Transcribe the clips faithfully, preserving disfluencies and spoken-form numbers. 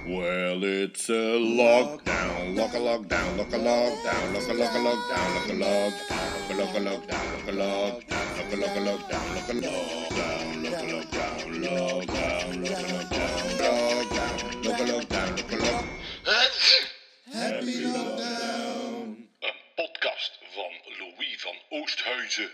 Well, it's a lockdown, lock a lockdown, lock a lockdown, lock a lock a lockdown, lock a lockdown, lock a lockdown, lock a lockdown, lock a lock a lockdown, lock a lockdown, lock a lockdown, lockdown, lock a lockdown, lockdown, lock a lockdown, lock a lock. Happy lockdown. Een podcast van Louis van Oosthuizen.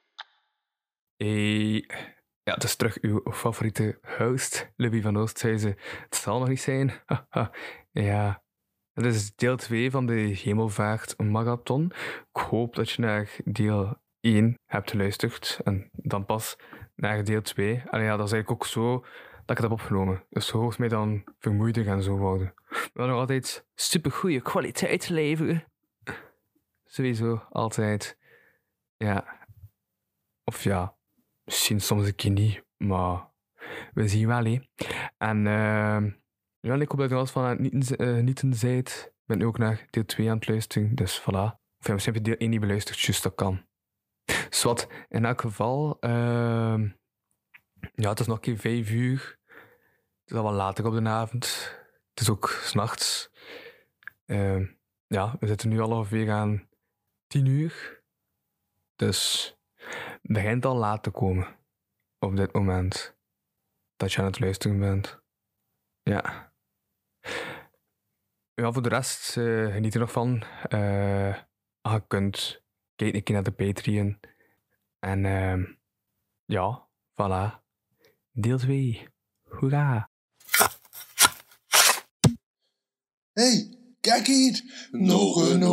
Hey. Ja, het is terug uw favoriete host, Louis van Oosthuizen. Het zal nog niet zijn. Ja, het is deel twee van de Hemelvaart Marathon. Ik hoop dat je naar deel één hebt geluisterd en dan pas naar deel twee. En ja, dat is eigenlijk ook zo dat ik het heb opgenomen. Dus zo hoort mij dan vermoeider en zo worden. We willen nog altijd supergoeie kwaliteit leveren. Sowieso, altijd. Ja. Of ja. Misschien soms een keer niet, maar we zien wel, hè. En uh, ja, ik hoop dat je alles van het niet, uh, niet zijt. Ik ben nu ook naar deel twee aan het luisteren, dus voilà. Of ja, misschien heb je deel één niet beluisterd, juist dat kan. Zwat, in elk geval, uh, ja, het is nog een keer vijf uur. Het is al wat later op de avond. Het is ook 's nachts. Uh, ja, we zitten nu al ongeveer aan tien uur. Dus het begint al laat te komen op dit moment dat je aan het luisteren bent. Ja. Ja, voor de rest uh, geniet er nog van. Uh, ah, je kunt kijken een keer naar de Patreon. En uh, ja, voilà. Deel twee. Hoera. Hey, kijk hier. Nog een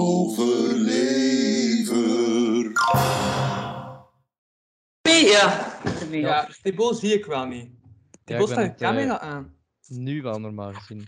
overlever. Ja, Ja, Thibaut zie ik wel niet. Thibaut ik staat ben je het, camera eh, aan. Nu wel normaal gezien.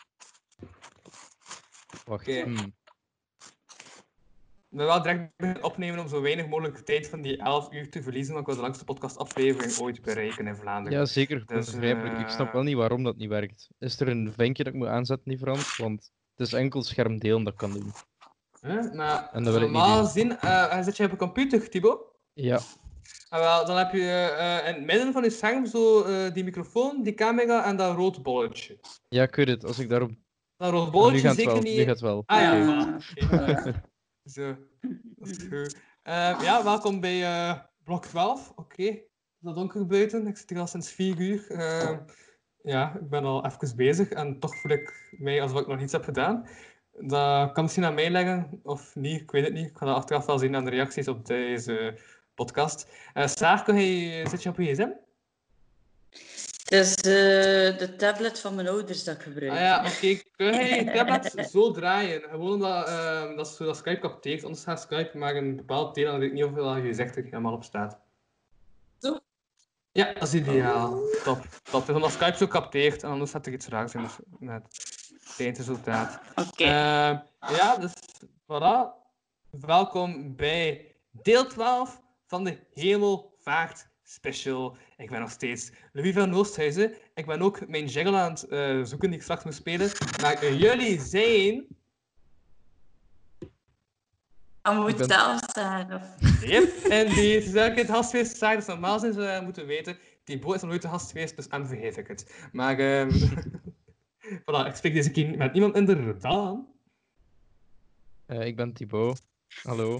Wacht. Oké. hmm. Ik ben wel direct beginnen opnemen om zo weinig mogelijk tijd van die elf uur te verliezen, want ik wil de langste podcastaflevering ooit bereiken in Vlaanderen. Ja, zeker. Dus, Begrijpelijk. Ik snap eh, wel niet waarom dat niet werkt. Is er een vinkje dat ik moet aanzetten, die Frans? Want het is enkel schermdelen dat ik kan doen. Hè? Maar En dat wil ik niet normaal doen. gezien, uh, zit je op een computer, Thibaut? Ja, En wel, dan heb je uh, in het midden van je scherm zo uh, die microfoon, die camera en dat rood bolletje. ja, ik weet het. Als ik daarop... Dat rood Ah, nu bolletje gaat het zeker wel. niet... Nu gaat het wel. Ah ja, Oké. voilà. Oké, zo. Dat is goed. Uh, ja, welkom bij uh, blok twaalf. Oké, okay. Het is al donker buiten. Ik zit hier al sinds vier uur. Uh, ja, ik ben al even bezig en toch voel ik mij alsof ik nog niets heb gedaan. Dat kan misschien aan mij liggen, of niet, ik weet het niet. Ik ga dat achteraf wel zien aan de reacties op deze podcast. Uh, Saar, kun je, zit je op je gsm? Het is uh, de tablet van mijn ouders dat ik gebruik. Ah ja, oké. Okay. Kun je je tablet zo draaien? Gewoon omdat uh, dat, dat Skype capteert. Anders gaat Skype maar een bepaald deel en dan weet ik niet hoeveel je gezegd er helemaal op staat. Zo? Ja, dat is ideaal. Top. Top. Dus omdat Skype zo capteert en anders staat er iets raars in dus met het eindresultaat. Oké. Okay. Uh, ja, dus voilà. Welkom bij deel twaalf van de Hemelvaart Special. Ik ben nog steeds Louis van Oosthuizen. Ik ben ook mijn jingle aan het uh, zoeken die ik straks moet spelen. Maar uh, jullie zijn... Je moet ben... zelf zeggen. Of... Yep, en die is elke keer het gast geweest. Dus normaal zijn ze uh, moeten weten. Thibaut is nog nooit de gast geweest, dus dan vergeet ik het. Maar... Um... voilà, ik spreek deze keer met niemand in de taal. Uh, ik ben Thibaut. Hallo.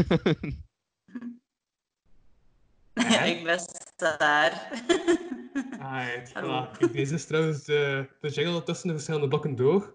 Ja, ik ben Saar. Alright, voilà. Kijk, deze is trouwens de, de jingle tussen de verschillende blokken door.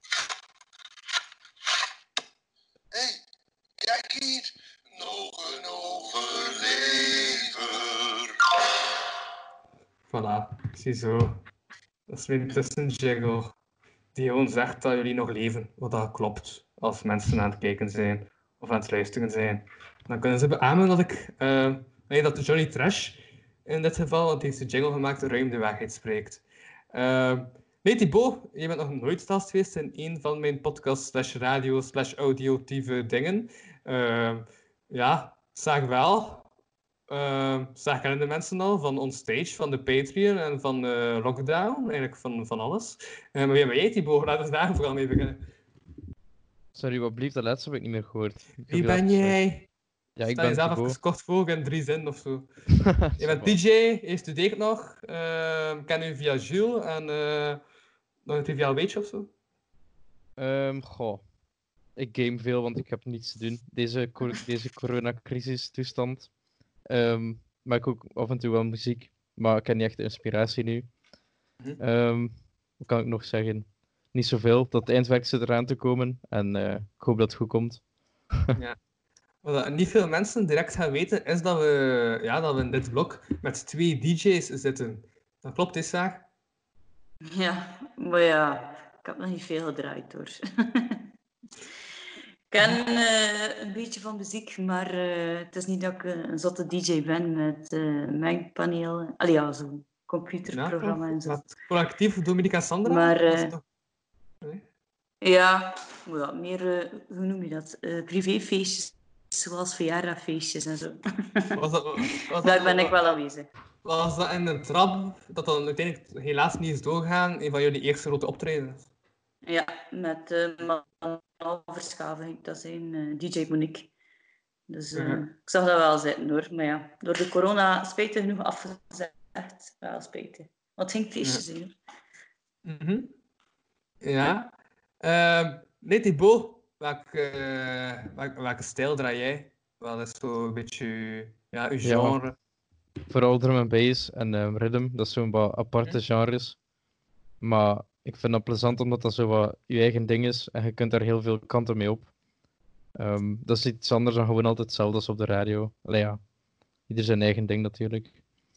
Hey, kijk hier. Nog een overlever. Voilà, ziezo. Dat is mijn tussenjingle. Die gewoon zegt dat jullie nog leven, wat dat klopt. Als mensen aan het kijken zijn, of aan het luisteren zijn. Dan kunnen ze beamen dat ik... Uh, nee, dat Johnny Trash, in dit geval, want die heeft de jingle gemaakt, ruim de waarheid spreekt. Uh, nee, Thibaut, je bent nog nooit gast geweest in een van mijn podcasts slash radio slash audiotieve dingen. Uh, ja, zeg wel. Uh, zeg kennen de mensen al van Onstage, van de Patreon en van uh, Lockdown, eigenlijk van, van alles. Uh, maar wie ben jij, Thibaut? Laten we daar vooral mee beginnen. Sorry, wat blieft, dat laatste heb ik niet meer gehoord. Ik heb Wie heel ben even- jij? Ja, ik Stel ben jezelf Thibaut. even kort voor in drie zinnen of zo. Je bent Zo. D J, je studeert nog, uh, ken u via Jules en uh, Nog een triviaal weetje of zo? Ehm goh. Ik game veel, want ik heb niets te doen. Deze, co- deze coronacrisis-toestand. Ehm maak ik ook af en toe wel muziek, maar ik heb niet echt de inspiratie nu. Mhm. Ehm wat kan ik nog zeggen? Niet zoveel. Dat eindwerk zit eraan te komen en eh, ik hoop dat het goed komt. Ja. Wat niet veel mensen direct gaan weten, is dat we, ja, dat we in dit blok met twee D J's zitten. Dat klopt, is Saar? Ja, maar ja, ik heb nog niet veel gedraaid hoor. Ik ken eh, een beetje van muziek, maar eh, het is niet dat ik eh, een zotte D J ben met eh mengpaneel. Allee, ja, zo'n computerprogramma Ja, en zo. met collectief Dominique en Sandra? Maar Dat is eh, toch... Nee? ja, ja, meer, eh, hoe noem je dat? Eh, privéfeestjes, zoals verjaardagfeestjes en zo. Was dat, was Daar ben dat, ik wel aanwezig. was dat in de trap dat dan uiteindelijk helaas niet is doorgaan, een van jullie eerste grote optredens? Ja, met uh, Verschaving, dat zijn uh, D J Monique. Dus uh, Ja. ik zag dat wel zitten hoor. Maar ja, door de corona spijtig genoeg afgezegd. Wel spijtig. Want het ging feestjes Ja. zijn. Mhm. Ja. Uh, nee, Thibaut, welke, uh, welke, welke stijl draai jij? Wel is zo een beetje ja, uw genre. Ja, vooral drum and bass en um, rhythm, dat is zo'n wat aparte genres. Maar ik vind dat plezant omdat dat zo wat je eigen ding is en je kunt daar heel veel kanten mee op. Um, dat is iets anders dan gewoon altijd hetzelfde als op de radio. Allee ja, ieder zijn eigen ding natuurlijk.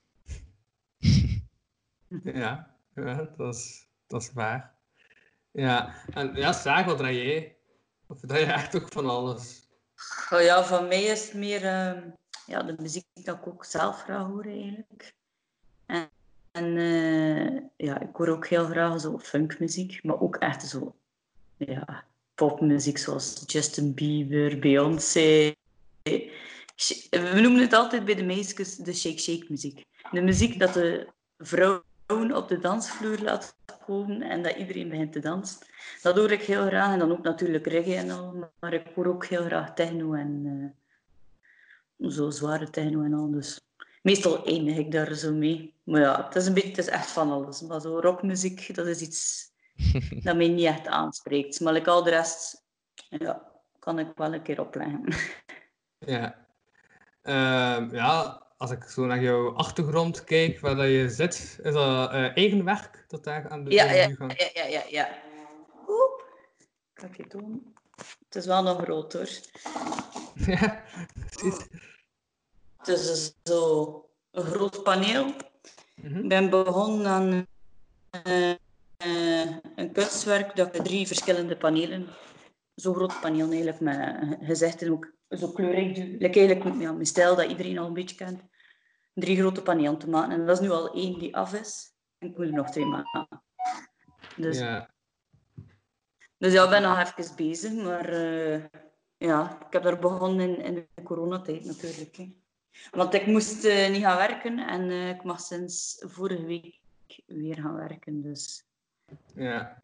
Ja, ja dat, is, dat is waar. Ja, en ja, Saar, wat draai jij? Of draai je echt ook van alles? Oh ja, van mij is het meer uh, ja, de muziek dat ik ook zelf graag hoor eigenlijk. En, en uh, ja, ik hoor ook heel graag zo funkmuziek, maar ook echt zo ja, popmuziek zoals Justin Bieber, Beyoncé. We noemen het altijd bij de meisjes de shake-shake muziek. De muziek dat de vrouwen op de dansvloer laat komen en dat iedereen begint te dansen. Dat hoor ik heel graag. En dan ook natuurlijk reggae en al. Maar ik hoor ook heel graag techno en uh, zo zware techno en al. Dus meestal eindig ik daar zo mee. Maar ja, het is, een beetje, het is echt van alles. Maar zo rockmuziek, dat is iets dat mij niet echt aanspreekt. Maar like al de rest, ja, kan ik wel een keer opleggen. Ja. Uh, ja, als ik zo naar jouw achtergrond kijk, waar dat je zit, is dat uh, eigen werk dat daar aan de Ja, ja, muur gaat? ja, ja, ja, ja. Oep. Kan ik het doen? Het is wel nog groot hoor. Ja, precies. Het is zo een groot paneel. Mm-hmm. Ik ben begonnen aan uh, uh, een kunstwerk dat ik drie verschillende panelen, zo'n groot paneel eigenlijk met gezichten ook zo kleurrijk, like eigenlijk ja, mijn stijl dat iedereen al een beetje kent, drie grote panelen te maken. En dat is nu al één die af is en ik moet er nog twee maken. Dus ja, dus ja, ik ben nog even bezig, maar uh, ja, ik heb daar begonnen in, in de coronatijd natuurlijk. Hè. Want ik moest uh, niet gaan werken en uh, ik mag sinds vorige week weer gaan werken. Dus ja.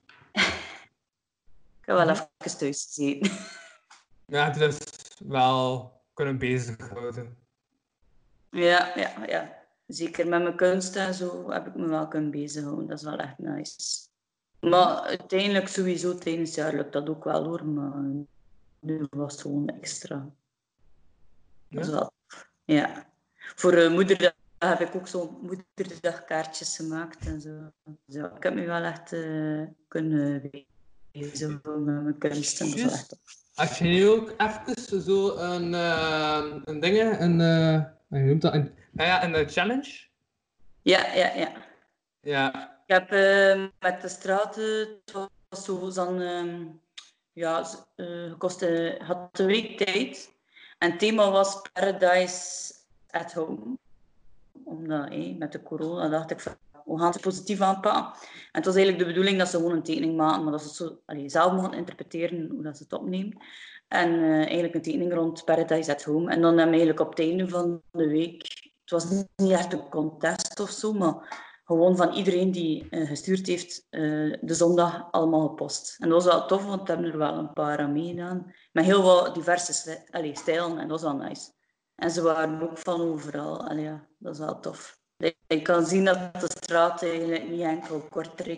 ik heb wel even thuis gezeten. Ja, dus wel kunnen bezighouden. Ja, ja, ja. Zeker met mijn kunst en zo heb ik me wel kunnen bezighouden. Dat is wel echt nice. Maar uiteindelijk sowieso tijdens het jaar lukt dat ook wel hoor. Maar nu was het gewoon extra. Dat is Ja? wel ja. Voor uh, moederdag heb ik ook zo'n moederdagkaartjes gemaakt en zo. Dus ja, ik heb me wel echt uh, kunnen bezighouden met mijn kunst. En dat is wel echt. Als je nu ook even zo een, uh, een ding, een, uh, hoe noemt dat? Een, nou ja, een challenge? Ja, ja, ja. Ja. Ik heb uh, met de straten, het was zo dan, uh, ja, uh, gekost, uh, had een week tijd. En het thema was Paradise at Home. Omdat, hey, met de corona dacht ik van, we gaan het positief aanpakken. En het was eigenlijk de bedoeling dat ze gewoon een tekening maken, maar dat ze het zo, allee, zelf mogen interpreteren hoe dat ze het opnemen. En uh, eigenlijk een tekening rond Paradise at Home. En dan hebben we eigenlijk op het einde van de week, het was niet echt een contest of zo, maar gewoon van iedereen die uh, gestuurd heeft, uh, de zondag allemaal gepost. En dat was wel tof, want we hebben er wel een paar aan meegedaan. Met heel veel diverse allee, stijlen en dat was wel nice. En ze waren ook van overal. Allee, ja, dat is wel tof. Je kan zien dat de straat eigenlijk niet enkel Kortrijk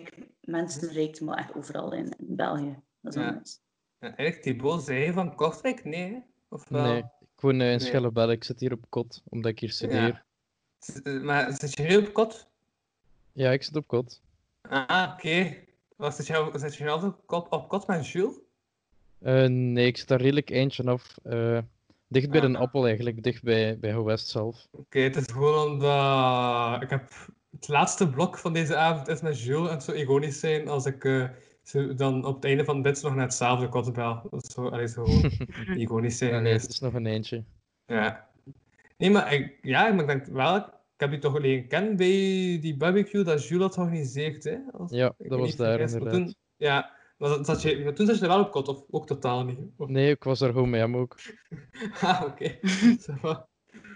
mensen reikt, maar echt overal in, in België. Dat is Ja. anders. Ja, eigenlijk, Thibaut zei je van Kortrijk? Nee, hè? Of wel? Nee, ik woon eh, in Nee. Schellebelle. Ik zit hier op kot, omdat ik hier studeer. Ja. Z- eh, Maar zit je hier op kot? Ja, ik zit op kot. Ah, oké. Was Zit je, zit je altijd op kot, op kot met Jules? Eh, nee, ik zit daar redelijk eindje af. Eh, dicht bij Ah. de Appel eigenlijk, dicht bij, bij Ho West zelf. Oké, het is gewoon omdat ik heb het laatste blok van deze avond is met Jules en het zou ironisch zijn als ik eh, zo dan op het einde van dit nog naar hetzelfde kot bel. Dat zou allee, zo gewoon ironisch zijn Ja, nee, het geweest. is nog een eindje. Ja. Nee, maar ik, ja, maar ik denk wel, ik heb je toch leren kennen bij die barbecue dat Jules had georganiseerd, hè? Als, Ja, ik dat me was niet daar vergis. Maar inderdaad. Toen, ja, maar, dat, zat je, maar toen zat je er wel op kot, of ook totaal niet? Of... Nee, ik was daar gewoon met hem ook. Ah, oké. Ça va.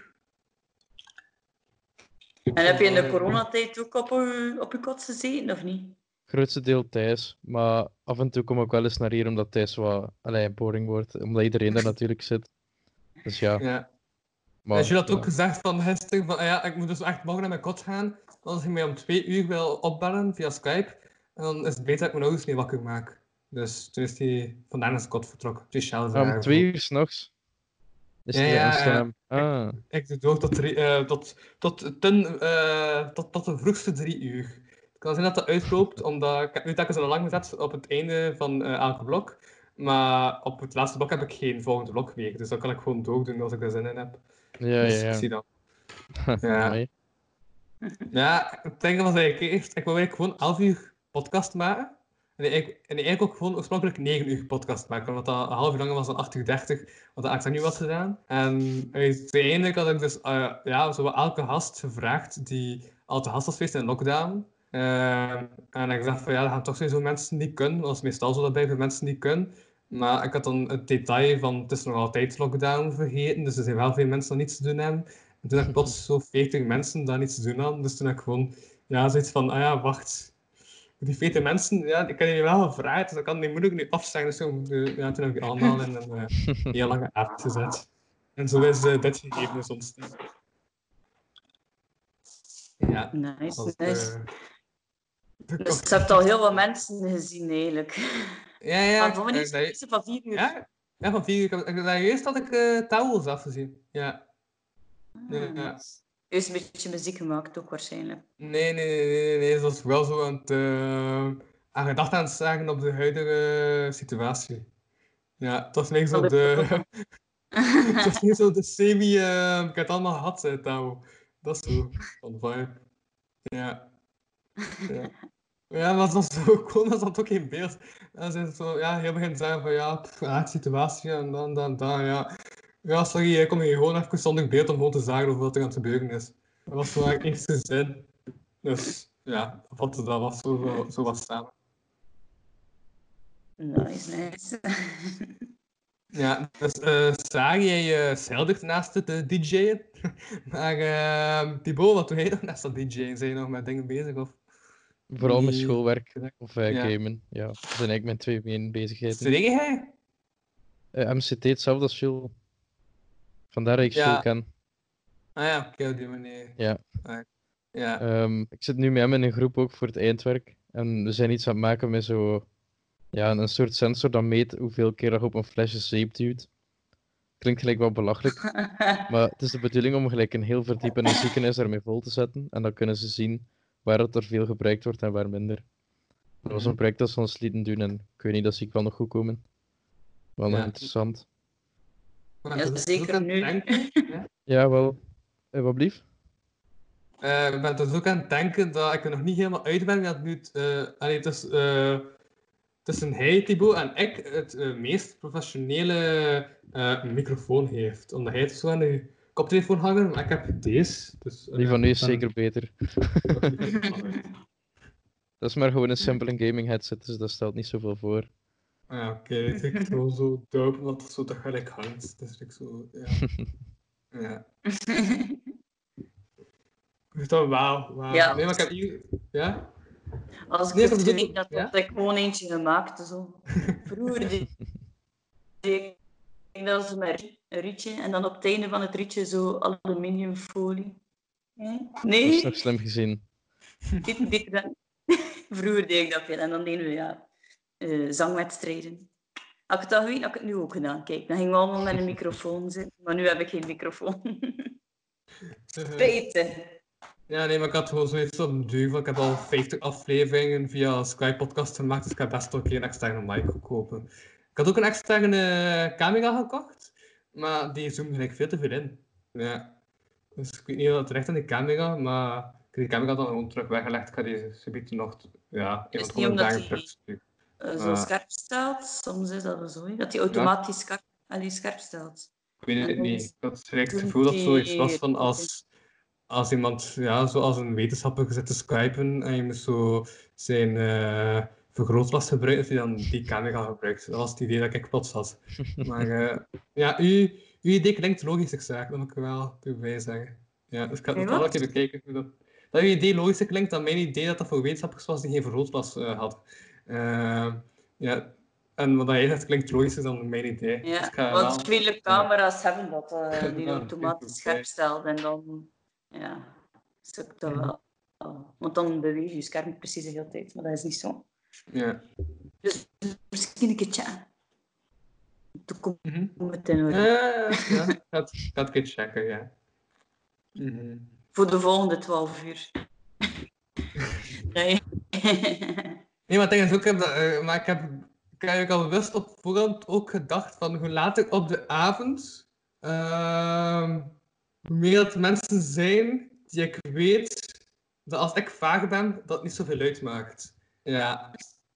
En heb je in de coronatijd ook op je, op je kot gezeten, of niet? Grootste deel thuis, maar af en toe kom ik wel eens naar hier omdat thuis wat allee, boring wordt, omdat iedereen daar natuurlijk zit. Dus ja, Ja. maar En je had ook ja. gezegd van gisteren van ah ja, ik moet dus echt morgen naar mijn kot gaan. Als ik mij om twee uur wil opbellen via Skype. En dan is het beter dat ik mijn ouders niet wakker maak. Dus toen is hij vandaar naar zijn kot vertrokken. Speciaal Ah, vragen. om twee uur s'nachts is Ja, het ja, is het ja. hem. Ah, Ik doe door tot, drie, eh, tot, tot, ten, eh, tot, tot de vroegste drie uur. Het kan zijn dat dat uitloopt, omdat ik heb nu telkens een alarm gezet op het einde van eh, elke blok. Maar op het laatste blok heb ik geen volgende blok meer. Dus dan kan ik gewoon doordoen als ik er zin in heb. ja, Dus ja, ik ja. zie dat. Ja. Amai. Ja, het ding was eigenlijk eerst, ik wou eigenlijk gewoon elf uur podcast maken. En eigenlijk, en eigenlijk ook gewoon oorspronkelijk negen uur podcast maken, omdat dat een half uur langer was dan acht uur dertig, wat de Axa nu was gedaan. En uiteindelijk had ik dus uh, ja, zo elke gast gevraagd die al te gast was geweest in lockdown. Uh, en ik dacht van ja, er gaan toch sowieso mensen die kunnen, dat is meestal zo dat bij voor mensen die kunnen. Maar ik had dan het detail van het is nog altijd lockdown vergeten, dus er zijn wel veel mensen die niets te doen hebben. En toen had ik plots zo veertig mensen daar niets te doen hadden. Dus toen had ik gewoon ja, zoiets van, ah ja, wacht. Die veertig mensen, ja, ik heb je wel gevraagd, dus dat kan niet moeilijk nu afzeggen. Dus toen, uh, ja, toen heb ik allemaal in een uh, heel lange app gezet. En zo is uh, dit gegeven dus ontstaan. Ja, Nice, als, nice. uh, Dus je hebt al heel wat mensen gezien, eigenlijk. Ja, ja. Maar van Uh, wanneer van vier uur? Ja, ja, van vier uur. Ik, ik, eerst had ik uh, touwels afgezien. Ja. Ah, ja. nice. U is een beetje muziek gemaakt ook waarschijnlijk. Nee, nee, nee, nee, nee. Dat was wel zo aan het, uh, aan gedacht aan het zagen op de huidige situatie. Ja, het was meer zo de... het was meer zo de semi... Uh, ik heb het allemaal gehad, zei touw. Dat is zo, van de vibe. Ja. Ja. Ja, maar dat was zo gewoon, dat zat ook in beeld. En ze zo, ja, heel begin zeggen van, ja, pff, ja, situatie en dan, dan, dan, ja. Ja, sorry, ik kom hier gewoon even zonder beeld om gewoon te zeggen over wat er aan het gebeuren is. Dat was zo mijn eerste zin. Dus, ja, wat dat was zo, zo, zo wat samen. Nice, nice. Ja, dus uh, Sari, jij uh, zeildigt naast het uh, D J'en. Maar uh, Thibaut, wat doe jij nog naast dat D J'en? Zijn je nog met dingen bezig? Of? Vooral met Nee. schoolwerk of uh, Ja. gamen. Ja, dat zijn eigenlijk mijn twee main bezigheden. Studeer jij? Uh, M C T hetzelfde als Jules. Vandaar dat ik Ja. Jules ken. Ah ja, oké, okay, op die manier. Ja. Ah, ja. Um, ik zit nu met hem in een groep ook voor het eindwerk. En we zijn iets aan het maken met zo... Ja, een soort sensor dat meet hoeveel keer je op een flesje zeep duwt. Klinkt gelijk wel belachelijk. Maar het is de bedoeling om gelijk een heel verdiep in een ziekenhuis daarmee vol te zetten. En dan kunnen ze zien waar het er veel gebruikt wordt en waar minder. Dat was een project dat ze ons lieten doen en ik weet niet, dat zie ik wel nog goed komen. Wel nog Ja. interessant. Ja, zeker nu. Ja? Ja, wel. Eh, wat blief? Uh, ik ben dus ook aan het denken dat ik er nog niet helemaal uit ben. Dat nu het, uh, allee, dus, uh, tussen hij, Thibaut, en ik het uh, meest professionele uh, microfoon heeft. Omdat hij het zo aan de koptelefoon hangen, maar ik heb deze. Dus, uh, Die van ja, nu is dan... zeker beter. Dat is maar gewoon een simpele gaming headset, dus dat stelt niet zoveel voor. Ja, oké. Okay. Het is gewoon zo dope, want het zo toch gelijk hangt. Dus ik zo, ja. Ja. Ik dacht, wauw, wauw. Ja. Nee, maar ik heb hier... Ja? Als ik Nee, het ik heb denk, dat ja? had ik gewoon eentje gemaakt. Zo. Vroeger deed ik dat met een rietje en dan op het einde van het rietje zo aluminiumfolie. Nee? Dat is nog slim gezien. Beter dan... Vroeger deed ik dat veel. En dan deden we ja, uh, zangwedstrijden. Had ik het al geweten, had ik het nu ook gedaan. Kijk, dan gingen we allemaal met een microfoon zitten. Maar nu heb ik geen microfoon. Spijtig. Ja, nee, maar ik had gewoon zoiets op de duur. Ik heb al vijftig afleveringen via Skype-podcast gemaakt, dus ik heb best wel een keer een externe mic gekopen. Ik had ook een externe camera gekocht, maar die zoomde eigenlijk veel te veel in. Ja. Dus ik weet niet of het terecht aan die camera, maar ik heb die camera dan gewoon terug weggelegd. Ik ga deze subiet nog, ja, een Is van niet de omdat dagen hij terugsturen. uh, zo Uh, scherp staat? Soms is dat zo, hè? Dat hij automatisch scherp, allee, scherp staat. Ik weet het En niet. dan Ik had direct het doet gevoel dat het zoiets hij- was van als, als iemand, ja, zoals een wetenschapper zit te skypen en je moet zo zijn uh, vergrootglas gebruiken, dat hij dan die camera gebruikt. Dat was het idee dat ik plots had. Maar uh, ja, uw, uw idee klinkt logisch, ik zeg, dat moet ik wel erbij zeggen. Ja, dus ik ga Hey, het wel wat? een keer bekijken. hoe Dat, dat uw idee logischer klinkt dan mijn idee dat dat voor wetenschappers was die geen vergrootglas uh, had. Uh, ja, en wat jij zegt klinkt logischer dan mijn idee. Ja, Dus ik ga want wel- vele camera's hebben dat, uh, die Ja, automatisch dat is scherp stelt. En dan, ja, zoek dat wel. Want dan beweeg je scherm precies de hele tijd, maar dat is niet zo. Ja. Dus misschien een keertje aan. Toen komt Mhm. het in orde. Ja, ja, ik ga het, ik ga het een keer checken, ja. Mhm. Voor de volgende twaalf uur. Nee. Nee, maar het ding is ook, ik heb dat, uh, maar ik heb, ik heb eigenlijk al bewust op voorhand ook gedacht van hoe later op de avond, uh, hoe meer dat mensen zijn die ik weet dat als ik vaag ben, dat het niet zoveel uitmaakt. Ja.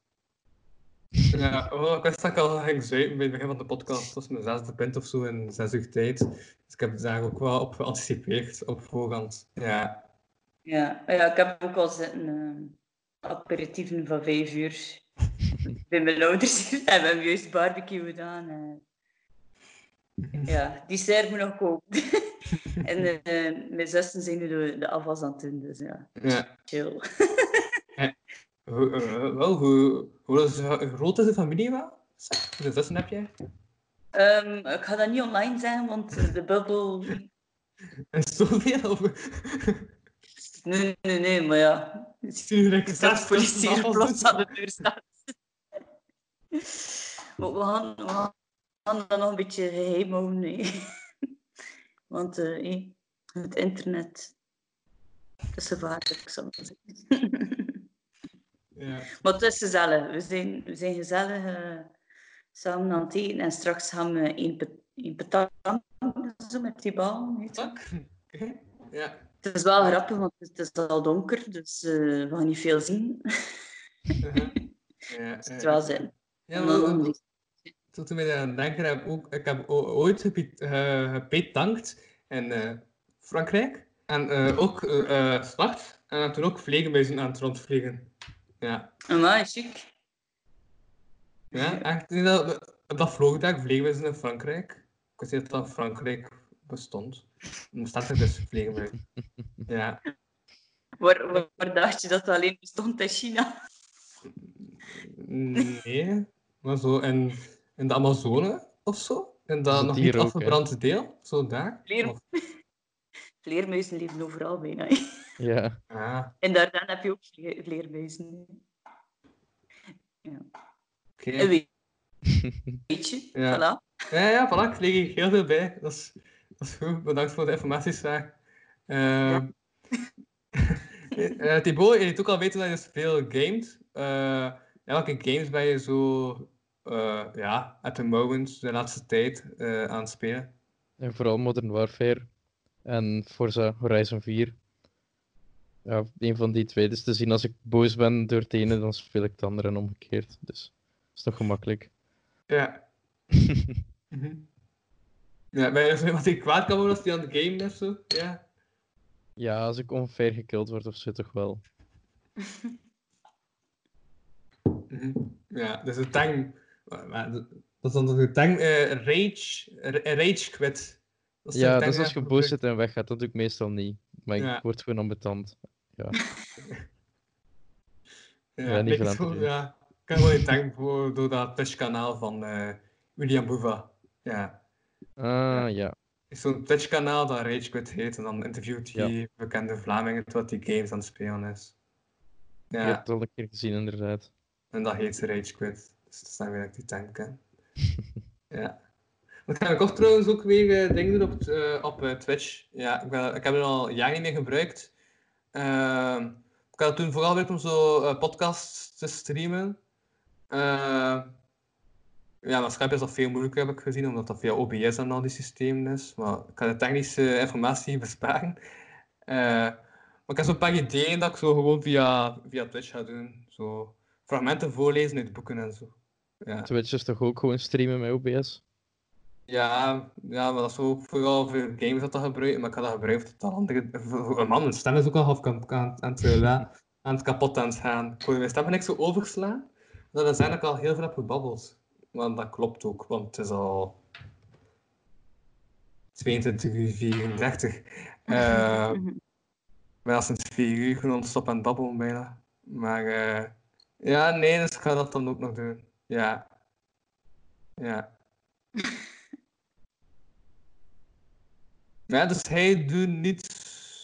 Ja, oh, ik wist dat ik al ging zuipen bij het begin van de podcast. Het was mijn zesde punt of zo in zes uur tijd. Dus ik heb daar ook wel op geanticipeerd op voorhand. Ja. Ja, ja, ik heb ook al zitten uh, aperitieven van vijf uur bij mijn ouders en we hebben juist barbecue gedaan. Uh. Ja, die ster moet nog koken. En uh, mijn zussen zijn nu de, de afwas aan het doen, dus ja, Ja. chill. Hoe, uh, wel, hoe, hoe is, uh, groot is de familie wel? Hoeveel zussen heb jij? Um, ik ga dat niet online zeggen, want de bubbel... Is zoveel? Of... Nee, nee, nee, maar ja. De stadspolitie hier plots aan de deur staat. Maar we gaan, we gaan dat nog een beetje geheim houden, nee. Want uh, hey, het internet is gevaarlijk, zal ik zeggen. Ja. Maar het is gezellig. We zijn, we zijn gezellig uh, samen aan het eten en straks gaan we een, pet, een petank zo met die bal. Weet je. Okay. Ja. Het is wel grappig, want het is al donker, dus uh, we gaan niet veel zien. Uh-huh. Ja, het is wel zin. Ja, maar toen mij aan denken, heb ook, ik heb ooit gepetankt in uh, Frankrijk. En uh, ook uh, s'nachts. En toen ook vleermuizen aan het rondvliegen. Ja. Amai, chic. Ja, echt. Dat, dat vloog daar, vleermuizen in Frankrijk. Ik wist niet dat dat Frankrijk bestond. Dan staat er dus vleermuizen. Ja. Waar, waar, waar dacht je dat het alleen bestond in China? Nee, maar zo in, in de Amazone of zo. En dat nog niet afgebrand deel, zo daar. Vleer... Vleermuizen leven overal bijna. Ja. Ah. En daarna heb je ook vleermuizen. Ja. Okay. Een beetje, ja. voilà. Ja, ja, voilà, ik leg hier heel veel bij. Dat is, dat is goed, bedankt voor de informatiesvraag. Uh, ja. uh, Thibaut, je hebt ook al weten dat je veel gamet. Uh, welke games ben je zo, uh, ja, at the moment, de laatste tijd uh, aan het spelen? En vooral Modern Warfare en Forza Horizon vier. Ja, een van die twee. Dus te zien als ik boos ben door het ene, dan speel ik het andere en omgekeerd. Dus dat is toch gemakkelijk. Ja. mm-hmm. Ja, ben je zo iemand die kwaad kan worden als die aan het game is of zo? Ja. Ja, als ik onfair gekild word of zo, toch wel. mm-hmm. Ja, dus de tang... Dat is dan de tang... Uh, rage... Rage quit. Dat ja, dus als je boos zit en weggaat, dat doe ik meestal niet. Maar ik ja. word gewoon ambetant. Ja. ja, ja, niet veel aan zo, ja. Ik kan wel niet denken voor, door dat Twitch-kanaal van uh, William Boeva. Ja. Ah, ja. ja. Is zo'n Twitch-kanaal dat Rage Quit heet en dan interviewt hij ja. bekende Vlamingen terwijl hij games aan het spelen is. Ik heb Ja, het al een keer gezien, inderdaad. en dat heet Rage Quit. Dus dat is dan weer dat ik die tank ken. Ja. Dan ga ik ook trouwens ook weer uh, dingen doen op, uh, op uh, Twitch. Ja, ik, ben, ik heb het al jaren niet meer gebruikt. Uh, ik had het toen vooral gebruikt om zo uh, podcasts te streamen. Uh, ja, maar Skype is dat veel moeilijker, heb ik gezien, omdat dat via O B S en al die systemen is. Maar ik kan de technische informatie besparen. Uh, maar ik heb zo'n paar ideeën dat ik zo gewoon via, via Twitch ga doen. Zo fragmenten voorlezen uit boeken en zo. Ja. Twitch is toch ook gewoon streamen met O B S? Ja, ja, maar dat is ook vooral voor games dat dat gebruiken, maar ik ga dat gebruiken voor totaal andere... Voor een man, mijn stem is ook al half aan, aan, aan, het, uh, aan het kapot aan het gaan. Ik hoor mijn stem niks zo overslaan, dat is eigenlijk al heel veel heb gebabbeld. Maar dat klopt ook, want het is al tweeëntwintig uur vierendertig. Uh, ik ben al sinds vier uur gewoon stop aan het babbelen bijna. Maar uh, ja, nee, dus ik ga dat dan ook nog doen. Ja. Ja. Ja, dus hij doet niets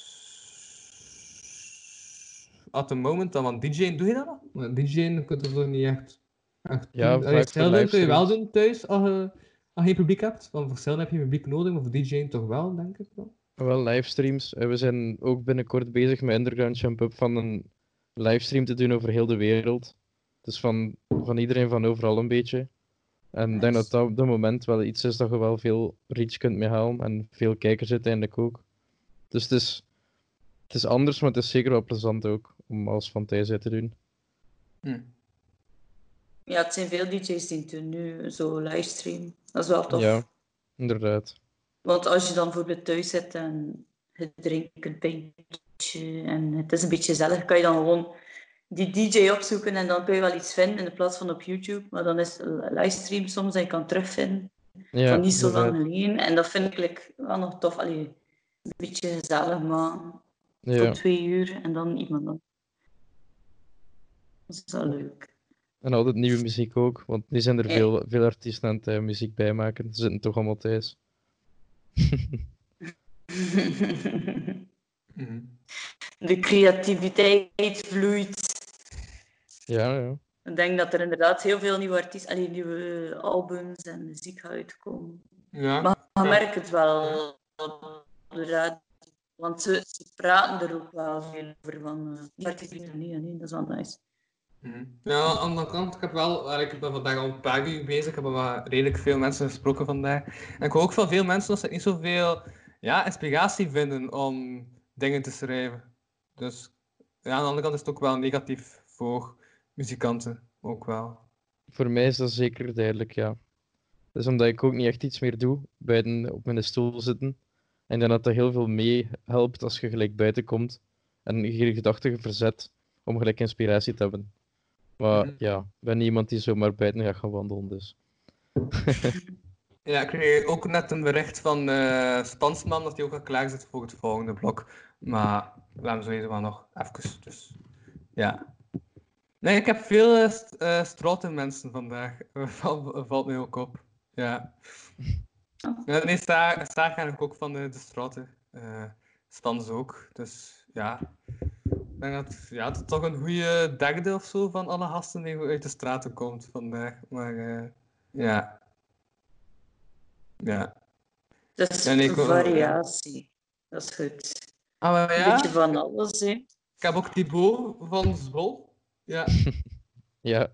at the moment dan, want DJ'en doe je dat nog? Maar DJ'en kun je toch niet echt, echt Ja, doen. vaak Allee, voor Zelden kun je wel livestreams. doen thuis als je, als je publiek hebt, want voor Zelden heb je publiek nodig, maar voor DJ'en toch wel, denk ik wel. Wel, livestreams. Eh, We zijn ook binnenkort bezig met Underground Jump Up van een livestream te doen over heel de wereld. Dus van, van iedereen van overal een beetje. En ik denk dat dat op dat moment wel iets is dat je wel veel reach kunt mee halen. En veel kijkers uiteindelijk ook. Dus het is, het is anders, maar het is zeker wel plezant ook. Om alles van thuis uit te doen. Hm. Ja, het zijn veel D J's die doen nu zo livestream. Dat is wel tof. Ja, inderdaad. Want als je dan bijvoorbeeld thuis zit en je drinkt een pintje en het is een beetje gezellig, kan je dan gewoon die D J opzoeken en dan kun je wel iets vinden in plaats van op YouTube. Maar dan is een livestream soms dat je kan terugvinden Ja, van niet zo lang inderdaad. geleden. En dat vind ik like, wel nog tof. Allee, een beetje gezellig, maar Ja. tot twee uur en dan iemand dan. Dat is wel leuk. En altijd nieuwe muziek ook, want nu zijn er Eh. veel, veel artiesten aan het uh, muziek bijmaken. Ze zitten toch allemaal thuis. Mhm. De creativiteit vloeit. Ja, ja. Ik denk dat er inderdaad heel veel nieuwe artiesten, allee, nieuwe albums en muziek gaat uitkomen. Ja. Maar je merkt het wel op de radio. Want ze, ze praten er ook wel veel over. Van, uh, die artiesten niet, nee, dat is wel nice. Mhm. Ja, aan de andere kant, ik heb wel, ik ben vandaag al een paar uur bezig, ik heb wel redelijk veel mensen gesproken vandaag. En ik hoor ook van veel mensen dat ze niet zoveel ja, inspiratie vinden om dingen te schrijven. Dus ja, aan de andere kant is het ook wel negatief voor muzikanten, ook wel. Voor mij is dat zeker duidelijk, ja. Dat is omdat ik ook niet echt iets meer doe, buiten op mijn stoel zitten. En ik denk dat dat heel veel meehelpt als je gelijk buiten komt en je je gedachten verzet om gelijk inspiratie te hebben. Maar Mhm. ja, ik ben niet iemand die zomaar buiten gaat gaan wandelen, dus. Ja, ik kreeg ook net een bericht van uh, Spansman dat hij ook al klaar zit voor het volgende blok. Maar we hebben sowieso wel nog even, dus ja. Nee, ik heb veel uh, st uh, stratenmensen vandaag, Val, valt mij ook op. Ja. Ja, nee, Saar ga ik ook van de, de straten. Uh, Stans ook, dus ja. Ik denk dat, ja, dat het toch een goede derde of zo van alle gasten die uit de straten komt vandaag. Maar uh, ja. Ja. Dat is Ja, nee, een ik- variatie. Dat is goed. Ah, maar Een ja, beetje van alles, hè. ik heb ook Thibaut van Zwol. Ja, Ja,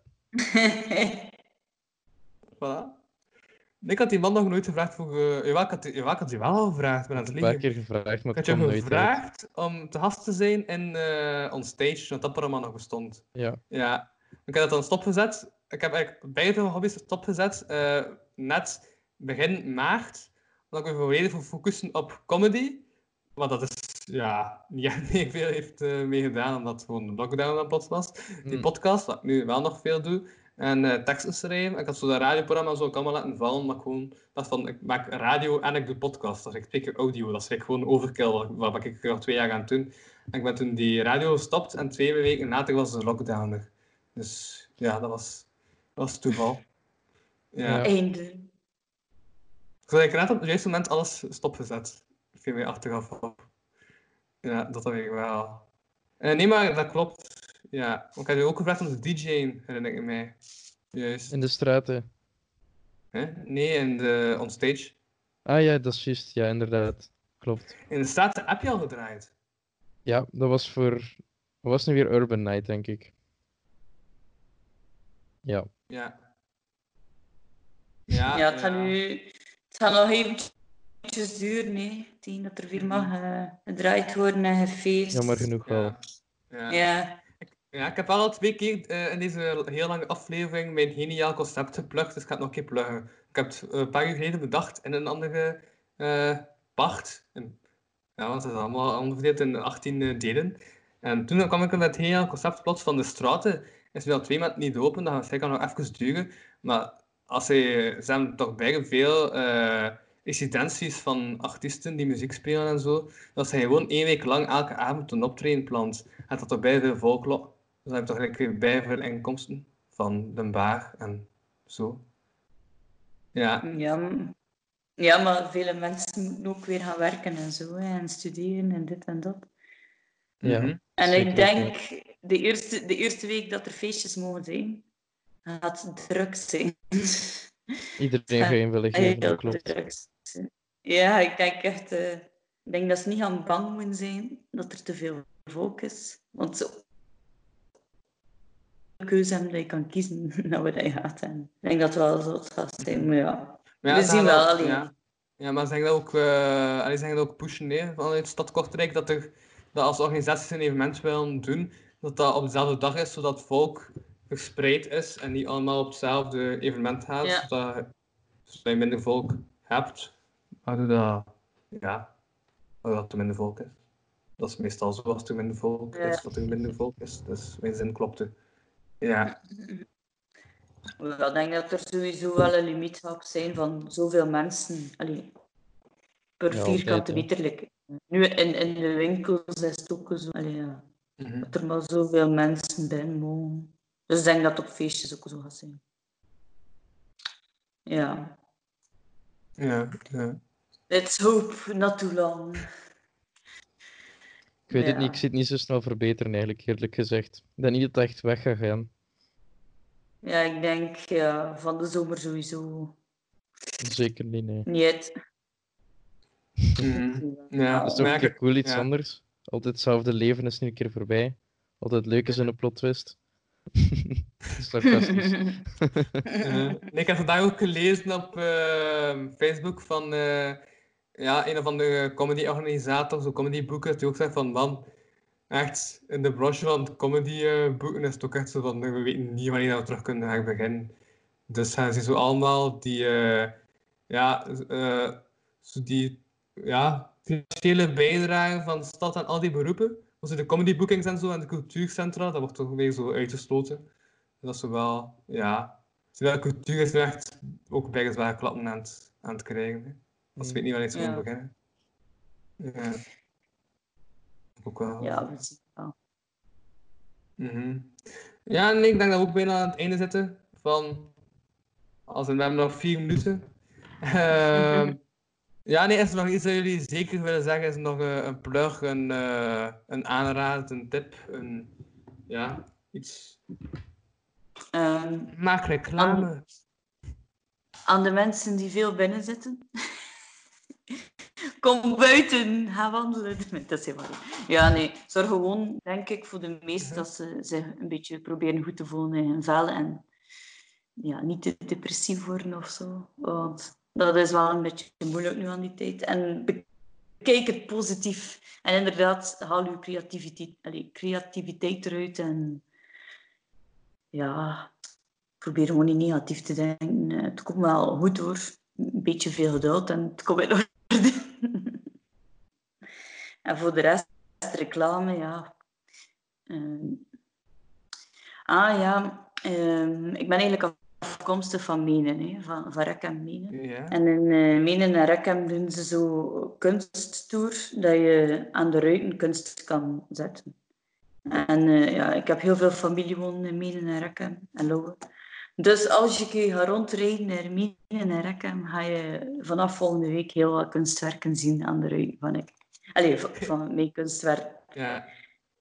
voilà. Ik had die man nog nooit gevraagd voor... Uh, jawel, ik had, jawel, ik had die wel al gevraagd, ik ben aan ik het heb een paar liegen. keer gevraagd, maar Ik het had je kwam nooit uit. gevraagd om te gast te zijn in uh, On Stage, want dat programma nog bestond. Ja, Ja, ik heb dat dan stopgezet. Ik heb eigenlijk beide hobby's stopgezet. Uh, net begin maart. Omdat ik me volledig voor focussen op comedy. Want dat is, ja, niet echt meer veel heeft uh, mee gedaan, omdat het gewoon de lockdown dan plots was. Die Hm. podcast, wat ik nu wel nog veel doe. En uh, teksten schrijven. Ik had zo dat radioprogramma zo ook allemaal laten vallen. Maar ik gewoon dacht van, ik maak radio en ik doe podcast. Dus ik spreek audio. Dat is eigenlijk gewoon overkill, wat, wat ik al twee jaar aan het doen. En ik ben toen die radio gestopt en twee weken later was de lockdown er. Dus ja, dat was, dat was toeval. Ja. Ja. Einde. Ik had net op het juiste moment alles stopgezet. Ik viel mij achteraf op. Ja, dat had ik wel. Uh, nee, maar dat klopt. Ja, ik heb je ook gevraagd om te D J'en, herinner ik mij. Juist. In de straten. Hè? Nee, in de onstage. Ah ja, dat is juist. Ja, inderdaad. Klopt. In de straten heb je al gedraaid. Ja, dat was voor... Dat was nu weer Urban Night, denk ik. Ja. Ja. Ja, Ja, het gaat ja. nu... Het gaat nog eventjes duren, hè. Tegen dat er weer mag eh, gedraaid worden en gefeest. Jammer genoeg wel. Ja. Ja. Ja. Ja, ik heb wel al twee keer eh, in deze heel lange aflevering mijn geniaal concept geplukt, dus ik ga het nog een keer pluggen. Ik heb het eh, een paar uur geleden bedacht in een andere eh part. En, ja, want het is allemaal onderverdeeld in achttien eh, delen. En toen kwam ik met het geniaal concept plots van de straten. Is nu al twee maanden niet open, dat gaat waarschijnlijk nog even duren. Maar als ze, ze hebben toch bijna veel eh incidenties van artiesten die muziek spelen en zo, dat ze gewoon één week lang elke avond een optreden plant. Gaat dat toch bij veel volk. Dus dan heb je toch eigenlijk weer bij veel inkomsten van de bar en zo. Ja. Ja, m- ja, maar vele mensen moeten ook weer gaan werken en zo, hè, en studeren en dit en dat. Ja. Mhm. En Zeker ik ook, denk, de eerste, de eerste week dat er feestjes mogen zijn, gaat het druk zijn. Iedereen Het gaat in willen geven, dat heel klopt. druk zijn. Ja, ik denk echt... eh, ik denk dat ze niet gaan bang moeten zijn dat er te veel volk is. Want zo... een keuze hebben dat je kan kiezen naar waar je gaat. En ik denk dat het wel zo gaat zijn, maar ja... Maar ja, We ze zien gaan wel, ook- alleen. Ja. Ja, maar ze zeggen dat ook, eh allee, ze zeggen dat ook pushen nee, vanuit de stad Kortrijk, dat, er, dat als organisaties een evenement willen doen, dat dat op dezelfde dag is, zodat het volk verspreid is en niet allemaal op hetzelfde evenement gaat, Ja. zodat, zodat je minder volk hebt. Waardoor dat, ja, waardoor dat er minder volk is. Dat is meestal zo als er minder volk Ja. is, dat er minder volk is. Dus mijn zin klopte. Ja. Wel, ik denk dat er sowieso wel een limiet gaat zijn van zoveel mensen. Allee, per Ja, vierkante altijd, hè. meter. like. Nu in, in de winkels is het ook zo. Allee, ja, Mhm. dat er maar zoveel mensen binnen mogen. Dus ik denk dat het op feestjes ook zo gaat zijn. Ja. Ja, ja. Let's hope not too long. Ik weet het Ja. niet, ik zie het niet zo snel verbeteren eigenlijk, eerlijk gezegd. Ik denk niet dat het echt weg gaat gaan. Ja, ik denk ja, van de zomer sowieso Zeker niet, nee. niet. Mhm. Ja, Dat is toch maar een ja, keer cool, iets ja. anders. Altijd hetzelfde leven is nu een keer voorbij. Altijd leuk is in een plot twist. Dat is sarcastisch. Eh, nee, ik heb vandaag ook gelezen op eh, Facebook van eh, ja, een of andere comedy-organisator, zo comedyboeken, dat die ook zegt van man, echt in de branche van comedyboeken is het ook echt zo van we weten niet wanneer we terug kunnen gaan beginnen. Dus gaan ze zo allemaal die, eh, ja, eh, zo die ja, financiële bijdrage van de stad aan al die beroepen, zoals de comedyboekings en zo en de cultuurcentra, dat wordt toch weer zo uitgesloten. Dat is wel, ja. Zowel cultuur is nu echt ook bij zware klappen aan het, aan het krijgen. Hè. Als ze weet niet wanneer ze Ja. gaan beginnen. Ja. Ook wel. Ja, we zien wel. Mhm. Ja, nee, ik denk dat we ook bijna aan het einde zitten. Van, als we, we hebben nog vier minuten. Ehm, ja, nee, is er nog iets dat jullie zeker willen zeggen? Is er nog eh, een plug, een, eh, een aanraad, een tip? Een, ja, iets. Ehm, Maak reclame. aan de mensen die veel binnen zitten. Kom buiten, ga wandelen. Dat is helemaal niet. Ja, nee. Zorg gewoon, denk ik, voor de meesten dat ze zich een beetje proberen goed te voelen in hun vel. En ja, niet te depressief worden of zo. Want dat is wel een beetje moeilijk nu aan die tijd. En bekijk het positief. En inderdaad, haal je creativiteit, allez, creativiteit eruit. En ja, probeer gewoon niet negatief te denken. Het komt wel goed hoor. Een beetje veel geduld en het komt in orde. En voor de rest, reclame, ja. Uh, ah ja, uh, ik ben eigenlijk afkomstig van Menen, hè, van, van Rekken Menen. Ja. En in uh, Menen en Rekken doen ze zo kunsttour, dat je aan de ruiten kunst kan zetten. En uh, ja, ik heb heel veel familie wonen in Menen en Rekken en Louwen. Dus als je gaat rondrijden naar Menen en Rekken, ga je vanaf volgende week heel wat kunstwerken zien aan de ruiten van ik. Allee, van, van mijn kunstwerk. Ja.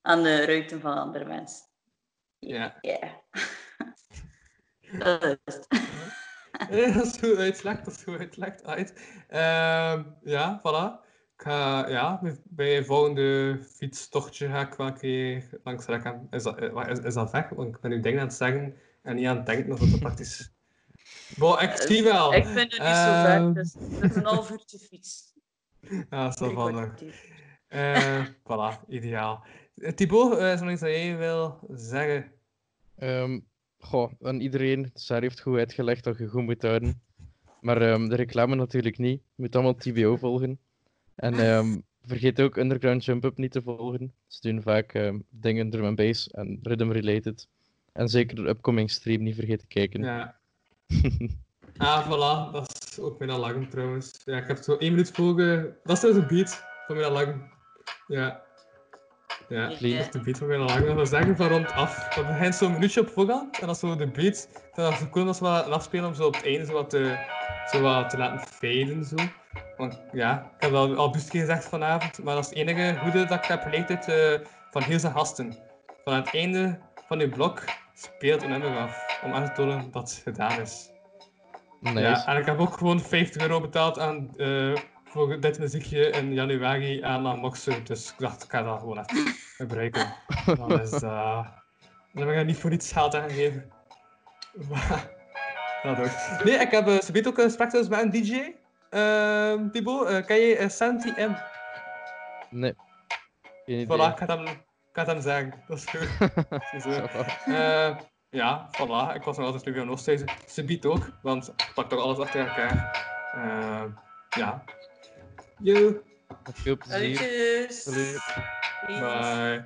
aan de ruiten van andere mensen. Ja. Ja. Dat is het. Ja, dat is goed uitgelegd, dat is goed uitgelegd. Uit. Ehm, ja, voilà. Ik ga, ja, bij het volgende fietstochtje ga ik wel een keer langs rekken. Is dat, eh, is, is dat weg? Want ik ben nu dingen aan het zeggen en niet aan het denken of dat praktisch... Bon, ik zie wel. Ik vind het niet zo ver, dus dat is een half uurtje fiets. Ja, zo Drie van. kwartier. Uh, voilà, ideaal. Uh, Thibaut, uh, is er nog iets dat jij wil zeggen? Um, goh, aan iedereen, Sarah heeft goed uitgelegd dat je goed moet houden. Maar um, de reclame natuurlijk niet. Je moet allemaal T B O volgen. En um, vergeet ook Underground Jump Up niet te volgen. Ze doen vaak um, dingen drum and bass en rhythm related. En zeker de upcoming stream niet vergeten kijken. Ja. Ah, voilà. Dat is ook mijn alarm trouwens. Ja, ik heb zo één minuut volgen. Dat is dus een beat van mijn alarm. Ja. Ja, dat is de beat van mijn alarm. Dat wil zeggen van rond af. Dat begint zo'n minuutje op voorhand. En dat is zo de beat. Ik vind dat zo cool als we wat afspelen om zo op het einde zo wat te, zo wat te laten faden. Zo. Want ja, ik heb al, al busje gezegd vanavond. Maar dat is het enige goede dat ik heb geleerd uit, uh, van heel zijn gasten. Van het einde van uw blok speelt een nummer af. Om aan te tonen dat het gedaan is. Nice. Ja, en ik heb ook gewoon vijftig euro betaald aan, uh, voor dit muziekje in januari aan Amoxer. Dus ik dacht, ik ga dat gewoon even gebruiken. Dan is dat... Uh, dan heb ik dat niet voor iets geld aangegeven. Maar... dat ook. Nee, ik heb uh, zometeen ook een gesprek met een D J. Uh, Thibaut, uh, ken je uh, Santi M? Nee. Geen idee. Voilà, ik ga het hem, ik ga het hem zeggen. Dat is goed. uh, Ja, voilà. Ik was nog altijd nu van Oosthuizen. Ze biedt ook, want ik pak toch alles achter elkaar. Uh, ja. Yo. Veel plezier. Salut. Bye.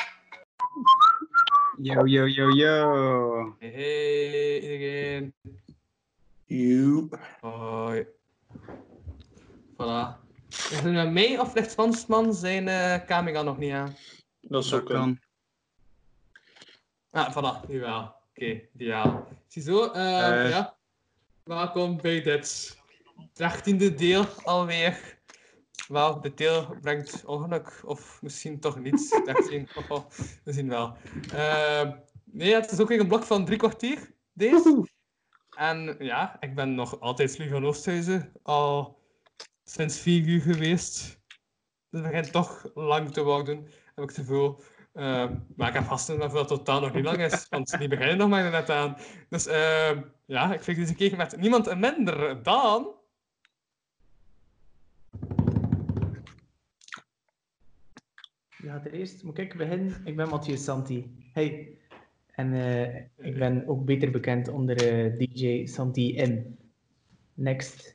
Yo, yo, yo, yo. Hey, hey iedereen. You. Hoi. Voilà. Is er nou mee of ligt Fransman zijn uh, camera nog niet aan? Dat is Dat ook kan. een... Ah, voilà. Nu wel. Oké, okay, ideaal. Ziezo, uh, uh. ja. Welkom bij dit dertiende deel alweer. Wel, dit deel brengt ongeluk, of misschien toch niet. dertien, oh, oh, we zien wel. Uh, nee, het is ook weer een blok van drie kwartier, deze. En ja, ik ben nog altijd Slu van Oosthuizen, al sinds vier uur geweest. Het begint toch lang te worden, heb ik te veel. Uh, maar ik heb gasten waarvoor dat totaal nog niet lang is, want die beginnen nog maar net aan. Dus uh, ja, ik vind deze keer met niemand minder dan... Ja, ten eerste moet ik beginnen. Ik ben Mathieu Santi. Hey. En uh, ik ben ook beter bekend onder uh, D J Santi M. Next.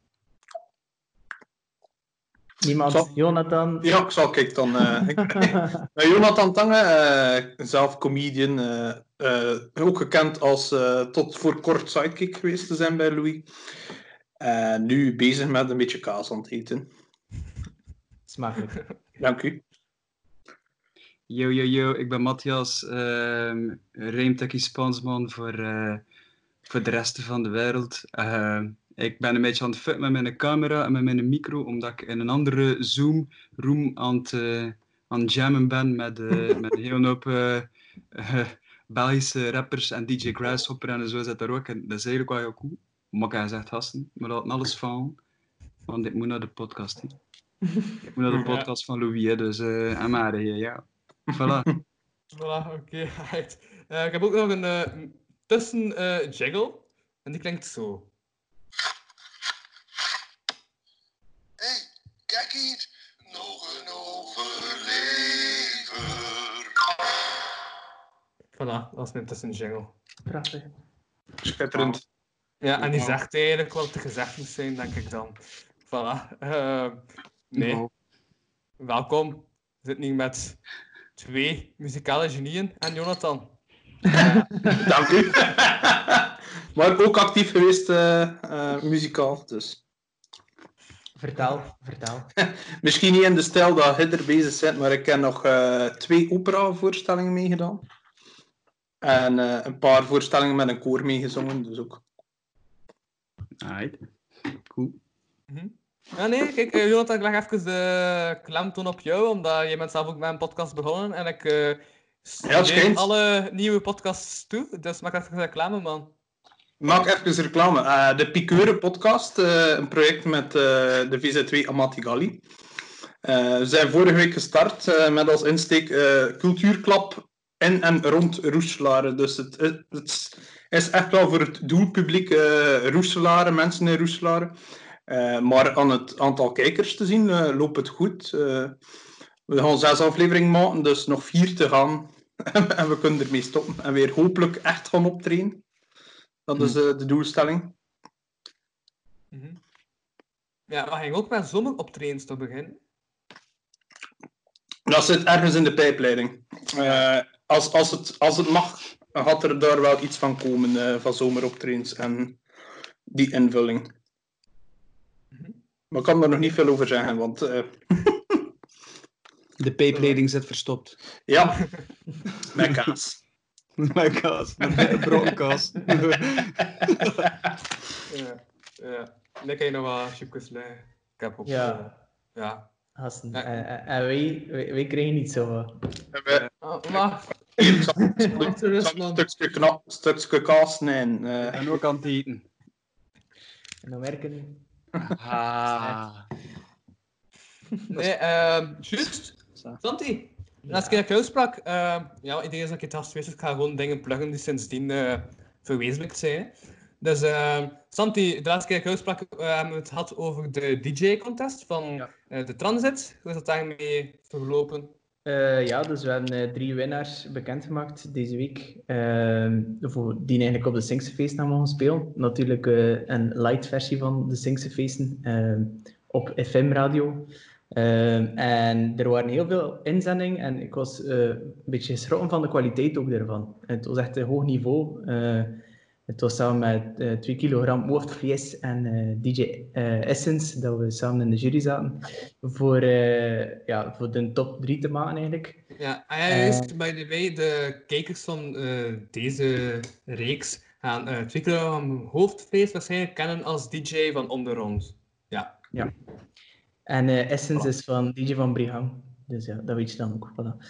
Niemand? Zal... Jonathan? Ja, ik zal kijk dan. Uh, ik, uh, Jonathan Tange, uh, zelf comedian. Uh, uh, ook gekend als uh, tot voor kort sidekick geweest te zijn bij Louis. Uh, nu bezig met een beetje kaas aan het eten. Smakelijk. Dank u. Yo, yo, yo, ik ben Matthias, uh, Rijmtekkie Spansman voor, uh, voor de rest van de wereld. Uh, ik ben een beetje aan het fit met mijn camera en met mijn micro, omdat ik in een andere Zoom-room aan het, uh, aan het jammen ben met, uh, met een hele hoop uh, uh, Belgische rappers en D J Grasshopper en zo zit daar ook. En dat is eigenlijk wel heel cool. Maar ik heb gezegd, gasten, we laten alles vallen, want ik moet naar de podcast. He. Ik moet naar de podcast van Louis, he, dus uh, en maar, ja, ja. Voilà. Voilà, oké, okay, right. uh, Ik heb ook nog een uh, tussen uh, jiggle. En die klinkt zo. Hey, kijk hier. Nog een overlever. Voilà, dat is mijn tussen jiggle. Prachtig. Schitterend. Ja, en die zegt eigenlijk wat er gezegd moest zijn, denk ik dan. Voilà. Uh, nee. No. Welkom. We zitten hier met... twee muzikale genieën en Jonathan. Dank u. Maar ook actief geweest uh, uh, muzikaal, dus. Vertel, vertel. Misschien niet in de stijl dat hij er bezig bent, maar ik heb nog uh, twee opera-voorstellingen meegedaan. En uh, een paar voorstellingen met een koor meegezongen, dus ook. Alright. Cool. Mm-hmm. Ja, nee, kijk, uh, Jonathan, ik leg even de klemtoon op jou, omdat jij bent zelf ook met een podcast begonnen en ik uh, Ja, studeer alle nieuwe podcasts toe, dus maak even reclame, man. Maak even reclame. Uh, de Piqueure podcast, uh, een project met uh, de V Z twee Amatigali. Uh, we zijn vorige week gestart uh, met als insteek uh, cultuurklap in en rond Roeselare. Dus het, het, het is echt wel voor het doelpubliek uh, Roeselare, mensen in Roeselare. Uh, maar aan het aantal kijkers te zien uh, loopt het goed. Uh, we gaan zes afleveringen maken, dus nog vier te gaan. En we kunnen ermee stoppen en weer hopelijk echt gaan optreden. Dat is uh, de doelstelling. Mm-hmm. Ja, maar ging ook met zomeroptredens te beginnen? Dat zit ergens in de pijpleiding. Uh, als, als, het, als het mag, gaat er daar wel iets van komen, uh, van zomeroptredens en die invulling. Mm-hmm. Maar ik kan er nog niet veel over zeggen, want... Uh... De pijpleiding zit verstopt. Ja, met kaas. Met kaas, met brokkaas. Ja, ja. Dan kan je nog wat chipjes leggen. Ik heb ook... Ja. Uh, ja. Gasten. Ja. En, en wij, wij, wij krijgen niet zo. Uh, oh, maar... Hier, een stukje, knap, stukje kaas, nee. Uh... En ook aan het eten. En dan werken... Ah. Nee, uh, juist. Santi. De laatste keer dat ik jou sprak, uh, ja, iedereen is een keer tast geweest, dus ik ga gewoon dingen pluggen die sindsdien uh, verwezenlijkt zijn. Dus uh, Santi, de laatste keer dat ik jou sprak, uh, hebben we het gehad over de D J-contest van ja. uh, de Transit. Hoe is dat daarmee verlopen? Uh, ja, dus we hebben uh, drie winnaars bekendgemaakt deze week, uh, voor, die eigenlijk op de Singse Feesten gaan mogen spelen. Natuurlijk uh, een light versie van de Singse Feesten uh, op F M-radio. Uh, en er waren heel veel inzendingen en ik was uh, een beetje geschrokken van de kwaliteit ook daarvan. Het was echt een hoog niveau. Uh, het was samen met uh, twee kilogram hoofdvlees en uh, D J uh, Essence dat we samen in de jury zaten voor, uh, ja, voor de top drie te maken eigenlijk. Ja, en juist uh, bij de way, de kijkers van uh, deze reeks gaan uh, twee kilogram hoofdvlees waarschijnlijk kennen als D J van On The Round. Ja. Ja. En uh, Essence is van D J van Brigham. Dus ja, dat weet je dan ook. Voilà.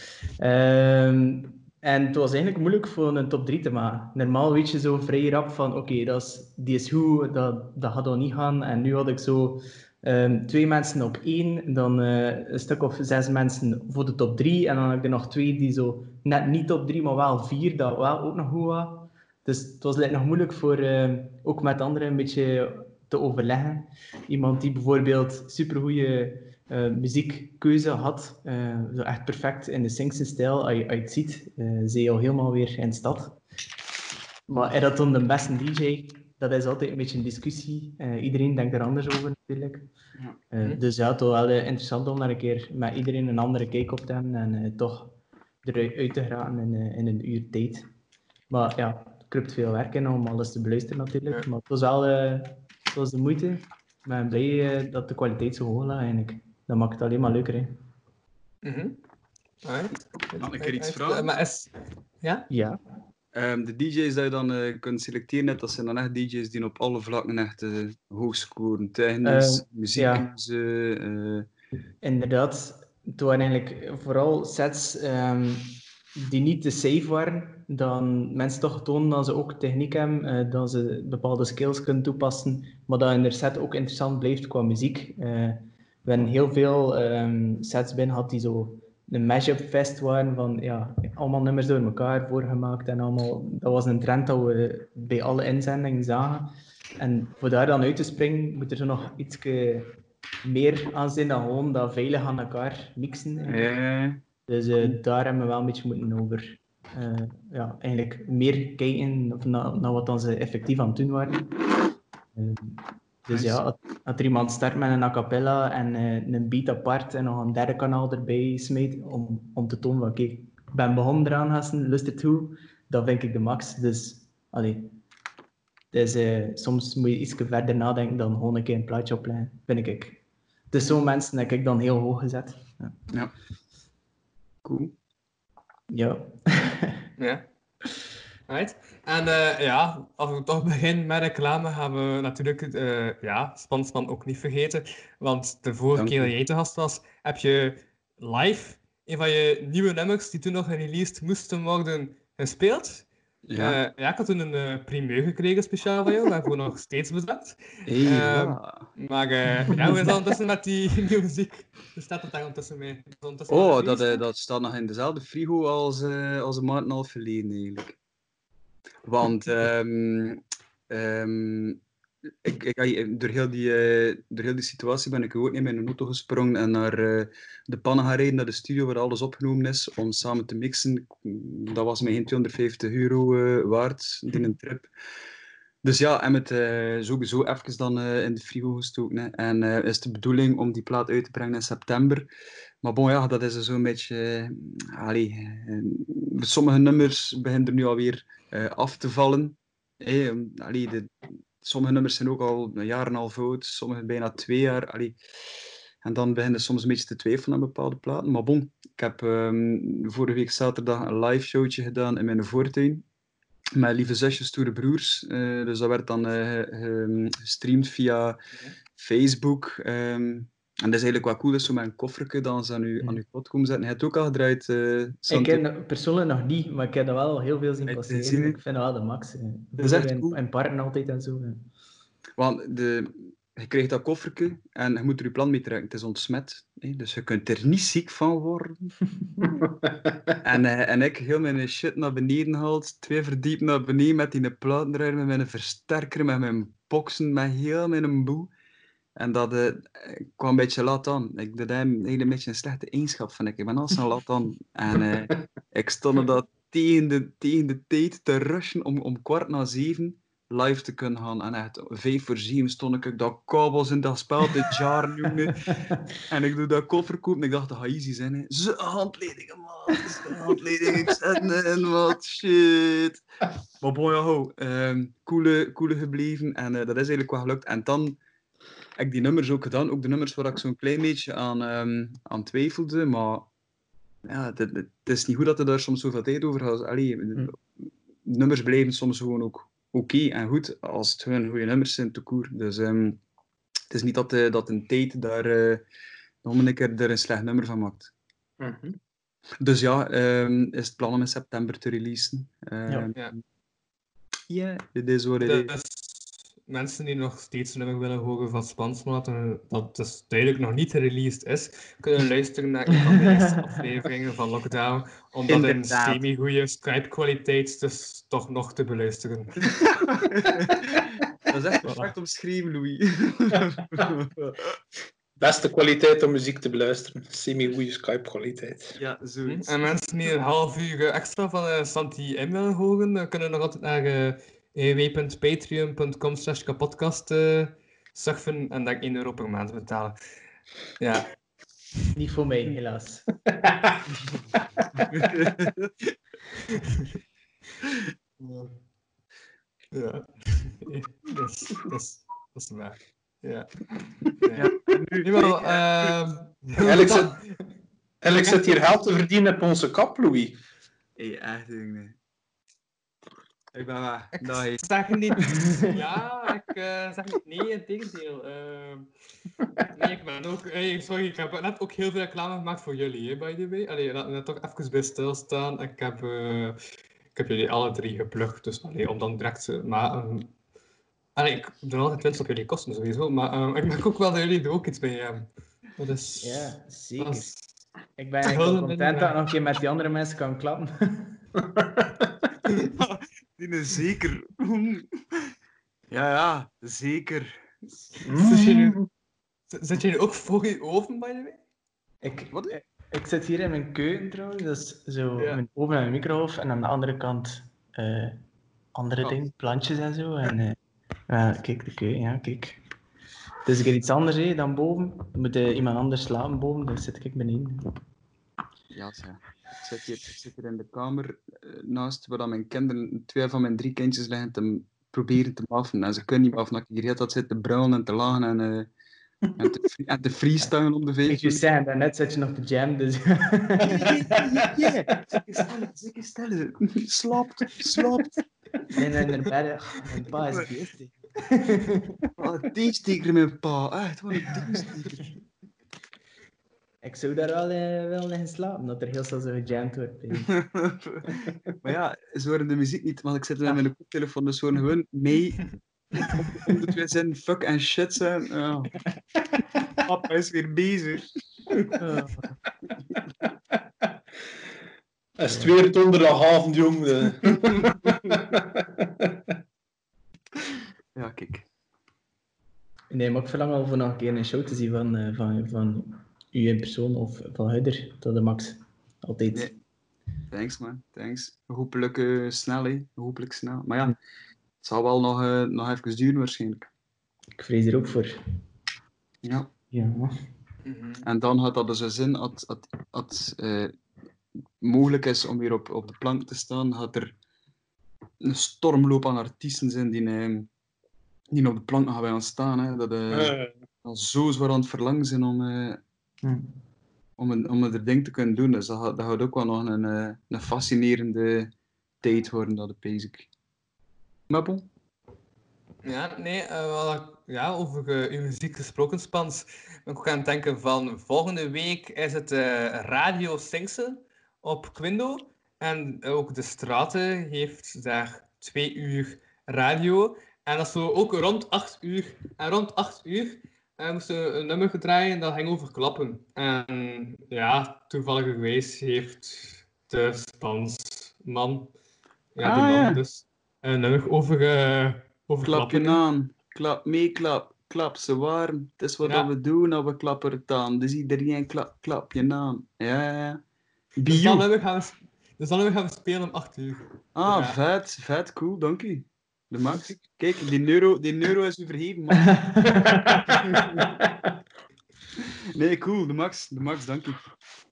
Um, en het was eigenlijk moeilijk voor een top drie te maken. Normaal weet je zo vrij rap van, oké, okay, die is goed, dat, dat gaat al niet gaan. En nu had ik zo um, twee mensen op één, dan uh, een stuk of zes mensen voor de top drie. En dan had ik er nog twee die zo net niet top drie, maar wel vier, dat wel ook nog goed was. Dus het was like, nog moeilijk voor, uh, ook met anderen een beetje... te overleggen. Iemand die bijvoorbeeld supergoeie uh, muziekkeuze had, uh, zo echt perfect in de Singse stijl, als je, als je het ziet, uh, zie je al helemaal weer in de stad. Maar is dat dan de beste D J? Dat is altijd een beetje een discussie. Uh, iedereen denkt er anders over natuurlijk. Uh, dus ja, het was wel uh, interessant om daar een keer met iedereen een andere kijk op te hebben en uh, toch eruit te geraken in, uh, in een uur tijd. Maar ja, het kruipt veel werk in om alles te beluisteren natuurlijk. Maar het was wel... Uh, Het was de moeite. Ik ben blij uh, dat de kwaliteit zo hoog lag eigenlijk. Dat maakt het alleen maar leuker. Hè. Mm-hmm. Right. Mag ik er iets vragen? Maar is... Ja? Ja. Um, de D J's die je dan uh, kunt selecteren, dat zijn dan echt D J's die op alle vlakken echt uh, hoog scoren. Technisch, uh, muziekkeuze... Ja. Uh... Inderdaad. Het waren eigenlijk vooral sets um, die niet te safe waren. Dan mensen toch tonen dat ze ook techniek hebben, uh, dat ze bepaalde skills kunnen toepassen, maar dat in de set ook interessant blijft qua muziek. Uh, we hebben heel veel um, sets binnen gehad die zo een mashup fest waren van ja, allemaal nummers door elkaar voorgemaakt en allemaal. Dat was een trend dat we bij alle inzendingen zagen. En voor daar dan uit te springen, moet er zo nog iets meer aan zijn dan gewoon dat veilig aan elkaar mixen. Ja. Dus uh, daar hebben we wel een beetje moeten over. Uh, ja, eigenlijk meer kijken naar, naar wat dan ze effectief aan het doen waren. Uh, dus ja, als, als er iemand start met een a cappella en uh, een beat apart en nog een derde kanaal erbij smijt om, om te tonen van kijk, ik ben begonnen eraan gasten, luister toe, dat vind ik de max. Dus, allee, dus uh, soms moet je iets verder nadenken dan gewoon een keer een plaatje opleggen, vind ik. Dus zo'n mensen heb ik dan heel hoog gezet. Ja. Ja. Cool. Ja. Ja. Right. En uh, ja, als we toch beginnen met reclame, gaan we natuurlijk uh, ja, Spansman ook niet vergeten. Want de vorige Dank keer u. dat jij te gast was, heb je live een van je nieuwe nummers die toen nog gereleased moesten worden gespeeld. Ja. Uh, ja, ik had toen een uh, primeur gekregen speciaal van jou, waarvoor nog steeds bedankt. Hey, Um, ja. Maar uh, ja, hoe is dat ondertussen met die nieuwe muziek? Hoe staat het daar ondertussen mee? Ondertussen Oh, dat, uh, dat staat nog in dezelfde frigo als, uh, als een maand en een half geleden eigenlijk. Want um, um, ik, ik, door, heel die, uh, door heel die situatie ben ik ook in mijn auto gesprongen en naar uh, de pannen gaan rijden, naar de studio waar alles opgenomen is, om samen te mixen. Dat was mij geen tweehonderdvijftig euro uh, waard, in een trip. Dus ja, en het uh, sowieso even dan uh, in de frigo gestoken. Hè. En uh, is de bedoeling om die plaat uit te brengen in september. Maar bon, ja, dat is zo'n beetje... Uh, allee, uh, sommige nummers beginnen er nu alweer uh, af te vallen. Hey, um, allee, de, sommige nummers zijn ook al een jaar en een half oud, sommige bijna twee jaar. Allee. En dan beginnen soms een beetje te twijfelen aan bepaalde platen. Maar bon, ik heb um, vorige week zaterdag een live showtje gedaan in mijn voortuin. Met Lieve Zusjes, Stoere Broers. Uh, dus dat werd dan uh, uh, gestreamd via ja. Facebook. Um, en dat is eigenlijk wat cool, is zo met een koffertje dat ze aan je, aan je pot komen zetten. Hij heeft het ook al gedraaid. Uh, ik ken persoonlijk nog niet, maar ik heb dat wel heel veel zien passeren. Zien, ik vind dat wel de max. Dat is echt in, cool. in parken altijd en zo. Hè. Want de, je krijgt dat koffertje en je moet er je plan mee trekken. Het is ontsmet, hè? Dus je kunt er niet ziek van worden. en, uh, en ik heel mijn shit naar beneden gehaald, twee verdiep naar beneden met die platendraaier, met mijn versterker, met mijn boxen, met heel mijn boe. En dat uh, kwam een beetje laat aan. Ik deed eigenlijk een beetje een slechte eigenschap van ik. Ik ben al zo laat aan. En uh, ik stond dat tegen de, tegen de tijd te rushen om, om kwart na zeven live te kunnen gaan. En echt, vijf voor zeven stond ik dat kabels in dat spel te jaren, jongen. En ik doe dat koffer kopen en ik dacht, dat gaat easy zijn. Hè. Ze handleidingen, man. Ze handleidingen, ik zet in, wat shit. Maar bon, ja, ho. Um, coole, coole gebleven. En uh, dat is eigenlijk wel gelukt. En dan heb ik die nummers ook gedaan. Ook de nummers waar ik zo'n klein beetje aan, um, aan twijfelde. Maar ja, het, het, het is niet goed dat je daar soms zoveel tijd over gaat. Allee, mm. Nummers blijven soms gewoon ook oké okay en goed als het gewoon goede nummers zijn te koer. Dus um, het is niet dat, uh, dat een tijd daar uh, nog een keer er een slecht nummer van maakt. Mm-hmm. Dus ja, um, is het plan om in september te releasen. Uh, ja. Ja, yeah, dit is wat het is. Mensen die nog steeds nummer willen horen van Spansman, dat dus duidelijk nog niet gereleased is, kunnen luisteren naar een van de eerste afleveringen van Lockdown, om dat in semi-goede Skype-kwaliteit dus toch nog te beluisteren. Dat is echt perfect omschreven, Louis. Beste kwaliteit om muziek te beluisteren. Semi-goede Skype-kwaliteit. Ja, zoiets. En mensen die een half uur extra van uh, Santi M willen horen, kunnen nog altijd naar uh, w w w punt patreon punt com slash kapodcast uh, surfen en daar één euro per maand betalen. Ja. Niet voor mij, helaas. Ja. Dat is, dat is, dat is waar. Ja. Ja. Nu wel, uh, Alex, zit, Alex zit hier geld te verdienen op onze kap, Louis. Hé, echt nee. Ik ben waar. Ik nee. zeg niet... Ja, ik uh, zeg niet nee, in tegendeel. Uh, nee, ik ben ook... Hey, sorry, ik heb net ook heel veel reclame gemaakt voor jullie, hè, by the way. Allee, laat me toch even bij stilstaan. Ik heb, uh, ik heb jullie alle drie geplukt, dus allee, om dan direct... Uh, maar, um, allee, ik doe altijd winst op jullie kosten, sowieso. Maar um, ik merk ook wel dat jullie er ook iets bij hebben. Dat is... Ja, zeker. Is, ik ben eigenlijk content dat ik nog een keer met die andere mensen kan klappen. Die is zeker. Ja, ja, zeker. Mm. Zit, je nu, zit je nu ook voor je oven, by the way? Ik, Wat? Ik, ik zit hier in mijn keuken trouwens, dus zo ja. Mijn oven en mijn microgolf. En aan de andere kant uh, andere oh. dingen, plantjes en zo. En uh, ja, kijk, de keuken, ja, kijk. Het is een keer iets anders hè, dan boven. Dan moet uh, iemand anders slapen boven, dus zit ik beneden. Ja, ja. Ik zit hier, ik zit hier in de kamer uh, naast waar mijn kinderen, twee van mijn drie kindjes liggen te proberen te maffen. En ze kunnen niet maffen. Ik hier heel dat zit te bruilen en te lachen. En uh, En te, free- en te freestylen op de Ik je Facebook. zeggen, daarnet zat je nog te jam, dus... Zeker stellen, zeker stellen. Slaapt, slaapt. En dan naar bed, mijn pa is beestig. Wat een tegensteker, mijn pa. Echt, wat een tegensteker. Ik zou daar wel, eh, wel liggen slapen, dat er heel snel zo gejamd wordt. Maar ja, ze horen de muziek niet, want ik zit met mijn koptelefoon, dus ze horen gewoon mee. Om de twee zinnen fuck en shit zijn. Ja. Papa is weer bezig. Het is weer donderdagavond, jongen. Ja, kijk. Nee, maar ik verlang al voor nog een keer een show te zien van, eh, van, van u in persoon of van Hudder tot de max. Altijd. Nee. Thanks, man. Thanks. Hopelijk uh, snel, hè. Hopelijk snel. Maar ja, het zal wel nog, uh, nog even duren waarschijnlijk. Ik vrees er ook voor. Ja. Ja. Mm-hmm. En dan had dat dus een zin, als het uh, mogelijk is om weer op, op de plank te staan, had er een stormloop aan artiesten zijn die, uh, die op de plank gaan bij ons staan. Hè. Dat uh, uh. zo zwaar aan het verlangen zijn om... Uh, mm. Om, een, om er ding te kunnen doen. Dus dat, dat gaat ook wel nog een, een fascinerende tijd worden, dat de basic. Mappel? Ja, nee, uh, wel, ja, over uh, uw muziek gesproken, Spans. Ik ben ook aan het denken van volgende week is het uh, Radio Singsel op Quindo. En ook De Straten heeft daar twee uur radio. En dat is zo ook rond acht uur. En rond acht uur uh, moesten een nummer gedraaien dat ging over klappen. En ja, toevallig heeft de Spansman, ja, die ah, man ja. dus, een nummer over... Uh, Klap je aan, klap mee, klap, klap ze warm. Het is wat ja. we doen als we klappen het aan. Dus iedereen klap, klap je aan. Ja, ja. Dus dan gaan we, dus dan gaan we spelen om acht uur. Ah, ja. vet, vet, cool, dank u. De Max. Kijk, die neuro, die neuro is u vergeven, man. Nee, cool, de Max, de Max, dank u.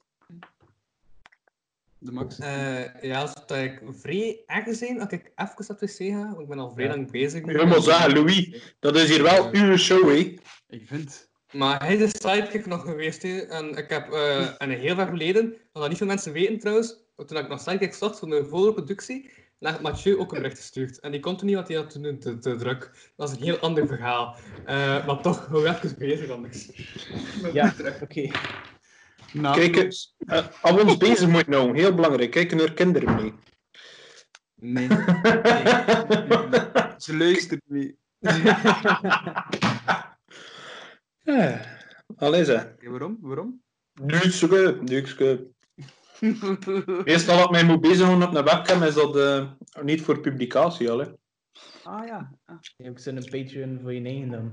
De Max. Uh, ja, zodat ik vrij erg zijn, dat ik even naar het wc ga, want ik ben al vrij ja. lang bezig. Ik moet zeggen, Louis, dat is hier wel uh, uw show, hè? Ik vind. Maar hij is de sidekick nog geweest, hè. En ik heb uh, en heel ver geleden, wat niet veel mensen weten trouwens, toen ik nog sidekick zocht voor mijn volgende productie, naar Mathieu ook een bericht gestuurd. En die kon toen niet, want hij had toen te, te druk. Dat is een heel ander verhaal. Uh, maar toch, hou even bezig anders. Ja, oké. Okay. Nou, kijk, uh, als we ons bezig moeten nou, heel belangrijk, kijken naar kinderen mee. Nee. nee. Ze luistert mee. ja, allee zeg. Okay, waarom? Waarom? Duitske, Duitske. Meestal dat ik mij moet bezighouden op een webcam is dat uh, niet voor publicatie, al hè. Ah ja. Ah. Je hebt zo'n Patreon voor je eigen dan.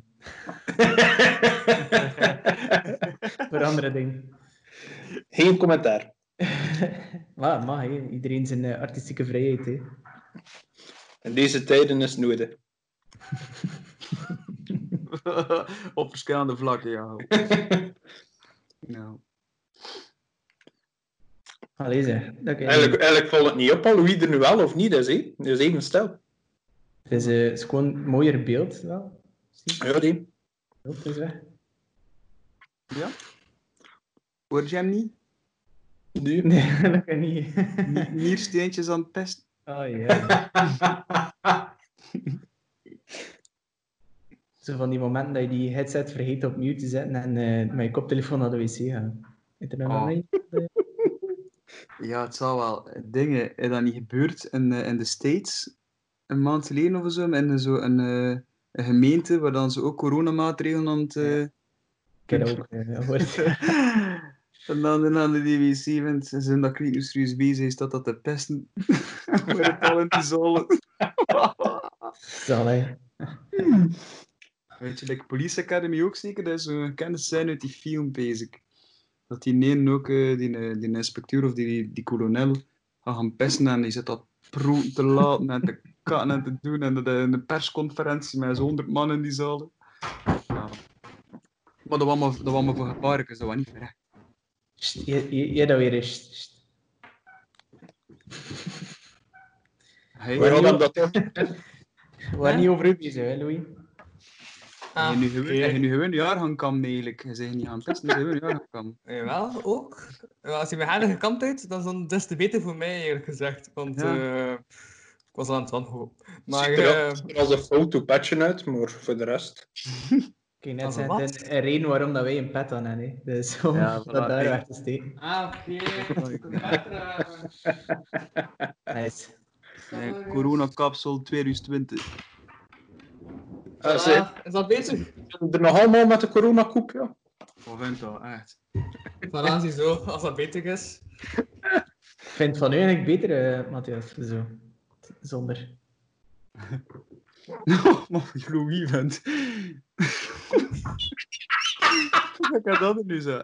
Voor andere dingen. Geen commentaar. Maar mag, he. Iedereen zijn uh, artistieke vrijheid. He. In deze tijden is het nodig. Op verschillende vlakken, ja. Nou. Allee, zeg. Eigenlijk, eigenlijk valt het niet op, al wie er nu wel of niet is, hè? Dat is even stil. Het is, uh, is gewoon een mooier beeld, wel. Zie? Ja, die. Dat is weg. Ja? Hoor je hem niet? Nee, nee dat kan niet. Niersteentjes aan het pesten. Oh ja. Zo van die momenten dat je die headset vergeet op mute te zetten en uh, met je koptelefoon naar de wc gaat. Is er nog oh. een Ja, het zal wel. Dingen, is dat niet gebeurd in, uh, in de States? Een maand geleden of zo, in zo een, uh, een gemeente waar dan ze ook coronamaatregelen aan het... Uh... Ik heb dat ook gehoord. En dan, dan de D W C vindt, ze zijn dat ik niet serieus bezig is, dat dat te pesten. Voor het al in te zollen. Zal hij. Weet je, like Police Academy ook zeker, dat is zo'n bekende scène uit die film bezig. Dat die neen ook, uh, die, die inspecteur of die, die kolonel, gaat gaan pesten en die zit dat pro te laten en te katten en te doen en dat in een persconferentie met zo'n honderd man in die zalen. Ja. Maar dat was maar, dat was maar voor gevaarlijk, dus dat was niet verrecht. Je, je, je dat weer is. Hey, waarom dat? We waren niet over u bezig, hè, Louis? Heb je nu gewoon- heb je nu gewoon jaargang kam eigenlijk? Je zegt niet aan pissen, je gewoon jaargang kam. Jawel, ook. Ja, als je mijn haar gekant uit, dan is het des te beter voor mij, eerlijk gezegd. Want Ja. eh, ik was aan het wanhopen. Maar Ziet er eh, als een foto patchen uit, maar voor de rest. Oké, net Als zijn een het een reden waarom dat wij een pet aan hebben. Hè. Dus om Ja, dat voilà, daar kijk. weg te steken. Ah, oké. Nice. Eh, Corona-kapsel tweeduizend twintig. Ah, ze Ah, is dat bezig? zitten er nog allemaal met de coronakoep, ja. Wat vindt dat, echt? Voilà, ziezo, als dat beter is. Ik vind het van u eigenlijk beter, uh, Matthias. Zo. Zonder. Maar Louis vindt. Wat kan dat er nu zo?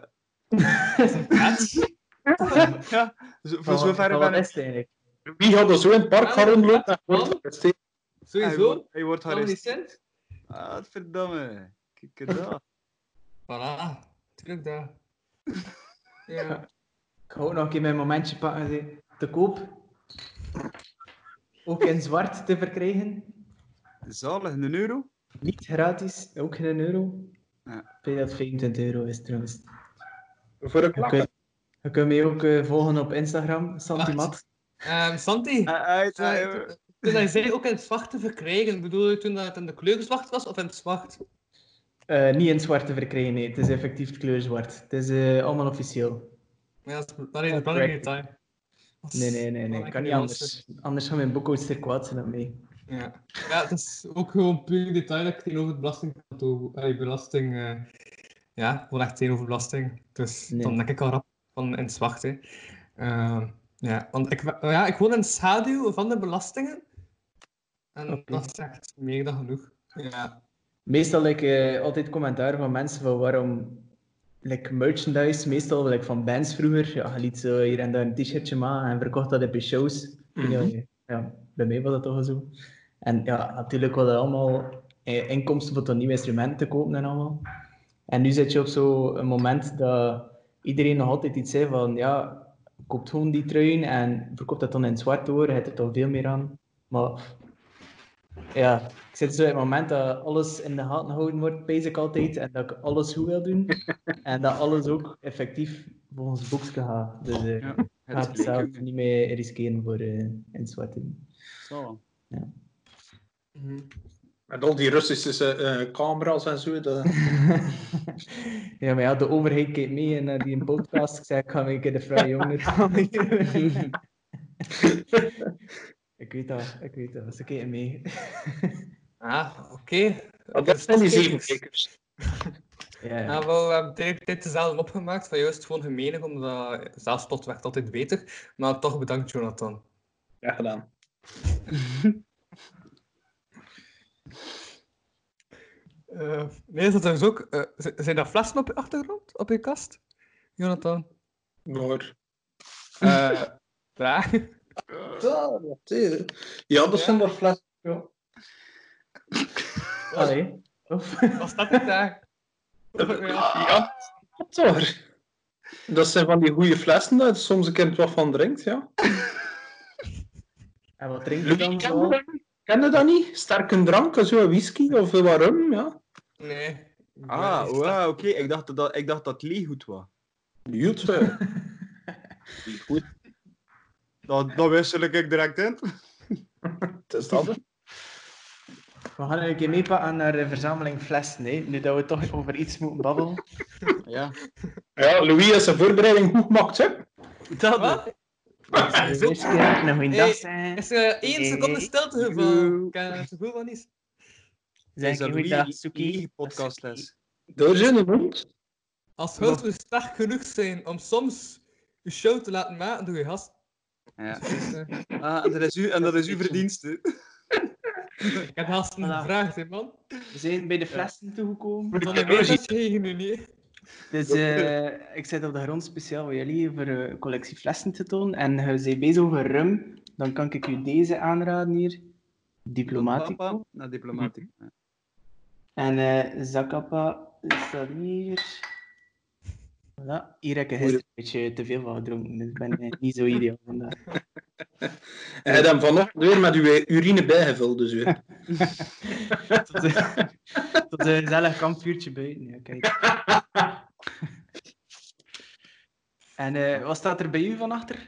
Ja, zo, voor zover Van ben wat ik... is het eigenlijk? Wie had er zo in het park gaan rondlopen? en wordt gearresteerd? Hij Sowieso. wordt, hij wordt Kan me niet gearresteerd. zijn. Ah, wat verdamme. Kijk eens dat. Voilà, tuurlijk dat. Ja. Ik ga ook nog een keer mijn momentje pakken. Zeg. Te koop. Ook in zwart te verkrijgen. Zalig, een euro? Niet gratis, ook geen euro. Ja. Ik weet dat het vijfentwintig euro is trouwens. Voor een Je klak. kunt, je kunt mij ook uh, volgen op Instagram, Santimat. Um, Santi, Ah, uit, uh, ah, toen toen hij zei ook in het zwart te verkrijgen, bedoel je toen dat het in de kleur zwart was of in het zwart? Uh, niet in zwart te verkrijgen, nee. Het is effectief de kleur zwart. Het is uh, allemaal officieel. Ja, dat is, dat is een belangrijk detail. Dat is Nee, nee, nee, nee. belangrijke Kan niet nuance. anders. Anders gaan mijn boekhoudster kwaad zijn dan mij. Ja. Ja, het is ook gewoon puur detail dat ik tegenover het belastingkantoor, eh, belasting, uh, ja, gewoon echt tegenover belasting. Dus Nee. dan denk ik al rap van in het zwart, hè. Uh, ja, want ik, ja, ik woon in de schaduw van de belastingen. En Oké. dat is echt meer dan genoeg. Ja. Meestal like, uh, altijd commentaar van mensen van waarom like, merchandise, meestal like, van bands vroeger. Ja, je liet zo hier en daar een t-shirtje maken en verkocht dat op je shows. Mhm. Ja, ja, bij mij was dat toch zo. En ja, natuurlijk hadden we allemaal eh, inkomsten voor tot nieuwe instrumenten te kopen en allemaal. En nu zit je op zo'n moment dat iedereen nog altijd iets zei van ja, koopt gewoon die truien en verkoopt dat dan in het zwart door, je hebt er toch veel meer aan. Maar ja, ik zit zo in het moment dat alles in de gaten gehouden wordt, pees ik altijd, en dat ik alles goed wil doen. En dat alles ook effectief volgens het boekje gaat. Dus uh, Ja, ik het ga het bleek zelf ook. niet meer riskeren voor uh, in het zwart te doen. Zo. Mhm. Met al die Russische eh, camera's en zo. Dat... Ja, maar ja, de overheid kijkt mee en uh, die een podcast. Ik zei, ik ga een keer de vrije jongen. Ik weet dat, ik weet dat. Ze kijken mee. Ah, oké. Okay. Ah, dat zijn die zeven kijkers. Ja, ja. Ja, wel, we hebben direct dit dezelfde opgemaakt, van juist gewoon gemenig, omdat zelfspot werkt altijd beter. Maar toch bedankt, Jonathan. Ja, gedaan. Uh, nee, is dat dus ook... Uh, zijn dat flessen op je achtergrond, op je kast, Jonathan? Hoor. Uh, ja. Ja, dat zijn wel flessen. Ja. Allee. Wat staat er daar? Ja, dat is waar. Dat zijn van die goede flessen dat je soms een keer wat van drinkt, ja. En wat drink je dan Ken zo? je dat niet? Ken je dat niet? Sterke drank, zo whisky of wat rum, ja. Nee. Ah, wow, oké. Ik dacht dat ik dacht dat Lee goed was. Goed, hè. Goed. Dat, dat wissel ik direct in. Het is dat, hè. We gaan een keer meepakken naar de verzameling flessen, hè? Nu dat we toch over iets moeten babbelen. Ja. Ja, Louis is zijn voorbereiding goed gemaakt, hè. Dat Wat? Eerst keer een goede dag zijn. Is er één seconde stilte gevallen? Ik ken het gevoel van niet. Zeg een goede dag, Suki. Podcastles. Door zijn mond. Als hoofden sterk genoeg zijn om soms je show te laten maken door je gast. Ja. Dus, uh, Ah, en dat is, u, en dat is uw verdienste. ik heb gasten Voilà. gevraagd, hè, man. We zijn bij de flessen toegekomen. Van de meisjes je nu niet. Dus uh, ik zit op de grond speciaal voor jullie voor een collectie flessen te tonen. En je bent bezig over rum. Dan kan ik u deze aanraden hier. Diplomatico. Nou, diplomatico. Ja. En uh, Zacapa staat hier. Voilà. Hier heb ik gisteren een beetje te veel van gedronken. Dus ik ben uh, niet zo ideaal vandaag. En hij dan vanochtend weer met uw urine bijgevuld, dus weer. tot, uh, Tot een gezellig kampvuurtje buiten. Ja, kijk. En uh, wat staat er bij u van achter?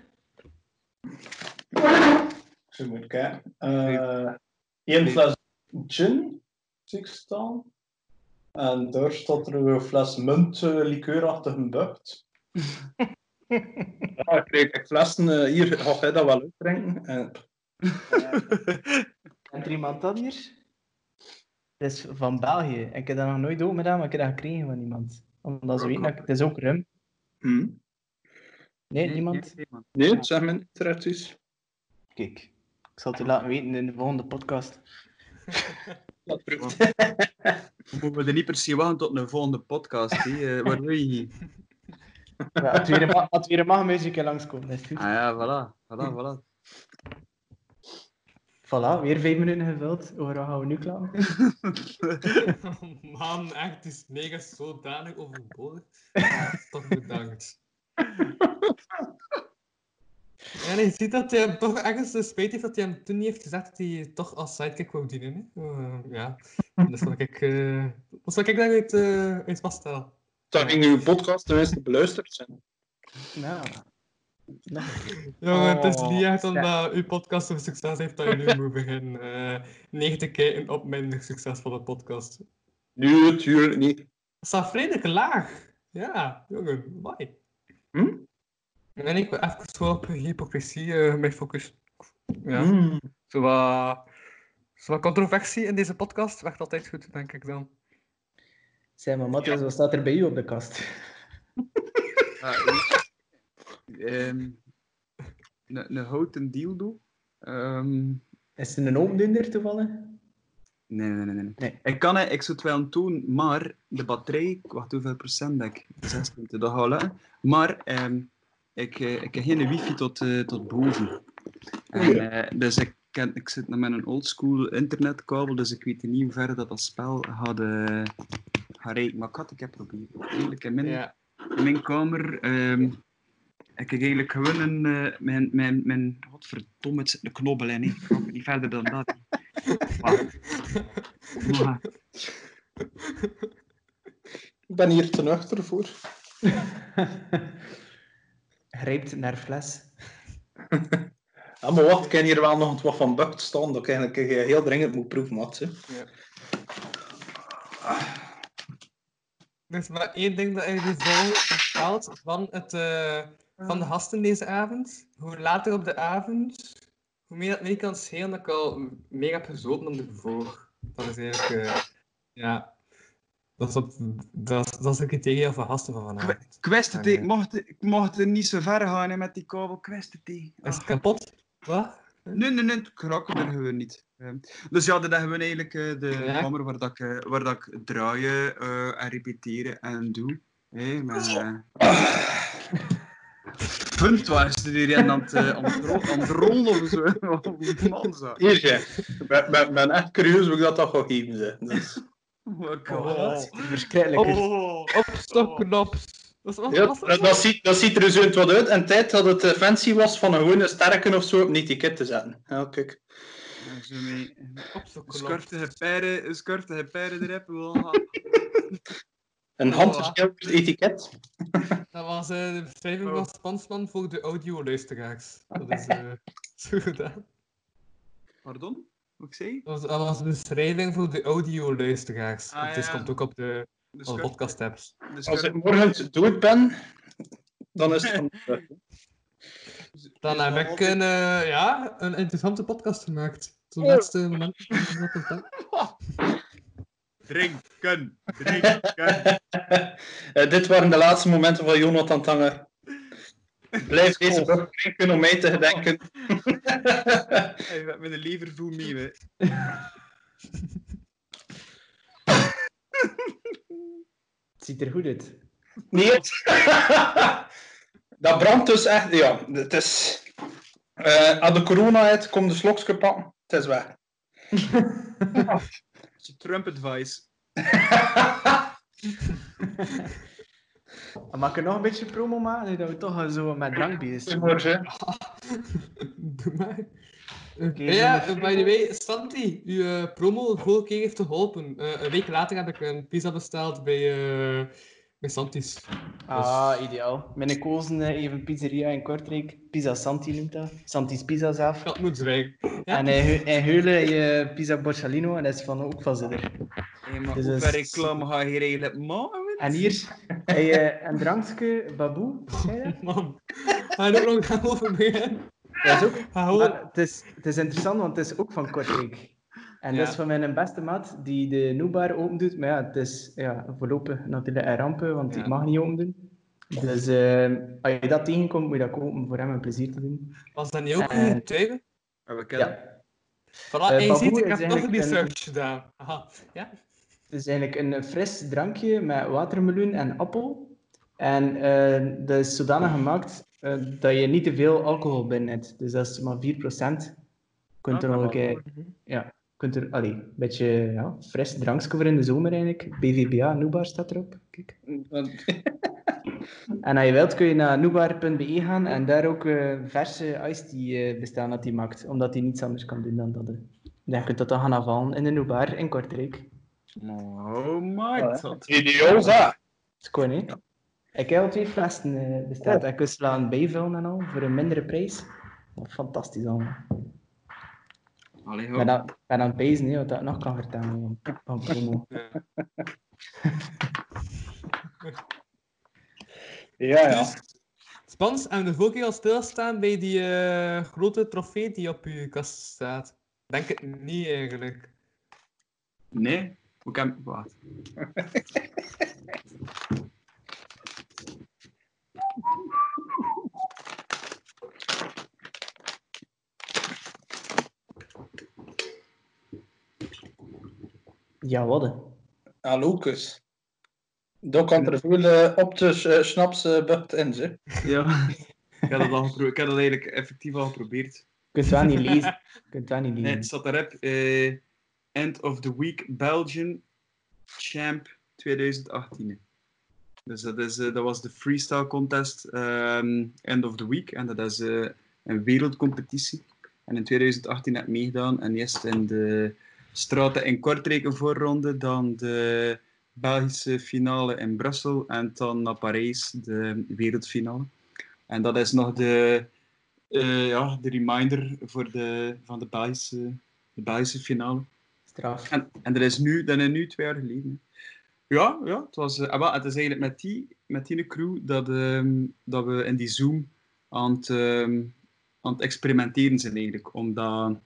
Zo moet ik kijken. Uh, Eén fles gin, zie ik staan. En daar staat er een fles munt, uh, likeurachtige bucht. Ja, ik kreeg ik flessen, uh, hier ga jij dat wel uitdrinken. En, uh, en er iemand dat hier? Het is van België. Ik heb dat nog nooit ook gedaan, maar ik heb dat gekregen van iemand. Omdat ze weten dat het is ook rum. Hmm. Nee, niemand? Nee, het zeg me niet terecht is. Kijk, ik zal het u laten weten in de volgende podcast. Dat proeft. We moeten er niet per se wachten tot een volgende podcast. Uh, waar wil je hier? Ja, als het weer een, ma- weer een magmuziek langskomt, is het goed. Ah ja, voilà. voilà, voilà. Voilà, weer vijf minuten gevuld. Over wat gaan we nu klaar? Man, echt, het is mega zodanig overbodig. Ja, toch bedankt. Ja, nee, je ziet dat hij hem toch ergens de spijt heeft dat hij hem toen niet heeft gezegd dat hij toch als sidekick wou dienen. Hè? Uh, ja, dat zal ik, uh, dat zal ik daaruit uh, uit vaststel. Dat ging uw podcast tenminste beluisterd zijn. Nou. Nee. Jongen, het is niet echt omdat uw podcast zo'n succes heeft dat je nu moet beginnen uh, neer te kijken op minder succesvolle podcast. Nee, natuurlijk niet. Dat staat vredelijk laag. Ja, jongen, why? Hm? En ik wil even zo op hypocrisie uh, mij focussen. Ja. Mm. Zo wat, zo wat controversie in deze podcast werkt altijd goed, denk ik dan. Zeg maar, Matthias, wat staat er bij u op de kast? Ah, um, een, een houten dildo. Um... Is het een oomdinder toevallig? Nee, nee, nee, nee. nee. Ik kan het, ik zou het wel doen, maar de batterij, wacht, hoeveel procent heb ik? zesentwintig, dat gaat lukken. Maar um, ik, uh, ik heb geen wifi tot, uh, tot boven. En, uh, dus ik, ken, ik zit met een oldschool internetkabel, dus ik weet niet hoe ver dat, dat spel gaat, uh, gaat rijden. Maar ik had het een keer proberen. Eigenlijk in mijn, ja. in mijn kamer... Um, ik heb eigenlijk gewoon een, uh, mijn, mijn, mijn, godverdomme, het zit een knobbel in, ik ga niet verder dan dat. Maar, maar. Ik ben hier te nuchter voor. Grijpt naar fles. Ja, maar wacht, ik heb hier wel nog wat van bukt staan, dat ik eigenlijk heel dringend moet proeven, Mats. Ja. Er is maar één ding dat je de volgende bepaalt van het... Uh... van de gasten deze avond. Hoe later op de avond, hoe meer dat mee kan schelen dat ik al meer heb gezoten dan ervoor. Dat is eigenlijk, uh, ja, dat is, op, dat, is, dat is een criteria van gasten van vanavond. Kwestie, ik mocht, ik mocht er niet zo ver gaan hè, met die kabel, kwestie. Is het kapot? Wat? Nee, nee, nee, het kraken er gewoon niet. Dus ja, dat hebben we eigenlijk uh, de ja. kamer waar, dat ik, uh, waar dat ik draaien uh, en repeteren en doe. Hey, maar, uh... Punt waar is er hier aan het, uh, aan het rollen of zo. Hier, ik ben, ben, ben echt curieus hoe ik dat toch ga geven. Ze. Dus... Oh, god. Verschrikkelijk. Oh, opstopknop. Dat, ja, dat, dat, ziet, dat ziet er dus uit wat uit. En tijd dat het uh, fancy was van een gewone sterken of zo op een etiket te zetten. Ja, kijk. Ja, zo mee. Skortige pijren, een skortige pijren erop. Wow. Een handgeschilderd etiket. Dat was uh, de beschrijving van Spansman voor de audioluisteraars. Dat is uh, zo gedaan. Pardon? Wat ik zei? Dat was, dat was de beschrijving voor de audioluisteraars. Ah, het is, ja. komt ook op de, de podcast-apps. Als ik morgen dood ben, dan is het van de... Dan heb ik een, uh, ja, een interessante podcast gemaakt. Tot het laatste moment. Drinken, drinken. uh, dit waren de laatste momenten van Jonathan Tange. Blijf deze boek drinken om mij te gedenken. Hij gaat met een liever voel mee. Het ziet er goed uit. Nee, dat brandt dus echt. Ja, het is. Uh, aan de corona uit, komt de slokske pakken. Het is weg. Trump-advice. Mag ik er nog een beetje promo maken? Dat we toch zo met drank bezig zijn. Doe maar. Oké, Ja, nummer by the way, Santi, uw uh, promo vorige keer heeft geholpen. Uh, een week later heb ik een pizza besteld bij, uh, bij Santi's. Ah, Dus... ideaal. Mijn kozen uh, even pizzeria in Kortrijk. Pizza Santi noemt dat. Santi's Pizza zelf. Dat moet zwijgen. Ja? En in Heulen je Pizza Borsalino en dat is van, ook van Zidder. Hey, maar Dus hoeveel dat is- reclame ga je eigenlijk maken? En hier heb je een drankje, baboe. Ken je dat? Man, ga je er ook nog gaan over beginnen? Dat is ook, Hou maar op. het, is, het is interessant, want het is ook van Kortrijk. En Ja. dat is van mijn beste maat die de Noebar open doet. Maar ja, het is ja, voorlopig natuurlijk een rampen, want die Ja. mag niet open doen. Dus eh, als je dat tegenkomt, moet je dat kopen voor hem een plezier te doen. Was dat niet ook En- goed, Tuigen? Ja, we kennen. Ja, Voilà, Eh, en je Baboe ziet, ik is heb nog een eigenlijk een- research gedaan. Aha, ja? het is eigenlijk een fris drankje met watermeloen en appel. En eh, dat is zodanig gemaakt eh, dat je niet te veel alcohol binnen hebt. Dus dat is maar vier procent. Je kunt er Ah, nog een dat keer... Ja, je kunt er allee, een beetje ja, fris drankje voor in de zomer eigenlijk. B V B A, Noebar staat erop. Kijk. En als je wilt kun je naar noebar punt b e gaan en daar ook eh, verse iced tea eh, bestellen dat hij maakt. Omdat hij niets anders kan doen dan dat. eh. Dan kun je dat dan gaan afhalen in de Noebar in Kortrijk. Oh my god. Ideaal, zeg. Dat is cool, hè? Ik heb al twee flessen eh, besteld. En ik kan ze laten bijvullen en al, voor een mindere prijs. Wat fantastisch allemaal. Allee, Ik ho. ben aan ik ben aan het pezen, hè, wat ik nog kan vertellen van- van promo. Ja, ja. Dus, Spans, en de vorige keer al stilstaan bij die eh, grote trofee die op uw kast staat. Denk het niet eigenlijk. Nee? Hoe kan... Wat? Ja, wat? hè? Hallo, kus. Daar kan er veel uh, op de uh, snapsbucht in, zeg. Ja. Ik heb dat al gepro- ik heb dat eigenlijk effectief al geprobeerd. Je kunt het wel niet lezen. Je kunt het wel niet Nee, lezen. het zat erop. eh End of the Week Belgian Champ twintig achttien. Dus dat, is, eh, dat was de freestyle contest ehm, End of the Week. En dat is eh, een wereldcompetitie. En in twintig achttien heb ik meegedaan. En eerst in de straten in Kortrijk een voorronde. Dan de Belgische finale in Brussel. En dan naar Parijs de wereldfinale. En dat is nog de, eh, ja, de reminder voor de, van de Belgische, de Belgische finale. Straf. En, en dat is nu, dat is nu twee jaar geleden. hè. Ja, ja het, was, eh, ah, wel, het is eigenlijk met die, met die crew dat, ehm, dat we in die Zoom aan het, ehm, aan het experimenteren zijn eigenlijk. Omdat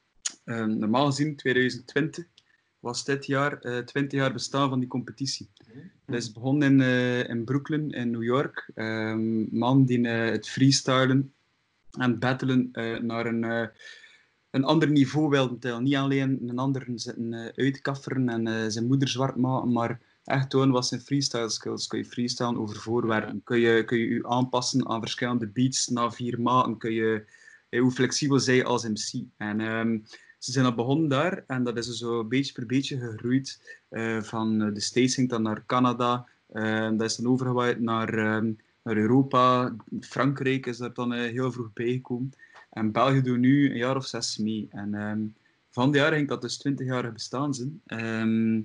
ehm, normaal gezien twintig twintig was dit jaar eh twintig jaar bestaan van die competitie. Dat is begonnen in, eh, in Brooklyn, in New York. Een man die eh, het freestylen en battelen eh, naar een, eh, een ander niveau wilde tellen. Niet alleen een ander zitten uh, uitkafferen en uh, zijn moeder zwart maken, maar echt tonen wat zijn freestyle skills. Kun je freestylen over voorwerpen. Kun je, kun je je aanpassen aan verschillende beats na vier maten. Kun je, eh, hoe flexibel zij als M C. En um, ze zijn al begonnen daar en dat is zo beetje per beetje gegroeid. Uh, van de States ging dan naar Canada. Uh, dat is dan overgewaaid naar, um, naar Europa. Frankrijk is daar dan uh, heel vroeg bijgekomen. En België doet nu een jaar of zes mee. En um, van die jaar ging dat dus twintig jaar bestaan zijn. Um,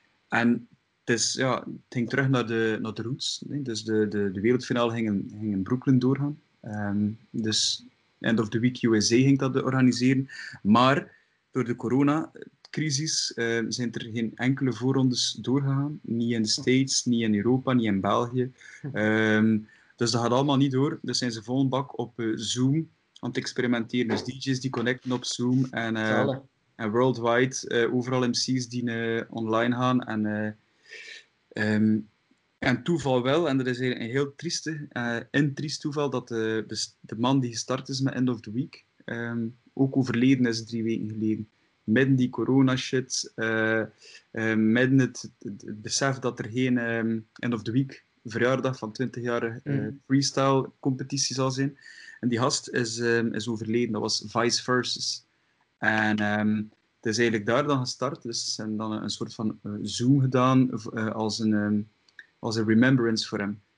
en het, is, ja, het ging terug naar de, naar de roots. Nee? Dus de, de, de wereldfinale ging in, ging in Brooklyn doorgaan. Um, dus End of the Week U S A ging dat organiseren. Maar door de coronacrisis uh, zijn er geen enkele voorrondes doorgegaan. Niet in de States, niet in Europa, niet in België. Um, dus dat gaat allemaal niet door. Dus zijn ze vol bak op uh, Zoom aan het experimenteren. Dus D J's die connecten op Zoom en, uh, en worldwide, uh, overal M C's die uh, online gaan. En, uh, um, en toeval wel, en dat is een heel trieste, uh, een triest toeval, dat de, de, de man die gestart is met End of the Week um, ook overleden is drie weken geleden. Midden die corona-shit, uh, uh, midden het, het, het besef dat er geen um, End of the Week verjaardag van twintig jaar uh, mm. freestyle competitie zal zijn. En die gast is, um, is overleden. Dat was Vice Versus. En um, het is eigenlijk daar dan gestart. Dus ze hebben dan een, een soort van uh, Zoom gedaan uh, als, een, um, als een remembrance voor hem.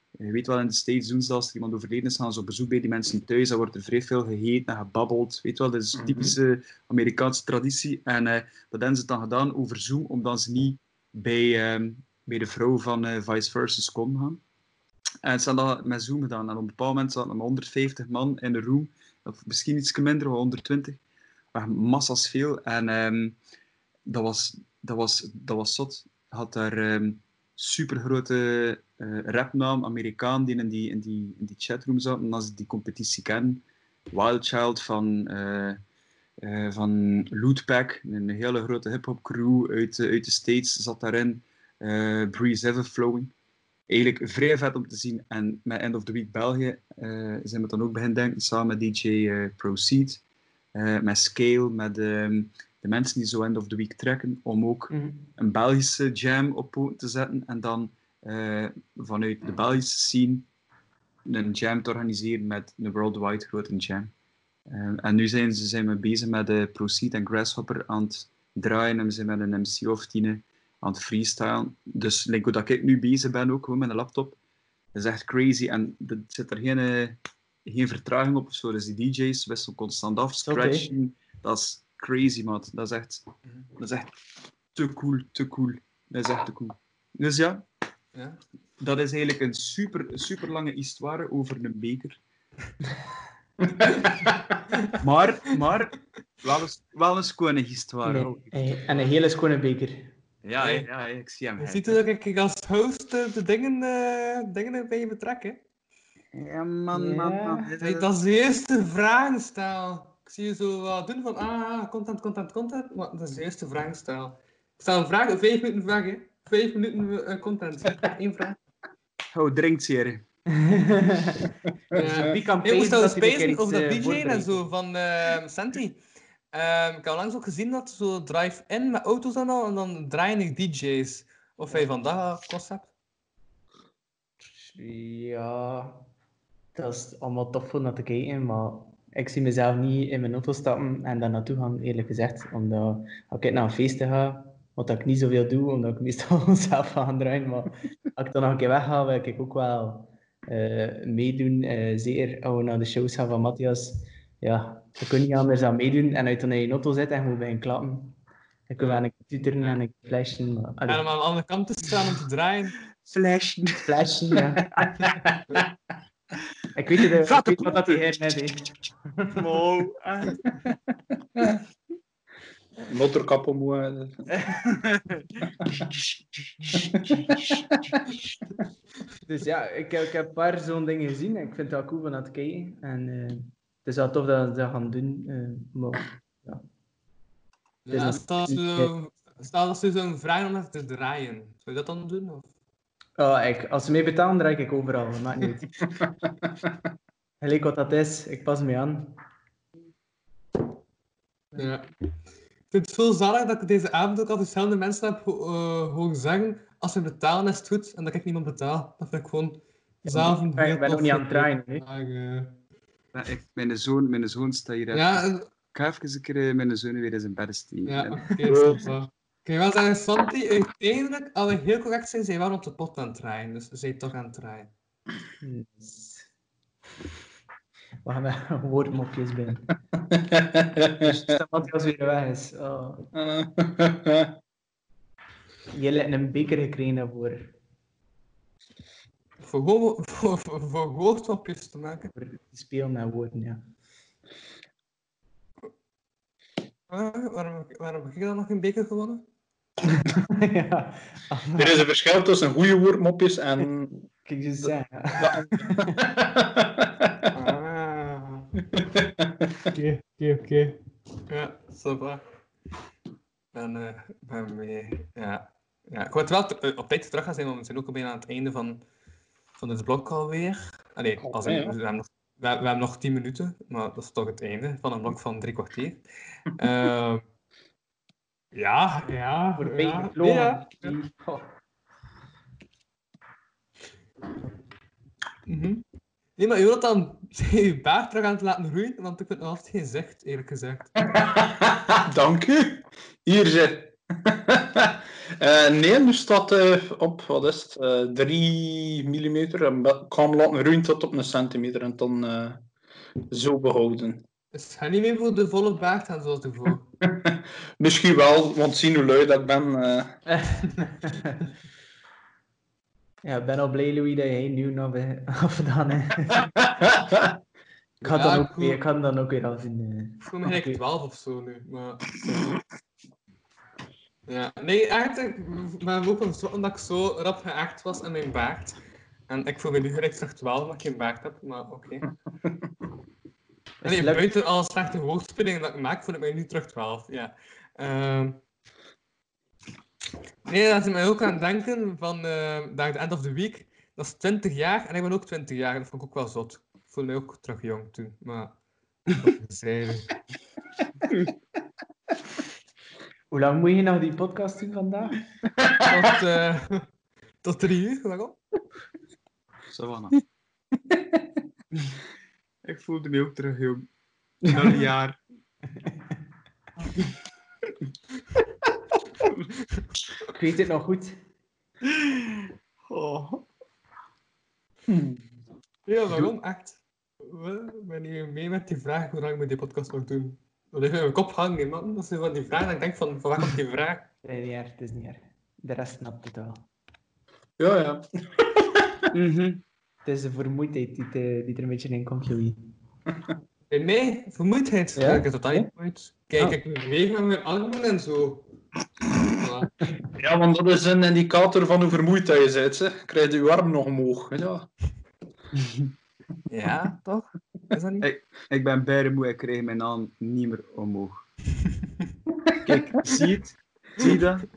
Je weet wel, in de States doen ze dat, als er iemand overleden is, gaan ze op bezoek bij die mensen thuis, dan wordt er vrij veel gegeten en gebabbeld. Weet wel, dat is een typische Amerikaanse traditie. En uh, dat hebben ze dan gedaan over Zoom, omdat ze niet bij, um, bij de vrouw van uh, Vice Versa konden gaan. En ze hadden dat met Zoom gedaan. En op een bepaald moment zaten er honderdvijftig man in de room, of misschien iets minder, honderdtwintig. Maar massas veel. En um, dat, was, dat, was, dat was zot. Had daar um, supergrote uh, rapnaam, Amerikaan, die in die, in die, in die chatroom zat. En als ze die competitie kennen, Wild Child van, uh, uh, van Lootpack, een hele grote hip-hop crew uit, uh, uit de States, zat daarin. Uh, Breeze Everflowing. Eigenlijk vrij vet om te zien. En met End of the Week België uh, zijn we dan ook beginnen denken, samen met D J uh, Proceed, uh, met Scale, met uh, de mensen die zo End of the Week trekken, om ook mm-hmm. een Belgische jam op poten te zetten en dan uh, vanuit de Belgische scene een jam te organiseren met een worldwide grote jam. Uh, en nu zijn, ze, zijn we bezig met uh, Proceed en Grasshopper aan het draaien en we zijn met een M C of tien aan het freestylen. Dus like, dat ik nu bezig ben, ook gewoon met een laptop, dat is echt crazy. En er zit er geen, uh, geen vertraging op of zo. Dus die D J's wisselen constant af, scratchen. Okay. Dat is crazy, man. Dat is echt, dat is echt te cool, te cool. Dat is echt te cool. Dus ja, ja. Dat is eigenlijk een super, super lange histoire over een beker. maar, maar wel een, wel een schone histoire. Nee. En een hele schone beker. Ja, ja, ja, ik zie hem. Je ziet dat ik als host de dingen, uh, dingen bij je betrekken. Ja, man, ja. man, man. Hey, dat is de eerste vragenstijl. Ik zie je zo wat doen van, ah, content, content, content. Maar dat is de eerste vragenstijl. Ik stel een vraag, vijf minuten vraag, hè. Vijf minuten uh, content. Eén vraag. Oh, drinkt zeer. Ja, wie kan ik moest al spelen over dat D J en zo van uh, Santi. Um, ik heb langs ook gezien dat zo drive-in met auto's en al, en dan draaien D J's. Of hij vandaag concept? Ja, dat is allemaal tof om naar te kijken, maar ik zie mezelf niet in mijn auto stappen en daar naartoe gaan, eerlijk gezegd. Omdat als ik naar een feest ga, wat ik niet zoveel doe, omdat ik meestal zelf ga gaan draaien, maar als ik dan nog een keer weg ga, wil ik ook wel uh, meedoen. Uh, zeker als we naar de shows gaan van Matthias. Ja, je kunt niet anders dan meedoen. En als je dan in je auto zit en je moet bij een klappen. Dan kun je wel een tuteren en een flashen. Maar... En om aan de andere kant te staan om te draaien. Flashen. Flashen, ja. ik weet, het, ik weet wat dat hij net heeft. Wow. Motorkappen moet. Dus ja, ik heb, ik heb een paar zo'n dingen gezien. Ik vind het wel cool van aan het kijken. En uh, het is wel tof dat ze dat gaan doen. Uh, maar, ja. Ja, stel zo, dat ze zo'n vraag om even te draaien. Zou je dat dan doen? Of? Oh, ik, als ze mee betalen, draai ik overal. Dat maakt niet uit. Gelijk wat dat is, ik pas me aan. Ja. Ik vind het zo zalig dat ik deze avond ook al dezelfde mensen heb uh, horen zeggen, als ze betalen is het goed, en dat ik niemand betaal. Dat vind ik gewoon zelf een heel Ik ben nog niet aan het draaien, hè. Uh... Ja, ik, mijn, zoon, mijn zoon staat hier. Ja, en... Ik ga even een keer mijn zoon weer in zijn bed steken. Ja, oké, okay, stop zo. Ik kan je wel zeggen, Santi, uiteindelijk, als we heel correct zijn, zijn we wel op de pot aan het draaien. Dus ze zijn toch aan het draaien. Yes. We gaan woordmopjes binnen. Dus dat Matthias weer weg is. Oh. Je hebt een beker gekregen daarvoor. Voor, voor, voor, voor woordmopjes te maken? Voor te spelen met woorden, ja. Ah, waarom, waarom heb ik dan nog een beker gewonnen? Ja. Er is een verschil tussen goede woordmopjes en... Kijk eens zeggen. Ah. Oké, oké, oké. Ja, super. Ben, uh, ben mee. Ja. Ja. Ik word wel t- uh, op tijd terug gaan zijn, want we zijn ook al bijna aan het einde van, van dit blok alweer. Allee, als in, we, hebben nog, we, we hebben nog tien minuten, maar dat is toch het einde van een blok van drie kwartier. Uh, ja, ja. Voorbij ja, gevlogen. ja. Oh. Mm-hmm. Nee, maar je wilt dan je baard terug aan het laten groeien, want ik vind nog altijd geen zicht, eerlijk gezegd. Dank u. Hier zit. Uh, nee, nu staat uh, op, wat is het, uh, drie millimeter. En ik kan hem laten groeien tot op een centimeter en dan uh, zo behouden. Dus ga niet meer voor de volle baard gaan zoals ervoor. Misschien wel, want zien hoe lui dat ik ben. Uh... Ja, ik ben al blij, Louis, dat jij nu nog bij afgedaan hebt. Ik ga, Ja, dan ook ik weer, voel- ik ga hem dan ook weer af in. Uh... Ik voel me gelijk twaalf of zo nu, maar... Ja, nee, eigenlijk ben ik ook van zo omdat ik zo rap geaard was in mijn baard. En ik voel me nu gelijk terug twaalf omdat ik geen baard heb, maar oké. Okay. Nee, leuk? buiten alle slechte woordspelingen dat ik maak, voel ik mij nu terug twaalf, ja. Ehm Nee, dat is mij ook aan het denken van uh, dat the end of the week. Dat is twintig jaar en ik ben ook twintig jaar. Dat vond ik ook wel zot. Ik voel me ook terug jong toen, maar... Wat gezegd. Hoe lang moet je nog die podcast doen vandaag? Tot, uh, tot drie uur, waarom? Savannah. Ik voelde me ook terug jong. Na een jaar. Ik weet het nog goed. Oh. Ja, waarom? Echt. Ik ben hier mee met die vraag hoe lang ik met die podcast mag doen. Dat heeft in mijn kop hangen, man. Dat is van die vraag dat ik denk van, van waar komt die vraag? Nee, niet erg, het is niet erg. De rest snapt het wel. Ja, ja. Mm-hmm. Het is de vermoeidheid die, te, die er een beetje in komt, Louis. Nee, nee, vermoeidheid. Ja? Ik heb totaal niet vermoeid. Kijk, Oh. ik beweeg met mijn armen en zo. Voilà. Ja, want dat is een indicator van hoe vermoeid dat je bent. Hè. Krijg je je arm nog omhoog. Ja. Ja, toch? Is dat niet? Ik, ik ben bijna moe, ik krijg mijn naam niet meer omhoog. Kijk, zie je het? Zie je dat?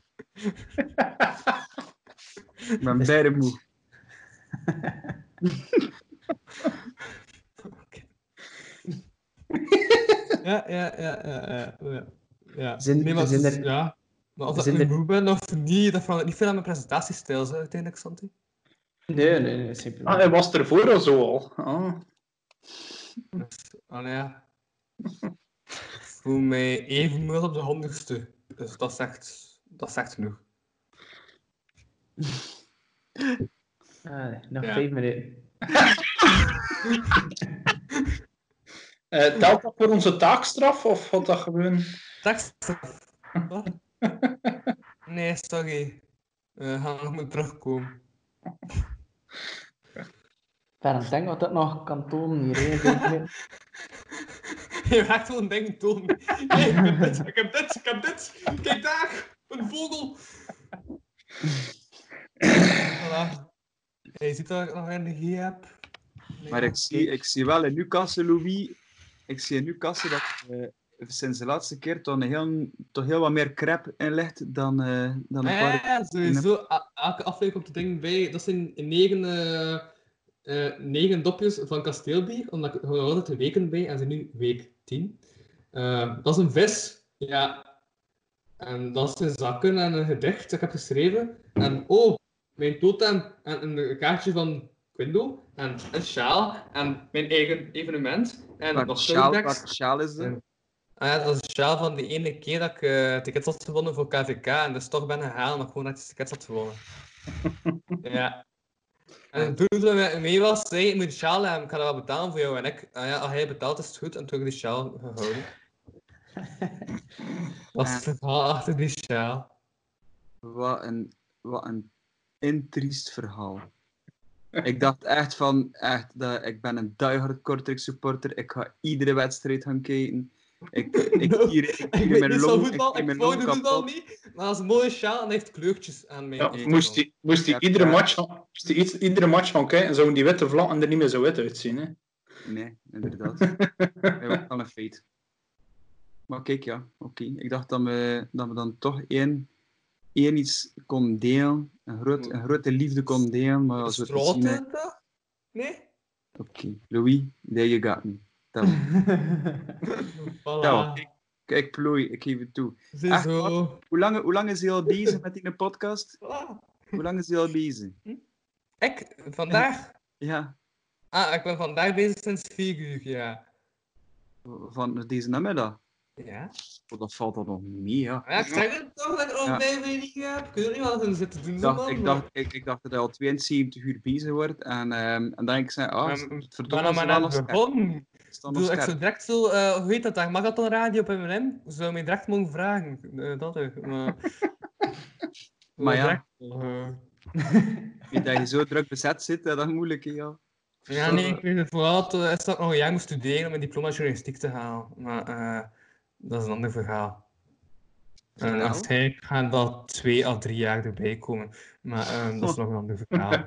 Ik ben bijna moe. Ja, ja, ja, ja, ja. ja. ja. Zijn- nee, maar zijn het is- er- ja. Maar of dat zijn ik er- moe ben of niet, dat verandert niet veel aan mijn presentatiestijl, zo, uiteindelijk, Santi. Nee, nee, nee, simpel. Ah, hij was ervoor al zo al. Ah. Dus, allee, ja. Ik voel mij even moe als op de handigste. Dus dat is echt, dat is echt genoeg. Ah, nee, nog Ja. vijf minuten. Uh, telt dat voor onze taakstraf of wat dat gewoon... Tekststraf. Wat? Nee, sorry. We gaan nog moeten terugkomen. Ik ben aan het denken wat dat nog kan tonen hier. Hè. Vijf minuten. Je maakt gewoon dingen tonen. Hey, ik heb dit, ik heb dit, ik heb dit. Kijk daar, een vogel. Voilà. Hey, je ziet dat ik nog energie heb. Nee, Maar ik zie, ik zie wel in uw kassen, Louis, ik zie in uw kassen dat uh, sinds de laatste keer toch, een heel, toch heel wat meer crap in ligt dan, uh, dan een Ah, paar... ja, ja, sowieso. A- Elke aflevering komt er ding bij. Dat zijn negen, uh, uh, negen dopjes van kasteelbier, omdat ik er altijd de weken bij en ze zijn nu week tien. Uh, dat is een vis, ja. En dat zijn zakken en een gedicht dat ik heb geschreven. En oh, mijn totem en een kaartje van Quindo en een sjaal en mijn eigen evenement. En Wat nog sjaal, soundtracks. wat sjaal is dat? En- Ah ja, dat is een sjaal van die ene keer dat ik uh, tickets had gewonnen voor K V K en dus toch ben gehaald, maar gewoon dat ik tickets had gewonnen. Ja. En toen toen hij mee was, zei ik moet de sjaal hebben, ik ga dat wel betalen voor jou. En ik, ah ja, als hij betaalt is het goed, en toen heb ik die sjaal gehouden. Dat is het verhaal achter die sjaal. Wat een, wat een intriest verhaal. Ik dacht echt van, echt, dat, ik ben een diehard Kortrijk supporter, ik ga iedere wedstrijd gaan kijken. Ik, ik hier, ik Ik hier weet mijn niet zo long, voetbal, ik hier ik mijn volg long de voetbal kapot. niet, maar dat is een mooie sjaal en hij heeft kleurtjes aan mijn Ja, eigen moest hij, moest hij Ja, iedere, ja. match, gaan- moest hij iets- iedere match gaan kijken, zouden die witte vlakken er niet meer zo wit uitzien. Hè? Nee, inderdaad. Dat was al een feit. Maar kijk, ja, oké. Ik dacht dat we, dat we dan toch één, één iets konden delen. Een, groot, een grote liefde konden delen. Maar als we het zien... hè- Straten, toch? Nee? Oké, Louis, there you got me. Tel. Tel. Voilà. Kijk, plooi, ik geef het toe. Echt, Ziezo. wat? Hoe lang, hoe lang is hij al bezig met die podcast? Voilà. Hoe lang is hij al bezig? Ik, vandaag? Ja, Ah, ik ben vandaag bezig sinds vier uur, ja. van deze namiddag. Ja? Oh, dat valt dan nog mee, ja. Ja, ik zeg het toch dat ik nog Ja. bij weet heb. Ik weet ook niet wat er zit te doen, Ik zo, dacht, man. ik, maar- dacht, ik, ik dacht dat hij al tweeënzeventig uur bezig wordt. En, ehm, en dan denk ik, zei, ah, Maar- het Ik ben verdomme al is maar wel aan nog het scherp. begonnen. Is dan Ik nog bedoel, ik zou scherp. direct zo, eh, hoe heet dat dan? Marathon Radio op M L M? Zou me direct mogen vragen. Eh, dat is. Maar, Maar ja, direct, eh, niet dat je zo druk bezet zit, hè, dat is moeilijk, hè, ja. ja, nee, ik weet het vooral. Het is dat ik nog een jaar moet studeren om mijn diploma journalistiek te halen. Maar eh, dat is een ander verhaal. En Verhaal? waarschijnlijk gaan dat twee à drie jaar erbij komen. Maar eh, dat is nog een ander verhaal.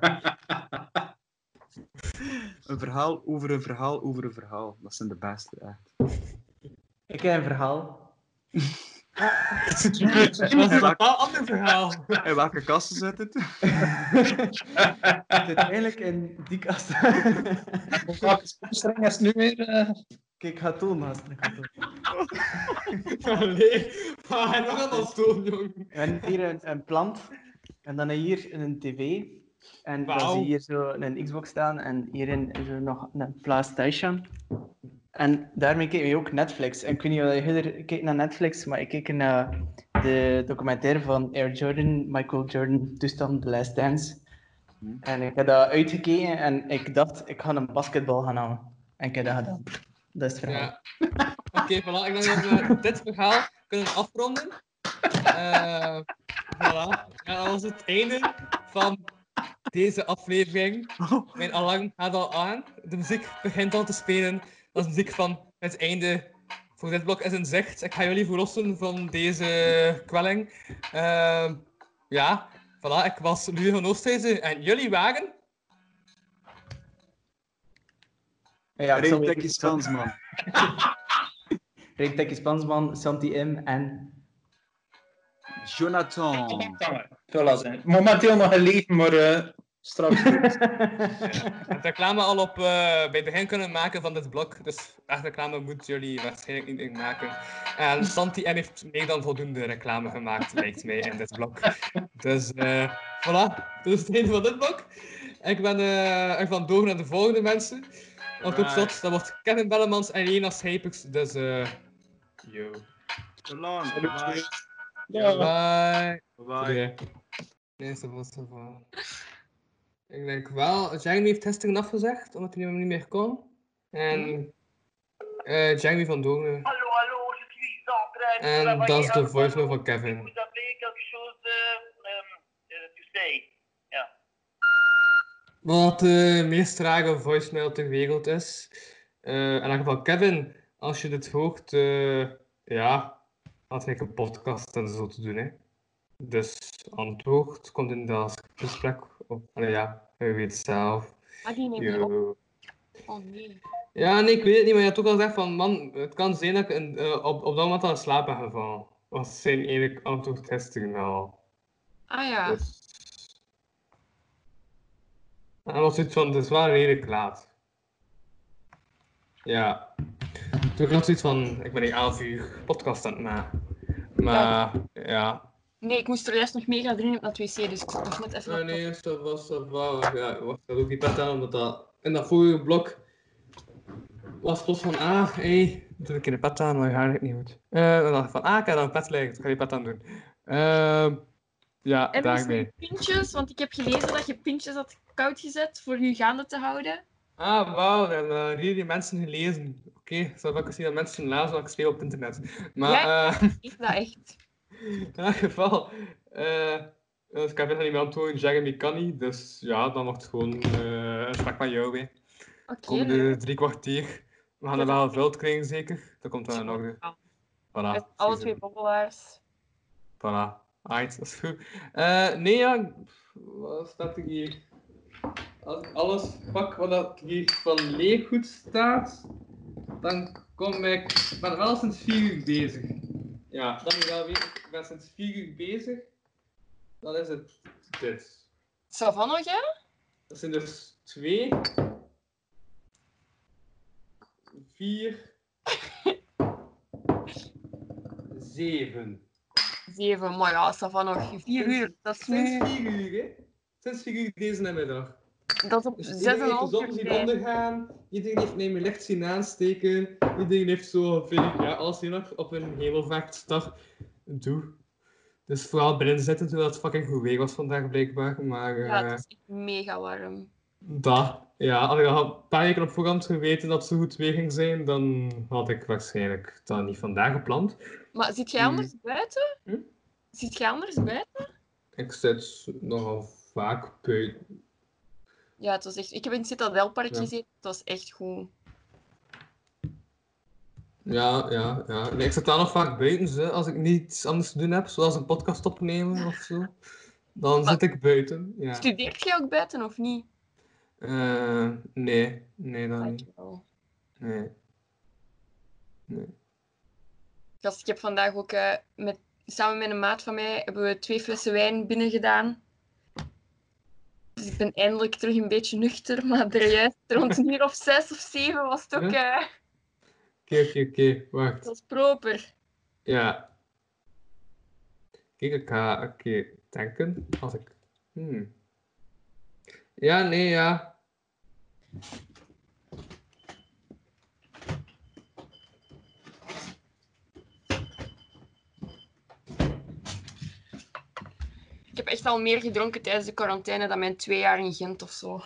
Een verhaal over een verhaal over een verhaal. Dat zijn de beste, echt. Ik heb een verhaal. Dat is een totaal ander verhaal. In welke kasten zit het? Het zit eigenlijk in die kast. Welke sponsoring is het nu weer? eh? Kijk, ik ga het doen, haast. Ik ga het doen. Allee, maar nog allemaal stoon, jong. We hebben hier een, een plant. En dan heb je hier een tv. En dan Wauw. zie je hier zo een Xbox staan. En hierin is er nog een PlayStation. En daarmee kijken we ook Netflix. En ik weet niet of je er kijkt naar Netflix, maar ik keek naar de documentaire van Air Jordan, Michael Jordan, toestand The Last Dance. En ik heb dat uitgekeken en ik dacht, ik ga een basketbal gaan halen. En ik heb dat gedaan. Dat is het verhaal. Ja. Oké, voilà. Ik denk dat we dit verhaal kunnen afronden. Eh voilà. En dat was het einde van deze aflevering. Mijn alarm gaat al aan. De muziek begint al te spelen. Dat is muziek van het einde. Voor dit blok is in zicht. Ik ga jullie verlossen van deze kwelling. Eh, ja, voilà. Ik was Louis van Oosthuizen en jullie waren... Ja, ik zal weer- Reemtekkie Spansman. Reemtekkie Spansman, Santi M en... Jonathan. Voilà, zijn. Momenteel nog in leven, maar eh, straks. Het reclame al op, eh, bij het begin kunnen maken van dit blok. Dus echt reclame moeten jullie waarschijnlijk niet meer maken. En Santi M heeft meer dan voldoende reclame gemaakt, lijkt mij, in dit blok. Dus eh voilà, dat is het einde van dit blok. Ik ben eh ik van door naar de volgende mensen. Want op slot, dat wordt Kevin Bellemans en Jonas Hypers. Dus eh yo. So long. Bye. Ja. Bye. Bye. Nee, ça va, ça va. Ik denk wel, Jeremy heeft testingen afgezegd, omdat hij niet meer kon. En eh Jeremy van Doorn. Hallo, hallo, je suis en train de En travailler dat is de avec voicemail Hallo. van Kevin. Vous avez quelque chose euh, euh, to say? Ja. Wat de meest trage voicemail ter wereld is. Eh in elk geval, Kevin, als je dit hoort, eh, ja, had ik een podcast en zo te doen. Hè. Dus antwoord komt in dat gesprek op. Allee, ja, je weet het zelf. Ah, die neemt niet op. Yo. Oh nee. Ja, nee, ik weet het niet, maar je had ook al gezegd van, man, het kan zijn dat ik een, eh, op, op dat moment aan in slaap ben gevallen. Dat zijn eigenlijk antwoordtestingen al. Ah ja. Dus... En dat was zoiets van, het is wel redelijk laat. Ja. Toen ik had zoiets van, ik ben hier elf uur podcast aan het maken. Maar, ja. Nee, ik moest er juist nog mega dringend naar het wc, dus ik zat nog net even Nee, op. nee, dat was dat wel. Ja, ik was dat ook niet pet aan, omdat dat in dat vorige blok was plots van, ah, hé, hey, doe ik in de pet aan, maar ga ik niet goed. Eh, dan dacht ik van, ah, ik heb dan een pet liggen, ik ga die pet aan doen. Ehm ja, En daarmee. misschien pintjes, want ik heb gelezen dat je pintjes had koud gezet voor je gaande te houden. Ah, wauw, dan hebben uh, die mensen gelezen. Oké, okay, zou ik zien dat mensen lazen wat ik speel op het internet. Maar, Ja, eh ik weet dat echt. in elk geval, eh dus ik heb het niet meer antwoorden, Jeremy kan niet, dus ja, dan wordt het gewoon eh een gesprek met jou weer. Oké, Komende leuk. drie kwartier. We gaan er wel gevuld krijgen, zeker. Dat komt wel in orde. Met Voilà. alle twee bobbelaars. Voilà. Aight, dat is goed. Eh nee, ja. Wat staat er hier? Als ik alles pak wat dat hier van leeggoed staat, dan kom ik... Ik ben wel sinds vier uur bezig. Ja, dat moet je wel weten. Ik ben sinds vier uur bezig. Dan is het dit. Ça va nog, hè? Dat zijn dus twee, vier, zeven. Zeven, maar ja, ça va nog. Vier uur, dat is Sinds nu... vier uur, hè? Sinds vier uur deze namiddag. Dat is op Dus zes iedereen en heeft de half zon uur zien tijd. ondergaan, iedereen heeft neem licht zien aansteken, iedereen heeft zo ongeveer, ja, als je nog op een hemelvaartdag doe. Dus vooral binnen zitten terwijl het fucking goed weer was vandaag blijkbaar, maar Ja, eh het is echt mega warm. dat, ja, als ik al een paar weken op voorhand geweten dat het zo goed weer ging zijn, dan had ik waarschijnlijk dat niet vandaag gepland. Maar zit jij Hmm. anders buiten? Hm? Zit jij anders buiten? Ik zit nogal vaak buiten. Ja, het was echt... Ik heb in het Citadelpark Ja. gezeten. Het was echt goed. Ja, ja, ja. Nee, ik zit daar nog vaak buiten, zo, als ik niets anders te doen heb, zoals een podcast opnemen of zo. Dan zit ik buiten, ja. Studeert jij ook buiten of niet? Eh, nee, nee, dat niet. Dankjewel. Nee. Nee. Gast, ik heb vandaag ook eh, met, samen met een maat van mij hebben we twee flessen wijn binnengedaan. Dus ik ben eindelijk terug een beetje nuchter, maar er juist rond een uur of zes of zeven was het ook... Ja? eh Oké, oké, oké, wacht. dat was proper. Ja. Kijk, ik ga een keer denken als ik... Hmm. Ja, nee, ja. Ik heb echt al meer gedronken tijdens de quarantaine dan mijn twee jaar in Gent of zo.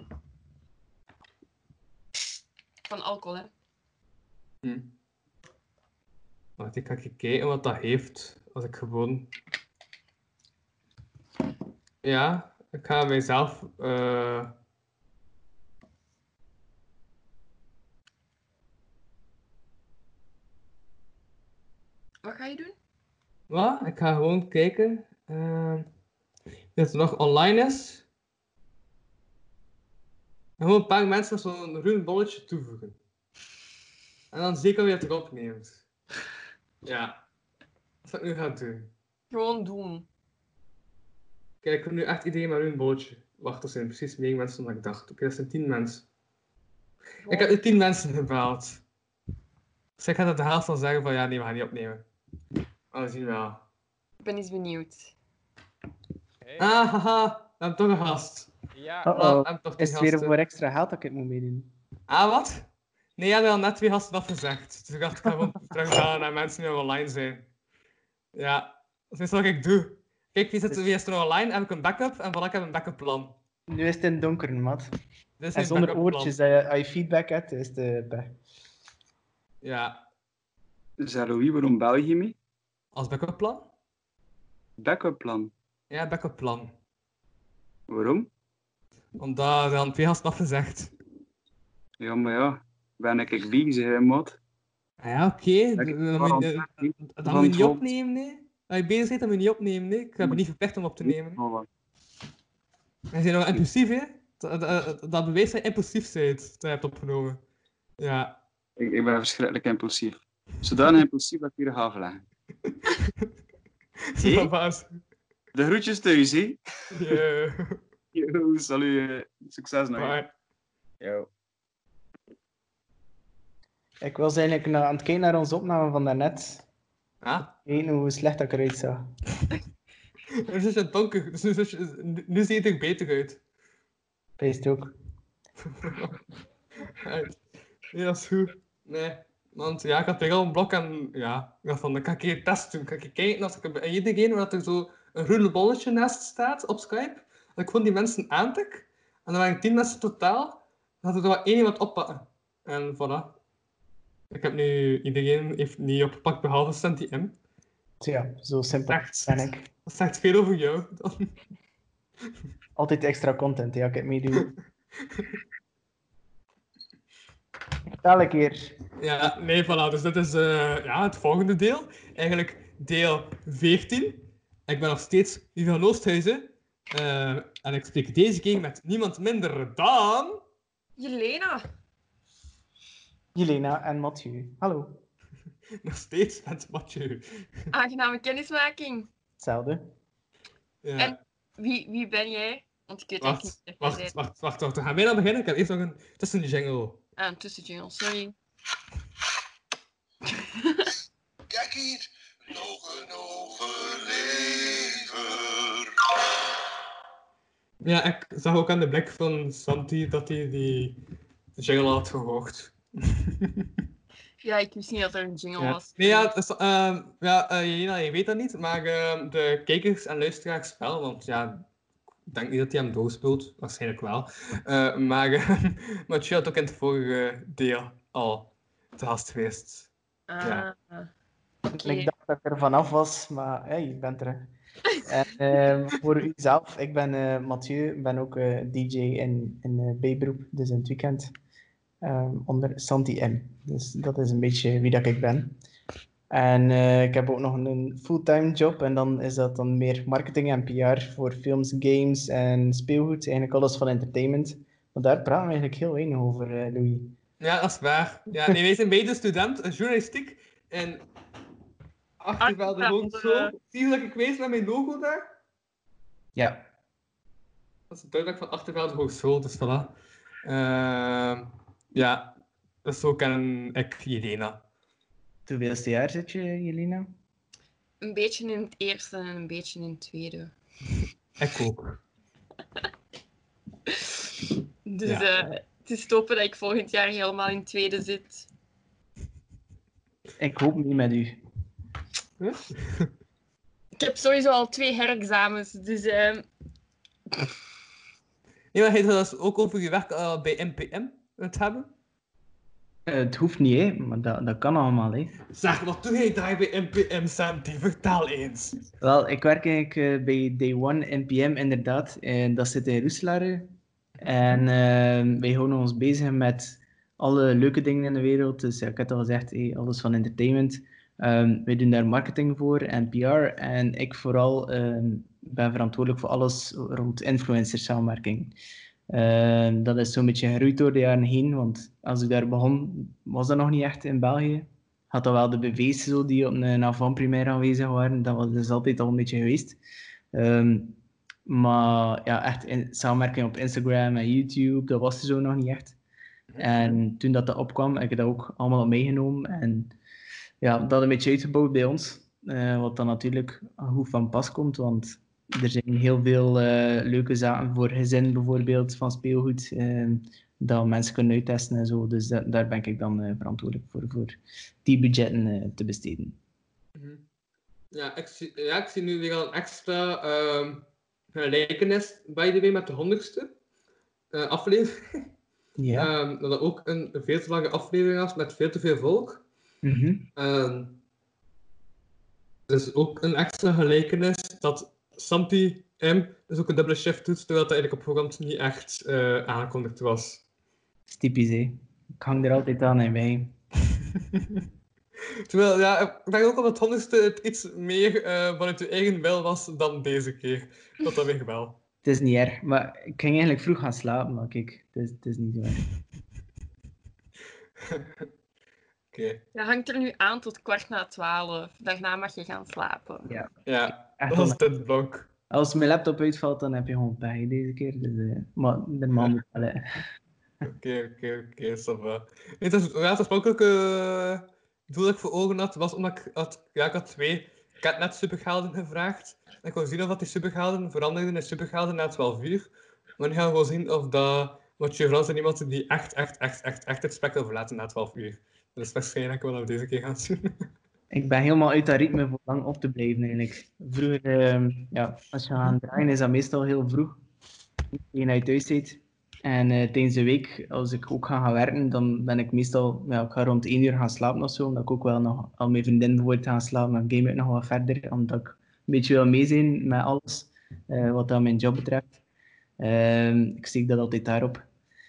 Van alcohol, hè. Hm. Wacht, ik ga even kijken wat dat heeft als ik gewoon... Ja, ik ga mijzelf... eh Wat ga je doen? Wat? Ik ga gewoon kijken uh, dat het nog online is. En gewoon een paar mensen met zo'n groen bolletje toevoegen. En dan zeker weer het erop neemt. Ja. Dat is wat ik nu ga doen. Gewoon doen. Kijk, ik heb nu echt iedereen met een groen bolletje. Wacht, dat zijn precies meer mensen dan ik dacht. Oké, dat zijn tien mensen. Ik heb nu tien mensen gebeld. Dus ik ga dat de helft van zeggen van ja, nee, we gaan niet opnemen. Maar we zien wel. Ik ben eens benieuwd. Ah, haha, we hebben toch een gast. Ja. Maar we Uh-oh. hebben toch Is twee het weer gasten. voor extra geld dat ik het moet meedoen? Ah, wat? Nee, jij had al net twee gasten afgezegd. Dus ik dacht, ik ga gewoon terugbellen naar mensen die nog online zijn. Ja, dat is wat ik doe. Kijk, wie, zit, wie is er nog online? Heb ik een backup en voilà, ik heb een backup plan. Nu is het in het donker, mat. Dit is En mijn zonder backup plan. oortjes, dat je, als je feedback hebt, is de pech. Ja. Zeg Louis, waarom bel je mee? Als backup plan? Backup plan. Ja, backup plan. Waarom? Omdat er dan twee gasten afgezegd. Ja, maar ja, ben ik ik bezig, hè, maat. Ah ja, oké. Okay. Dan moet je van dan moet je niet het opnemen, nee. Als je bezig bent, dan moet je niet opnemen, nee. Ik heb je niet verplicht om op te nemen. Voilà. En zijn nog impulsief, hè? Dat, dat, dat bewijst dat je impulsief bent, dat je hebt opgenomen. Ja. Ik, ik ben verschrikkelijk impulsief. Zodanig impulsief dat ik hier ga afleggen. Hey? Baas. De groetjes thuis, hè? Yeah. Yo, salut. eh, Succes nog. Bye. Yo. Ik was eigenlijk na, aan het kijken naar onze opname van daarnet. Ah? Weet hoe slecht ik eruit zag. Nu is het donker, dus nu, is het- nu, nu ziet het er beter uit. Peest ook. Uit. Nee, dat is goed. Nee, want ja, ik had weer al een blok en ja, ik dacht van, dan kan ik hier testen. Kan ik kijken als ik bij iedereen waar er zo een groene bolletje naast staat op Skype, dat ik gewoon die mensen aantik. En dan waren tien mensen totaal, dan had ik er wel één iemand oppakken. En voilà. Ik heb nu, iedereen heeft niet opgepakt behalve Santi M. Ja, zo simpel Echt. ben ik. Dat zegt veel over jou. Dan. Altijd extra content, ja, ik het meedoen. Elke keer. Ja, nee, voilà. Dus dit is eh, ja, het volgende deel. Eigenlijk deel veertien. Ik ben nog steeds Wie van Oosthuizen. Eh, en ik spreek deze keer met niemand minder dan... Jelena. Jelena en Mathieu. Hallo. Nog steeds met Mathieu. Aangename kennismaking. Hetzelfde. Ja. En wie, wie ben jij? Want ik weet echt Wacht, niet wie jij wacht, bent. wacht, wacht, wacht. We gaan weer aan beginnen. Ik heb eerst nog een tussenjingle. Ah, een tussenjingle, sorry. Kijk hier, nog een overlever. Ja, ik zag ook aan de blik van Santi dat hij die jingle had gehoord. Ja, ik wist niet dat er een jingle Ja. was. Nee, ja, het is, ehm, ja uh, Jelena, je weet dat niet, maar uh, de kijkers en luisteraars wel, want ja, ik denk niet dat hij hem doorspeelt, waarschijnlijk wel. Uh, maar uh, Mathieu had ook in het vorige deel al te gast geweest. Ah, ja. Okay. Ik dacht dat ik er vanaf was, maar hey, je bent er. En uh, voor uzelf, ik ben uh, Mathieu, ik ben ook uh, D J in, in uh, bijberoep, dus in het weekend, um, onder Santi M. Dus dat is een beetje wie dat ik ben. En uh, ik heb ook nog een fulltime job en dan is dat dan meer marketing en P R voor films, games en speelgoed, eigenlijk alles van entertainment. Maar daar praten we eigenlijk heel weinig over, uh, Louis. Ja, dat is waar. Ja, nee, wij zijn beide student, uh, journalistiek en Achtervelde Hogeschool. Zie je dat ik wees met mijn logo daar? Ja. Dat is duidelijk van Achtervelde Hogeschool, dus voilà. Uh, ja, dus zo ken ik Jelena. Hoeveelste jaar zit je, Jelena? Een beetje in het eerste en een beetje in het tweede. Ik ook. Dus ja. uh, het is hopen dat ik volgend jaar helemaal in het tweede zit. Ik hoop niet met u. Huh? Ik heb sowieso al twee herexamens, dus... Uh... Ja, maar ga je dat ook over je werk uh, bij M P M het hebben? Uh, het hoeft niet, hè, maar dat, dat kan allemaal. Hè. Zeg, wat doe jij daar bij M P M, Santi? Vertel eens. Wel, ik werk eigenlijk uh, bij Day One M P M, inderdaad. En dat zit in Roeselare. En uh, wij houden ons bezig met alle leuke dingen in de wereld. Dus ja, ik heb al gezegd, hey, alles van entertainment. Um, wij doen daar marketing voor en P R. En ik vooral um, ben verantwoordelijk voor alles rond influencer samenwerking. Uh, dat is zo'n beetje gegroeid door de jaren heen, want als ik daar begon, was dat nog niet echt in België. Had dat wel de B V's zo, die op een avant-première aanwezig waren, dat was dus altijd al een beetje geweest. Um, maar ja, echt in, samenwerking op Instagram en YouTube, dat was er zo nog niet echt. En toen dat, dat opkwam, heb ik dat ook allemaal op meegenomen. En ja, dat een beetje uitgebouwd bij ons. Uh, wat dan natuurlijk goed van pas komt, want er zijn heel veel uh, leuke zaken voor gezin, bijvoorbeeld, van speelgoed, uh, dat mensen kunnen uittesten en zo. Dus dat, daar ben ik dan uh, verantwoordelijk voor, voor die budgetten uh, te besteden. Mm-hmm. Ja, ik zie, ja, ik zie nu weer al een extra uh, gelijkenis, by the way, met de honderdste uh, aflevering. Ja. Um, dat ook een veel te lange aflevering was met veel te veel volk. Mm-hmm. Um, dus ook een extra gelijkenis dat Santi M dus ook een dubbele shift doet, terwijl dat eigenlijk op voorhand niet echt uh, aangekondigd was. Dat is typisch, hè. Ik hang er altijd aan en bij. Terwijl, ja, ik denk ook al dat het honderdste het iets meer uh, vanuit je eigen wil was dan deze keer. Dat dat weer wel. Het is niet erg, maar ik ging eigenlijk vroeg gaan slapen, maar kijk, het is, het is niet zo erg. Okay. Je hangt er nu aan tot kwart na twaalf. Daarna mag je gaan slapen. Ja, ja dat was dit blok. Als mijn laptop uitvalt, dan heb je gewoon pech deze keer. Dus, uh, maar normaal moet het wel. Oké, oké, oké, ça va. Het is ja, het oorspronkelijke uh, doel dat ik voor ogen had, was omdat ik had, ja, ik had twee. Ik had net supergelden gevraagd. En ik wou zien of dat die supergelden veranderden in supergelden na twaalf uur. Maar nu gaan we wel zien of dat... Want je Frans en iemand die echt, echt, echt, echt, echt het spek wil verlaten na twaalf uur. Dat is waarschijnlijk wat we deze keer gaan doen. Ik ben helemaal uit dat ritme voor lang op te blijven eigenlijk. Vroeger, uh, ja, als je gaat draaien, is dat meestal heel vroeg. Tegen je thuis zit. En uh, tijdens de week, als ik ook ga gaan werken, dan ben ik meestal, ja, ik ga rond één uur gaan slapen of zo. Omdat ik ook wel nog al mijn vriendin bijvoorbeeld gaan slapen, dan game ik nog wat verder. Omdat ik een beetje wil mee zijn met alles, uh, wat dat mijn job betreft. Uh, ik steek dat altijd daarop.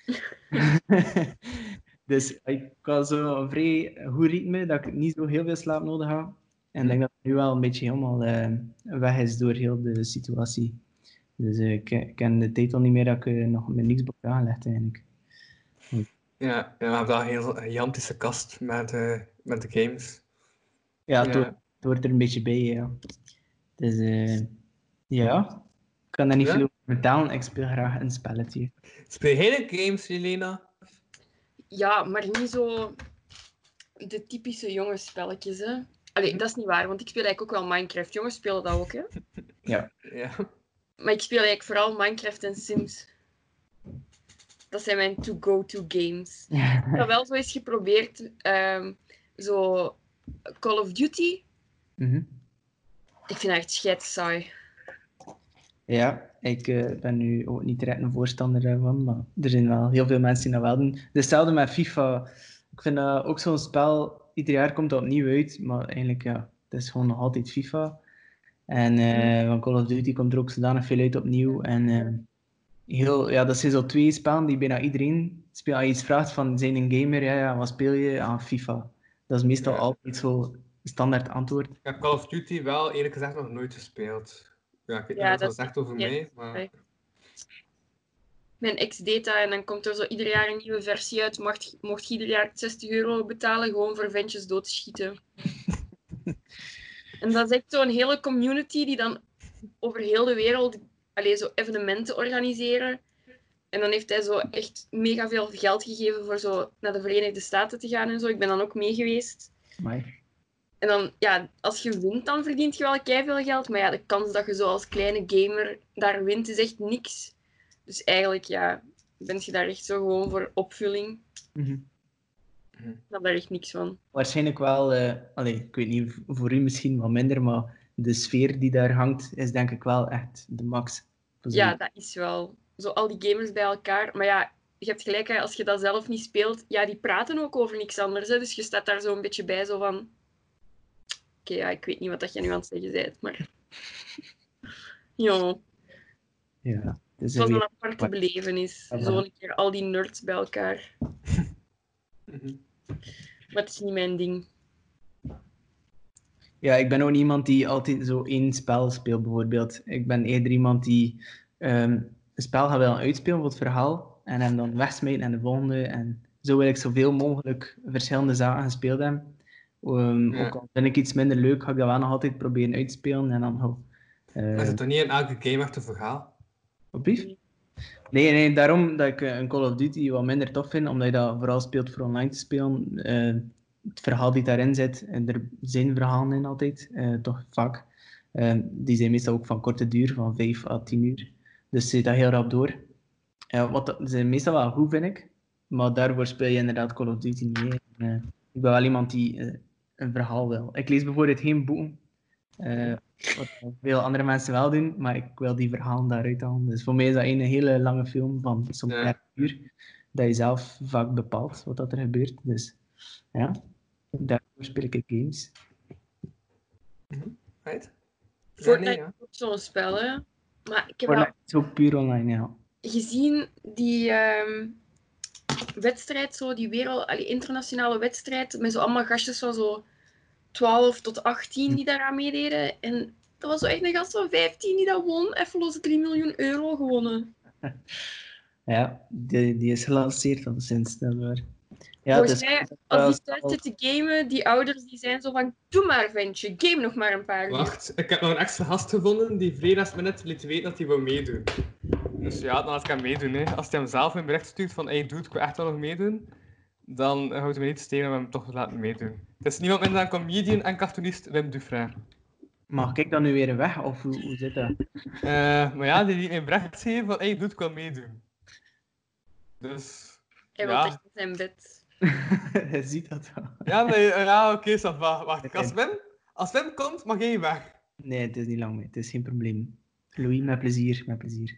Dus ik had zo een vrij goed ritme, dat ik niet zo heel veel slaap nodig heb. En ik denk dat het nu wel een beetje helemaal uh, weg is door heel de situatie. Dus uh, ik, ik ken de tijd al niet meer dat ik uh, nog met niks boven aangelegd eigenlijk. Ja, ja, we hebben wel een heel gigantische kast met, uh, met de games. Ja, het, ja. Hoort, het hoort er een beetje bij, ja. Dus uh, ja, ik kan daar niet ja? veel over vertellen. Ik speel graag een spelletje. Speel jij de games, Jelena? Ja, maar niet zo de typische jongensspelletjes, hè. Allee, dat is niet waar, want ik speel eigenlijk ook wel Minecraft. Jongens spelen dat ook, hè? Ja. ja. Maar ik speel eigenlijk vooral Minecraft en Sims. Dat zijn mijn to-go-to games. Ik heb wel zo eens geprobeerd, um, zo Call of Duty. Mhm. Ik vind dat echt scheids saai. Ja, ik uh, ben nu ook niet direct een voorstander daarvan, maar er zijn wel heel veel mensen die dat wel doen. Hetzelfde met FIFA. Ik vind dat ook zo'n spel, ieder jaar komt dat opnieuw uit, maar eigenlijk ja, het is gewoon nog altijd FIFA. En uh, van Call of Duty komt er ook zodanig veel uit opnieuw. En uh, heel, ja, dat zijn zo twee spellen die bijna iedereen speelt. Als je iets vraagt van, zijn een gamer? Ja, ja, wat speel je? Aan FIFA. Dat is meestal Ja. altijd zo standaard antwoord. Ik heb Call of Duty wel eerlijk gezegd nog nooit gespeeld. Ja, ik weet niet Ja, wat dat dat is zegt over echt- mij, maar... Mijn ex-data en dan komt er zo ieder jaar een nieuwe versie uit. Mocht, mocht je ieder jaar zestig euro betalen gewoon voor ventjes dood te schieten. En dat is echt zo'n hele community die dan over heel de wereld allee, zo evenementen organiseren. En dan heeft hij zo echt mega veel geld gegeven voor zo naar de Verenigde Staten te gaan en zo. Ik ben dan ook mee geweest. Amai. En dan, ja, als je wint, dan verdient je wel keiveel geld. Maar ja, de kans dat je zo als kleine gamer daar wint, is echt niks. Dus eigenlijk, ja, ben je daar echt zo gewoon voor opvulling. Mhm. Ik heb daar echt niks van. Waarschijnlijk wel, uh, allee, ik weet niet, voor u misschien wat minder, maar de sfeer die daar hangt, is denk ik wel echt de max. Ja, dat is wel. Zo al die gamers bij elkaar. Maar ja, je hebt gelijk, hè, als je dat zelf niet speelt, ja, die praten ook over niks anders. Hè. Dus je staat daar zo een beetje bij, zo van... Oké, okay, ja, ik weet niet wat dat je nu aan het zeggen bent, maar... Ja. Ja. Het was een aparte belevenis. Zo een keer al die nerds bij elkaar. Maar het is niet mijn ding. Ja, ik ben ook iemand die altijd zo één spel speelt, bijvoorbeeld. Ik ben eerder iemand die um, een spel gaat wel uitspelen voor het verhaal en hem dan wegsmijten naar de volgende. En zo wil ik zoveel mogelijk verschillende zaken gespeeld hebben. Um, ja. Ook al vind ik iets minder leuk, ga ik dat wel nog altijd proberen uitspelen. En dan, oh, uh... Maar is het toch niet in elke game echt een verhaal? Op brief? Nee, nee, daarom dat ik een Call of Duty wat minder tof vind, omdat je dat vooral speelt voor online te spelen. Uh, het verhaal die daarin zit, en er zijn verhalen in altijd, uh, toch vaak. Uh, die zijn meestal ook van korte duur, van vijf à tien uur. Dus zit dat heel rap door. Uh, wat, ze zijn meestal wel goed, vind ik. Maar daarvoor speel je inderdaad Call of Duty niet meer. Uh, ik ben wel iemand die uh, een verhaal wil. Ik lees bijvoorbeeld geen boeken. Uh, wat veel andere mensen wel doen, maar ik wil die verhalen daaruit halen. Dus voor mij is dat een hele lange film van zo'n ja. dertig uur, dat je zelf vaak bepaalt wat dat er gebeurt. Dus ja, daarvoor speel ik games. Mm-hmm. Right. Fortnite ja, nee, ja. is ook zo'n spel, hè. Maar ik heb Fortnite is ook puur online, ja. Gezien die um, wedstrijd, zo, die wereld, allee, internationale wedstrijd, met zo allemaal gastjes van zo twaalf tot achttien die daaraan meededen. En dat was zo echt een gast van vijftien die dat won. Even los drie miljoen euro gewonnen. Ja, die, die is gelanceerd al sinds. Dat waar. Ja, Volgens dus, mij, als die thuis zitten gamen, die ouders die zijn zo van, doe maar ventje, game nog maar een paar uur. Wacht, ik heb nog een extra gast gevonden die vrijdags me net liet weten dat hij wil meedoen. Dus ja, dan laat ik hem meedoen. Hè. Als hij hem zelf een bericht stuurt van, hey dude, ik wil echt wel nog meedoen, dan houdt hij me niet tegen om hem toch te laten meedoen. Het is niemand minder dan comedian en cartoonist Wim Dufresne. Mag ik dan nu weer weg, of hoe, hoe zit dat? Uh, maar ja, die liet mij een bericht geven van, hey dude, ik wil meedoen. Dus... Hij wil ja. echt in zijn bed. Je ziet dat wel. Ja, nee, ja oké, okay, wacht, wacht. Als Wim, als Wim komt, mag jij weg. Nee, het is niet lang mee. Het is geen probleem. Louis, met plezier, met plezier.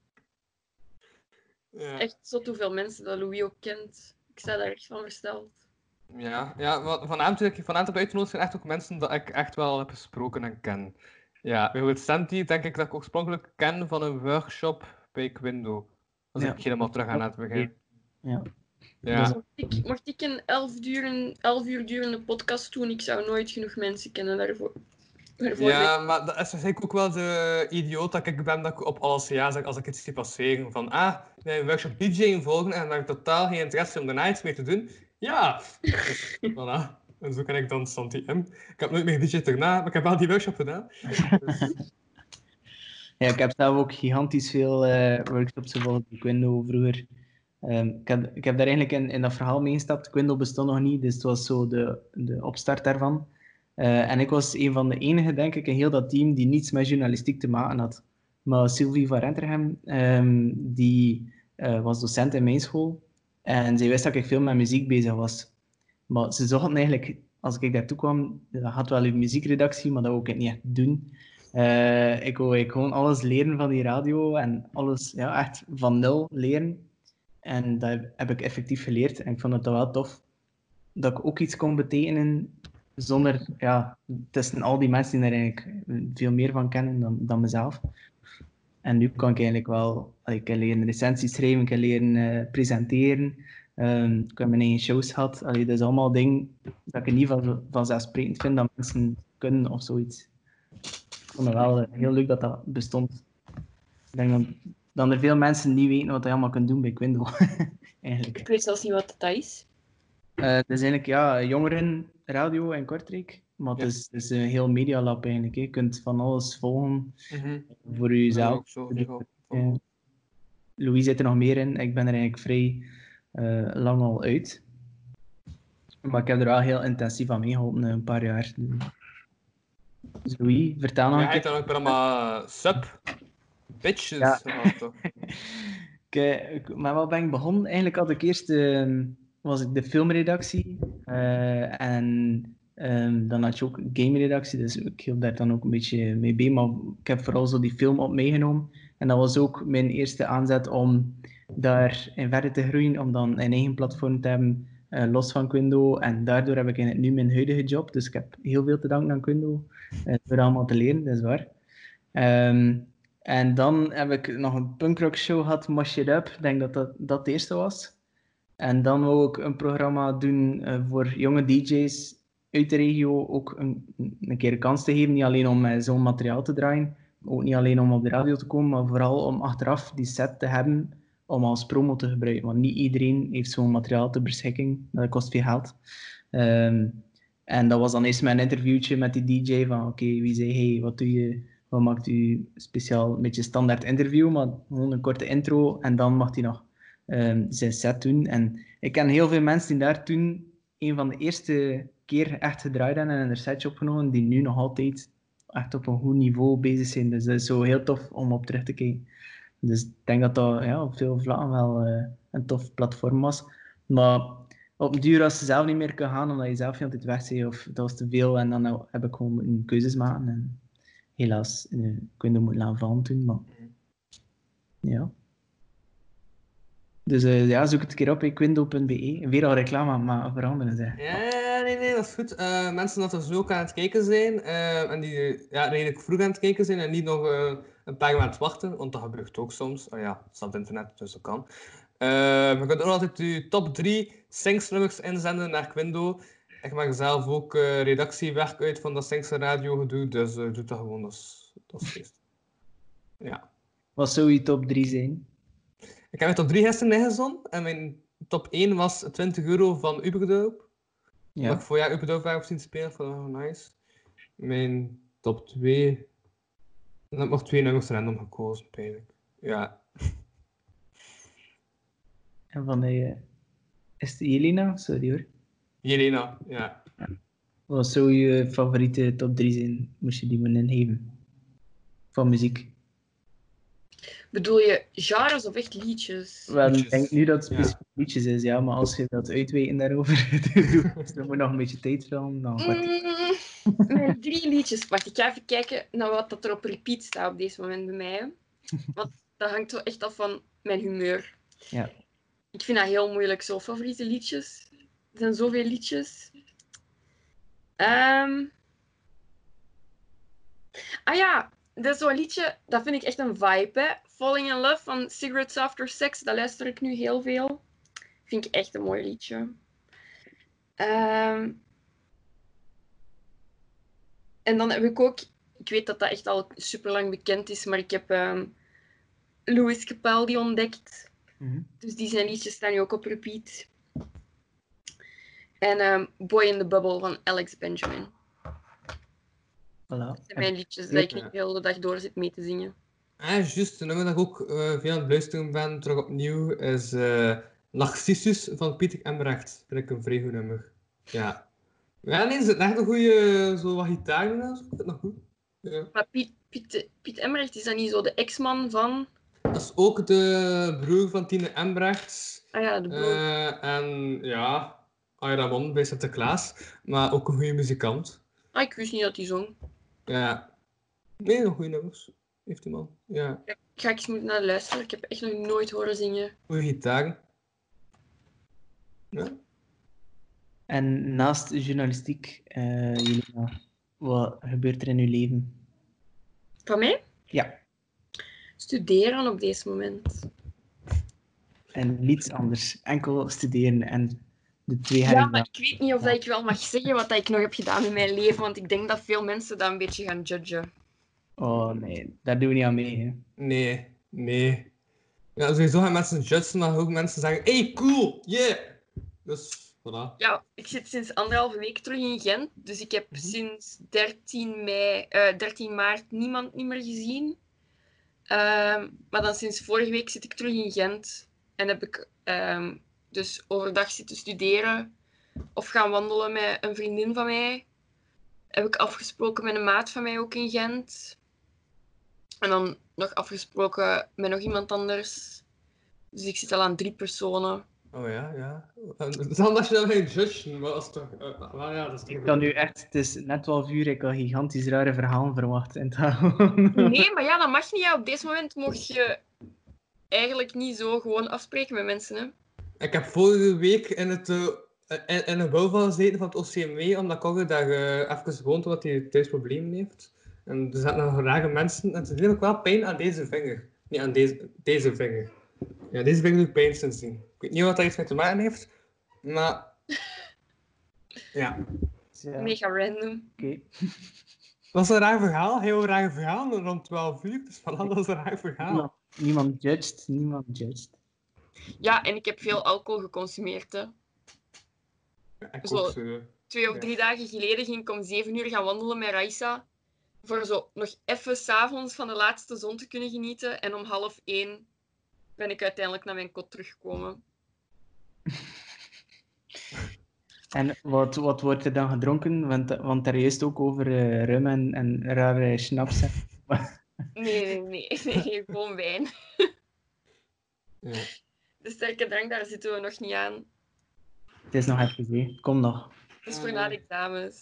Ja. Echt zot hoeveel mensen dat Louis ook kent. Ik sta daar echt van versteld. Ja, ja vanavond, vanavond op uitgenodigd zijn echt ook mensen dat ik echt wel heb gesproken en ken. Ja, bijvoorbeeld Santi denk ik dat ik oorspronkelijk ken van een workshop bij Quindo. Als ja. ik helemaal terug ga naar het begin. Ja. Ja. Mocht, ik, mocht ik een elf, duren, elf uur durende podcast doen, ik zou nooit genoeg mensen kennen daarvoor. daarvoor ja, met... maar dat is eigenlijk ook wel de idioot dat ik ben dat ik op alles ja zeg als ik iets zie passeren. Van, ah, een workshop D J'ing volgen en daar heb ik totaal geen interesse om daarna iets mee te doen. Ja! Dus, voilà. En zo kan ik dan Santi M. Ik heb nooit meer D J'd erna, maar ik heb wel die workshop gedaan. Dus... Ja, ik heb zelf ook gigantisch veel uh, workshops gevolgd in Quindo vroeger. Um, ik, heb, ik heb daar eigenlijk in, in dat verhaal meegestapt. Quindo bestond nog niet, dus het was zo de, de opstart daarvan. Uh, en ik was een van de enigen, denk ik, in heel dat team die niets met journalistiek te maken had. Maar Sylvie van Rentergem, um, die uh, was docent in mijn school. En zij wist dat ik veel met muziek bezig was. Maar ze zochten eigenlijk, als ik daartoe kwam, dat had wel een muziekredactie, maar dat wou ik niet echt doen. Uh, ik wou ik gewoon alles leren van die radio en alles ja, echt van nul leren. En dat heb ik effectief geleerd. En ik vond het wel tof dat ik ook iets kon betekenen zonder, ja, tussen al die mensen die er eigenlijk veel meer van kennen dan, dan mezelf. En nu kan ik eigenlijk wel, ik kan leren recensies schrijven, ik kan leren uh, presenteren. Um, ik heb mijn eigen shows gehad. Allee, dat is allemaal dingen dat ik niet van, vanzelfsprekend vind dat mensen kunnen of zoiets. Ik vond het wel uh, heel leuk dat dat bestond. Ik denk dat, dat er veel mensen niet weten wat je allemaal kunt doen bij Quindo. Eigenlijk. Ik weet zelfs niet wat dat is. Uh, het is eigenlijk ja, jongerenradio in Kortrijk. Maar het, ja. is, het is een heel medialab eigenlijk. Hè. Je kunt van alles volgen mm-hmm. voor jezelf. Ja, uh, Louis zit er nog meer in. Ik ben er eigenlijk vrij uh, lang al uit. Maar ik heb er wel heel intensief aan meegeholpen, een paar jaar. Dus Louis, vertel nog ja, een keer. Ja, ik heb allemaal sub bitches ja. gehad, toch? ik, maar wat ben ik begonnen? Eigenlijk had ik eerst... Uh, was ik de filmredactie uh, en um, dan had je ook gameredactie, dus ik hield daar dan ook een beetje mee bij, maar ik heb vooral zo die film op meegenomen en dat was ook mijn eerste aanzet om daar in verder te groeien, om dan een eigen platform te hebben, uh, los van Quindo, en daardoor heb ik eigenlijk nu mijn huidige job, dus ik heb heel veel te danken aan Quindo, uh, door allemaal te leren, dat is waar. Um, en dan heb ik nog een punkrock show gehad, Mosh It Up, ik denk dat dat, dat het eerste was. En dan wou ik een programma doen uh, voor jonge D J's uit de regio, ook een, een keer een kans te geven, niet alleen om uh, zo'n materiaal te draaien, ook niet alleen om op de radio te komen, maar vooral om achteraf die set te hebben om als promo te gebruiken. Want niet iedereen heeft zo'n materiaal ter beschikking, dat kost veel geld. Um, en dat was dan eerst mijn interviewtje met die D J van oké, okay, wie zei hij, wat doe je, wat maakt u speciaal, een beetje standaard interview, maar gewoon een korte intro en dan mag hij nog Um, zijn set doen. En ik ken heel veel mensen die daar toen een van de eerste keer echt gedraaid hebben en een setje opgenomen, die nu nog altijd echt op een goed niveau bezig zijn. Dus dat is zo heel tof om op terug te kijken. Dus ik denk dat dat ja, op veel vlakken wel uh, een tof platform was. Maar op een duur, als je zelf niet meer kan gaan, omdat je zelf niet altijd weg bent, of dat was te veel, en dan heb ik gewoon een keuzes maken. En helaas, uh, ik weet niet moeten laten vallen toen, maar ja. Dus uh, ja, zoek het een keer op, quindo punt be. Weer al reclame maar veranderen, zeg. Ja, nee, nee, dat is goed. Uh, mensen dat er zo ook aan het kijken zijn, uh, en die ja, redelijk vroeg aan het kijken zijn, en niet nog uh, een paar maanden wachten, want dat gebeurt ook soms. Oh ja, het staat op internet, dus dat kan. Uh, je kunt ook altijd je top drie Sings-nummers inzenden naar Quindo. Ik maak zelf ook uh, redactiewerk uit van dat Sings Radio gedoe, dus uh, doe dat gewoon, dat is, dat is feest. Ja. Wat zou je top drie zijn? Ik heb mijn top drie gisteren ingezonden en mijn top één was twintig euro van Uberdoop. Ja. Dat ik voorjaar Uberdoop heb zien spelen, vond ik wel nice. Mijn top twee... Dan heb ik nog twee nummers random gekozen, eigenlijk. Ja. En van de... Uh, is het Jelena? Sorry hoor. Jelena, ja. ja. Wat zou je favoriete top drie zijn, moest je die me ingeven? Van muziek. Bedoel je genres of echt liedjes? Wel, ik denk nu dat het specifiek ja. liedjes is, ja, maar als je dat uitweten daarover doet, dan moet nog een beetje tijd filmen. Dan mm, mijn drie liedjes. Wacht, ik ga even kijken naar wat dat er op repeat staat op deze moment bij mij. Want dat hangt zo echt af van mijn humeur. Ja. Ik vind dat heel moeilijk, zo favoriete liedjes. Er zijn zoveel liedjes. Um... Ah ja, dat is zo'n liedje, dat vind ik echt een vibe, hè. Falling in Love van Cigarettes After Sex, dat luister ik nu heel veel. Vind ik echt een mooi liedje. Um... En dan heb ik ook, ik weet dat dat echt al super lang bekend is, maar ik heb um, Louis Capaldi ontdekt. Mm-hmm. Dus die zijn liedjes staan nu ook op repeat. En um, Boy in the Bubble van Alex Benjamin. Voilà. Dat zijn mijn liedjes dat ik de hele dag door zit mee te zingen. Ah, juist. Een nummer dat ik ook uh, veel aan het luisteren ben, terug opnieuw, is uh, Narcissus van Pieter Embrecht. Dat vind ik een vrij goed nummer. Ja. Ja, nee, er zit echt een goede, zo wat gitaar in. Ik vind het nog goed. Ja. Maar Piet, Piet, Piet Piet Embrecht, is dat niet zo de ex-man van... Dat is ook de broer van Tine Embrecht. Ah ja, de broer. Uh, en ja, Ayra won bij Sinterklaas. Maar ook een goede muzikant. Ah, ik wist niet dat hij zong. Ja. Nee, nog goede nummers heeft die man. Ja. Ja, ik ga eens moeten naar luisteren. Ik heb echt nog nooit horen zingen. Goede gitaar. Ja. En naast journalistiek, uh, Jelena, wat gebeurt er in uw leven? Van mij? Ja. Studeren op deze moment. En niets anders. Enkel studeren en de twee Ja, herrie- maar ik weet niet of dat ik wel mag zeggen wat dat ik nog heb gedaan in mijn leven, want ik denk dat veel mensen dat een beetje gaan judgen. Oh nee, daar doen we niet aan mee. Hè. Nee, nee. Ja, sowieso gaan mensen judgen, maar ook mensen zeggen, hey, cool, yeah! Dus, voilà. Ja, ik zit sinds anderhalve week terug in Gent, dus ik heb sinds dertien, mei, uh, dertien maart niemand niet meer gezien. Um, maar dan sinds vorige week zit ik terug in Gent en heb ik um, dus overdag zitten studeren of gaan wandelen met een vriendin van mij. Heb ik afgesproken met een maat van mij ook in Gent. En dan nog afgesproken met nog iemand anders. Dus ik zit al aan drie personen. Oh ja, ja. Dan dat je dan geen judgen, maar dat is toch... Uh, maar ja, dat is Ik kan nu echt, het is net twaalf uur, ik had gigantisch rare verhalen verwacht. En nee, maar ja, dat mag niet. Ja. Op deze moment mocht je eigenlijk niet zo gewoon afspreken met mensen. Hè. Ik heb vorige week in, het, uh, in, in een bouw van gezeten van het O C M W, omdat Kogge daar uh, even woont, omdat hij thuis problemen heeft. En er zaten nog rare mensen en ze doen ook wel pijn aan deze vinger. Niet aan deze, deze vinger. Ja, deze vinger doet pijn sindsdien. Ik weet niet wat dat iets mee te maken heeft, maar... Ja. ja. Mega random. Oké. Okay. Dat is een raar verhaal, heel raar verhaal, rond twaalf uur, dus voilà, dat is een raar verhaal. Niemand, niemand judged, niemand judged. Ja, en ik heb veel alcohol geconsumeerd, hè. Ja, ik zo, ook zo. Twee of drie ja. dagen geleden ging ik om zeven uur gaan wandelen met Raissa. Voor zo nog even 's avonds van de laatste zon te kunnen genieten. En om half één ben ik uiteindelijk naar mijn kot teruggekomen. En wat, wat wordt er dan gedronken? Want, want daar juist ook over uh, rum en, en rare schnaps. nee, nee, nee, nee, gewoon wijn. Ja. De sterke drank, daar zitten we nog niet aan. Het is nog even, hè. Kom nog. Het is voor na de examens.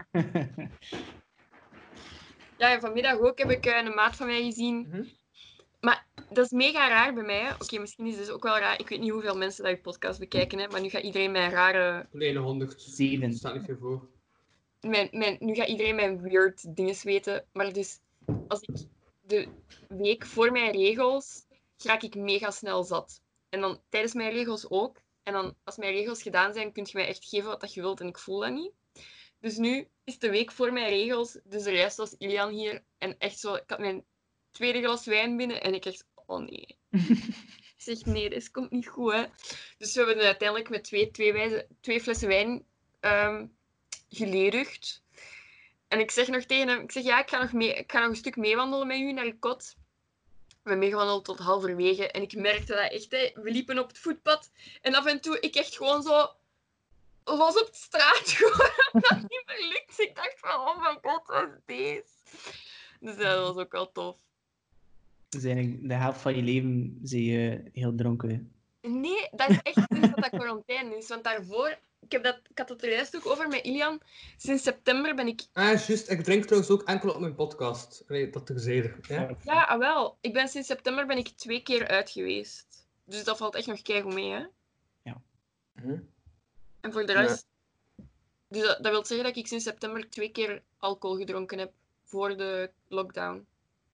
Ja, en vanmiddag ook heb ik uh, een maat van mij gezien. Mm-hmm. Maar dat is mega raar bij mij. Oké, okay, misschien is het dus ook wel raar. Ik weet niet hoeveel mensen dat je podcast bekijken, hè, maar nu gaat iedereen mijn rare... Nee, honderd. Zeven. Staat niet veel voor. Mijn, mijn, nu gaat iedereen mijn weird dingen weten. Maar dus, als ik de week voor mijn regels, raak ik mega snel zat. En dan tijdens mijn regels ook. En dan, als mijn regels gedaan zijn, kun je mij echt geven wat je wilt en ik voel dat niet. Dus nu is de week voor mijn regels, dus er juist was Ilian hier. En echt zo, ik had mijn tweede glas wijn binnen en ik echt, oh nee. Ik zeg, nee, dit komt niet goed, hè. Dus we hebben uiteindelijk met twee, twee, wijze, twee flessen wijn um, geledigd. En ik zeg nog tegen hem, ik zeg, ja, ik ga nog, mee, ik ga nog een stuk meewandelen met u naar de kot. We hebben meegewandeld tot halverwege en ik merkte dat echt, hè. We liepen op het voetpad en af en toe, ik echt gewoon zo los op de straat, gewoon, dat het niet meer lukt. Ik dacht van, oh mijn god, wat is deze? Dus dat was ook wel tof. Dus eigenlijk de helft van je leven zie je heel dronken. Nee, dat is echt sinds dat dat quarantaine is. Want daarvoor, ik, heb dat, ik had het er juist ook over met Ilian. Sinds september ben ik... Ah, juist. Ik drink trouwens ook enkel op mijn podcast. Nee, dat terzijde. Ja, ja ah, wel. Ik ben sinds september ben ik twee keer uit geweest. Dus dat valt echt nog keigoed mee, hè. Ja. Hm. En voor de rest... Ja. Dus dat, dat wil zeggen dat ik sinds september twee keer alcohol gedronken heb. Voor de lockdown.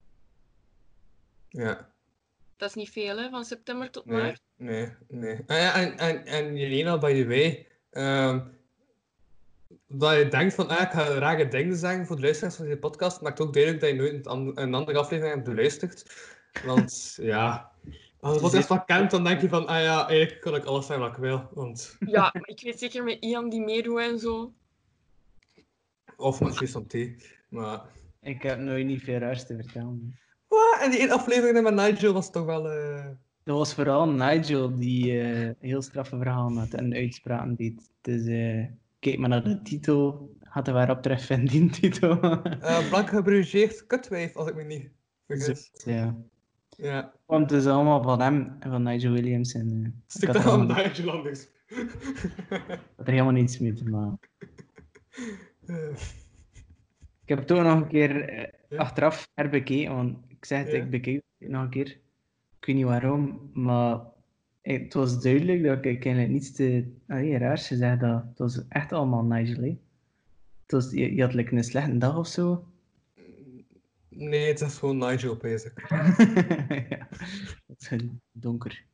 Ja. Dat is niet veel, hè, van september tot nee, maart. Nee, nee. Ah, ja, en, en, en Jelena, by the way, um, dat je denkt van, ah, ik ga rare dingen zeggen voor de luisteraars van deze podcast, maakt ook duidelijk dat je nooit een, een andere aflevering hebt beluisterd. Want, ja, als je de podcast wat kent, dan denk je van, ah ja, eigenlijk kan ik alles zeggen wat ik wil. Want... Ja, maar ik weet zeker met Ian die meedoet en zo. Of met Santé, maar... Ik heb nooit niet veel raars te vertellen. Wat? En die één aflevering met Nigel was toch wel... Uh... Dat was vooral Nigel die uh, heel straffe verhalen had en uitspraken deed. Dus uh, kijk maar naar de titel. Gaat er waarop terugvinden, die titel. uh, blank gebrugeerd kutwijf, als ik me niet vergis. Ja. Ja. Want het is allemaal van hem en van Nigel Williams. En, uh, Stik ik had dat er aan helemaal, Nigel anders. had er helemaal niets mee te maken. Eh, Ik heb het ook nog een keer eh, Ja. achteraf herbekeken, want ik zeg het, Ja. ik bekeek het nog een keer. Ik weet niet waarom, maar eh, het was duidelijk dat ik eigenlijk niets te allee, raars gezegd had. Het was echt allemaal Nigel, hè. Het was, je, je had like, een slechte dag of zo. Nee, het is gewoon Nigel, bezig. Ja, het is gewoon donker.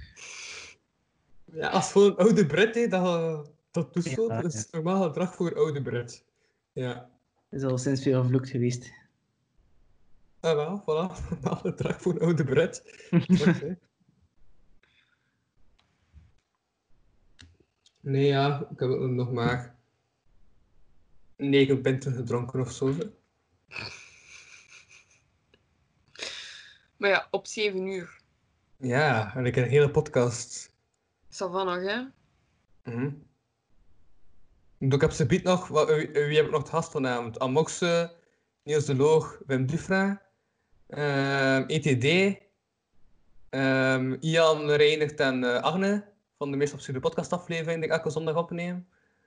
Ja, als gewoon een oude Brit, hè, dat, dat toesloot, Ja, dat is normaal gedrag voor een oude Brit. Ja. Het is al sinds veel gevloekt geweest. Ah, wel, voilà. Normaal gedrag voor een oude Brit. Wacht, hè. Nee, ja, ik heb nog maar negen pinten gedronken of zo. Hè. Maar ja, op zeven uur. Ja, en ik heb een hele podcast. Is dat van nog, hè? Mhm. Dus ik heb ze biedt nog, wat- wie, wie heb ik nog te gast vanavond? Amoxe, Niels de Loog, Wim Dufra, ehm, E T D, ehm, Ian Reinert en eh, Agne van de meest absurde podcastaflevering die ik elke zondag opneem.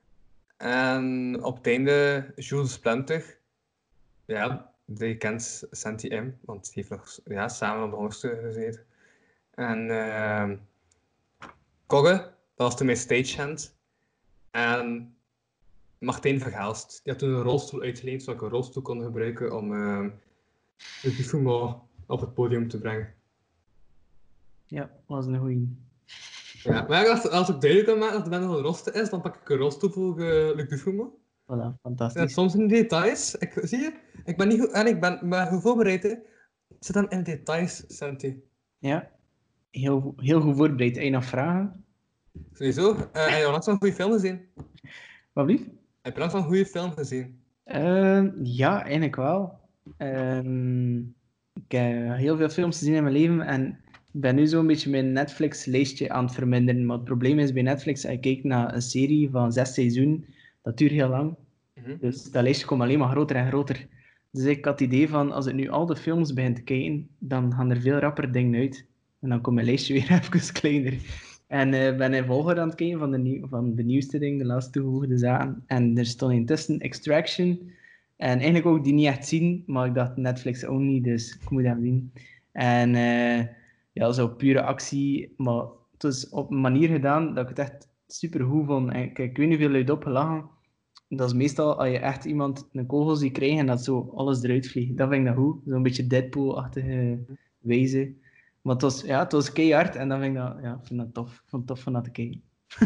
En op het einde Jules Splinter. Ja, die kent Santi M, want die heeft nog ja, samen op de honderdste gezeten. En ehm Kogge, dat was toen mijn stagehand. En Martijn Verhaalst. Die had toen een rolstoel uitgeleend, zodat ik een rolstoel kon gebruiken om uh, de Dufumo op het podium te brengen. Ja, was een goeie. Ja, maar als, als ik duidelijk kan maken dat de band nog een rolstoel is, dan pak ik een rolstoel voor uh, Luc Dufumo. Voilà, fantastisch. En soms in de details. Ik, zie je? Ik ben niet goed, en ik ben maar goed voorbereid. Hè. Het zit dan in de details, Santi. Ja, heel, go- heel goed voorbereid. Heb je nog vragen? Sowieso. Uh, heb je onlangs een goede film gezien? Wat blieft? Heb je onlangs een goede film gezien? Ehm, ja, eigenlijk wel. Ehm, ik heb heel veel films gezien in mijn leven en ik ben nu zo'n beetje mijn Netflix-lijstje aan het verminderen. Maar het probleem is bij Netflix, als je kijkt naar een serie van zes seizoenen, dat duurt heel lang. Mhm. Dus dat lijstje komt alleen maar groter en groter. Dus ik had het idee van, als ik nu al de films begin te kijken, dan gaan er veel rapper dingen uit. En dan komt mijn lijstje weer even kleiner. En ik ben in volgorde aan het kijken van de, nieuw, van de nieuwste dingen, de laatste toegevoegde zaken. En er stond intussen Extraction. En eigenlijk ook die niet echt zien, maar ik dacht Netflix ook niet, dus ik moet hem zien. En uh, ja, zo pure actie, maar het was op een manier gedaan dat ik het echt super goed vond. En ik, ik weet niet hoeveel uit opgelachen. Dat is meestal als je echt iemand een kogel ziet krijgen en dat zo alles eruit vliegt. Dat vind ik dat goed. Zo'n beetje Deadpool-achtige wijze. Maar het was, ja, het was keihard en dan vind ik dat, ja, ik vind dat tof. Ik vond het tof van dat te kijken.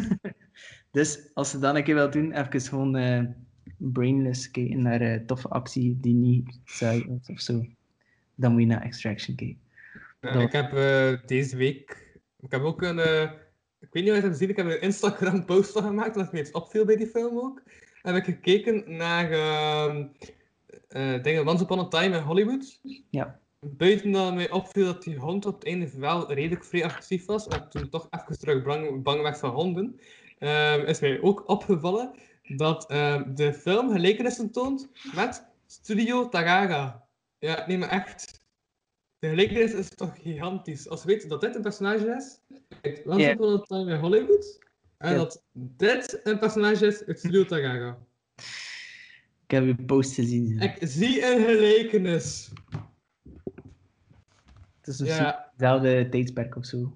Dus als ze dat een keer wil doen, even gewoon uh, brainless kijken naar uh, toffe actie die niet saai is of zo. Dan moet je naar Extraction kijken. Ja, Dat- ik heb uh, deze week... Ik heb ook een... Uh, ik weet niet of je het hebt gezien, ik heb een Instagram-post van gemaakt, dat me iets opviel bij die film ook. Heb ik gekeken naar uh, uh, dingen Once Upon a Time in Hollywood. Ja. Buiten dat mij opviel dat die hond op het einde wel redelijk vrij agressief was, en ik toen toch even terug bang, bang werd van honden, uh, is mij ook opgevallen dat uh, de film gelijkenissen toont met Studio Taraga. Ja, nee, maar echt. De gelijkenis is toch gigantisch. Als je weet dat dit een personage is uit Once Ja. Upon a Time in Hollywood, en Ja. dat dit een personage is uit Studio Taraga. Ik heb je post gezien. Ja. Ik zie een gelijkenis. Het is een Ja. hetzelfde tijdsperk of zo.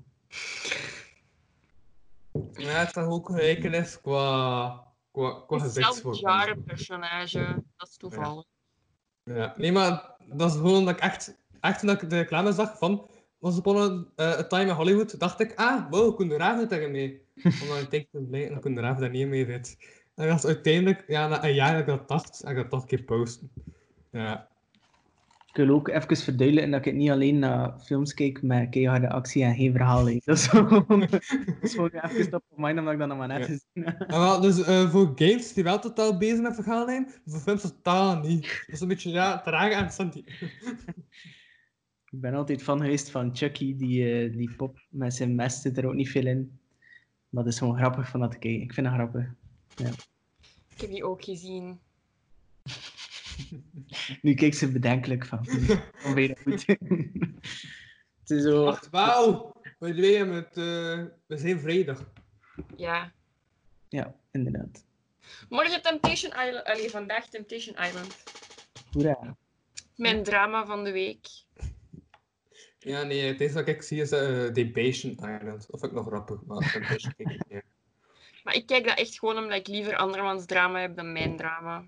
Ja, het is toch ook een gelijkenis qua, qua, qua Hetzelfde gezichtsvorm. genre personage. Dat is toevallig. Ja, nee, maar dat is gewoon dat ik echt, echt toen ik de reclame zag van Once Upon a, uh, a Time in Hollywood, dacht ik, ah, wow, Koen de Raaf doet daar mee. Omdat ik denk, dat blijkt dat Koen de Raaf daar niet mee zit. En dat is uiteindelijk, ja, na een jaar dat ik dat dacht, ga ik dat toch een keer posten. Ja. Ik wil ook even verduidelijken dat ik niet alleen naar films kijk met keiharde actie en geen verhaal. Hè. Dat is gewoon, dat is gewoon even top of mind, omdat ik dat nog maar net Ja. gezien heb. En wel, dus uh, voor games die wel totaal bezig met verhaallijn, voor films totaal niet. Dat is een beetje, ja, traag en Santi. Ik ben altijd fan geweest van Chucky, die, uh, die pop met zijn mes zit er ook niet veel in. Maar dat is gewoon grappig van dat te kijken. Ik vind dat grappig. Ja. Ik heb die ook gezien. Nu kijkt ze bedenkelijk van. Van weer goed. Het is zo... Wacht, wauw! We doen het, uh, we zijn vrijdag. Ja. Ja, inderdaad. Morgen Temptation Island. Allee, vandaag Temptation Island. Hoera. Mijn drama van de week. Ja, nee, het eerste wat ik zie is uh, Debation Island. Of ik nog grappig, maar Temptation kijk ik niet. Maar ik kijk dat echt gewoon omdat ik liever andermans drama heb dan mijn drama.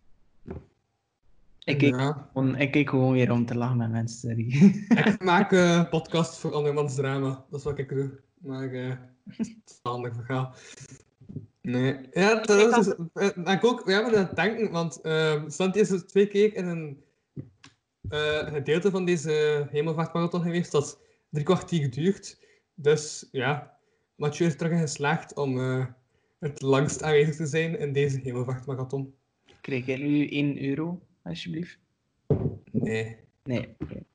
Ik keek, Ja. gewoon, ik keek gewoon weer om te lachen met mensen, sorry. Ik maak uh, podcast voor andermans drama. Dat is wat ik doe. Maar uh, het is een ander verhaal. Nee. Ja, trouwens, is, uh, ik ook, we hebben aan het denken, want uh, Santi is dus twee keer in een uh, gedeelte van deze hemelvaartmarathon geweest dat drie kwartier duurt. Dus ja, Mathieu is terug in geslaagd om uh, het langst aanwezig te zijn in deze hemelvaartmarathon. Krijg jij nu één euro, alsjeblieft? Nee. Nee, oké. Okay.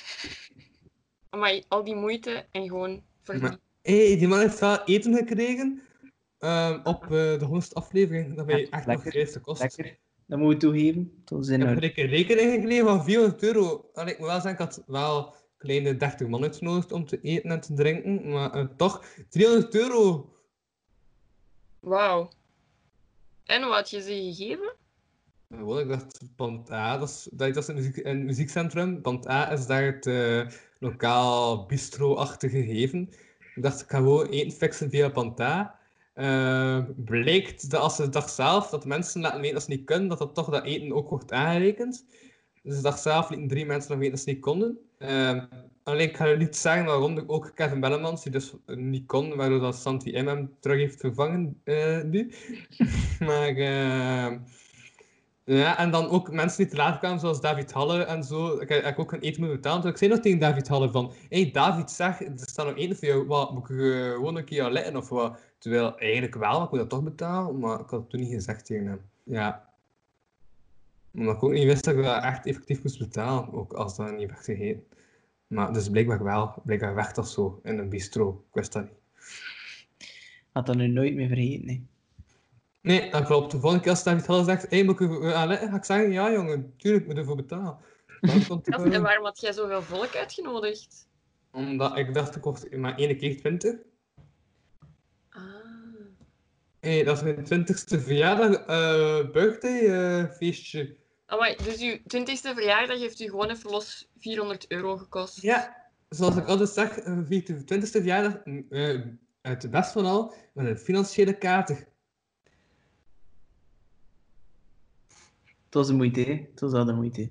Maar al die moeite en gewoon voor Maar, hey, die man heeft wel eten gekregen um, op uh, de honderdste aflevering. Dat mij echt nog vijftig kost. Lekker. Dat moet je toegeven. Tot ik heb een rekening gekregen van vierhonderd euro. Allee, ik moet wel zeggen, ik had wel kleine dertig man uitgenodigd om te eten en te drinken. Maar uh, toch, driehonderd euro. Wauw. En wat had je ze gegeven? Wel, ik dacht, Pand A, dat is, dat is een, muziek, een muziekcentrum. Pand A is daar het uh, lokaal bistro-achtige gegeven. Ik dacht, ik ga gewoon eten fixen via Pand A. Uh, blijkt dat als ze de dag zelf, dat mensen laten weten dat ze niet kunnen, dat dat toch dat eten ook wordt aangerekend. Dus de dag zelf lieten drie mensen nog weten dat ze niet konden. Uh, alleen, ik ga er niet zeggen waarom, ook Kevin Bellemans, die dus niet kon, waardoor dat Santi M hem terug heeft vervangen uh, nu. maar... Uh, Ja, en dan ook mensen die te laat kwamen, zoals David Halle en zo. Ik heb, ik heb ook een eten moeten betalen. Dus ik zei nog tegen David Halle van... Hé, hey, David, zeg, er staat nog eten voor jou. Wat, moet ik uh, gewoon een keer letten of wat? Terwijl, eigenlijk wel, maar ik moet dat toch betalen. Maar ik had het toen niet gezegd tegen hem. Ja. Omdat ik ook niet wist dat ik dat echt effectief moest betalen. Ook als dat niet werd gegeten. Maar dus blijkbaar wel. Blijkbaar werd dat zo in een bistro. Ik wist dat niet. Had dat nu nooit meer vergeten, nee. Nee, dat klopt. De volgende keer als David Halle zegt, hey, moet ik uh, aanletten? Ga ik zeggen, ja jongen, tuurlijk moet je ervoor betalen. Komt, uh... En waarom had jij zoveel volk uitgenodigd? Omdat ik dacht, ik kocht maar één keer twintig. Ah. Hey, dat is mijn twintigste verjaardag, uh, birthday uh, feestje. Amai, dus uw twintigste verjaardag heeft u gewoon even los vierhonderd euro gekost? Ja, zoals ik altijd zeg, uh, viert de twintigste verjaardag uh, uit het best van al met een financiële kater. Het was de moeite, hè? Het was al de moeite.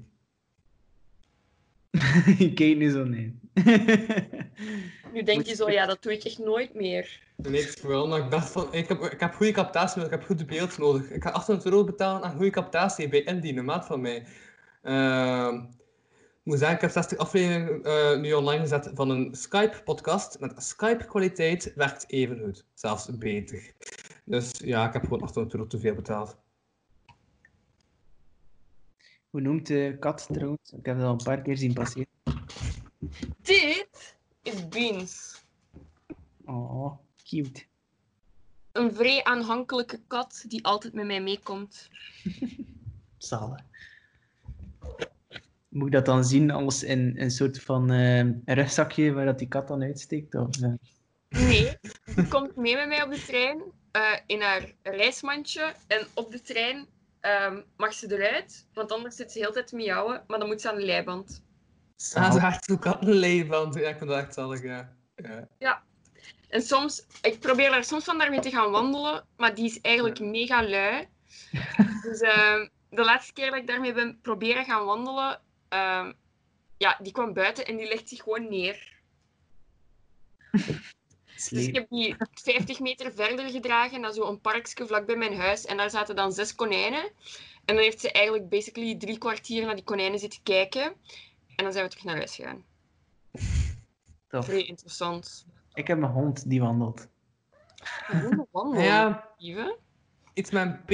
Ik keek nu zo, nee. Nu denk je zo, ja, dat doe ik echt nooit meer. Nee, ik wel, maar ik dacht van, ik heb, ik heb goede captatie nodig, ik heb goede beeld nodig. Ik ga achthonderd euro betalen aan goede captatie bij Indie, een maat van mij. Uh, ik moet zeggen, ik heb zestig afleveringen uh, nu online gezet van een Skype-podcast. Met Skype-kwaliteit werkt even goed, zelfs beter. Dus ja, ik heb gewoon achthonderd euro te veel betaald. Hoe noemt de kat trouwens? Ik heb het al een paar keer zien passeren. Dit is Beans. Oh, cute. Een vrij aanhankelijke kat die altijd met mij meekomt. Zalig. Moet ik dat dan zien als een, een soort van uh, rugzakje waar dat die kat dan uitsteekt? Of, uh... Nee, die komt mee met mij op de trein uh, in haar reismandje. En op de trein um, mag ze eruit, want anders zit ze heel de tijd te miauwen. Maar dan moet ze aan de leiband. Ah, ze heeft ook aan de leiband. Ja, ik vind dat echt zalig, ja. Ja. Ja. En soms, ik probeer daar soms van daarmee te gaan wandelen, maar die is eigenlijk mega lui. Dus uh, de laatste keer dat ik daarmee ben proberen gaan wandelen, uh, ja, die kwam buiten en die legt zich gewoon neer. Dus ik heb die vijftig meter verder gedragen naar zo'n parkje vlak bij mijn huis en daar zaten dan zes konijnen. En dan heeft ze eigenlijk basically drie kwartier naar die konijnen zitten kijken. En dan zijn we terug naar huis gegaan. Tof. Vrij interessant. Ik heb een hond die wandelt. Een hond wandelt? Ja, Lieve? iets met een P.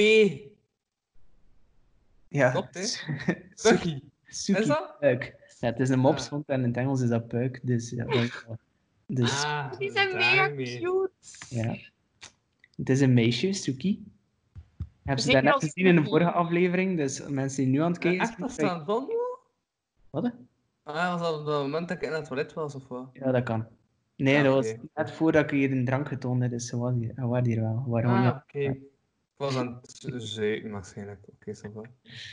Ja. Klopt, hè? Suki. Suki. Is dat? Puik. Ja, het is een mopshond en in het Engels is dat puik. Dus ja, dat is wel. Dus, ah, die zijn mega cute. Ja. Het is een meisje, Suki. Heb ze Zeker dat net als ik gezien in de niet- vorige aflevering? Dus mensen die nu aan het kijken Echt, was dat een film? Wat? hè? Ah, ja, was dat op het moment dat ik in het toilet was, of wat? Ja, dat kan. Nee, Ah, dat was oké. net voordat ik hier een drank getoond had, dus ze was hier, ze waren hier wel. We waren gewoon Ah, niet- oké. Ik was aan het zuipen waarschijnlijk. Oké, okay, ça va.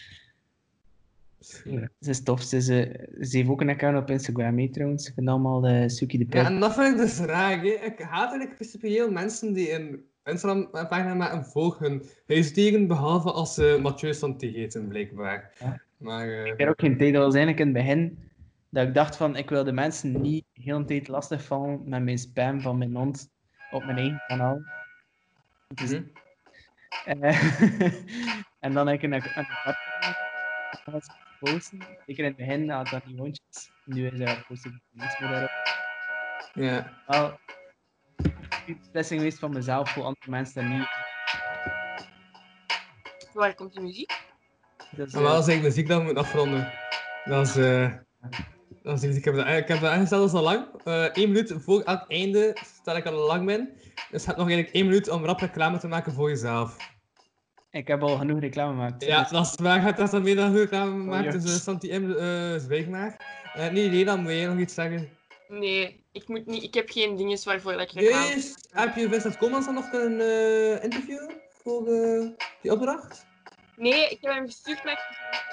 Ja, ze is tof. Ze, ze, ze heeft ook een account op Instagram mee trouwens. Ze vinden allemaal uh, Suki de Ja, Pil. en dat vind ik dus raar. Hè. Ik haat eigenlijk principieel mensen die een Instagram-pagina maken en volgen hun huisdieren, behalve als ze Mathieu Santé heten, blijkbaar. Ja. Maar, uh, Ik had ook geen tijd. Dat was eigenlijk in het begin dat ik dacht van, ik wil de mensen niet de hele tijd lastigvallen met mijn spam van mijn hond op mijn eigen kanaal. Dus, mm-hmm. uh, en dan heb ik een, een apart posten. Zeker in het begin had dat niet hondjes. Nu is er post ik niets meer daarop. Ja. Wel, een beslissing geweest van mezelf voor andere mensen dat niet. Waar komt de muziek? Dus, uh... Maar dat is eigenlijk muziek dat we moeten afronden. Dat is... Uh... Dat is, ik, heb dat, ik heb dat ingesteld al lang. Uh, één minuut voor elk einde stel ik al lang ben. Dus je hebt nog eigenlijk één minuut om rap reclame te maken voor jezelf. Ik heb al genoeg reclame gemaakt. Ja, dus... dat is waar. Je hebt dan meer dan genoeg reclame oh, gemaakt. Dus uh, Santi M, uh, zwijg maar. Uh, nee, nee, dan wil jij nog iets zeggen? Nee, ik, moet niet, ik heb geen dinges waarvoor ik reclame yes. Heb je Vincent Koolmans dan nog kunnen uh, interviewen voor uh, die opdracht? Nee, ik heb hem gestuurd met...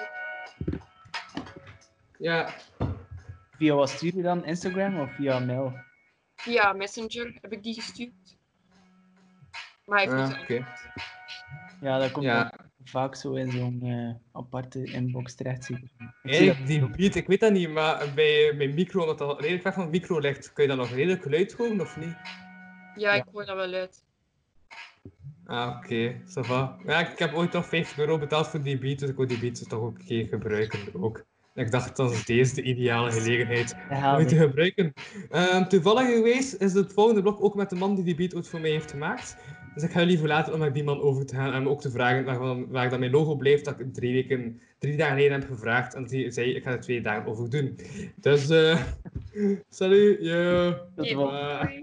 Ja. Via wat stuur je dan? Instagram of via mail? Via Messenger heb ik die gestuurd. Maar hij heeft ah, niet okay. Ja, dat komt ja. vaak zo in zo'n uh, aparte inbox terecht. Ik, hey, die beat, ik weet dat niet, maar bij mijn micro, omdat dat redelijk ver van het micro ligt, kun je dat nog redelijk geluid horen of niet? Ja, ik hoor dat wel uit. Ah, oké, okay. Ça va. Ja, ik heb ooit toch vijftig euro betaald voor die beat, dus ik wil die beat toch ook een keer gebruiken ook. Ik dacht, dat is deze de ideale gelegenheid ja, om die te gebruiken. Um, toevallig geweest is het volgende blok ook met de man die die beat ooit voor mij heeft gemaakt. Dus ik ga jullie verlaten om met die man over te gaan en hem ook te vragen waar, waar dan mijn logo bleef, dat ik drie weken, drie dagen geleden heb gevraagd. En hij zei, ik ga er twee dagen over doen. Dus, eh... Uh, salut, yo. Bye.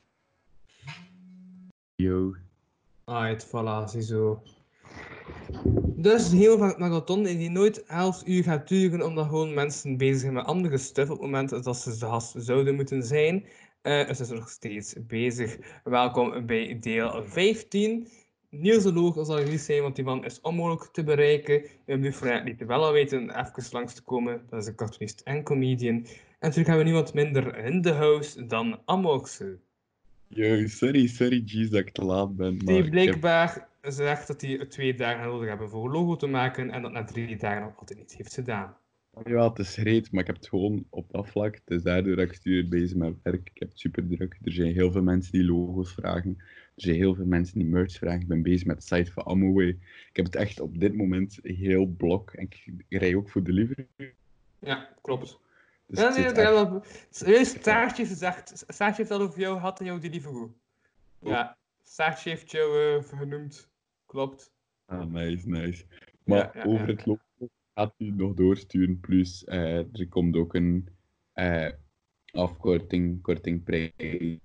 Yo. Alright, voilà, ziezo. Dus heel van het marathon die nooit elf uur gaat duren, omdat gewoon mensen bezig zijn met andere stuff op het moment dat ze de gast zouden moeten zijn. Uh, is dus nog steeds bezig. Welkom bij deel vijftien. Niels de Loog zal er niet zijn, want die man is onmogelijk te bereiken. We hebben nu Fred liet wel al weten even langs te komen. Dat is een cartoonist en comedian. En natuurlijk hebben we niemand minder in de house dan Amoxe. Yo, sorry, sorry, jeez, dat ik te laat ben. Maar die blijkbaar heb... zegt dat hij twee dagen nodig hebben voor een logo te maken en dat na drie dagen nog altijd niet heeft gedaan. Ja, het is reet, maar ik heb het gewoon op dat vlak. Het is daardoor dat ik stuur bezig met werk. Ik heb het super druk. Er zijn heel veel mensen die logo's vragen. Er zijn heel veel mensen die merch vragen. Ik ben bezig met de site van Amway. Ik heb het echt op dit moment heel blok. En ik rij ook voor delivery. Ja, klopt. Dus ja, nee, het dat is echt... Saartje gezegd. Saartje heeft dat over jou gehad en jouw delivery. Ja, Saartje heeft jou uh, genoemd. Klopt. Ah, nice, nice. Maar ja, ja, over ja. het logo gaat u nog doorsturen. Plus, uh, er komt ook een uh, afkorting, kortingprijs. Oké,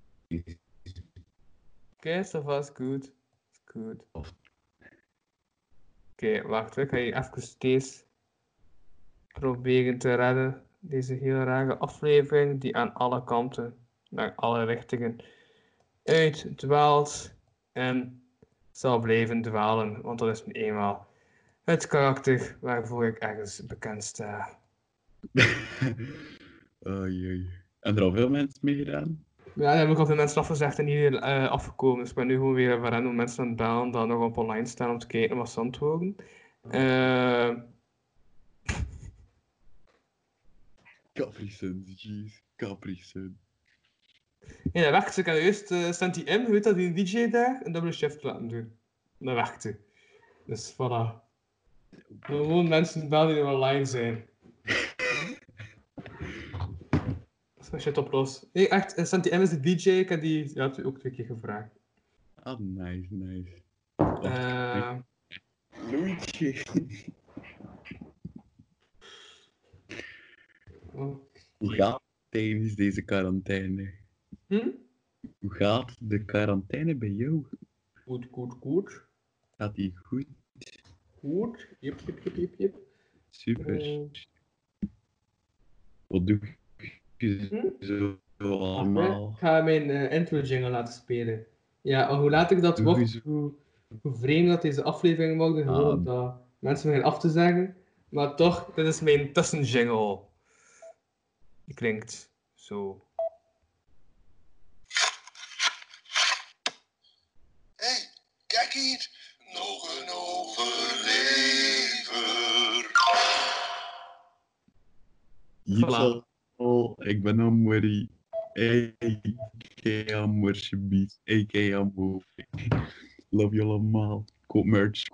okay, ça va, is goed. Is goed. Oké, okay, wacht, ik ga je even deze proberen te redden. Deze heel rare aflevering die aan alle kanten, naar alle richtingen, uitdwaalt en zal blijven dwalen, want dat is nu eenmaal het karakter waarvoor ik ergens bekend sta. Oh jee. En er al veel mensen mee gedaan? Ja, er hebben ook al veel mensen afgezegd en niet uh, afgekomen. Dus ik ben nu gewoon weer van random mensen aan het bellen dat nog op online staan om te kijken wat ze antwoorden. Uh... Capri Sun, jeez. Capri Sun. Ja, dat werkte. Ik had eerst uh, Santi M, weet dat, die een D J daar, een dubbele shift laten doen. Dat werkte. Dus voilà. Gewoon mensen bellen die online zijn. Dat is mijn shit oplos. Nee, echt, uh, Santi M is de D J, ik heb die ja, ook twee keer gevraagd. Ah, nice, nice. Uh... Luigi. Oh. Hoe gaat het tijdens deze quarantaine? Hm? Hoe gaat de quarantaine bij jou? Goed, goed, goed. Gaat die goed? Goed. Jep, jep, jep, jep, jep. Super. Eh. Wat doe je Hm? zo Wacht, hè. allemaal? Ik ga mijn eh, intro jingle laten spelen. Ja, en hoe later dat Doe je wordt, zo- hoe, hoe vreemd dat deze aflevering wordt, gewoon Ah. omdat mensen beginnen af te zeggen. Maar toch, Dit is mijn tussenjingle. Die klinkt zo. Hey, kijk hier. Nog een overlever. Hier al, ik ben Amori. A K Amor, alsjeblieft. A K Amor. Love je allemaal. Koop merch.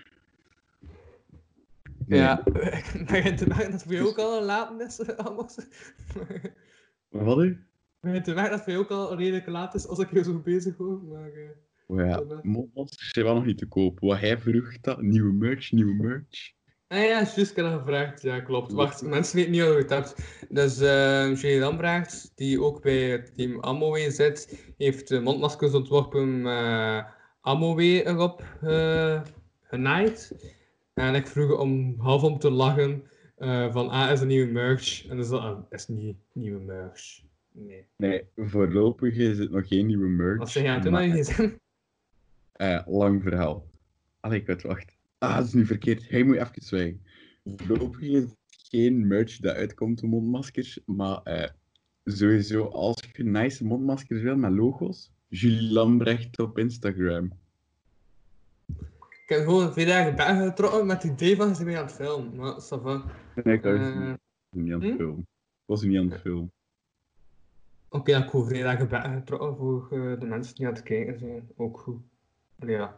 Nee. Ja, ik begin te merken dat voor jou ook al een laat is, Amos. Wat hè? Ik begin te merken dat voor jou ook al redelijk laat is als ik hier zo bezig hoor. Maar, eh, Oh ja, mondmaskers zijn wel nog niet te koop. Wat hij vroeg dat, nieuwe merch, nieuwe merch. Ah ja, juist, ik heb dat gevraagd. Ja, klopt. Wacht, mensen weten niet hoe je het hebt. Dus uh, Jay Lambrecht, die ook bij het team Amoway zit, heeft uh, mondmaskers ontworpen met uh, Amoway erop uh, genaaid. En ik vroeg om half om te lachen uh, van, ah, is er nieuwe merch? En dan zei ah, is niet nieuwe merch. Nee. Nee, voorlopig is het nog geen nieuwe merch. Wat zeg je aan het doen maar- aan je gsm? Eh, lang verhaal. Allee, ik weet wacht. Ah, dat is nu verkeerd. Hij moet even zwijgen. Voorlopig is het geen merch dat uitkomt, de mondmaskers. Maar eh, sowieso, als je nice mondmaskers wil met logo's, Julie Lambrecht op Instagram. Ik heb gewoon vier dagen bij getrokken met het idee van ze mee aan het filmen. Maar ça va. Nee, ik was Eh, niet aan het hm? filmen. Ik was niet aan het filmen. Oké, dan heb ik gewoon vier dagen bij getrokken voor eh, de mensen die aan het kijken zijn. Ook goed. Allee, ja.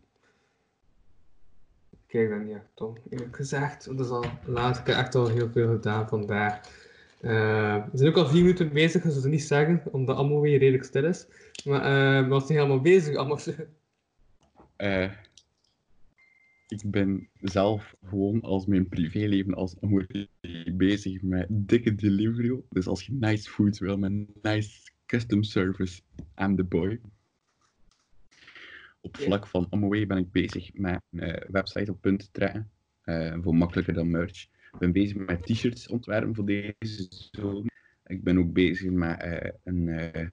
Ik kijk dan niet echt om, eerlijk gezegd. Dus al laat ik heb echt al heel veel gedaan vandaag. Eh, we zijn ook al vier minuten bezig, dus dat is niet zeggen, omdat allemaal weer redelijk stil is. Maar eh we zijn helemaal bezig, allemaal. Eh, ik ben zelf gewoon als mijn privéleven als Amori bezig met dikke delivery. Dus als je nice food wil met nice custom service, I'm the boy. Op vlak van Amoway ben ik bezig met een eh, website op punt te trekken. eh, voor makkelijker dan merch. Ik ben bezig met t-shirts ontwerpen voor deze zomer. Ik ben ook bezig met eh, een eh,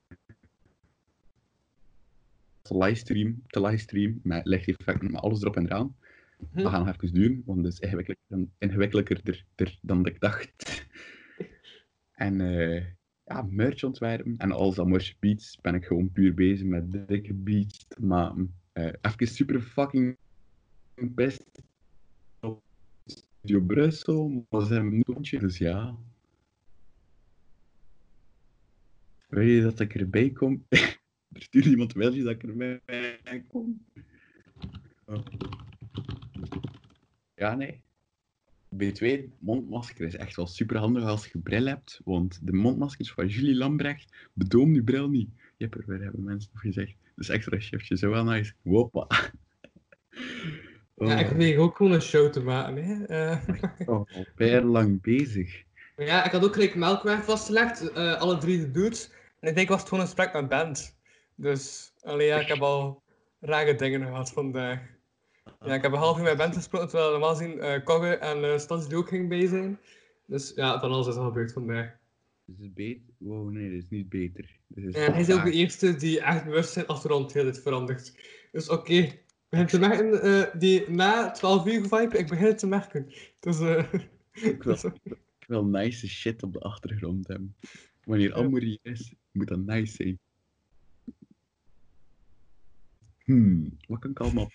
livestream, te livestream met lichteffecten, met alles erop en eraan. Dat gaat nog even duren, want het is ingewikkelder, ingewikkelder er dan ik dacht. En eh, ja, merch ontwerpen. En als Amorse Beats ben ik gewoon puur bezig met dikke beats te maken. Uh, even super fucking best op Studio Brussel, maar ze hebben een noontje, dus ja. Wil je dat ik erbij kom? Er stuurt iemand wel dat ik erbij kom. Oh. Ja, nee. B twee, mondmasker is echt wel super handig als je bril hebt, want de mondmaskers van Julie Lambrecht bedomen je bril niet. Jepper, waar hebben mensen nog gezegd? Dus extra chefje, zo wel nice. Woppa. Oh. Ja, ik probeer ook gewoon een show te maken. Hè. Eh, Oh, al bijna lang bezig. maar ja, ik had ook gelijk Melkweg vastgelegd, eh, alle drie de dudes. En ik denk was het gewoon een gesprek met band. Dus, allee, ja, ik heb al rare dingen gehad vandaag. Ja, ik heb een half uur met band gesproken, terwijl normaal gezien uh, Kogge en uh, Stans die ook ging bij zijn. Dus ja, van alles is al gebeurd vandaag. Is het beter? Wow, nee, dat is niet beter. Dit is En hij is ook de vaak. eerste die echt bewust zijn als er rond heel dit verandert. Dus oké, okay. Ik begin te merken, uh, die na twaalf uur vibe, ik begin het te merken. Dus, uh, ik, wil, ik wil nice shit op de achtergrond hebben. Wanneer Amori is, moet dat nice zijn. Hmm, wat kan ik allemaal...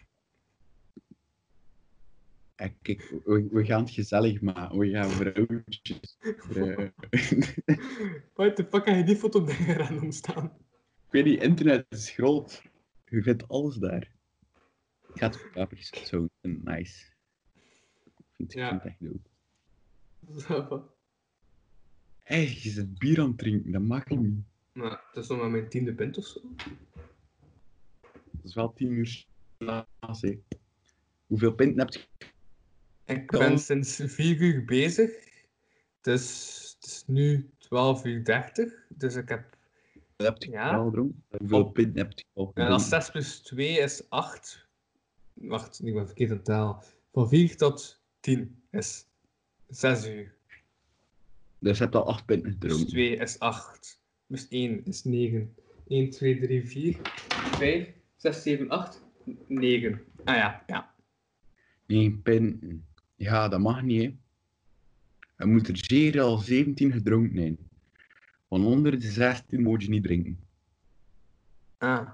Eh, kijk, we, we gaan het gezellig maken. We gaan vrouwtjes... Uh... What the fuck, heb je die foto bij random staan? Ik weet niet, internet is groot. Je vindt alles daar. Gaat op kapers, zo nice. Ik vind, Ja. vind het echt dope. Hé, hey, je zit bier aan het drinken, dat mag je niet. Maar het is nog maar mijn tiende pint of zo. Dat is wel tien uur slaas, hè. Hoeveel pinten heb je? Ik ben sinds vier uur bezig. Het is, het is nu twaalf uur dertig, dus ik heb... Heb je ja. al gedronken? Hoeveel Op... pinten heb je al gedronken? Ja, dat is zes plus twee is acht. Wacht, ik ben verkeerd aan het tellen. Van vier tot tien is zes uur. Dus je hebt al acht punten Dus gedronken. twee is acht. Dus één is negen. één, twee, drie, vier, vijf, zes, zeven, acht, negen. Ah ja, ja. negen punten. Ja, dat mag niet, hè. Je moet er zeer al zeventien gedronken zijn. Van onder de zestien moet je niet drinken. Ah.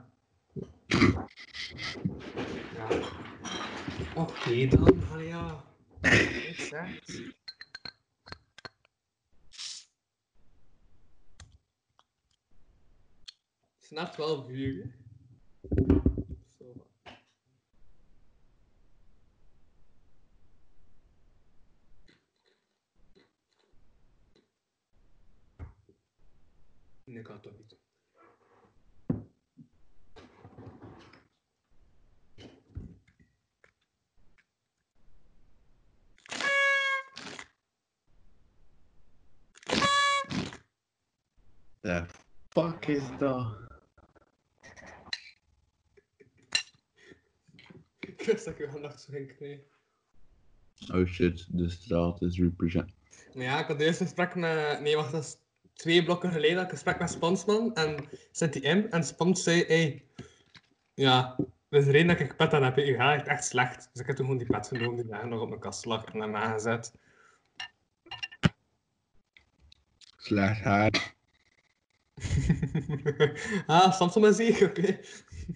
Ja. Oké okay, dan, allee ja. Exact. Het is na twaalf uur, hè. Zo. Nee, ik had toch niet. The fuck is dat? Ik wist dat ik een nacht zou gaan krijgen. Oh shit, de straat is represent. Maar ja, ik had eerst een gesprek met... Nee, wacht, dat is twee blokken geleden. Had ik een gesprek met Spansman en zet hij in. En Spans zei, hey, ja, dat is de reden dat ik pet aan heb. Je gaat echt, echt slecht. Dus ik heb toen gewoon die pet genomen, die daar nog op mijn kast lag en hem aangezet. Slecht haar. Ah, Samson is hier, oké. Okay.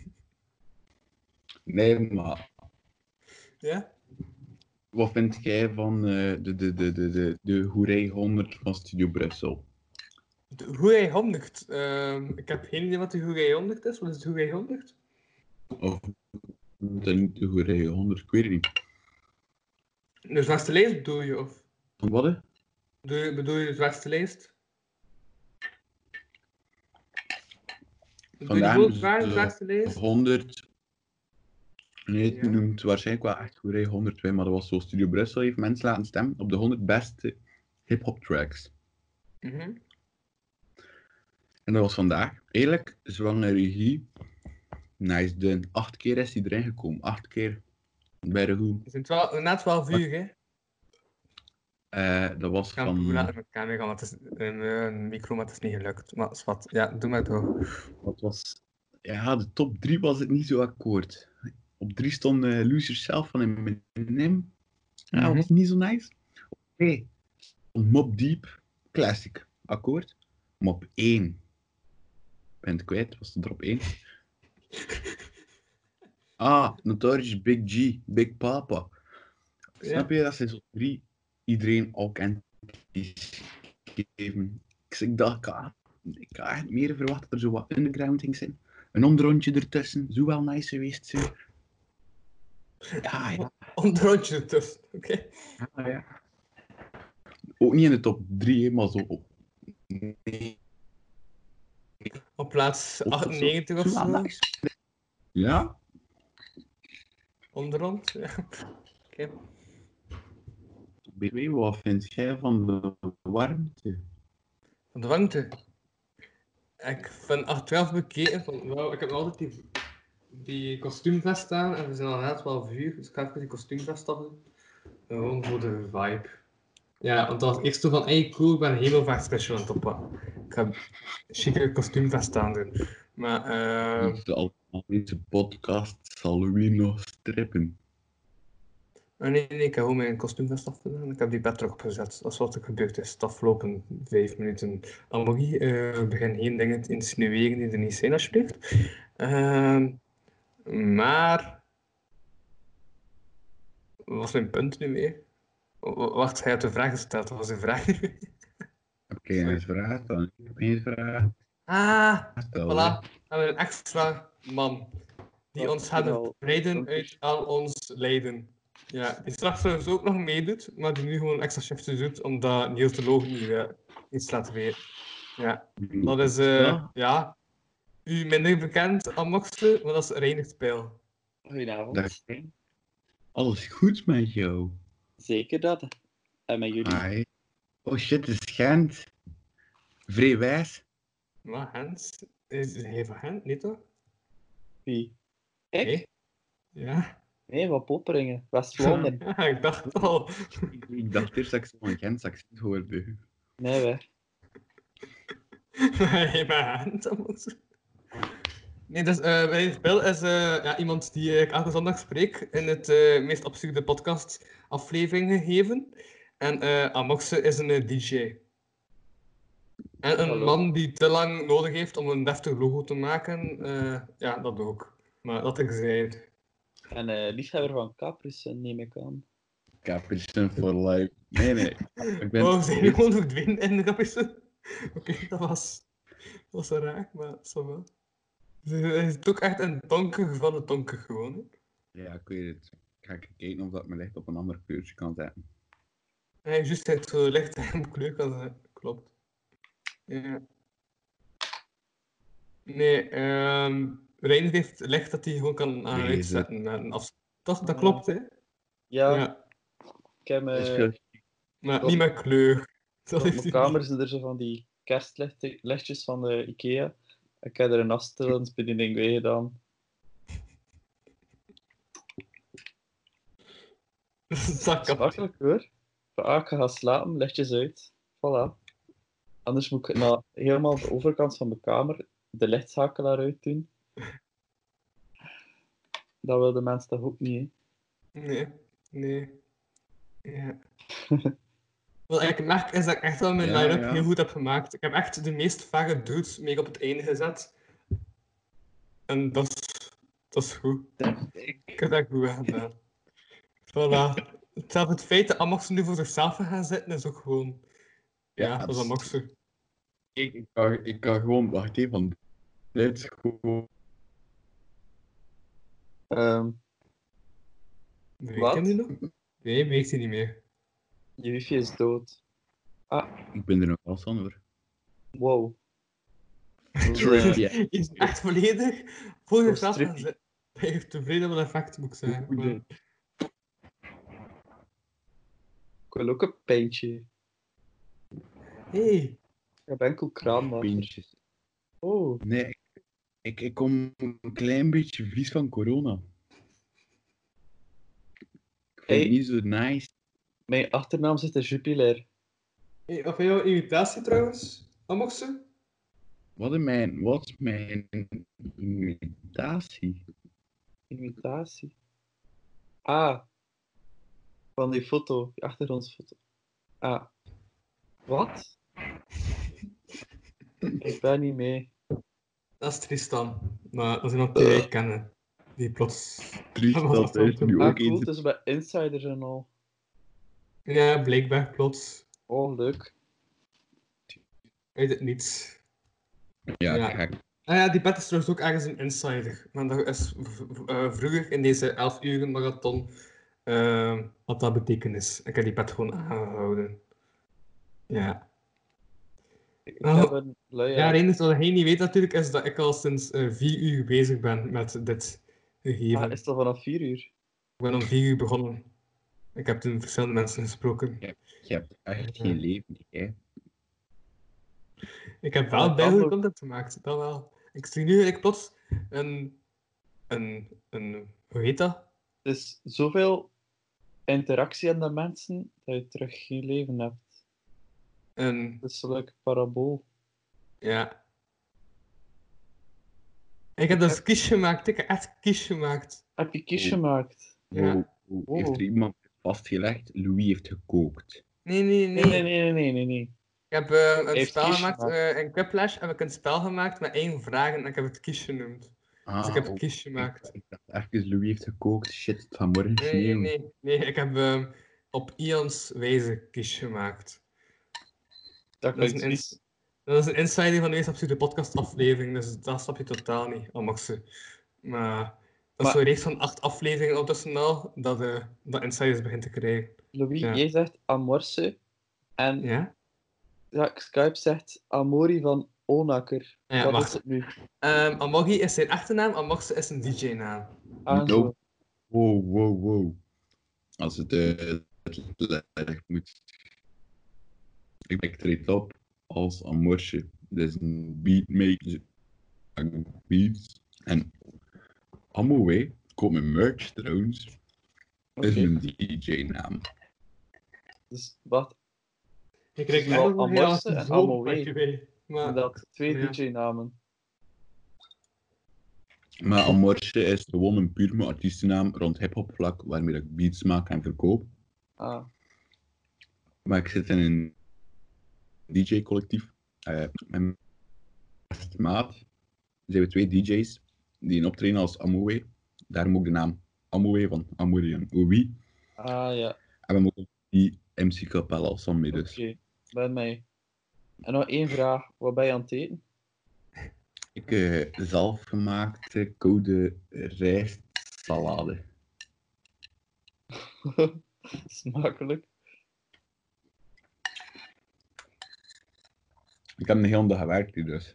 Nee, maar... Ja? Wat vind jij van uh, de, de, de, de, de, de Hoerij honderd van Studio Brussel? De Hoerij honderd? Uh, ik heb geen idee wat de Hoerij honderd is. Wat is de Hoerij honderd? Of de, niet de Hoerij honderd, ik weet het niet. De zwartste lijst bedoel je? Of? Wat? Hè? Bedoel je, bedoel je de zwartste lijst? Vandaag is de zwartste lijst? honderd... Nee, het ja. noemt waarschijnlijk wel echt Hoerij honderdtwee, maar dat was zo. Studio Brussel heeft mensen laten stemmen op de honderd beste hip-hop tracks. Mm-hmm. En dat was vandaag. Eigenlijk, zwangere regie. Nice done. Acht keer is hij erin gekomen. Acht keer. Bij de hoe. Het is na twaalf uur, hè? Uh, dat was ik kan van... laten met camera, want het is een, een micro, maar het is niet gelukt. Maar is wat. Ja, doe maar door. Wat was... Ja, de top drie was het niet zo akkoord. Op drie stond uh, Lose Yourself van Eminem. Ja, dat was niet zo nice. Op twee stond Mobb Deep. Classic. Akkoord. Maar op één... ben het kwijt, was het er op één. Ah, Notorious Big G, Big Papa. Ja. Snap je, dat zijn zo drie, iedereen al kent die geven. Dus ik dacht, ik had, ik had echt meer verwacht dat er zo wat underground ging zijn. Een onderrondje ertussen, zou wel nice geweest zijn. Ja, ja. Onderrondje ertussen, oké. Okay. Ja, ja. Ook niet in de top drie, maar zo op... Nee. Op plaats achtennegentig of zo? Nice. Ja. Onderrond, ja. Oké. Okay. Wat vind jij van de warmte? Van de warmte? Ik vind achteraf bekeken van, well, ik heb altijd die, die kostuumvest aan en we zijn al na twaalf uur, dus ik ga even die kostuumvest af doen. Gewoon voor de vibe. Ja, want dat was eerst zo van, hey cool, ik ben een hemelvaartspecial aan het oppakken. Ik ga een chique kostuumvest aan doen. Maar, eh... Uh... De Alphanische podcast zal wie nog strippen. Oh, nee, nee, ik heb gewoon mijn kostuumvest afgedaan en ik heb die bed erop gezet. Dat is wat er gebeurd is de afgelopen vijf minuten. Amorie, uh, begin geen dingen te insinueren die er niet zijn, alsjeblieft. Uh, maar... Wat was mijn punt nu weer? Wacht, hij had de vraag gesteld. Wat was de vraag nu weer? Heb je een vraag dan? Ik heb geen vraag. Ah, voilà. We hebben een extra man. Die wat ons gaat bevrijden uit al ons lijden. Ja, die straks trouwens ook nog meedoet, maar die nu gewoon extra shifts doet, omdat Niels de Loog niet uh, iets laat weten. Ja, dat is, uh, ja. ja, u minder bekend, Amokste, maar dat is Reinert Pijl. Goedenavond. Alles goed met jou? Zeker dat. En met jullie? Hi. Oh shit, het is Gent. Vrij wijs. Maar Gent? Is hij van Gent, niet toch? Wie? Ik? Hey? Ja. Nee, wat Poperingen. West-Vlaanderen. Ja, ik dacht al. Ik, ik dacht eerst dat ik zo'n Gens accent hoorde. Nee, wij. Nee, maar dat moet... Nee, dus uh, mijn Bill is uh, ja, iemand die uh, ik elke zondag spreek in het uh, meest absurde podcast aflevering gegeven. En uh, Amokse is een uh, D J. En een Hallo. man die te lang nodig heeft om een deftig logo te maken. Uh, ja, dat ook. Maar dat ik zei. En uh, liefhebber van Caprissen, neem ik aan. Caprissen for life. Nee, nee. Ik ben... Oh, zijn we gewoon verdwenen in de Caprissen? Oké, okay, dat was... Dat was raar, maar dat is wel. Hij is ook echt een donker van het donker gewoon. Hè? Ja, ik weet het. Ik ga kijken of dat me licht op een ander kleurtje kan zetten. Hij juist het zo licht en kleur kan zetten. Klopt. Ja. Nee, um, Reiner heeft licht dat hij gewoon kan aan Nee, uitzetten. En af... Toch, dat klopt, hè? Ja. Ja. Ik heb... Uh, maar niet met kleur. Dat op mijn kamer zijn er zo van die kerstlichtjes van de Ikea. Ik heb er een afstellingsbediening bij gedaan. Dat is makkelijk hoor. Ah, ik ga gaan slapen, lichtjes uit. Voilà. Anders moet ik naar helemaal de overkant van de kamer de lichtschakelaar uit doen. Dat wilden mensen toch ook niet, hè? Nee, nee. Ja. Wat ik merk is dat ik echt wel mijn ja, line-up ja. heel goed heb gemaakt. Ik heb echt de meest vage dudes mee op het einde gezet. En dat is, dat is goed. Ik heb dat goed gedaan. Voilà. Zelfs het feit dat Amokse nu voor zichzelf gaan zitten is ook gewoon... Ja, ja dat is Amokse. Ik, ik, kan, ik kan gewoon... Wacht even, van... Dit is gewoon... Um, weet je die nog? Nee, weet hij niet meer. Je wifi is dood. Ah. Ik ben er nog wel van hoor. Wow. Trivia. Je is echt volledig voor jezelf gaan zitten. Hij heeft tevreden wel effect, moet ik zeggen. Maar... Ik wil ook een pijntje. Hé. Hey. Ik heb enkel kraanwater. Pintjes. Oh. Nee, ik, ik kom een klein beetje vies van corona. Ik vind hey. het niet zo nice. Mijn achternaam zit in Jupiler. Hey, of jouw imitatie trouwens, Amokse? Wat is mijn, wat is mijn imitatie? Imitatie? Ah. Van die foto, die achtergrondfoto. Ah. Wat? Ik ben niet mee. Dat is Tristan, maar dat is iemand die wij kennen. Die plots... Tristan, dat is nu ah, ook cool, eens... het is bij Insiders en al. Ja, blijkbaar plots. Oh, leuk. Uit het niets. Ja, ja. kijk. Ah ja, die pet is trouwens ook ergens een insider. Maar dat is uh, vroeger in deze elf uren marathon uh, wat dat betekenis. Ik heb die pet gewoon aangehouden. Ja. Ik nou, heb een luie... Ja, Reinders, wat hij niet weet natuurlijk, is dat ik al sinds uh, vier uur bezig ben met dit gegeven. Ah, is het al vanaf vier uur? Ik ben om vier uur begonnen. Ik heb toen verschillende mensen gesproken. Je, je hebt echt geen uh, leven, hè? Ik heb wel bijvoorbeeld content gemaakt, dat wel. Ik zie nu eigenlijk plots een, een, een, hoe heet dat? Er is zoveel interactie aan de mensen, dat je terug geen leven hebt. Een... Dat is zo'n leuke parabool. Ja. Ik heb dus kies gemaakt, ik heb echt kies gemaakt. Heb je kies gemaakt? Ja. Wow. Wow. Heeft er iemand vastgelegd, Louis heeft gekookt? Nee, nee, nee. Nee, nee, nee, nee, nee. Ik heb uh, een Heeft spel gemaakt, uh, in Quiplash heb ik een spel gemaakt met één vraag en ik heb het kies genoemd. Ah, dus ik heb het oh, kies gemaakt. Ik dacht even, Louis heeft gekookt, shit, vanmorgen nee, sneeuw. Nee, nee, nee, ik heb uh, op Ians wijze kies gemaakt. Dat, dat, is een ins- dat is een insider van de meest absurde podcastaflevering, dus dat snap je totaal niet, Amokse. Maar dat is maar... zo'n reeks van acht afleveringen ondertussen al, dat, uh, dat insiders begint te krijgen. Louis, ja. jij zegt Amorse en ja? Ja, Skype zegt Amori van Onakker. Ja, wat wacht. is het nu? Um, Amorgi is zijn achternaam, Amorse is een D J-naam. Ah, no. Wow, wow, wow. Als het uh, het moet... Ik ben treed op als Amorse. Dat is een beatmaker. Beats. En Ammo, hè. Koop mijn merch trouwens. Dat is een D J-naam. Dus wat? Ik kreeg Dus echt wel nog heel Amorse erg en zo, Amoué. by the way. Maar- Dat twee ja. D J-namen. Maar Amorse is gewoon een puur mijn artiestennaam rond hip-hop vlak, waarmee ik beats maak en verkoop. Ah. Maar ik zit in een D J-collectief. Uh, met mijn beste maat zijn we twee D J's die een optreden als Amoué. Daarom ook de naam Amoué van Amoué en Oui. Ah ja, En we hebben ook die M C Capella als mee dus. oké. Ben mij. En nog één vraag. Wat ben je aan het eten? Ik uh, zelfgemaakte koude rijstsalade. Smakelijk. Ik heb een hele dag gewerkt hier dus.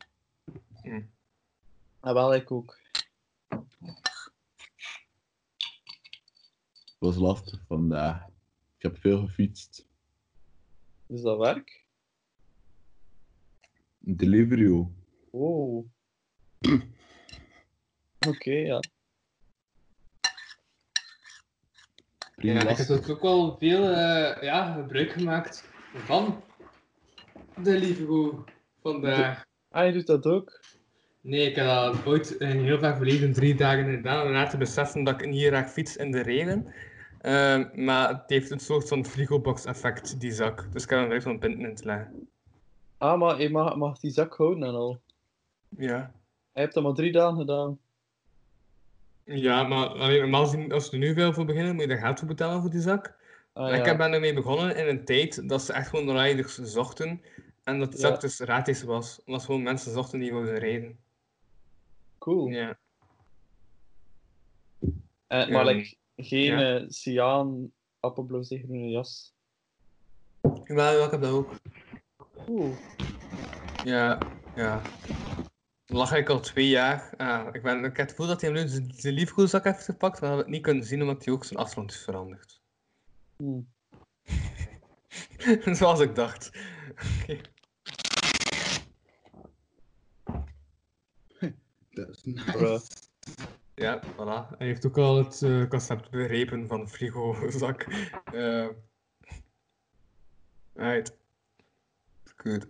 Ah, wel, ik ook. Het was lastig vandaag. Ik heb veel gefietst. Is dat werk? Delivery. Oh. Oké, ja. Ja, ik heb ook wel veel uh, ja, gebruik gemaakt van de Deliveroo vandaag. Ah, je doet dat ook? Nee, ik heb dat ooit in heel ver verleden drie dagen gedaan. Om na te beseffen dat ik niet graag fiets in de regen. Uh, maar het heeft een soort van frigobox-effect, die zak. Dus ik heb hem er van punten in te leggen. Ah, maar je mag, mag die zak houden en al. Ja. Je hebt dat maar drie dagen gedaan. Ja, maar allee, normaal gezien, als we er nu veel voor beginnen, moet je er geld voor betalen voor die zak. Ah, En ik ja. ben ermee begonnen in een tijd dat ze echt gewoon rijders zochten. En dat de zak Ja. dus gratis was. Omdat gewoon mensen zochten die wilden rijden. Cool. Ja. Eh, maar Ehm, like, geen ja. eh, cyaan, appelblauw, groene jas. Wel, ik heb dat ook. Oeh. Ja, ja. Dan lag ik al twee jaar. Ah, ik, ben, ik heb het gevoel dat hij nu zijn zijn liefkoelzak heeft gepakt, maar we hebben het niet kunnen zien omdat hij ook zijn afstand is veranderd. Hmm. Zoals ik dacht. Oké. Dat is nice. Bruh. Ja, voilà. Hij heeft ook al het eh, concept begrepen van frigozak. Uh, right. Goed.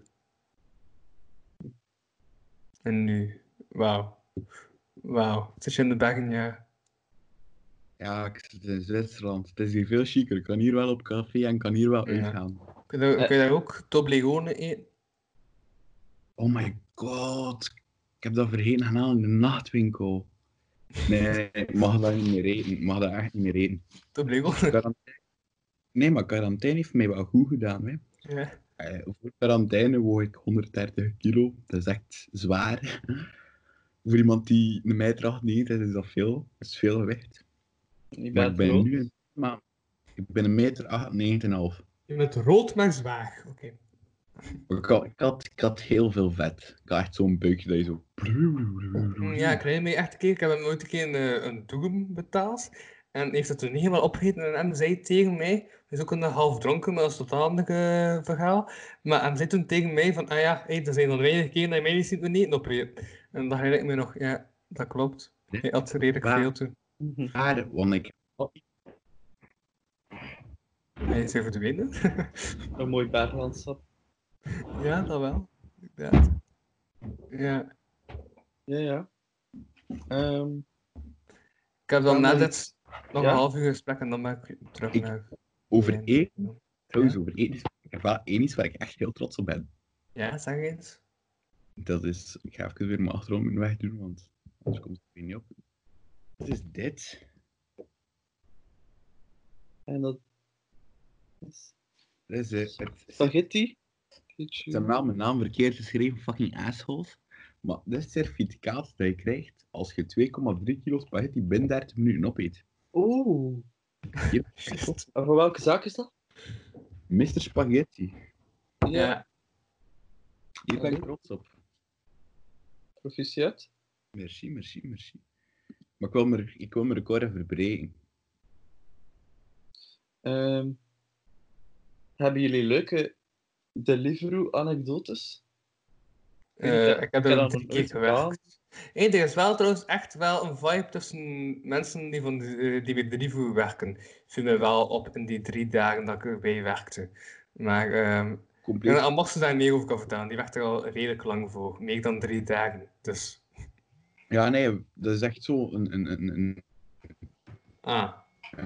En nu? Wauw. Wauw. Zit je in de bergen, ja? Ja, ik zit in Zwitserland. Het is hier veel chiquer. Ik kan hier wel op café en kan hier wel Ja. uitgaan. Kun je, daar- kun je daar ook Toblerone eten? Oh my god. Ik heb dat vergeten gedaan in de nachtwinkel. Nee, ik mag dat niet meer eten. Ik mag dat echt niet meer eten. Toblerone? Quarantaine- Nee, maar quarantaine heeft mij wel goed gedaan. Hè. Ja. Eh, voor quarantaine woog ik honderddertig kilo. Dat is echt zwaar. Voor iemand die een meter achtennegentig is, is dat veel. Dat is veel gewicht. Je Maar bent ik ben groot. nu een, maar ik ben een meter achtennegentig en een half. Je bent rood, maar zwaar. Oké. Ik had, ik, had, ik had heel veel vet. Ik had echt zo'n buikje dat je zo... Mm, Ja, ik herinner me echt een keer. Ik heb hem ooit een keer een, eh, een doem betaald. En heeft dat toen helemaal opgegeten. En hij zei tegen mij... Hij is ook een half dronken, maar dat is een totaal ander eh, verhaal. Maar hij zei toen tegen mij van... Ah ja, hey, er zijn al weinig keer dat je mij niet ziet met eten opeten. En dan herinner ik me nog... Ja, dat klopt. Hij had redelijk Waar? veel toen. Waar? Want ik... Hij is even verdwenen. Een mooi berglandschap. Ja, dat wel. Inderdaad. Ja. Ja, ja. Ehm, Ik heb dan Ja, na maar- dit nog Ja? een half uur gesprek en dan ben ik terug Ik- naar... Over Ja. eten? Trouwens, Ja. over eten. Ik heb wel één iets waar ik echt heel trots op ben. Ja, zeg eens. Dat is... Ik ga even weer mijn achtergrond moeten wegdoen, want anders komt het weer niet op. Het is dit. en dat is Dat is... eh, het, spaghetti. Ze hebben wel mijn naam verkeerd geschreven, fucking assholes. Maar dit is het certificaat dat je krijgt als je twee komma drie kilo spaghetti binnen dertig minuten opeet. Oeh. Hier, En voor welke zaak is dat? mister Spaghetti. Ja. Hier ben ik trots op. Proficiat. Merci, merci, merci. Maar ik wil mijn, ik wil mijn record even verbreken. Ehm, hebben jullie leuke Deliveroo-anekdotes? Eh, ik heb er dat drie nog keer nooit gedaan. gewerkt. Hey, er is wel trouwens echt wel een vibe tussen mensen die, van de, die bij Drivo werken. Viel me wel op in die drie dagen dat ik erbij werkte. Maar ehm Compleet. en Max daar meer over kan vertellen. Die werkte er al redelijk lang voor. Meer dan drie dagen. Dus, Ja, nee, dat is echt zo een... een, een, een... ah.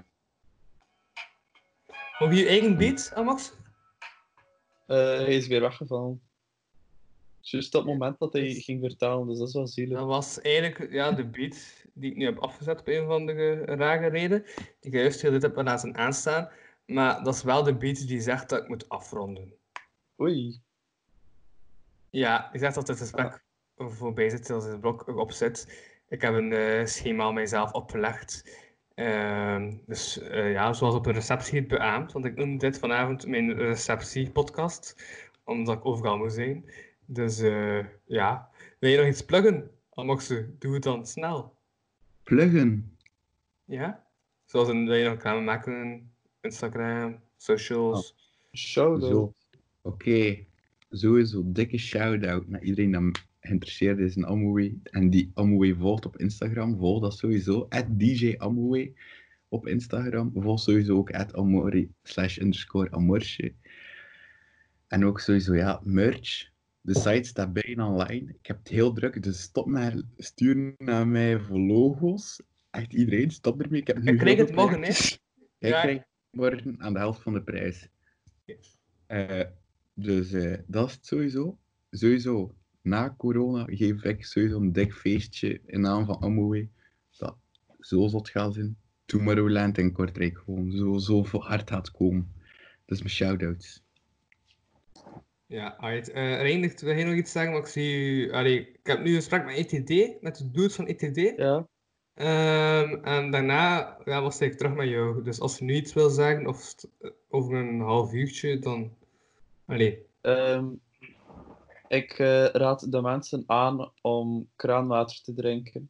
Heb je je eigen beat, Amax? Uh, hij is weer weggevallen. Juist dat moment dat hij ging vertalen, dus dat is wel zielig. Dat was eigenlijk ja, de beat die ik nu heb afgezet op een of andere rare reden. Die ik juist heel dit heb laten aanstaan. Maar dat is wel de beat die zegt dat ik moet afronden. Oei. Ja, die zegt dat het gesprek ah. voorbij zit als het blok erop zit. Ik heb een uh, schema mijzelf opgelegd. Uh, dus uh, ja, zoals op een receptie het beaamt. Want ik noem dit vanavond mijn receptiepodcast. Omdat ik overal moet zijn. Dus uh, ja, wil je nog iets pluggen? Amoxe, doe het dan snel. Pluggen? Ja? Zoals een, wil je nog reclame maken? Instagram, socials. Oh. Shout-out. Oké. Okay. Sowieso dikke shout-out naar iedereen die geïnteresseerd is in Amway en die Amway volgt op Instagram. Volg dat sowieso. at D J Amway op Instagram. Volg sowieso ook at Amore slash underscore Amorche. En ook sowieso, ja, merch. De site staat bijna online. Ik heb het heel druk, dus stop maar sturen naar mij voor logo's. Echt iedereen, stop ermee. Ik, heb nu ik krijg het morgen, hè? Jij ja. krijgt morgen aan de helft van de prijs. Yes. Uh, dus uh, dat is het sowieso. Sowieso, na corona geef ik sowieso een dik feestje in naam van Amway. Dat zo zot gaat zijn. Tomorrowland in Kortrijk gewoon zo, zo hard gaat komen. Dat is mijn shout-outs. Ja, alright. Uh, Reindert, wil je nog iets zeggen? Maar ik zie u... Allee, ik heb nu een gesprek met E T D, met de dude van E T D. Ja. Um, en daarna ja, was ik terug met jou. Dus als je nu iets wil zeggen, of over een half uurtje, dan... Allee. Um, ik uh, raad de mensen aan om kraanwater te drinken.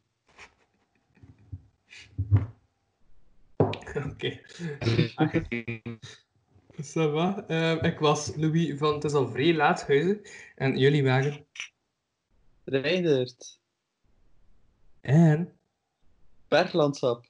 Oké. Ça va. Uh, ik was Louis van Het is al vrij laat huizen. En jullie waren... Reindert. En... Berglandschap.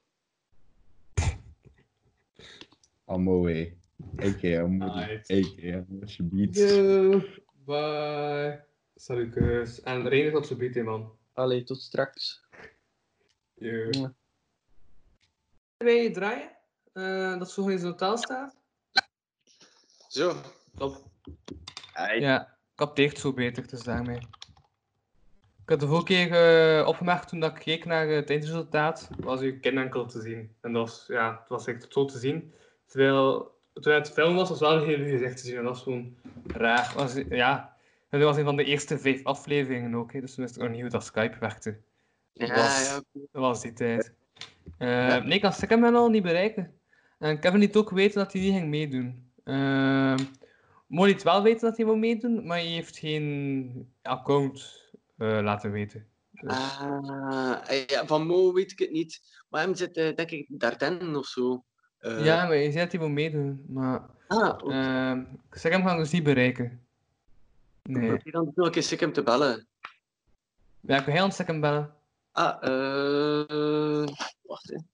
Amway. Ik ga Amway. Ik ga alsjeblieft. Yo, bye. Salut, kus. En Reindert op zijn beat, man. Allee, tot straks. Yo. Ja. Wij draaien? Uh, dat zo in zo'n taal staat? Zo. Top. Hey. Ja, capteert zo beter, dus daarmee. Ik had de vorige keer uh, opgemerkt toen dat ik keek naar het eindresultaat, was uw kin enkel te zien. En dat was, ja, het was echt zo te zien. Terwijl, toen het film was, was wel een heel gezicht te zien. En dat was gewoon raar. Was, ja, dat was een van de eerste vijf afleveringen ook, hè, dus toen wist ik nog niet hoe dat Skype werkte. Dat, ja, was, ja. dat was die tijd. Uh, ja. Nee, ik kan Sikkim al niet bereiken. En Kevin liet ook weten dat hij niet ging meedoen. Uh, Mo liet wel weten dat hij wil meedoen, maar hij heeft geen account uh, laten weten. Dus. Ah, ja, van Mo weet ik het niet. Maar hem zit uh, denk ik Dardenne of zo. Uh... Ja, maar hij zei dat hij wil meedoen. Maar ah, okay. uh, Sikkim gaan dus niet bereiken. Nee. Probeer dan nog een keer Sikkim te bellen. Ja, ik wil heel aan Sikkim bellen. Ah, eh... Uh... Wacht even.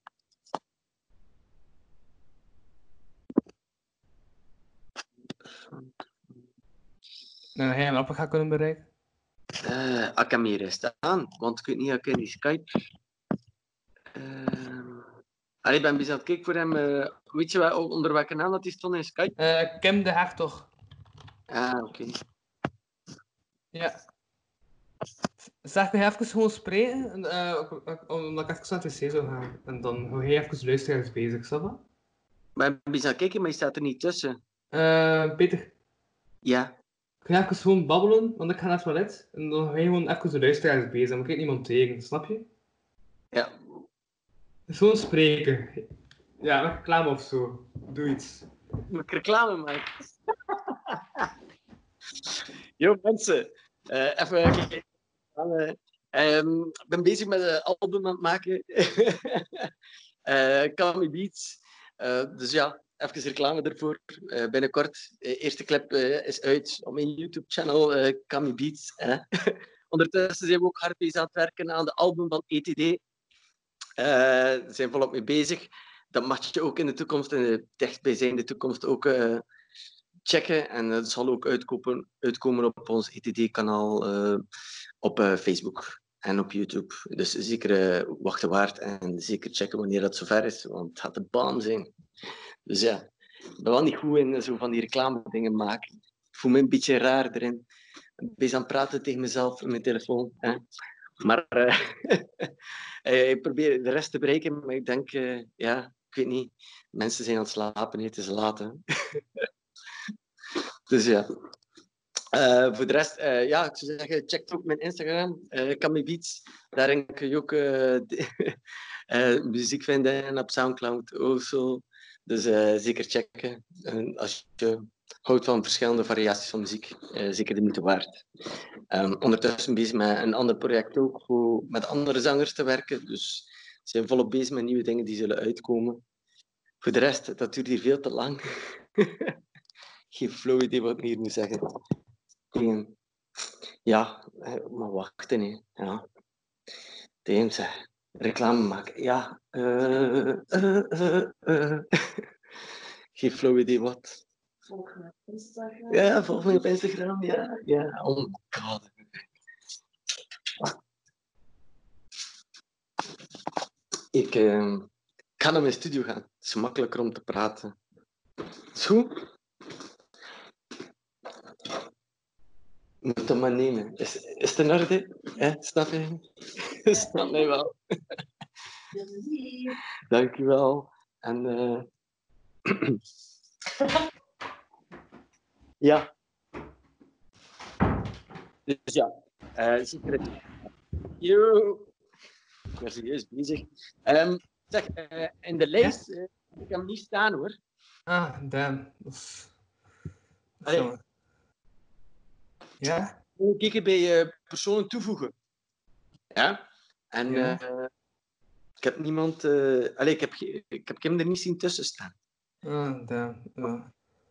Nou, hij hem op gaat kunnen bereiken? Uh, ik heb hem hier staan, want ik weet niet of ik in die Skype... Uh... Allee, ik ben bezig aan het kijken voor hem. Uh... Weet je wel, onder welke naam dat hij stond in Skype? Uh, Kim de Hertog. Ah, oké. Okay. Ja. Zeg me even gewoon spreken, uh, omdat ik even naar het wc zou gaan. En dan hou jij even luisteraars bezig, snap je? Maar ik ben bezig aan het kijken, maar je staat er niet tussen. Uh, Peter. Ja. Ik ga even gewoon babbelen, want ik ga naar het toilet. En dan ga je gewoon even de luisteraars bezig. Dan krijg ik niemand tegen, snap je? Ja. Dus gewoon spreken. Ja, met reclame of zo. Doe iets. Moet ik reclame maken? Yo, mensen. Uh, even... Uh, um, ik ben bezig met een album aan het maken. uh, Kami Beats. Uh, dus ja, even reclame ervoor. Uh, binnenkort, de uh, eerste clip uh, is uit op mijn YouTube-channel, uh, Kami Beats. Uh. ondertussen zijn we ook hard bezig aan het werken aan de album van E T D. Uh, daar zijn we volop mee bezig. Dat mag je ook in de toekomst, in de dichtbijzijnde toekomst, ook uh, checken. En dat zal ook uitkomen, uitkomen op ons E T D-kanaal uh, op uh, Facebook en op YouTube. Dus zeker uh, wachten waard en zeker checken wanneer dat zover is, want het gaat de baan zijn. Dus ja, ik ben wel niet goed in zo van die reclame dingen maken. Ik voel me een beetje raar erin. Ik ben aan het praten tegen mezelf in mijn telefoon. Hè. Maar uh, ik probeer de rest te bereiken, maar ik denk, uh, ja, ik weet niet. Mensen zijn aan het slapen, het is laat. Hè. Dus ja. Uh, voor de rest, uh, ja, ik zou zeggen, check ook mijn Instagram, uh, Kami Beats. Daarin kun je ook uh, uh, muziek vinden en op Soundcloud ook zo. Dus uh, zeker checken. En als je houdt van verschillende variaties van muziek, uh, zeker de moeite waard. Um, ondertussen bezig met een ander project ook, voor met andere zangers te werken. Dus we zijn volop bezig met nieuwe dingen die zullen uitkomen. Voor de rest, dat duurt hier veel te lang. Geen flow idee wat ik hier moet zeggen. En, ja, maar wachten, hè. Ja. Tegen zeg. Reclame maken. Ja. Uh, uh, uh, uh. Geen flow idee wat. Volg me op Instagram. Ja, volg me op Instagram. Ja, ja. Oh my god. Ik uh, ga naar mijn studio gaan. Het is makkelijker om te praten. Is goed? Moet dat maar nemen. Is, is het in orde? Eh, snap je? Snap mij wel. Dankjewel. En uh... ja. Dus ja. Uh, Yo. Ik ben serieus bezig. Um, zeg, uh, in de lijst, uh, ik heb hem niet staan hoor. Ah, damn. Of... Allee. Ja? Kijken bij uh, personen toevoegen. Ja? En Ja. Uh, ik heb niemand... Uh, allee, ik heb, ik heb hem er niet zien tussen staan. Ah, damn. Ja,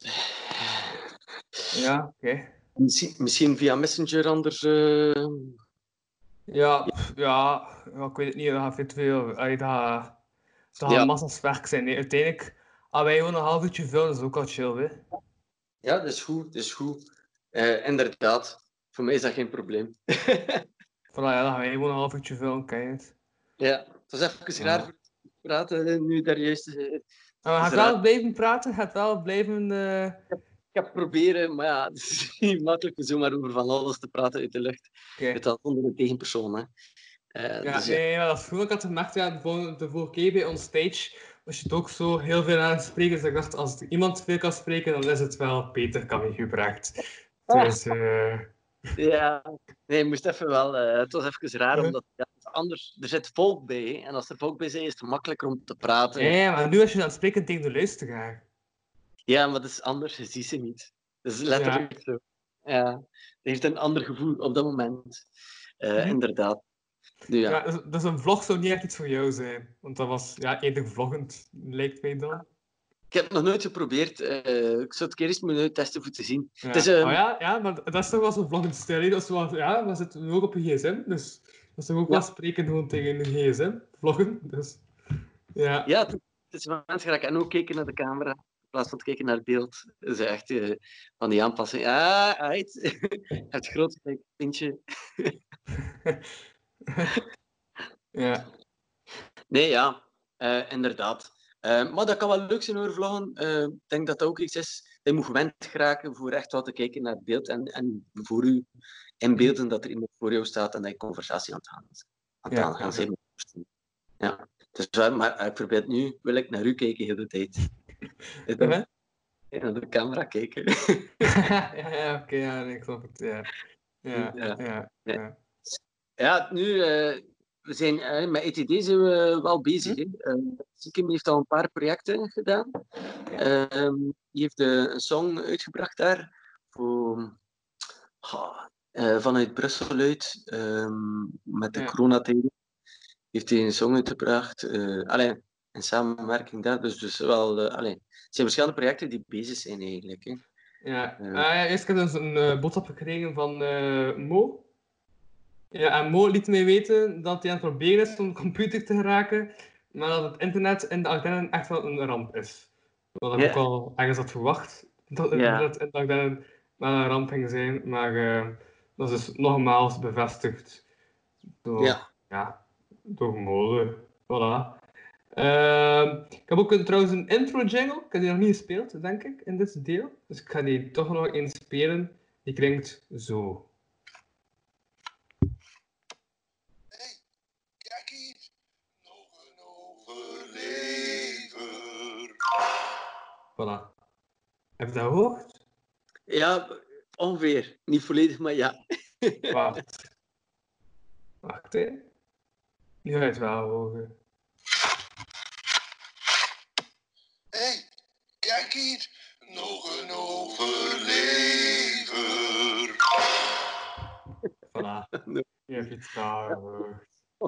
ja oké. Okay. Misschien, misschien via Messenger anders... Uh... Ja, ja, ja, ik weet het niet. Dat gaat veel te veel. Allee, dat gaat, dat gaat Ja. massa's werk zijn. Nee. Uiteindelijk, als wij gewoon een half uurtje vullen, is ook al chill, hè. Ja, dat is goed. Dat is goed. Uh, inderdaad. Voor mij is dat geen probleem. Voilà, ja, dan gaan wij gewoon een half uurtje vullen, kijk het. Ja, het was even raar voor te praten, nu daar juist... Uh, Maar ga je wel blijven praten? Ga je wel blijven... Uh... Ik ga proberen, maar ja, het is niet makkelijk om zomaar over van alles te praten uit de lucht. Okay. Met dat zonder een tegenpersoon, hè. Uh, ja, dus, nee, ja, dat is goed. Ik had gemerkt, ja, de vorige, de vorige keer bij onstage was je het ook zo heel veel aan het spreken. Dus ik dacht, als iemand veel kan spreken, dan is het wel Peter Kami Gebrecht. Dus... Uh... Ja, nee, je moest even wel... Uh, het was even raar, omdat ja, anders... Er zit volk bij, hè, en als er volk bij zit, is het makkelijker om te praten. Ja, maar nu als je aan het spreken tegen de luisteraar. Ja, maar dat is anders. Je ziet ze niet. Dat is letterlijk ja. zo. Ja, dat heeft een ander gevoel op dat moment. Uh, hm. Inderdaad. Nu, ja. Ja, dus een vlog zou niet echt iets voor jou zijn. Want dat was ja, eerder vloggend, lijkt mij dan. Ik heb het nog nooit geprobeerd. Uh, ik zou het keer eens moeten testen voor te zien. Ja. Het is, uh... oh, ja, ja, maar dat is toch wel zo'n vloggend stijl. Dat is wel, ja, we zitten ook op een gsm. Dus dat is toch ook ja. wel spreken gewoon tegen een gsm. Vloggen. Dus, ja, ja, het is wel mensen geraakt. En ook kijken naar de camera. In plaats van te kijken naar het beeld. Dat is echt uh, van die aanpassing. Ah, uit. Het grote pintje. Ja. Nee, ja. Uh, inderdaad. Uh, maar dat kan wel leuk zijn hoor, vloggen. Uh, ik denk dat dat ook iets is. Dat je moet gewend geraken voor echt wat te kijken naar het beeld. En, en voor u inbeelden dat er iemand voor jou staat en dat je conversatie aan het gaan is. Aan het ja, gaan zijn. Ja. Dus, maar ik probeer het nu, wil ik naar u kijken de hele tijd. Uh-huh. Naar de camera kijken. ja, ja oké, okay, ja, nee, ik snap het. Ja, ja, ja. ja, ja. ja nu, uh, we zijn, uh, met E T D zijn we wel bezig. Uh, Ziekem heeft al een paar projecten gedaan. Uh, die heeft uh, een song uitgebracht daar. Voor, uh, uh, vanuit Brussel uit, um, met de ja. coronatijden. Heeft hij een song uitgebracht. Uh, allee, in samenwerking daar. Dus, dus wel, uh, allee, het zijn verschillende projecten die bezig zijn eigenlijk. Hè. Ja, uh, uh, eerst heb ik dus een uh, boodschap gekregen van uh, Mo. Ja, en Mo liet mij weten dat hij aan het proberen is om de computer te geraken, maar dat het internet in de Ardennen echt wel een ramp is. Wat ik Ja. ook al ergens had verwacht, dat het Ja. internet in de Ardennen wel een ramp ging zijn, maar uh, dat is dus nogmaals bevestigd door, Ja. ja, door Mo. Voilà. Uh, ik heb ook een, trouwens een intro jingle, ik heb die nog niet gespeeld, denk ik, in dit deel. Dus ik ga die toch nog eens spelen. Die klinkt zo. Voilà. Heb je dat gehoord? Ja, ongeveer. Niet volledig, maar ja. Wacht. Wacht, hè. Nu ga je het wel horen. Hé, hey, kijk hier. Nog een overlever. Voilà. Nu heb je het wel gehoord.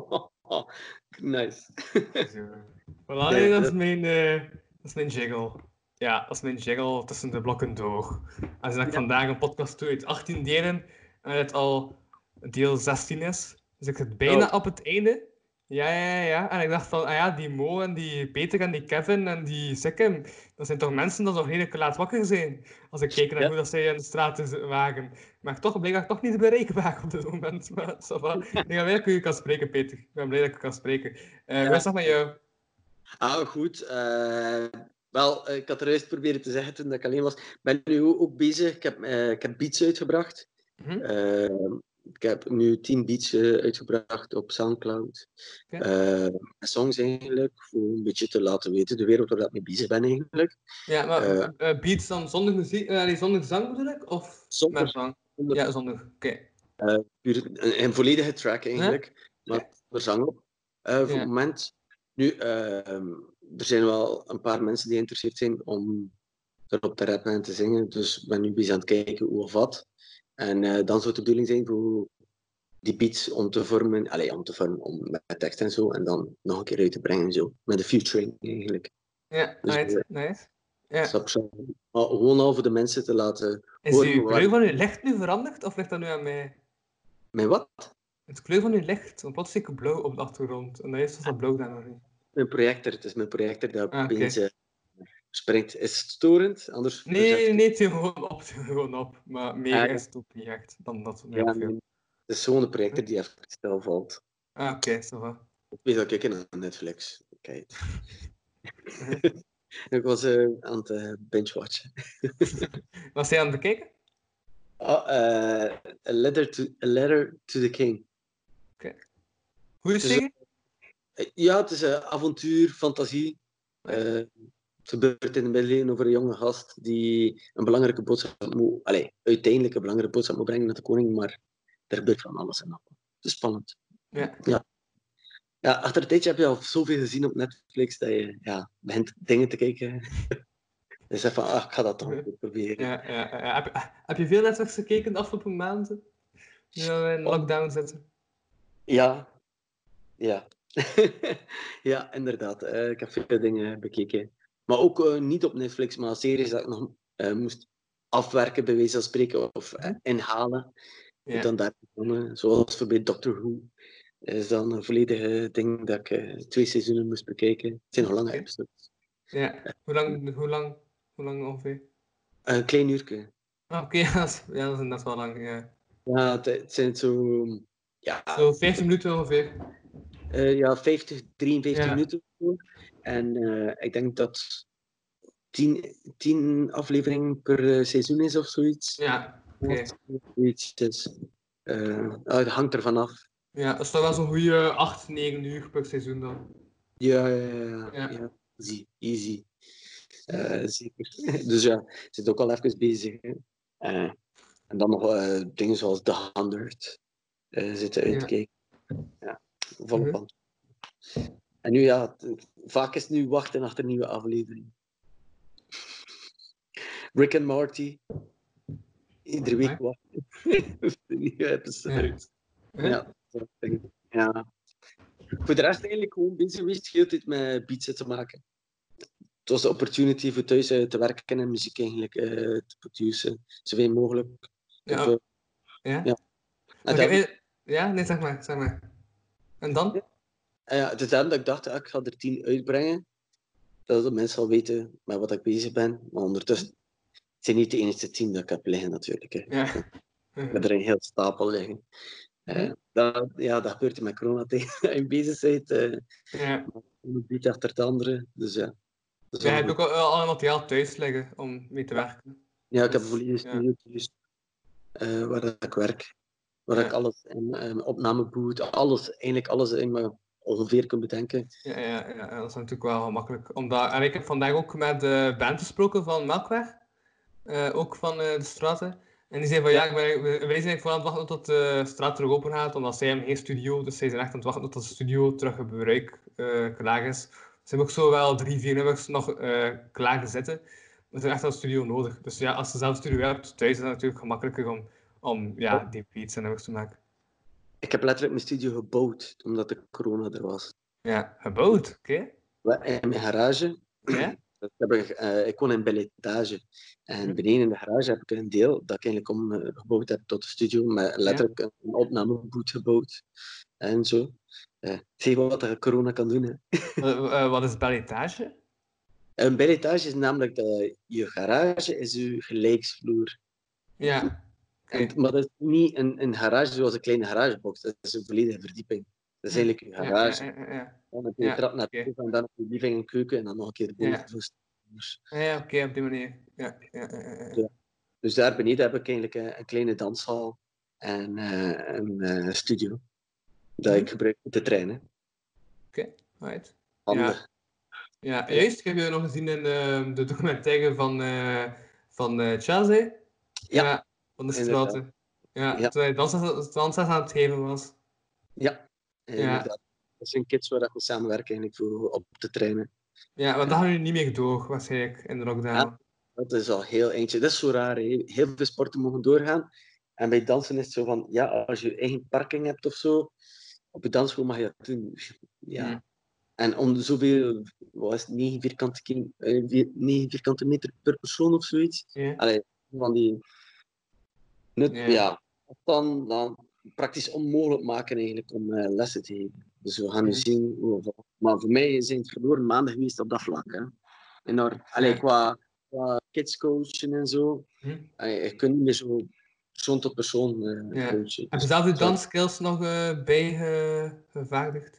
Nice. Zo. Voilà, nee, dat is mijn, uh, dat is mijn jingle. Ja, dat is mijn jingle tussen de blokken door. Als ik ja. vandaag een podcast doe uit achttien delen en het al deel zestien is, dus ik zit bijna oh. op het einde. Ja, ja, ja. En ik dacht van, ah ja, die Mo en die Peter en die Kevin en die Sikkim, dat zijn toch mensen die nog redelijk laat wakker zijn. Als ik kijk naar ja. hoe dat zij in de straten wagen. Maar toch blijkbaar toch niet bereikbaar op dit moment. Maar ça va. Ik ben blij dat ik u kan spreken, Peter. Ik ben blij dat ik u kan spreken. Uh, ja. Hoe is dat met jou? Ah, goed. Uh, wel, ik had er juist proberen te zeggen toen ik alleen was. Ik ben nu ook bezig. Ik heb, uh, ik heb beats uitgebracht. Mm-hmm. Uh, ik heb nu tien beats uh, uitgebracht op Soundcloud. Okay. Uh, songs eigenlijk, voor een beetje te laten weten de wereld waar ik mee bezig ben eigenlijk. Ja, maar uh, uh, beats dan zonder muziek, uh, zonder zang bedoel ik? Of zonder, met zang? Zonder. Ja, zonder. Oké. Okay. Uh, een, een volledige track eigenlijk, huh? Maar okay. Er zang op. Uh, voor ja. het moment. Nu, uh, er zijn wel een paar mensen die geïnteresseerd zijn om erop te rappen en te zingen, dus ik ben nu bezig aan het kijken hoe of wat. En uh, dan zou het de bedoeling zijn voor die beats om te vormen, allez, om te vormen om met tekst en zo, en dan nog een keer uit te brengen, zo, met de featuring eigenlijk. Ja, dus, nice, uh, nice. Ja. Maar gewoon al voor de mensen te laten Is horen. Is uw kleur van uw licht nu veranderd, of ligt dat nu aan mij? Mijn wat? Het kleur van uw licht, want plots zie ik blauw op de achtergrond, en dan is dat blauw daar nog niet. Mijn projector, het is mijn projector dat ah, opeens okay. uh, springt. Is het storend? Anders nee, nee, nee, het is gewoon op, gewoon op. Maar meer ah, is het ook niet echt dan dat. Ja, nee, het is gewoon een projector die even stil valt. Ah, oké, okay, zo va. Ik weet dat ik naar Netflix kijk. Ik was uh, aan het uh, binge-watchen. Was jij aan het bekijken? Oh, uh, a, letter to, a Letter to the King. Oké. Okay. Hoe is het zeggen? Uh, ja, het is uh, avontuur, fantasie. Uh, het gebeurt in het middeleeuwen over een jonge gast die een belangrijke boodschap moet... Allee, uiteindelijk een belangrijke boodschap moet brengen naar de koning, maar er gebeurt van alles en nog. Het is spannend. Ja. ja. Ja, achter een tijdje heb je al zoveel gezien op Netflix dat je ja, begint dingen te kijken. Dus je van, ah, ik ga dat toch even proberen. Ja, ja, ja. Heb, heb je veel Netflix gekeken de afgelopen maanden? Nu we in lockdown zitten. Ja. Ja. Ja, inderdaad. Uh, ik heb veel dingen bekeken. Maar ook uh, niet op Netflix, maar series dat ik nog uh, moest afwerken, bij wijze van spreken, of uh, inhalen. Ja. Dan daar begonnen, zoals voor bij Doctor Who. Is dan een volledige ding dat ik uh, twee seizoenen moest bekijken. Het zijn nog lange okay. episodes. Ja, uh, hoe lang, hoe lang, hoe lang ongeveer? Uh, een klein uurtje. Ah, oké, okay. ja, dat is net wel lang, ja. Ja, het, het zijn zo... Ja, zo vijftien minuten ongeveer. Uh, ja, vijftig, drieënvijftig ja. minuten. En uh, ik denk dat tien, tien afleveringen per uh, seizoen is of zoiets. Ja, oké. Okay. Dus, uh, het hangt ervan af. Ja, dat is toch wel zo'n goede acht, negen uur per seizoen dan. Ja, ja, ja. ja. ja. Easy. Easy. Uh, zeker. Dus ja, ik zit ook al even bezig. Uh, en dan nog uh, dingen zoals The honderd uh, zitten uitkijken. Ja, volle pan. Mm-hmm. En nu ja, t- vaak is het nu wachten achter een nieuwe aflevering. Rick and Morty. Iedere week wachten. De nieuwe episode. Ja. Ja. Ja. Voor de rest eigenlijk gewoon bezig geweest, heel tijd met beats te maken. Het was de opportunity voor thuis uh, te werken en muziek eigenlijk uh, te produceren. Zoveel mogelijk. Ja. Of, uh, ja. ja. En okay, dat... Ja, nee, zeg maar, zeg maar. En dan? En ja, het is daarom dat ik dacht, ah, ik ga er tien uitbrengen. Dat de mensen al weten met wat ik bezig ben. Maar ondertussen, het zijn niet de enige tien dat ik heb liggen natuurlijk. Hè. Ja. Ik heb er een heel stapel liggen. Uh, dat, ja, dat gebeurt in mijn corona tegen je bezig bent. Uh, ja. Een beetje achter het andere. Dus ja. Dus ja, je hebt ook al, al materiaal thuis liggen om mee te werken. Ja, ik dus, heb een volledige studio thuis. Uh, waar ik werk. Waar ja. ik alles in, um, opnameboot, alles, eigenlijk alles in me ongeveer kan bedenken. Ja, ja, ja, dat is natuurlijk wel gemakkelijk. Omdat, en ik heb vandaag ook met de band gesproken van Melkweg. Uh, ook van uh, de straten. En die zei van ja, wij, wij zijn eigenlijk vooral aan het wachten tot de straat terug open gaat, omdat zij hebben geen studio, dus zij zijn echt aan het wachten tot de studio terug in gebruik uh, klaar is. Ze hebben ook zo wel drie, vier nummers nog uh, klaar zitten, maar ze hebben echt een studio nodig. Dus ja, als je zelf een studio hebt, thuis is het natuurlijk gemakkelijker om, om ja, die beats en nummers te maken. Ik heb letterlijk mijn studio gebouwd, omdat de corona er was. Ja, gebouwd, oké. Okay. In mijn garage. Ja? Ik, heb, uh, ik woon in een belle etage. En beneden in de garage heb ik een deel dat ik eigenlijk om, uh, gebouwd heb tot de studio, met letterlijk ja. een opnameboot gebouwd. En zo. Uh, zie wat er corona kan doen. Hè. uh, uh, wat is belle etage? Een belle etage is namelijk dat je garage is je gelijksvloer. Ja. Okay. En, maar dat is niet een, een garage zoals een kleine garagebox, dat is een volledige verdieping. Dat is eigenlijk je garage. Ja, ja, ja, ja. Dan heb je een trap naar boven okay. en dan heb je living en keuken en dan nog een keer boven. Ja, ja oké, okay, op die manier. Ja, ja, ja, ja. Ja. Dus daar beneden heb ik eigenlijk een, een kleine danshal en uh, een uh, studio dat mm-hmm. ik gebruik om te trainen. Oké, okay. Right. Handig. Ja. ja, juist. Ik heb je nog gezien in uh, de documentaire van, uh, van uh, Chelsea. Ja. ja. Van de straten. Ja, ja. Terwijl je dansles aan het geven was. Ja, inderdaad. Ja. Dat zijn kids waar we samenwerken eigenlijk voor op te trainen. Ja, maar dat gaan jullie niet meer door, waarschijnlijk, in de lockdown. Ja, dat is al heel eentje. Dat is zo raar, hè. Heel veel sporten mogen doorgaan. En bij dansen is het zo van, ja, als je eigen parking hebt of zo, op je dansschool mag je dat doen. Ja. Mm. En om zoveel, wat is het, negen vierkante, negen vierkante meter per persoon of zoiets. Yeah. Allee, van die... Net, yeah. Ja, dan, dan praktisch onmogelijk maken eigenlijk om uh, lessen te geven. Dus we gaan nu mm. zien hoe we... Maar voor mij zijn het verloren maanden geweest op dat vlak. Hè. Enorm. Allee, yeah. qua, qua kidscoachen en zo. Mm. Allee, je kunt niet meer zo persoon tot persoon uh, yeah. coachen. Heb je zelf je dansskills nog uh, bijgevaardigd?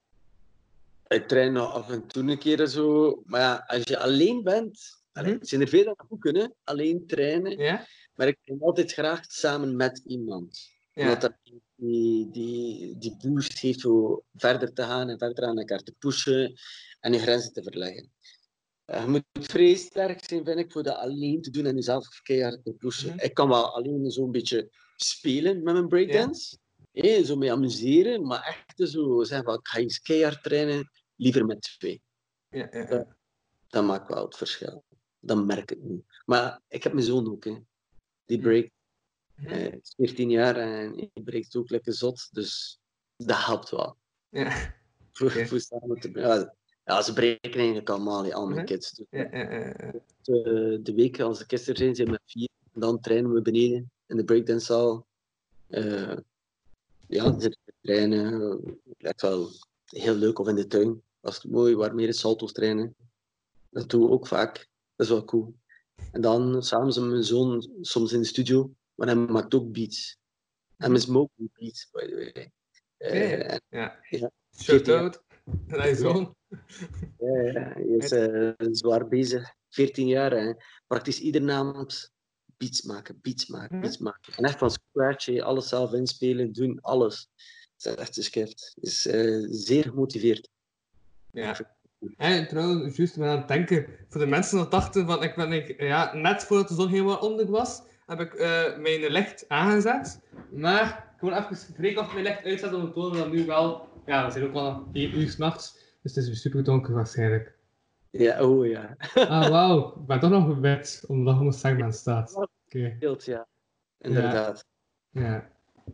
Ik train nog af en toe een keer zo. Maar ja, als je alleen bent... Allee, mm. zijn er veel dat goed kunnen, alleen trainen. Yeah. Maar ik train altijd graag samen met iemand. Ja. Omdat dat die, die, die boost heeft om verder te gaan en verder aan elkaar te pushen en je grenzen te verleggen. Uh, je moet vrij sterk zijn, vind ik, voor dat alleen te doen en jezelf keihard te pushen. Mm-hmm. Ik kan wel alleen zo'n beetje spelen met mijn breakdance. Ja. Hey, zo mee amuseren, maar echt zo zeggen van, ik ga eens keihard trainen, liever met twee. Ja, ja, ja. Dat, dat maakt wel het verschil. Dat merk ik niet. Maar ik heb mijn zoon ook, hè. Die breakt. Hij uh, is veertien jaar en hij breekt ook lekker zot, dus dat helpt wel. Ja. Voor, okay. voor samen te ja, ja, ze breken eigenlijk allemaal, al mijn kids. Dus, ja, ja, ja. de, de week als de kids er zijn, zijn we met vier. En dan trainen we beneden in de breakdancezaal. Uh, ja, dan zitten we trainen. Echt wel heel leuk. Of in de tuin. Als het mooi, waar meer salto's trainen. Dat doen we ook vaak. Dat is wel cool. En dan samen met mijn zoon soms in de studio. Maar hij maakt ook beats. En we smoken beats, by the way. Okay. Uh, ja. ja. Shout-out naar je zoon. Ja, ja, hij is uh, zwaar bezig. veertien jaar. En praktisch iedere avond beats maken, beats maken, beats maken. En echt van scratch, he, alles zelf inspelen, doen, alles. Het is echt een skift. Hij is uh, zeer gemotiveerd. Ja. En trouwens, juist aan het denken, voor de mensen die dachten van, ik ben ik, ja, net voordat de zon helemaal onder was, heb ik uh, mijn licht aangezet. Maar ik wil even spreken of mijn licht uitzet om te tonen dat nu wel, ja, we zijn ook wel één uur 's nachts, dus het is weer super donker waarschijnlijk. Ja, oh ja. Ah, wauw, ik ben toch nog gewet, omdat er een segment staat. Okay. Ja, inderdaad. Ja. ja.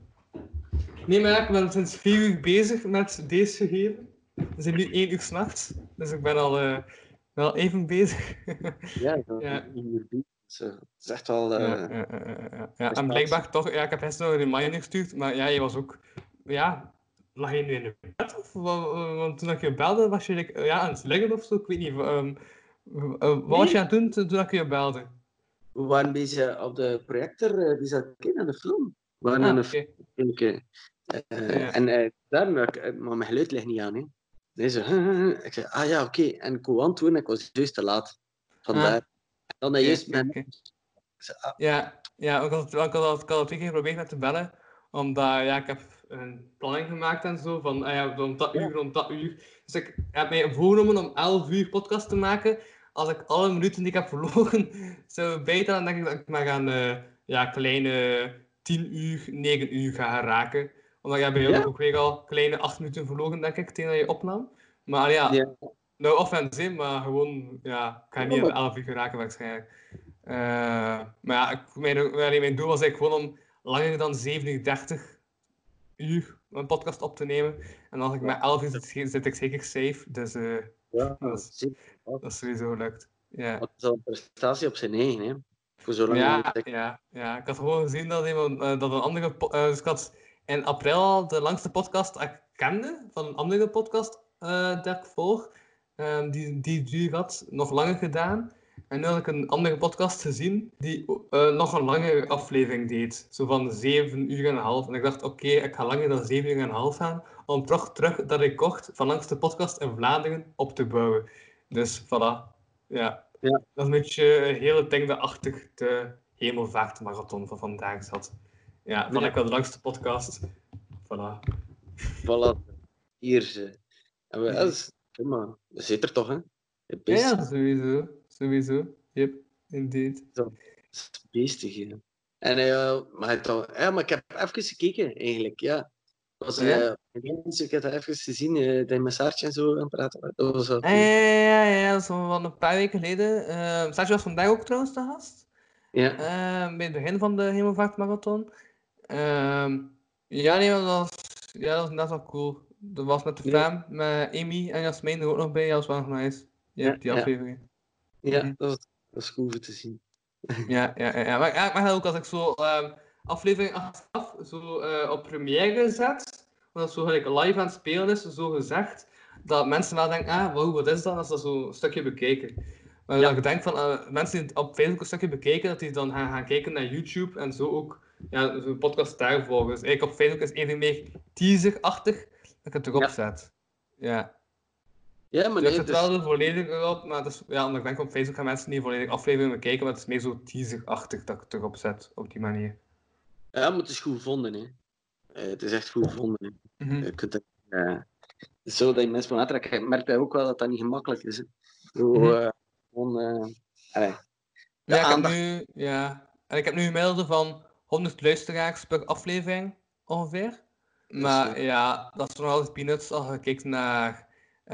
Nee, maar ik ben sinds vier uur bezig met deze gegeven. We zijn nu één uur 's nachts, dus ik ben al uh, wel even bezig. ja, ik ben ja. één uur bezig. Het is echt wel... Uh, ja, ja, ja, ja. ja. En blijkbaar toch... Ja, ik heb gisteren nog een reminder gestuurd, maar ja, je was ook ja, lag je nu in de bed? Of, wa- wa- want toen ik je belde, was je like, ja, aan het liggen of zo? Ik weet niet. Um, uh, wat was je aan het doen toen, toen ik je belde? We waren bezig op de projector, uh, die zat in aan de film. We waren aan Ah, een oké. film kijken. Uh, Ja. En uh, daar, uh, maar mijn geluid ligt niet aan. Hè. Nee, zo, huh, huh, huh. Ik zei, ah ja, oké. En ik wou antwoorden, ik was juist te laat. Vandaar. Ah, En dan oké, juist oké, mijn... oké. Ik zei, ah, Ja, ja, ik had, ik had, al- ik had al twee keer geprobeerd met te bellen, omdat ja, ik heb een planning gemaakt en zo, van ah ja, rond dat uur, rond dat uur. Dus ik heb mij voorgenomen om elf uur podcast te maken. Als ik alle minuten die ik heb verloren zou bijtellen, dan denk ik dat ik maar aan uh, ja, kleine tien uur, negen uur ga raken. Omdat ja, bij jou heb ja? ik ook weer al kleine acht minuten verloren, denk ik, tegen dat je opnam. Maar ja, Ja. nou of en zin, maar gewoon, ja, ik ga Ja, niet aan maar- de elf uur geraken waarschijnlijk. Uh, maar ja, ik, mijn, mijn mijn doel was eigenlijk gewoon om langer dan zevenendertig uur een podcast op te nemen. En als ik met elf uur zit, zit ik zeker safe. Dus uh, Ja, dat, is, zeker. dat is sowieso gelukt. Ja. Dat is al een prestatie op zijn eigen, hè. Voor zo lang Ja, mogelijk. ja, ja, ik had gewoon gezien dat, iemand, uh, dat een andere... Po- uh, dus ik had in april al de langste podcast dat ik kende, van een andere podcast uh, dat ik volg, um, die, die duur had, nog langer gedaan. En nu had ik een andere podcast gezien die uh, nog een langere aflevering deed. Zo van zeven uur en een half. En ik dacht, oké, okay, ik ga langer dan zeven uur en een half gaan, om toch terug dat record van langste podcast in Vlaanderen op te bouwen. Dus voilà, ja. Ja. Dat is een beetje een hele ding dat achter de Hemelvaartmarathon van vandaag zat. Ja, van Ja. ik wel de langste podcast. Voilà. Voilà. Hier ze. En we, dat is, ja, maar dat zit er toch, hè? Het Ja, beest. ja, sowieso. Sowieso. Yep, indeed. Dat is beestig, hè. En, uh, maar, het al, ja, maar ik heb even gekeken, eigenlijk, ja. Was, uh, Ja? ik heb dat even gezien, uh, dat je met Saartje en zo aan het praten was. Dat was wel Ja, ja, ja, ja, dat is van een paar weken geleden. Uh, Saartje was vandaag ook trouwens te gast. Ja. Uh, bij het begin van de Hemelvaartmarathon. Uh, ja, nee, dat was, ja, dat was net wel cool. Dat was met de Ja. fam, met Amy en Jasmijn er ook nog bij. Dat was wel nog nice. Je Ja, hebt die ja. aflevering. Ja, Mhm. dat was, dat was cool voor te zien. Ja, ja, ja, ja. Maar, ja, maar ook als ik zo um, aflevering achteraf zo uh, op première zet, omdat het zo gelijk live aan het spelen is, zo gezegd, dat mensen wel denken, ah, wow, wat is dat als dat zo'n stukje bekeken. Maar Ja. dat ik denk van uh, mensen die het op Facebook een stukje bekeken, dat die dan gaan, gaan kijken naar YouTube en zo ook ja, zo'n podcast daar volgen. Dus eigenlijk op Facebook is het even meer teaser-achtig dat ik het erop Ja. zet. Ja. Ja, maar Dus nee, ik zet dus, wel de volledige op, maar dus, ja, omdat ik denk op Facebook gaan mensen niet volledig afleveringen bekijken, maar het is meer zo teaser-achtig dat ik het erop zet, op die manier. ja, maar het is goed gevonden, hè. Uh, het is echt goed gevonden, hè. Mhm. Je kunt het, uh, het is zo dat je mensen van aantrekken. Je merkt ook wel dat dat niet gemakkelijk is, hè. Zo, Mhm. uh, gewoon, uh, allee. De Ja, ik heb aandacht. nu, ja, en ik heb nu gemiddelde van honderd luisteraars per aflevering, ongeveer. Maar wel- ja, dat is nog altijd peanuts als je kijkt naar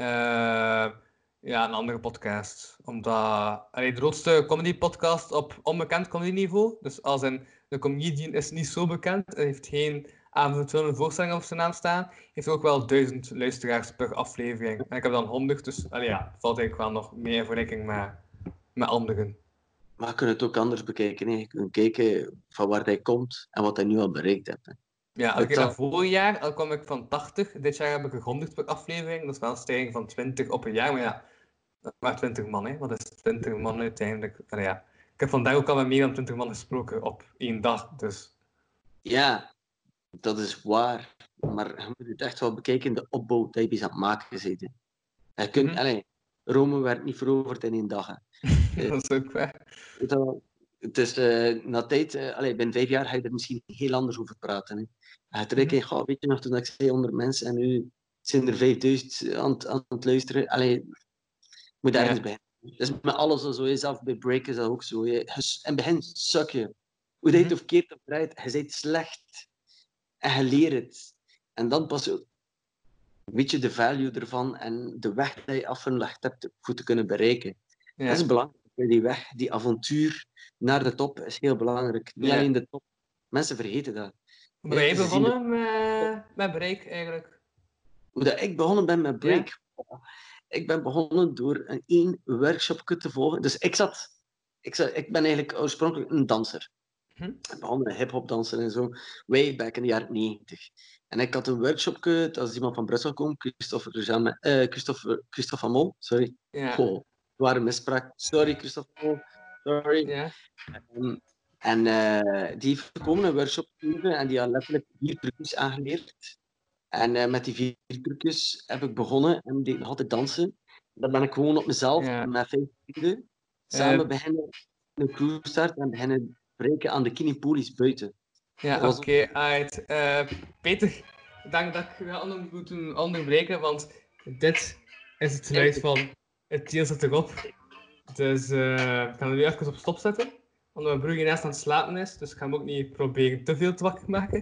eh, ja, een andere podcast. Omdat allee, de grootste comedy podcast op onbekend comedy niveau, dus als een, de comedian is niet zo bekend, en heeft geen avondvullende voorstelling op zijn naam staan, heeft ook wel duizend luisteraars per aflevering. En ik heb dan honderd, dus allee, ja, valt eigenlijk wel nog meer in vergelijking met, met anderen. Maar je kunt het ook anders bekijken, hè. Je kunt kijken van waar hij komt en wat hij nu al bereikt heeft, hè. Ja, als ik Het kijk naar zal- vorig jaar, dan kwam ik van tachtig. Dit jaar heb ik er honderd per aflevering. Dat is wel een stijging van twintig op een jaar. Maar ja, maar twintig man, hè. Wat is twintig man uiteindelijk? Allee, ja. Ik heb vandaag ook al met meer dan twintig man gesproken op één dag. Dus Ja, dat is waar. Maar je moet het echt wel bekijken in de opbouw dat je bezig aan het maken bent, hè. Je kunt, Mhm. allee, Rome werd niet veroverd in één dag, hè. dat is ook waar. Weet je wel, het is uh, na tijd, uh, allee, binnen vijf jaar ga je er misschien heel anders over praten. Hè. Je gaat terug Mhm. in, weet je nog, toen ik zei honderd mensen en nu zijn er vijfduizend aan, het- aan het luisteren. Allee, je moet ergens Ja. beginnen. Dus met alles zo is, zelf bij Break is dat ook zo. Je, je, in het begin suk je. Hoe dat je het Mhm. of keert of draait, je bent slecht. En je leert het. En dan pas weet je de value ervan en de weg die je afgelegd hebt voor te kunnen bereiken. Ja. Dat is belangrijk. Die weg, die avontuur naar de top is heel belangrijk. Niet Ja. alleen de top. Mensen vergeten dat. Hoe ben jij Ze zien begonnen met, met bereik eigenlijk? Hoe dat ik begonnen ben met Break. Ik ben begonnen door een één workshopje te volgen. Dus ik zat, ik zat... Ik ben eigenlijk oorspronkelijk een danser. Hm? Begonnen hip-hop dansen en zo. Way back in de jaren negentig. En ik had een workshopje, dat is iemand van Brussel kwam, Christophe, Jean, eh, Christophe, Christophe van Mol, sorry. Ja. Goh, zware mispraak. Sorry, Christophe van Mol. Sorry. Ja. Um, en uh, die heeft gekomen een workshop gegeven en die had letterlijk vier trucjes aangeleerd. En uh, met die vier trucjes heb ik begonnen en deed nog altijd dansen. Dan ben ik gewoon op mezelf Ja. en met vijf vrienden samen Uh, beginnen een crew starten en beginnen breken aan de Kinepolis buiten. Ja, oké, was... okay, alright. Uh, Peter, ik denk dat ik ga onder, moeten onderbreken, want dit is het geluid van het team zit erop. Dus uh, ik ga er nu even op stop zetten, omdat mijn broer hiernaast aan het slapen is, dus ik ga hem ook niet proberen te veel te wakker maken.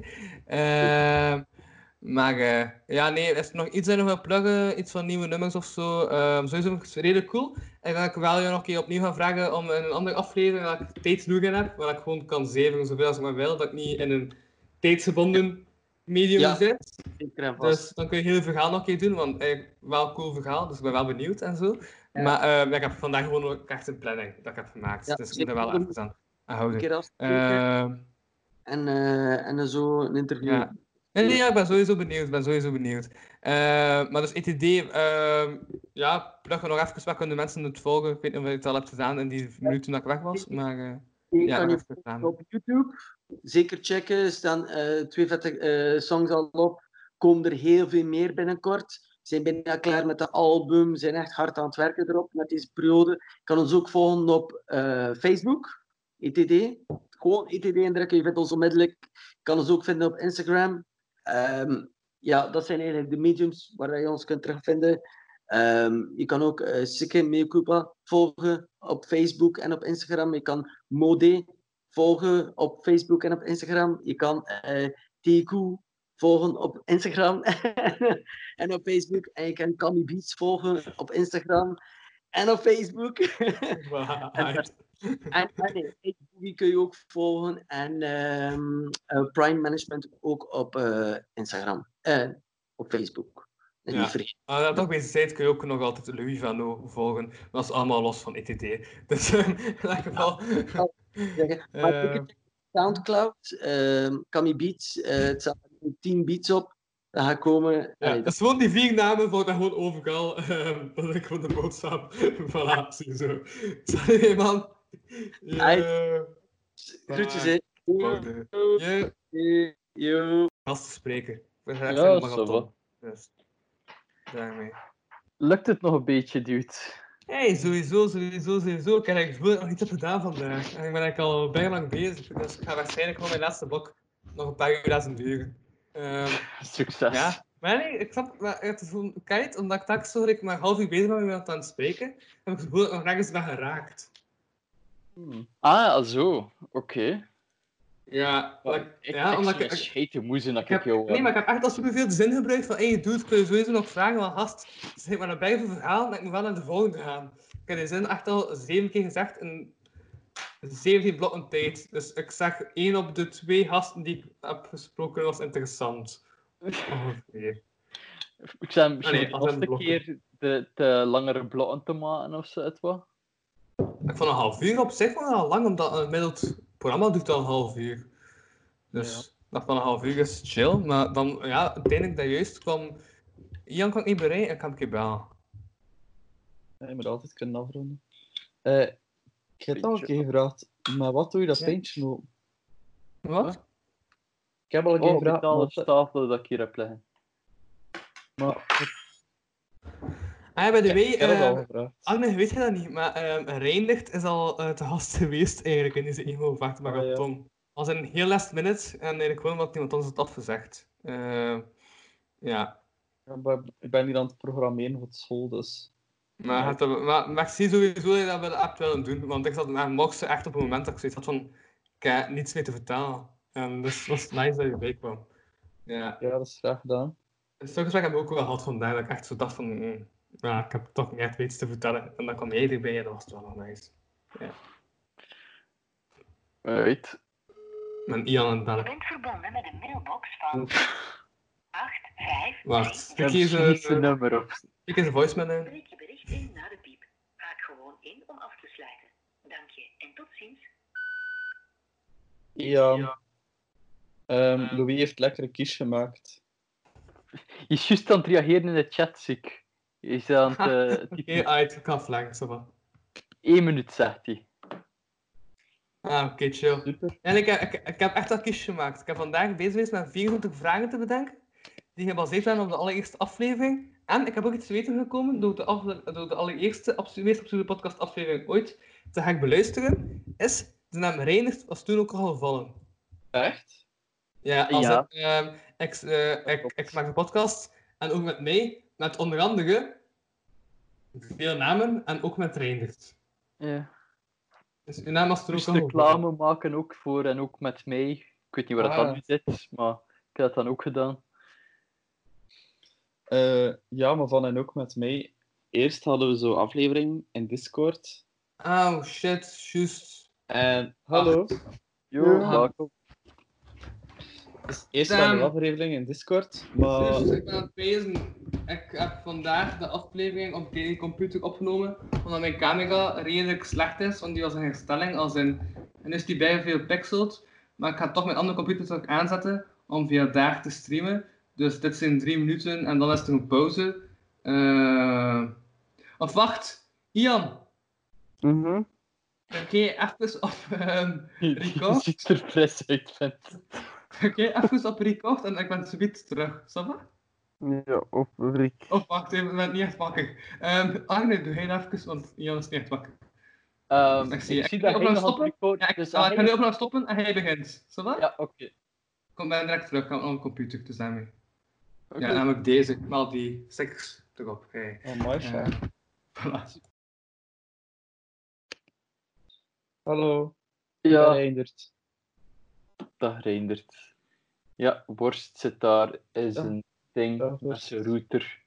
Uh, maar uh, ja, nee, is er nog iets dat je nog wil pluggen, iets van nieuwe nummers of zo? Uh, sowieso is het redelijk cool. En dan ga ik wel je nog een keer opnieuw gaan vragen om in een andere aflevering dat ik tijd genoeg in heb, waar ik gewoon kan zeven zoveel als ik maar wil, dat ik niet in een tijdsgebonden medium ja, zit. Ik dus dan kun je heel het verhaal nog een keer doen, want eigenlijk wel een cool verhaal, dus ik ben wel benieuwd en zo. Ja. Maar uh, ik heb vandaag gewoon ook echt een planning dat ik heb gemaakt, ja, dus ik moet er wel even aan, aan houden. Een keer uh, en, uh, en zo een interview. Ja. Nee, nee, ja, ik ben sowieso benieuwd, ben sowieso benieuwd. Uh, maar dus E T D, uh, ja, plug nog even, waar kunnen de mensen het volgen? Ik weet niet of je het al hebt gedaan in die minuten dat ik weg was, maar uh, ja, kan nog je even gedaan. Op YouTube, zeker checken, er staan uh, twee vette uh, songs al op, komen er heel veel meer binnenkort. Zijn bijna klaar met de album, zijn echt hard aan het werken erop met deze periode. Je kan ons ook volgen op uh, Facebook, E T D. Gewoon E T D indrukken, je vindt ons onmiddellijk. Je kan ons ook vinden op Instagram. Um, ja, dat zijn eigenlijk de mediums waar je ons kunt terugvinden. Um, je kan ook uh, Sike Meekupa volgen op Facebook en op Instagram. Je kan Mode volgen op Facebook en op Instagram. Je kan uh, T Q volgen op Instagram en op Facebook. En je kan Kami Beats volgen op Instagram en op Facebook. en, en, en nee, kun je ook volgen. En um, uh, Prime Management ook op uh, Instagram en op Facebook. En ja, uh, dat toch bezig zijt kun je ook nog altijd Louis van O volgen. Maar dat is allemaal los van E T D. Dus in elk geval... Ja, maar uh, Soundcloud, uh, Kami Beats, uh, het staat tien beats op. Dat gaat komen. Ja, dat is gewoon die vier namen, voor dat gewoon overal. Uh, dat is ik gewoon de boodschap. Voilà, zo. Sorry, man. Yeah. Groetjes, hè. Yo. Yo. Gastenspreker. Ja, zo. Dus, daarmee. Lukt het nog een beetje, dude? Hey, sowieso, sowieso, sowieso. Ik heb eigenlijk nog iets op gedaan vandaag. En ik ben eigenlijk al bijna lang bezig. Dus ik ga waarschijnlijk gewoon mijn laatste blok nog een paar uur laten duren. Um, Succes. Ja, maar nee, ik snap maar het is een kijk, omdat ik telkens zo dat ik maar half uur bezig ben met iemand aan het spreken, heb ik het gevoel dat ik nog nergens ben geraakt. Hmm. Ah, zo. Oké. Okay. Ja, maar like, ik, ja, ik omdat ik... scheet moe zijn dat ik, ik heb, jou... Nee, maar ik heb echt al superveel zin gebruikt van, hey dude, kun je sowieso nog vragen van gast, zeg maar naar blijven verhaal, maar ik moet wel naar de volgende gaan. Ik heb die zin echt al zeven keer gezegd in zeventien blokken tijd. Dus ik zeg één op de twee gasten die ik heb gesproken was interessant. Ongeveer. Ik zei misschien ah, nee, de keer de, de langere blokken te maken of zo, het wat? Ik vond een half uur op zich wel al lang, omdat een gemiddeld programma duurt al een half uur. Dus ja. Dat van een half uur is chill, maar dan, ja, uiteindelijk dat juist kwam... Ian kan ik niet bereiken, ik kan een keer bellen. Ja, je moet altijd kunnen afronden. Uh, ik heb het al een keer gevraagd, maar wat doe je dat ja. pintje nou? Wat? Ik heb al een keer oh, gevraagd... Oh, de tafel dat ik hier heb liggen. Maar... Ah, bij de way, uh, Agne, weet je dat niet, maar uh, Reinlicht is al uh, te gast geweest eigenlijk in deze emo-vacht marathon. Oh, ja. Als een heel last minute en eigenlijk gewoon omdat iemand ons het had gezegd. Uh, ja. ja maar ik ben hier aan het programmeren voor school, dus... Maar, ja. het, maar, maar ik zie sowieso dat je dat bij de app willen doen, want ik zat naar Moxen echt op het moment dat ik zoiets had van, ik heb niets meer te vertellen. En dus het was nice dat je bij kwam. Ja, ja dat is graag gedaan. Dus zo'n gesprek heb ik ook wel gehad vandaag, dat ik echt zo dacht van, mm, ja, ik heb toch niet echt iets te vertellen. En dan kwam jij erbij en dat was het wel nog nice. Ja. Right. Met Ian en Belle. Je bent verbonden met een mailbox van acht vijf... Wacht, spreek je een nummer op. Spreek eens een voicemail in. Spreek je bericht in na de piep. Haak gewoon in om af te sluiten. Dank je en tot ziens. Ja. Ehm, Louis heeft lekkere quiche gemaakt. Je is juist aan het reageren in de chat, zie ik. Je is aan het uh, Oké, typen. uit, ik kan flank, zo wat. Eén minuut, zegt hij. Ah, oké, okay, chill. Super. En ik, ik, ik heb echt al kies gemaakt. Ik heb vandaag bezig geweest met vierentwintig vragen te bedenken, die gebaseerd zijn op de allereerste aflevering. En ik heb ook iets te weten gekomen door de, af, door de allereerste, abs- meest absurde podcast aflevering ooit te gaan beluisteren, is de naam Reinert was toen ook al gevallen. Echt? Ja, als Ja. Het, ehm, ik, eh, ik, ik maak de podcast en ook met mij, met onder andere veel namen en ook met Reinert. Ja. Dus uw naam was er ook Dus al reclame maken ook voor en ook met mij. Ik weet niet waar dat Ah. dan nu zit, maar ik heb dat dan ook gedaan. Eh, ja, maar van en ook met mij. Eerst hadden we zo'n aflevering in Discord. Oh shit, juist. En hallo. Yo, Ah. welkom. Dus eerst Damn. hadden we een aflevering in Discord, maar... Dus ik ben aan het pezen. Ik heb vandaag de aflevering op de computer opgenomen, omdat mijn camera redelijk slecht is, want die was in herstelling, als in, en is die bij veel pixeld. Maar ik ga toch mijn andere computer terug aanzetten om via daar te streamen. Dus dit zijn drie minuten en dan is er een pauze. Uh... Of wacht, Ian, Mhm. kun je even op um, record? ziet er fris uit, vindt. Oké, even op record en ik ben zoiets terug. Snap je? Ja, op Rick. Oh, wacht even, ik ben niet echt wakker. Um, Arne, doe jij dat even, want Jan is niet echt wakker. Um, ik zie, ik ik zie ga dat nu hij opname nog aan het stoppen. record- Ja, ik, dus ah, hij ik ga nu nog- opname stoppen en hij begint. Zo wat? Ja, oké. Ik kom ben direct terug, gaan we op een computer te zijn. Oké. Ja, namelijk deze, met al die stickers erop. Oké. Oh, mooi, Eh, ja. voilà. Hallo. Ja. Dag, Reindert. Dag Reindert. Ja, Worst zit daar, is Ja. een ding Dag, met Worst. zijn router.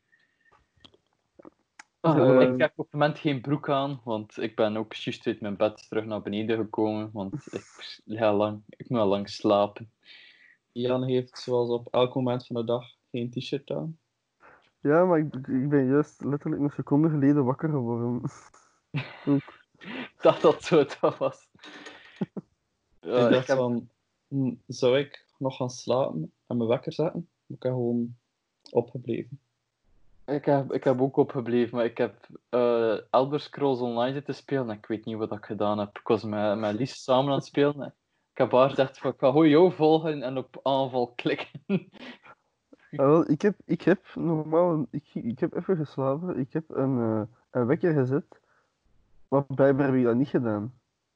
Ah, Eh, eh, ik heb op het moment geen broek aan, want ik ben ook juist uit mijn bed terug naar beneden gekomen, want ik, lig al lang, ik moet al lang slapen. Jan heeft zoals op elk moment van de dag geen t-shirt aan. Ja, maar ik, ik ben juist letterlijk een seconde geleden wakker geworden. Ook. Ik dacht dat zo het was. Ja, ik ik dacht heb- van, hm, zou ik nog gaan slapen en mijn wekker zetten? Maar ik ben gewoon opgebleven. Ik heb, ik heb ook opgebleven, maar ik heb eh Elder Scrolls Online zitten spelen en ik weet niet wat ik gedaan heb. Ik was met, met Lies samen aan het spelen. Ik heb haar gezegd van, ik ga gewoon jou volgen en op aanval klikken. Ah, wel, ik, heb, ik heb normaal, een- ik, ik heb even geslapen, ik heb een, eh, een wekker gezet, maar blijkbaar heb ik dat niet gedaan.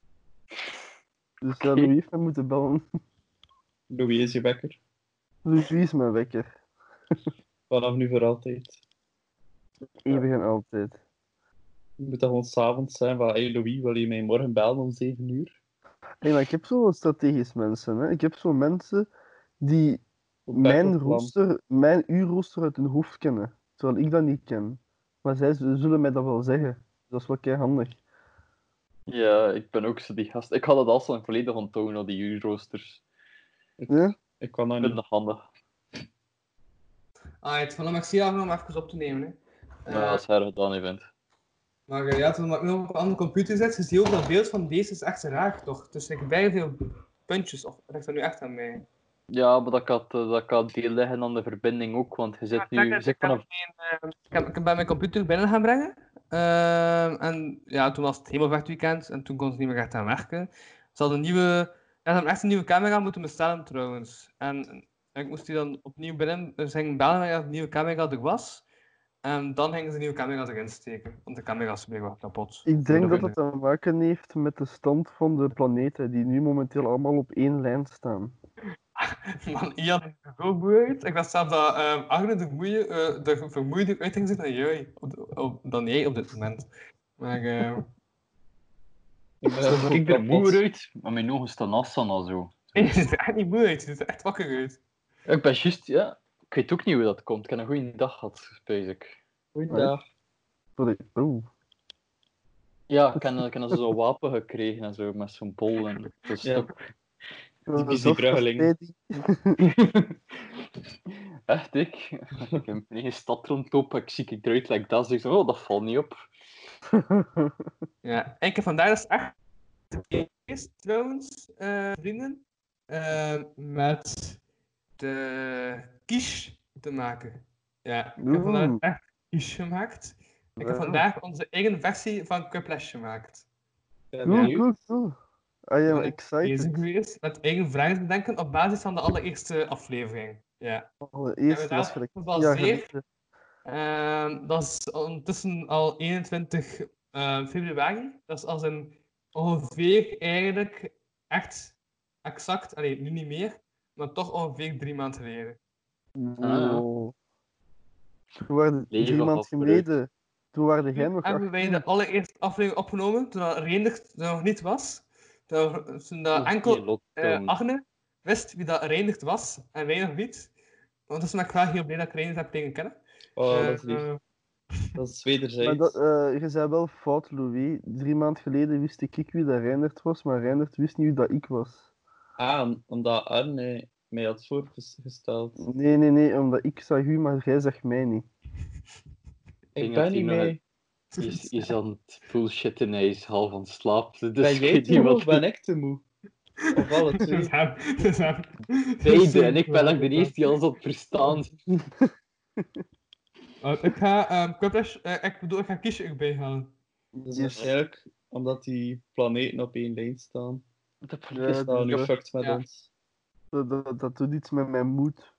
Dus ja, Louis heeft me moeten bellen. Louis is je wekker. Louis is mijn wekker. Vanaf nu voor altijd. Eeuwig en altijd. Het moet dan gewoon s'avonds zijn van, hey Louis, wil je mij morgen bellen om zeven uur? Hey, maar ik heb zo strategisch mensen. Hè. Ik heb zo mensen die Op mijn, backup plan. rooster, mijn uurrooster uit hun hoofd kennen, terwijl ik dat niet ken. Maar zij z- zullen mij dat wel zeggen. Dat is wel kei handig. Ja, ik ben ook zo die gast. Ik had het al zo volledig onthouden, al die uurroosters. Ja? Ik kan dat Ik vind niet. dat handig. Alright, voilà, maar ik zie jou nog om even op te nemen. Hè. Eh, Ja, als hij er gedaan heeft. Maar eh, ja, toen ik nog op een andere computer zit, je ziet ook dat beeld van deze is echt raar, toch? Dus ik bij veel puntjes, of ligt dat nu echt aan mij? Ja, maar dat kan, dat kan deel liggen aan de verbinding ook, want je zit nu... Je zit vanaf... Ik heb, ik heb bij mijn computer binnen gaan brengen. Ehm, en ja, toen was het hemelvaartweekend en toen kon ze niet meer echt aan werken. Ze hadden een nieuwe... Ja, ze hebben echt een nieuwe camera moeten bestellen trouwens. En ik moest die dan opnieuw binnen... Ze gingen bellen dat de nieuwe camera er was. En dan gingen ze de nieuwe camera erin steken. Want de camera is weer kapot. Ik denk dat het te maken heeft met de stand van de planeten, die nu momenteel allemaal op één lijn staan. Man, Ian is er zo moe uit. Ik dacht zelf dat uh, Agne de, moeie, uh, de vermoeide uit ging zitten dan jij op, de- op, dan jij op dit moment. Maar uh, Ik ben Ik kijk er moe uit, maar mijn ogen staan afstaan al zo. je ziet er echt niet moe uit, je ziet er echt wakker uit. Ik ben juist, ja... Ik weet ook niet hoe dat komt. Ik heb een goede dag gehad, spijs ik. Goeiedag. Oeh. Ja, ik heb, ik heb zo'n wapen gekregen en zo, met zo'n bol en zo'n stok. Typisch die bruggeling. Echt, ik? Ik heb in een stad rondlopen, ik zie ik eruit like dat, zeg ik zo, oh, dat valt niet op. Ja, en ik heb vandaag dus echt geweest, trouwens, uh, vrienden. eh, met de quiche te maken. Ja, ik heb Oeh. vandaag echt quiche gemaakt. Ik heb Ja. vandaag onze eigen versie van Quiplash gemaakt. Cool, cool, cool. I Ik am ben echt bezig excited. geweest met eigen vragen te denken op basis van de allereerste aflevering. Ja. Allereerst, Ik dat is heb me gelijk daarop tien jaar gebaseerd. geleden. Ehm, dat is ondertussen al eenentwintig eh, februari. Dat is als een ongeveer eigenlijk echt exact, allee, nu niet meer, maar toch ongeveer drie maanden geleden. Wow. Toen waren Leven drie maanden gaat vooruit. geleden. Toen waren jij Toen nog hebben wij achttien. de allereerste aflevering opgenomen, toen dat Reindert er nog niet was. Toen, toen dat Nog geen enkel lockdown. eh Agne wist wie dat Reindert was, en wij nog niet. Want dus ben ik wel heel blij dat ik Reindert heb leren kennen. Oh, dat Eh, is lief. eh, Dat is Maar wederzijds. dat, eh, je zei wel fout, Louis. Drie maanden geleden wist ik wie dat Reindert was, maar Reindert wist niet wie dat ik was. Ah, om- omdat Arne mij had voorgesteld. Nee, nee, nee, omdat ik zag u, maar jij zag mij niet. Ik ben niet mee. Hij is, is aan het bullshitten en hij is half aan het slapen. Dus Ben ik jij weet te niet moe wat of ben ik te moe? Of alle twee? Beide, en ik ben lang de eerste die alles op verstaan. Uh, ik ga um, Quiplash, uh, ik bedoel, ik ga kiezen erbij halen. Dat is waarschijnlijk omdat die planeten op één lijn staan. De Is dat nu dat- fucked met ja. ons? Dat, dat, dat doet iets met mijn moed.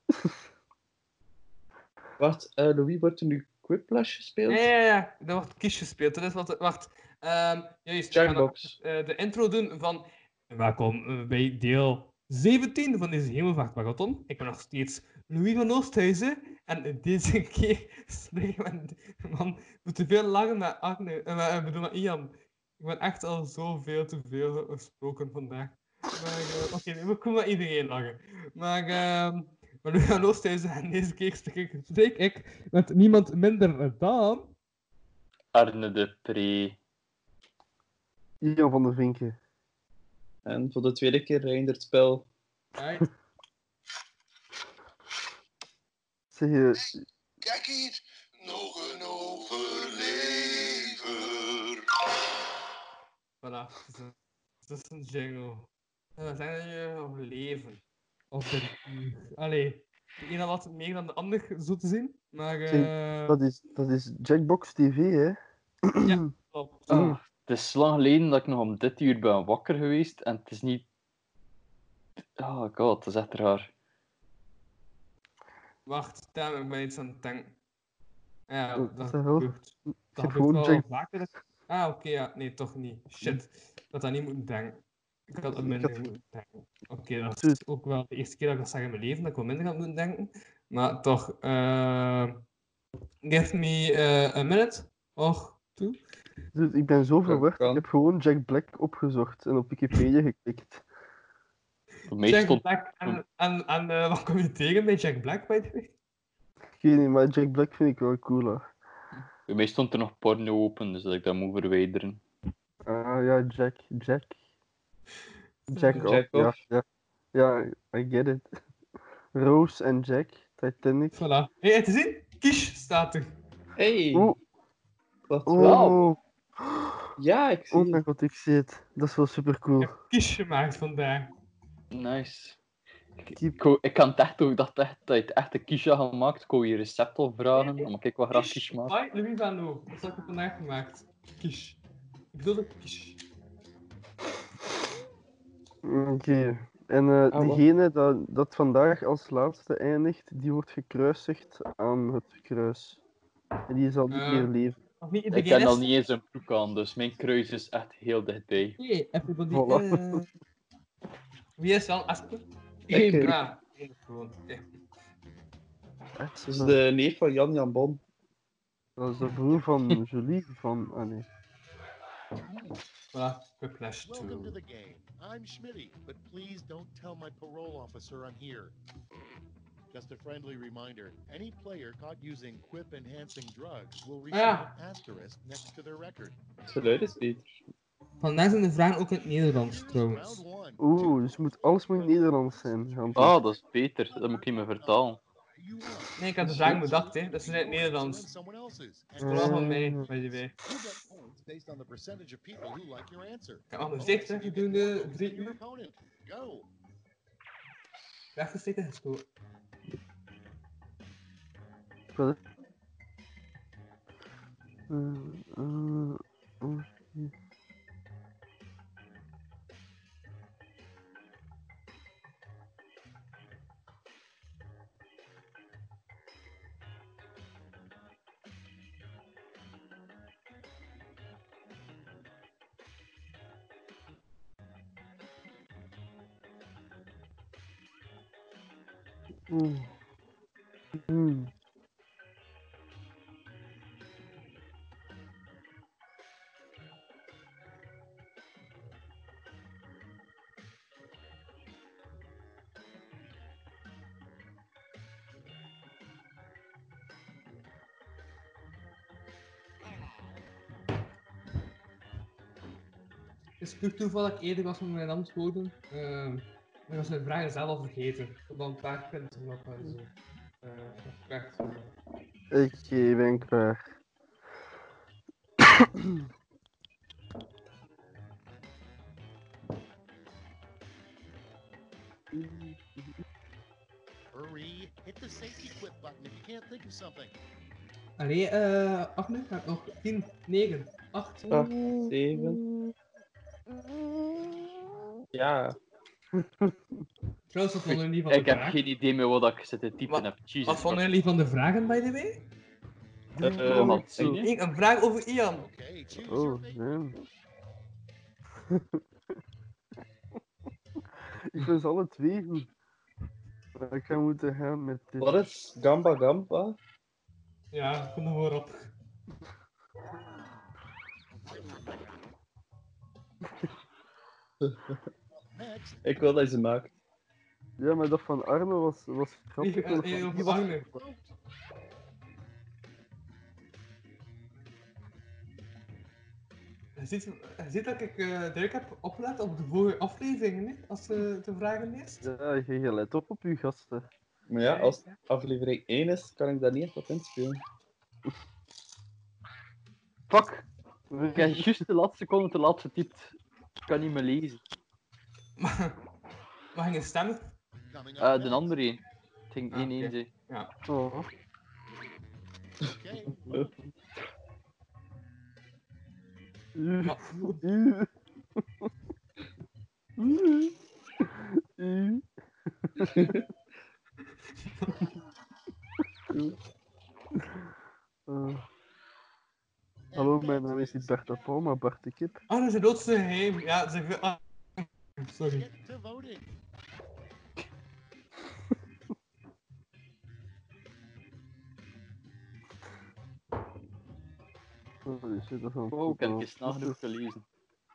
Wacht, uh, Louis, wordt er nu Quiplash gespeeld? Ja, ja, ja, er wordt kies gespeeld. Dat is wat, wacht, um, juist, we gaan Jackbox. nog, uh, de intro doen van welkom uh, bij deel zeventien van deze Hemelvaartmarathon. Ik ben nog steeds Louis van Oosthuizen en deze keer spreek ik met man, moet te veel lachen met Agne, uh, ik bedoel met Ian. Ik ben echt al zoveel te veel gesproken vandaag. Maar uh, oké, okay, we kunnen met iedereen lachen. Maar, uh, maar Louis van Oosthuizen en deze keer spreek ik, spreek ik met niemand minder dan... Arne de Pre. Ian van der Vinken. En voor de tweede keer Reindert Spel. Right. Zeg je... Kijk hier, nog een overlever. Voilà, het is een, het is een jingle. En we zijn er nog leven. Of er... Allee, de ene wat meer dan de ander, zo te zien. Maar... zeg, Uh... dat, is, dat is Jackbox T V, hè? Ja, klopt. Ah, het is lang geleden dat ik nog om dit uur ben wakker geweest en het is niet... Oh god, het is echt raar. Wacht, daar ben ik iets aan het denken. Ja, Oh, dat zeg wel. gebeurt. Ik Dat heb gebeurt gewoon wel Jack... vaker. dat- Ah, oké, okay, ja. Nee, toch niet. Shit. Ik had dat niet moeten denken. Ik had er minder had- moeten denken. Oké, okay, dat is ook wel de eerste keer dat ik dat zeg in mijn leven, dat ik wel minder had moeten denken. Maar toch, uh, give me uh, a minute or two. Dus ik ben zo verward, kan. ik heb gewoon Jack Black opgezocht en op Wikipedia geklikt. Jack Black, en, en, en uh, wat kom je tegen bij Jack Black, by the way? Ik weet niet, maar Jack Black vind ik wel cooler. Bij mij stond er nog porno open, dus dat ik dat moet verwijderen. Ah ja, Jack, Jack. Jack off, Jack ja, off. ja. Ja, I get it. Rose en Jack, Titanic. Voilà. Hé, hey, te zien? Kies staat er. Hey! Oeh. Wat Oh. wel? Ja, ik zie Oh mijn god, ik zie het. Dat is wel super cool. Ik heb kies gemaakt vandaag. Nice. Ik, ik, wou- ik kan het echt ook dat, echt, dat je het echt een quiche had gemaakt. Ik wou je recept al vragen, omdat ik wel graag quiche maak. Hoi, Louis van Loo. Dat heb ik vandaag gemaakt. Kies. Ik bedoel de kies. Oké. En uh, Ah, wat? diegene dat, dat vandaag als laatste eindigt, die wordt gekruisigd aan het kruis. En die zal niet Eh, meer leven. Nog niet Ik iedereen heb al is- niet eens een broek aan, dus mijn kruis is echt heel dichtbij. Hey, everybody. Voilà. eh, Wie is dan Asper? Ik, eh, Ja, één gewoon. Oké. Dat is de neef van Jan Jan Bon. Dat is de broer van Julie van... Ah nee. Voilà, Whiplash Welcome to two. the game. I'm Schmitty, but please don't tell my parole officer I'm here. Just a friendly reminder, any player caught using quip-enhancing drugs will receive Ja. an asterisk next to their record. Het geluid is beter. Vandaag zijn de vragen ook in het Nederlands trouwens. Oeh, dus moet, alles moet Nederlands zijn. gaan doen. Ah, dat is beter. Dat moet ik niet meer vertalen. Nee, ik heb de vragen bedacht, hè. Dat is in het Nederlands. Someone else's. Dat is wel van mij, by the way. You get points based on the percentage of people who like your answer. Ik heb al gezegd, hè, gedurende drie uur. Opponent. Go. Weggesteken gestoken. Wat? Uh, uh, oké. Oeh. Hmm. Het is puur toeval dat ik eerder was met mijn antwoorden. Uh, ik was mijn vragen zelf al vergeten. Ik heb al een paar punten nog en zo. Uh, echt. Ik ben klaar. Hurry, hit the safety quit button if you can't think of something. Allee, uh, Ahmed, gaat nog tien, negen, acht, acht, zeven. Ja. Trouwens, wat vonden jullie van de Ik heb vragen? geen idee meer wat ik zit te typen Ma heb. Jesus Wat vonden Christ. jullie van de vragen, by the way? Uh, wat zeg je? Ik, een vraag over Ian. Oh, nee. Ik vind ze alle twee goed. Maar ik ga moeten gaan met dit. Wat is Gamba Gamba? Ja, kom er maar op. Ik wil dat je ze maakt. Ja, maar dat van Arno was, was grappig. Lief, maar dat eh, van over die was- Arno. Je ziet, je ziet dat ik uh, druk heb opgelet op de vorige afleveringen, hè, als je de vragen leest. Ja, je, je let op op je gasten. Maar ja, als het aflevering één is, kan ik daar niet echt op inspelen. Fuck! Ik heb juist de laatste seconde te laat getypt. Ik kan niet meer lezen. Mag je stemmen? Uh, de andere een. Het ging Ah, één één oké. zijn. Ja. Oh. U. U. U. U. Uh. Hallo, mijn naam is niet Bert Apol, maar Bart de Kip. Oh, dat is het grootste geheim. Ja, ze hebben... Ah. Sorry. Holy shit, dat is een Oh, ik heb foto. het snel genoeg gelezen.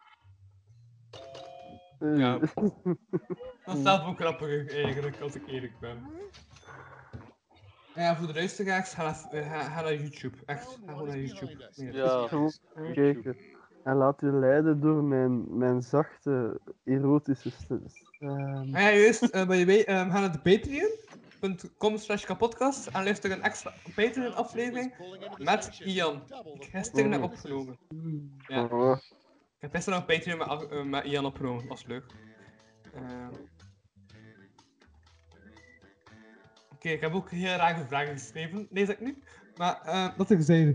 Eh. Ja. Dat is zelf ook grappig eigenlijk, als ik eerlijk ben. Ja, voor de luisteraars, ga naar, uh, ga, ga naar YouTube. Echt, ga gewoon naar YouTube. Nee, Ja. Gewoon kijken. En laat je leiden door mijn, mijn zachte, erotische stem. Ah ja, juist. Uh, by the way, um, ga naar de Patreon punt com slash kapodcast en luister een extra Patreon aflevering met Ian. Die ik gisteren heb opgenomen. Ja. Oh. Ik heb gisteren nog een Patreon met, uh, met Ian opgenomen, dat was leuk. Uh... Oké, okay, ik heb ook heel rare vragen geschreven, lees ik nu. Maar uh, wat ik zei.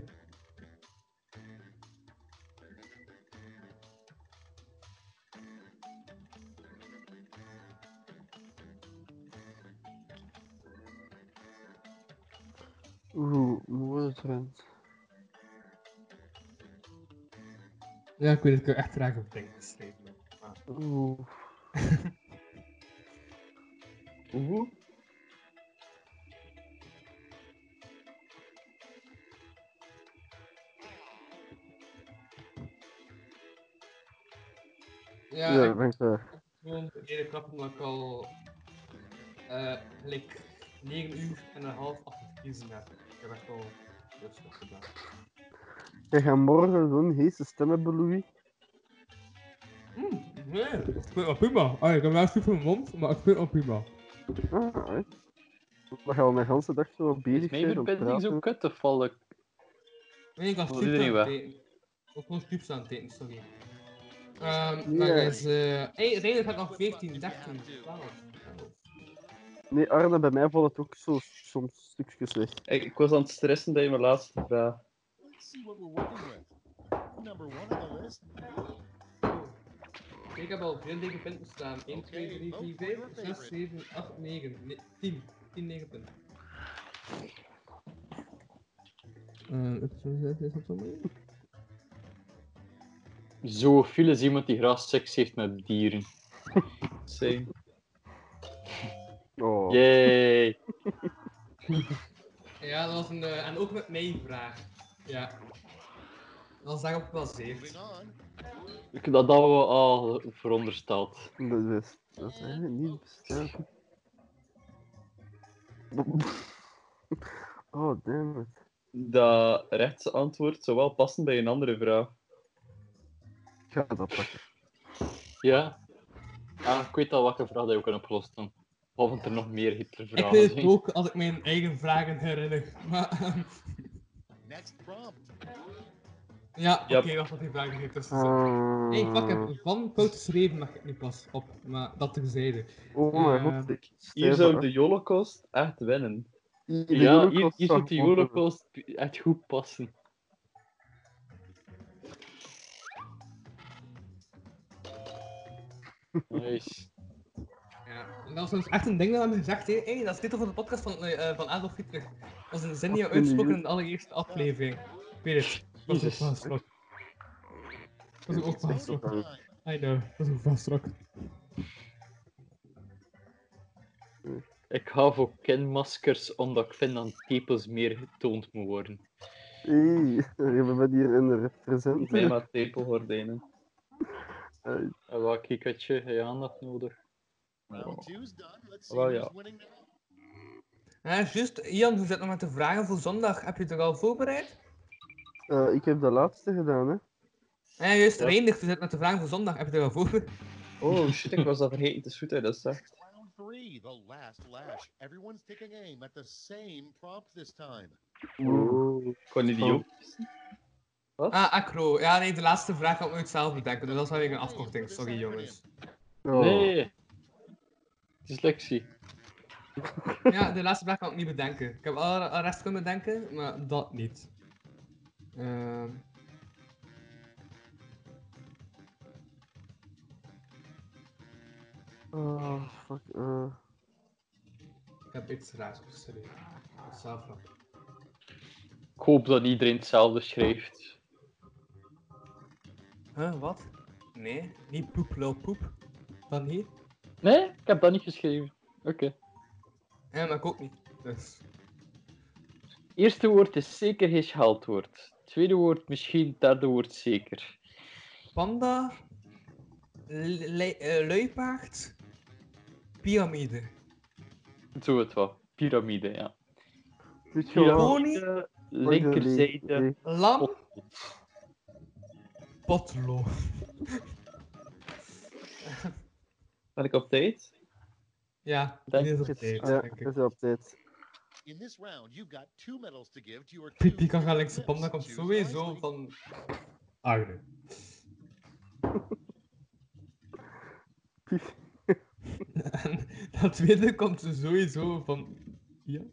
Oeh, mooie trend. Ja, ik weet het, ik heb echt rare dingen geschreven. Maar... Oeh. Oeh. Ja, Ja, ik ben klaar. gewoon de ene klap omdat ik al uh, like negen uur en een half achter het kiezen heb. Ik heb echt al rustig gedaan. Jij gaat morgen zo'n heese stem hebben, Louis. Mm, nee, ik vind het prima. Ah, ik heb wel super mijn mond, maar ik vind het prima. Ah, hè. Dan gaan we de hele dag zo bezig Is mijn zijn om te verbinding zo praten. kut of val ik? Nee, ik was Oh, strips iedereen aan het weg. eten. Ik was gewoon strips aan het eten, sorry. Um, Ja. Dan is... Uh... Hey, uiteindelijk heb ik nog veertien, dertien, twaalf, elf. Nee, Arne, bij mij valt het ook zo soms stukjes weg. Ik, ik was aan het stressen bij mijn laatste vraag. Let's see what we're working with. Number one on the list. Ik heb al veel lege punten staan. één, twee, drie, vier, vijf, zes, zeven, acht, negen. Nee, tien. tien lege punten. Zoofiel is iemand die graag seks heeft met dieren. Same. Oh. Yay. Ja, dat was een... Uh, en ook met mijn vraag. Ja. Dat was daarop gebaseerd. Dat hadden we al verondersteld. Dat is, dat is eigenlijk niet bestaan. Oh, damn it. Dat rechtse antwoord zou wel passen bij een andere vraag. Ik ga dat pakken. Ja? Ah, ik weet al welke vraag dat je ook kan oplossen. Of er nog meer Hitler-vragen Ik weet het zijn. ook als ik mijn eigen vragen herinner. Maar... Next prompt. Ja, oké, Yep. okay, wacht wat die vragen heeft tussen Uh... Nee, fuck, ik heb van fout geschreven, mag ik nu pas op. Maar dat terzijde. Oh mijn Uh, god. Ik Hier sterf zou af. de Holocaust echt winnen. De Ja, hier, Holocaust hier zou zou de gewonnen. Holocaust echt goed passen. Nice. Ja, dat was dus echt een ding dat we hebben gezegd. Hé, hey, dat is de titel van de podcast van, uh, van Adolf Hitler. Dat was een zin die we uitsproken in de allereerste aflevering. Ik weet het. Ik was ook Jezus. vastgetrokken. Ik was ook vastgetrokken. I know, ik was ook vastgetrokken. Ik ga voor kenmaskers omdat ik vind dat tepels meer getoond moet worden. Hey, we hebben hier een represent. Mij maar tepelgordijnen. Hey. En wat kikkertje heb je aandacht nodig? Round two's done. Let's see Wel who's ja. winning now. Ja, juist. Ian, hoe zit het nog met de vragen voor zondag? Heb je het er al voorbereid? Uh, ik heb de laatste gedaan, hè. Ja, juist. Ja. Reinig, hoe zit het met de vragen voor zondag? Heb je het er al voorbereid? Oh shit, ik was dat vergeten. Het is goed dat je dat zegt. Round three, the last lash. Everyone's taking aim at the same prompt this time. Oh, kon je die ook? Wat? Ah, acro. Ja, nee, de laatste vraag kan ik nooit zelf bedenken. Dus dat is wel weer een afkorting. Sorry, jongens. Oh. Nee. Dyslexie. Ja, de laatste vraag kan ik niet bedenken. Ik heb al de rest kunnen bedenken, maar dat niet. Ehm Oh, fuck. Uh. Ik heb iets raars opgeschreven. Zelf nog. Ik hoop dat iedereen hetzelfde schrijft. Huh, wat? Nee, niet poep, lul, poep. Dan niet? Nee, ik heb dat niet geschreven. Oké. Ja, maar ik ook niet. Dus. Eerste woord is zeker geen scheldwoord. Tweede woord misschien, derde woord zeker. Panda. Le- le- eh, luipaard. Piramide. Zo het wel. Piramide, ja. Weet je wel? Piramide, linkerzijde. Lam. Potlo. Ben ik op tijd? Ja, Denk dit is op het. tijd, Ja, denk ik. dat is op tijd. In this round, you've got two medals to give to your two Pipi favorite Kagalikse clips. panda komt Choose sowieso wisely. van Arne. En dat tweede komt sowieso van Ian.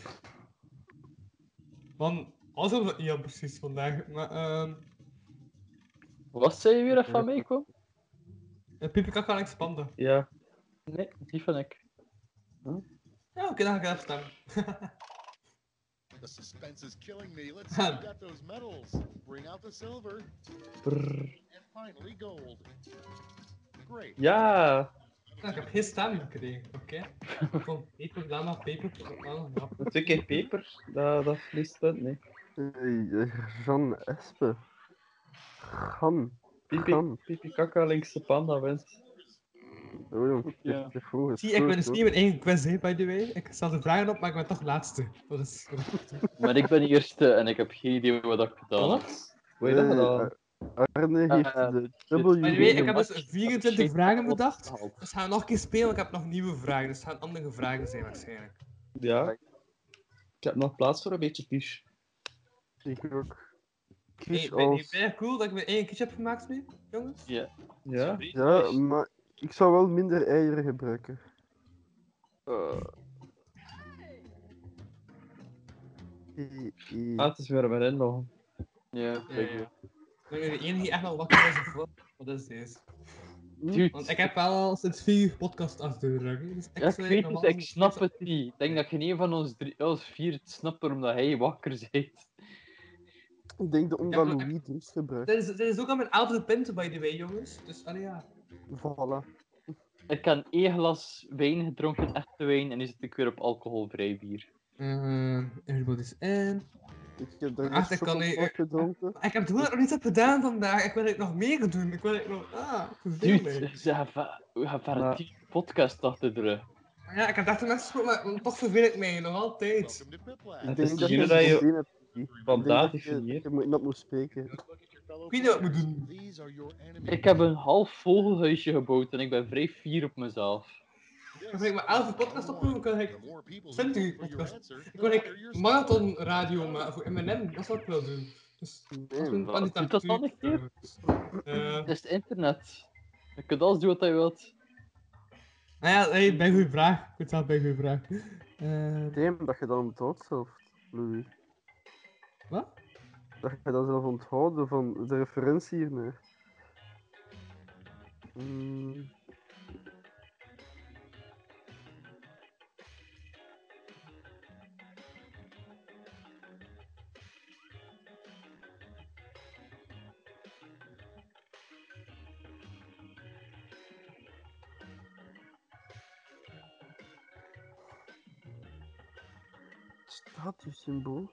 Van, alles over Ian precies vandaag. Maar, ehm Wat zei je weer dat van mij kwam? uh, Pipi Kagalikse panda. Ja. Nee, die van ik. Ja, oké, dan ga ik daar staan. The suspense is killing me. Let's see who got those medals. Bring out the silver. Brrr. And finally gold. Great. Ja. Ja, ik heb geen stem gekregen, oké. Ik vond peper, lama, peper, ah, ja. Twee keer peper, dat, dat verliest punt, nee. Hey, eh, Jean Espe. Gan. Pipi, Gan. pipi kaka linkse panda wint. Oh, jong. Ja. De vroeg is Zie, ik ben dus goed, niet mijn eigen quiz, hè, by the way. Ik stel de vragen op, maar ik ben toch laatste. Dat is... Maar ik ben eerste en ik heb geen idee wat ik gedaan heb. Hoe heb je dat Nee, gedaan? eh, Arne heeft Eh, de dus- W. By the way, ik heb dus Shit, vierentwintig vragen wat bedacht. gehaald. Dus gaan we nog een keer spelen, ik heb nog nieuwe vragen. Dus het gaan andere vragen zijn waarschijnlijk. Ja. Ik heb nog plaats voor een beetje kies. Ik ook. Hey, Kies ben je als... bijna cool dat ik mijn eigen kies heb gemaakt nu, jongens? Ja. Ja. Ja, maar ik zou wel minder eieren gebruiken. Eh, Ah, het is weer bij inloggen. Ja, Ja, ja. Ik ben nu de enige die echt wel wakker is of wat? Wat is deze? Dude. Want ik heb wel al sinds vier uur podcast achter de rug. hè. Dus ik, Ja, ik zou weet normaal het, ik gezien- snap het niet. Ik denk dat geen een van ons, drie, ons vier het snapt omdat hij wakker bent. Ik denk dat Ja, omdat maar- Louis drugs gebruikt. Dit is, dit is ook al mijn elfde pint, by the way, jongens. Dus, allee ja. Voilà. Ik heb één glas wijn gedronken, echte wijn, en nu zit ik weer op alcoholvrij bier. Uh, everybody's in. Ik heb daar Echt, eerst ik kan niet- chocolade gedronken. Maar ik heb het nog niet heb gedaan vandaag. Ik wil het nog meer doen. Ik wil het nog... Ah, ik verveel Dude, mij. ze hebben we hebben ver een Maar- tien podcast achter de rug. Maar ja, ik heb dertig mensen gesproken, maar toch verveel ik mij nog altijd. Ik Het denk is dat de je ene dat je probleem hebt. Ik van denk daad dat je, definieert. je moet iemand moet spreken. Ik weet niet wat ik moet doen. Ik heb een half vogelhuisje gebouwd en ik ben vrij fier op mezelf. Dan ga ik maar elf podcast opnemen, dan kan ik twintig podcast. Ik wil ik marathon radio maken voor M en M, dat is wat ik wil doen. Dus, dat is mijn Wat, doe dat dan een keer? Eh, Het is het internet. Je kunt alles doen wat je wilt. Nou ja, nee, bij goede vraag. Ik weet wel bij goede vraag. Eh, Damn, dat je dan onthoudt zelf, Louis. Wat? Dat je dat zelf onthouden van de referentie hiernaar. Mm. Statussymbool.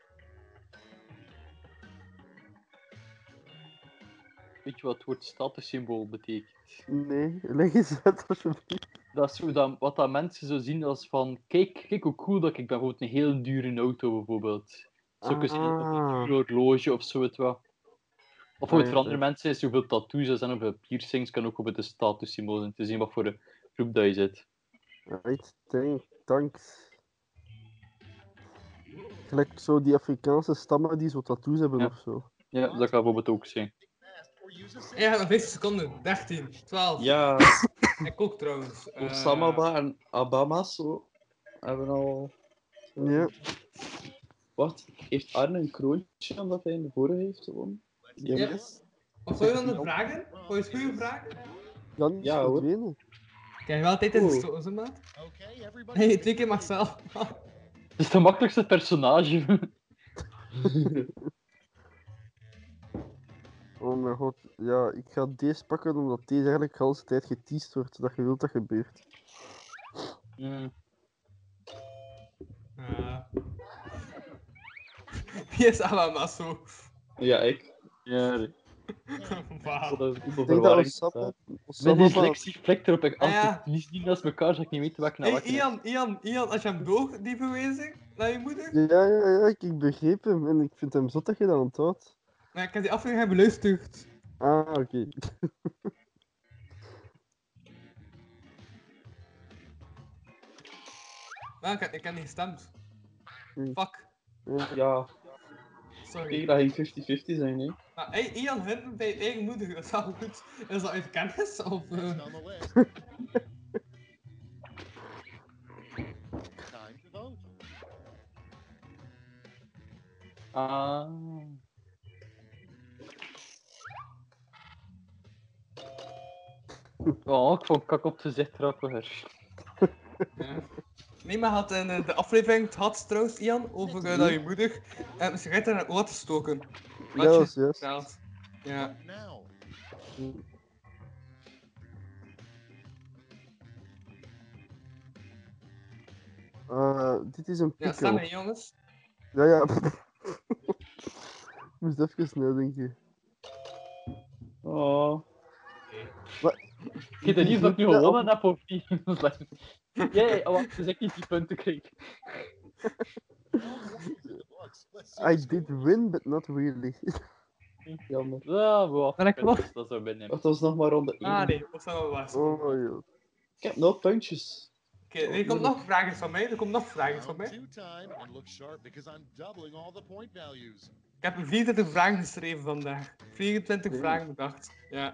Weet je wat het woord statussymbool betekent? Nee, leg eens uit alsjeblieft. Dat is zo dat, wat dat mensen zo zien als van, kijk, kijk hoe cool dat ik ben, bijvoorbeeld een heel dure auto bijvoorbeeld. Zo kun je zien, of een duur horloge of zo, het wel. Of voor, Ah, het ja, voor andere ja. mensen is hoeveel tattoos er zijn of hoeveel piercings, kan ook op de statussymbool zijn, te zien wat voor een groep dat je zit. Right, thank, thanks. Gelijk zo die Afrikaanse stammen die zo tattoos hebben Ja. of zo. Ja, dat kan bijvoorbeeld ook zijn. Ja, nog vijftien seconden. dertien, twaalf. Ja, Ik ook trouwens. Eh, Osamaba en Abama zo hebben al... Ja. Wat? Heeft Arne een kroontje omdat hij in de vorige heeft gewonnen? Die Ja. hebben- Of wil je dan de vragen? Wil je goede vragen? Jan is Ja, hoor. verdwenen. Kijk, wel tijd in Oeh. gestoten, zo maat. Hey, twee keer Marcel. Het is de makkelijkste personage. Oh mijn god, ja, ik ga deze pakken omdat deze eigenlijk de hele tijd geteased wordt dat je wilt dat gebeurt. Mm. Ja. Wie is Awamasu? Ja, ik. Ja, Wauw. Dat is Ik voor denk dat verwarring Osama... staat. Osama Mijn van- dyslexie flikt erop, ik Ah, als ja. ik niet niet naast elkaar, zou ik niet weten wat ik naar Hey, wat ik Ian, Ian, Ian, als je hem doog, die verwijzing naar je moeder? Ja, ja, ja, ik, ik begreep hem en ik vind hem zot dat je dat onthoudt. Maar ik heb die aflevering beluisterd. Ah, oké. Maar ik, heb- ik heb niet gestemd. Hm. Fuck. Ja, Sorry. kijk, dat ging vijftig vijftig zijn, hè. Maar hey, Ian Hunt bij eigen moeder, dat is wel goed. Is dat uit kennis? Of, eh, Time to vote. Ah. Oh, ik vond kak op het gezicht grappiger. Ja. Nee, maar had in eh, de aflevering gehad trouwens, Ian, over eh, dat je moeder eh, een sigaret in haar oor had gestoken. Ja, dat is juist. Verteld. Ja. Now. Eh, dit is een Ja, pikkel. staan mee, jongens. Ja, ja. Ik moest even nadenken. Oh. Wat? Ik weet niet of ik nu Ja, gewonnen heb of niet. Ja, ja, oh, wacht, dus ik niet die punten kreeg. I did win, but not really. Jammer. Ja, wacht. Ben ik punten, nog? dus dat zou binnen. Wacht, dat was nog maar ronde één. Ah nee, dat zou wel waar zijn. Oh, joh. Ik heb nog puntjes. Oké, er komt nog vragen van mij, er komt nog vragen van mij. Two time and look sharp because I'm doubling all the point values. Ik heb vierentwintig vragen geschreven vandaag. vierentwintig vragen bedacht. Ja.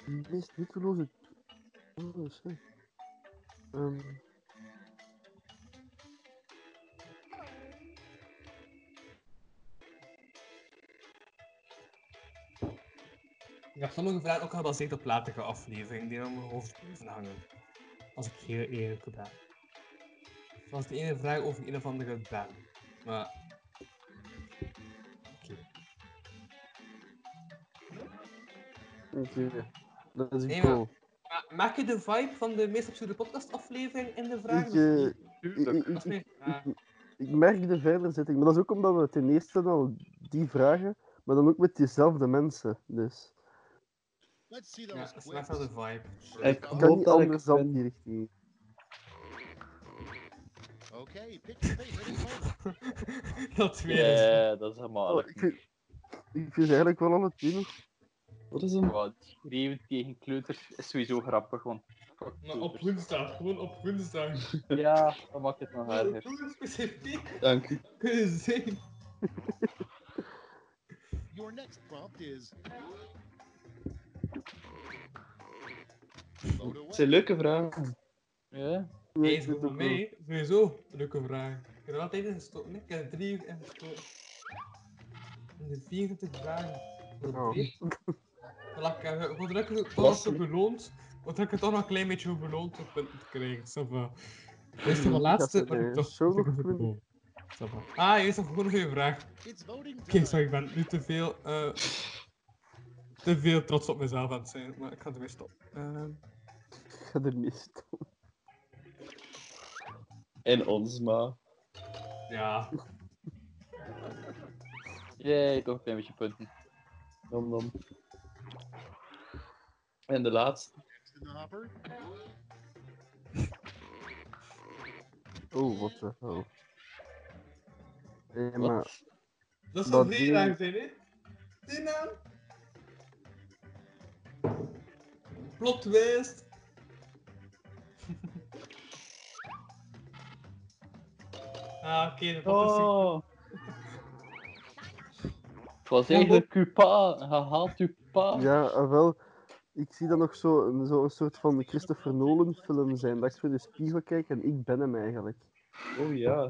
De meest nutteloze... Oh, sorry. Ehm, Ik heb sommige vragen ook gebaseerd op latere afleveringen die aan mijn hoofd blijven hangen. Als ik heel eerlijk ben. Zoals de ene vraag over een of andere band. Maar... Oké, let's Nee, go. maar, maar maak je de vibe van de meest absurde podcast aflevering in de vraag? Ik, of eh, niet? ik, ik, Dat is ik, mijn vraag. ik, ik merk de verderzetting, maar dat is ook omdat we ten eerste al die vragen, maar dan ook met diezelfde mensen. Dus Let's see Ja, those dat is echt quips. wel de vibe. Ik ik kan hoop niet dat ik anders dan win. die richting. Okay, pick your favorite opponent. Dat tweede Ja, is... yeah, dat is helemaal Oh, ik, vind, ik vind eigenlijk wel alle twee nog. Wat is hem? Wow, schreeuwen tegen kleuters is sowieso grappig, gewoon. Fuck Maar op kleuters. woensdag, gewoon op woensdag. Ja, dan maakt het nog erger. Hoe specifiek Dank u. kun je zijn? Your next prompt is load Het away. zijn leuke vragen. Ja? Hij is voor mij sowieso een leuke vraag. Ik heb er altijd in gestoken, hè. Ik heb er drie uur in gestoken. En de vierentwintig vragen. Dat is Oh. breed. Voilà, ik heb gewoon druk toch nog Klasse. zo beloond. Want ik het toch nog een klein beetje voor beloond om punten te krijgen. Ça va. Dit is toch Ja, de ik laatste, had maar er, ik eh, toch zo ik nog heb het kunnen. beloond. Ça va. Ah, hier is nog gewoon een goede vraag. It's voting Oké, time. sorry, ik ben nu te veel, eh te veel trots op mezelf aan het zijn, maar ik ga ermee stoppen. Ehm, Ik ga ermee stoppen. En ons, maar. ja. Jee, toch een klein beetje punten. Dom, dom. En de laatste. Next in the hopper. Oh, wat de hel. Hé, Wat? maar Dat zou dat vrij ding... lang zijn, hè? Die naam? Plot twist. Ah, oké, dat was Oh. Het was eigenlijk uw pa. Gehaald uw pa. Ja, ah, wel. Ik zie dat nog zo een, zo een soort van Christopher Nolan film zijn, dat ik zo in de spiegel kijk en ik ben hem eigenlijk. Oh ja.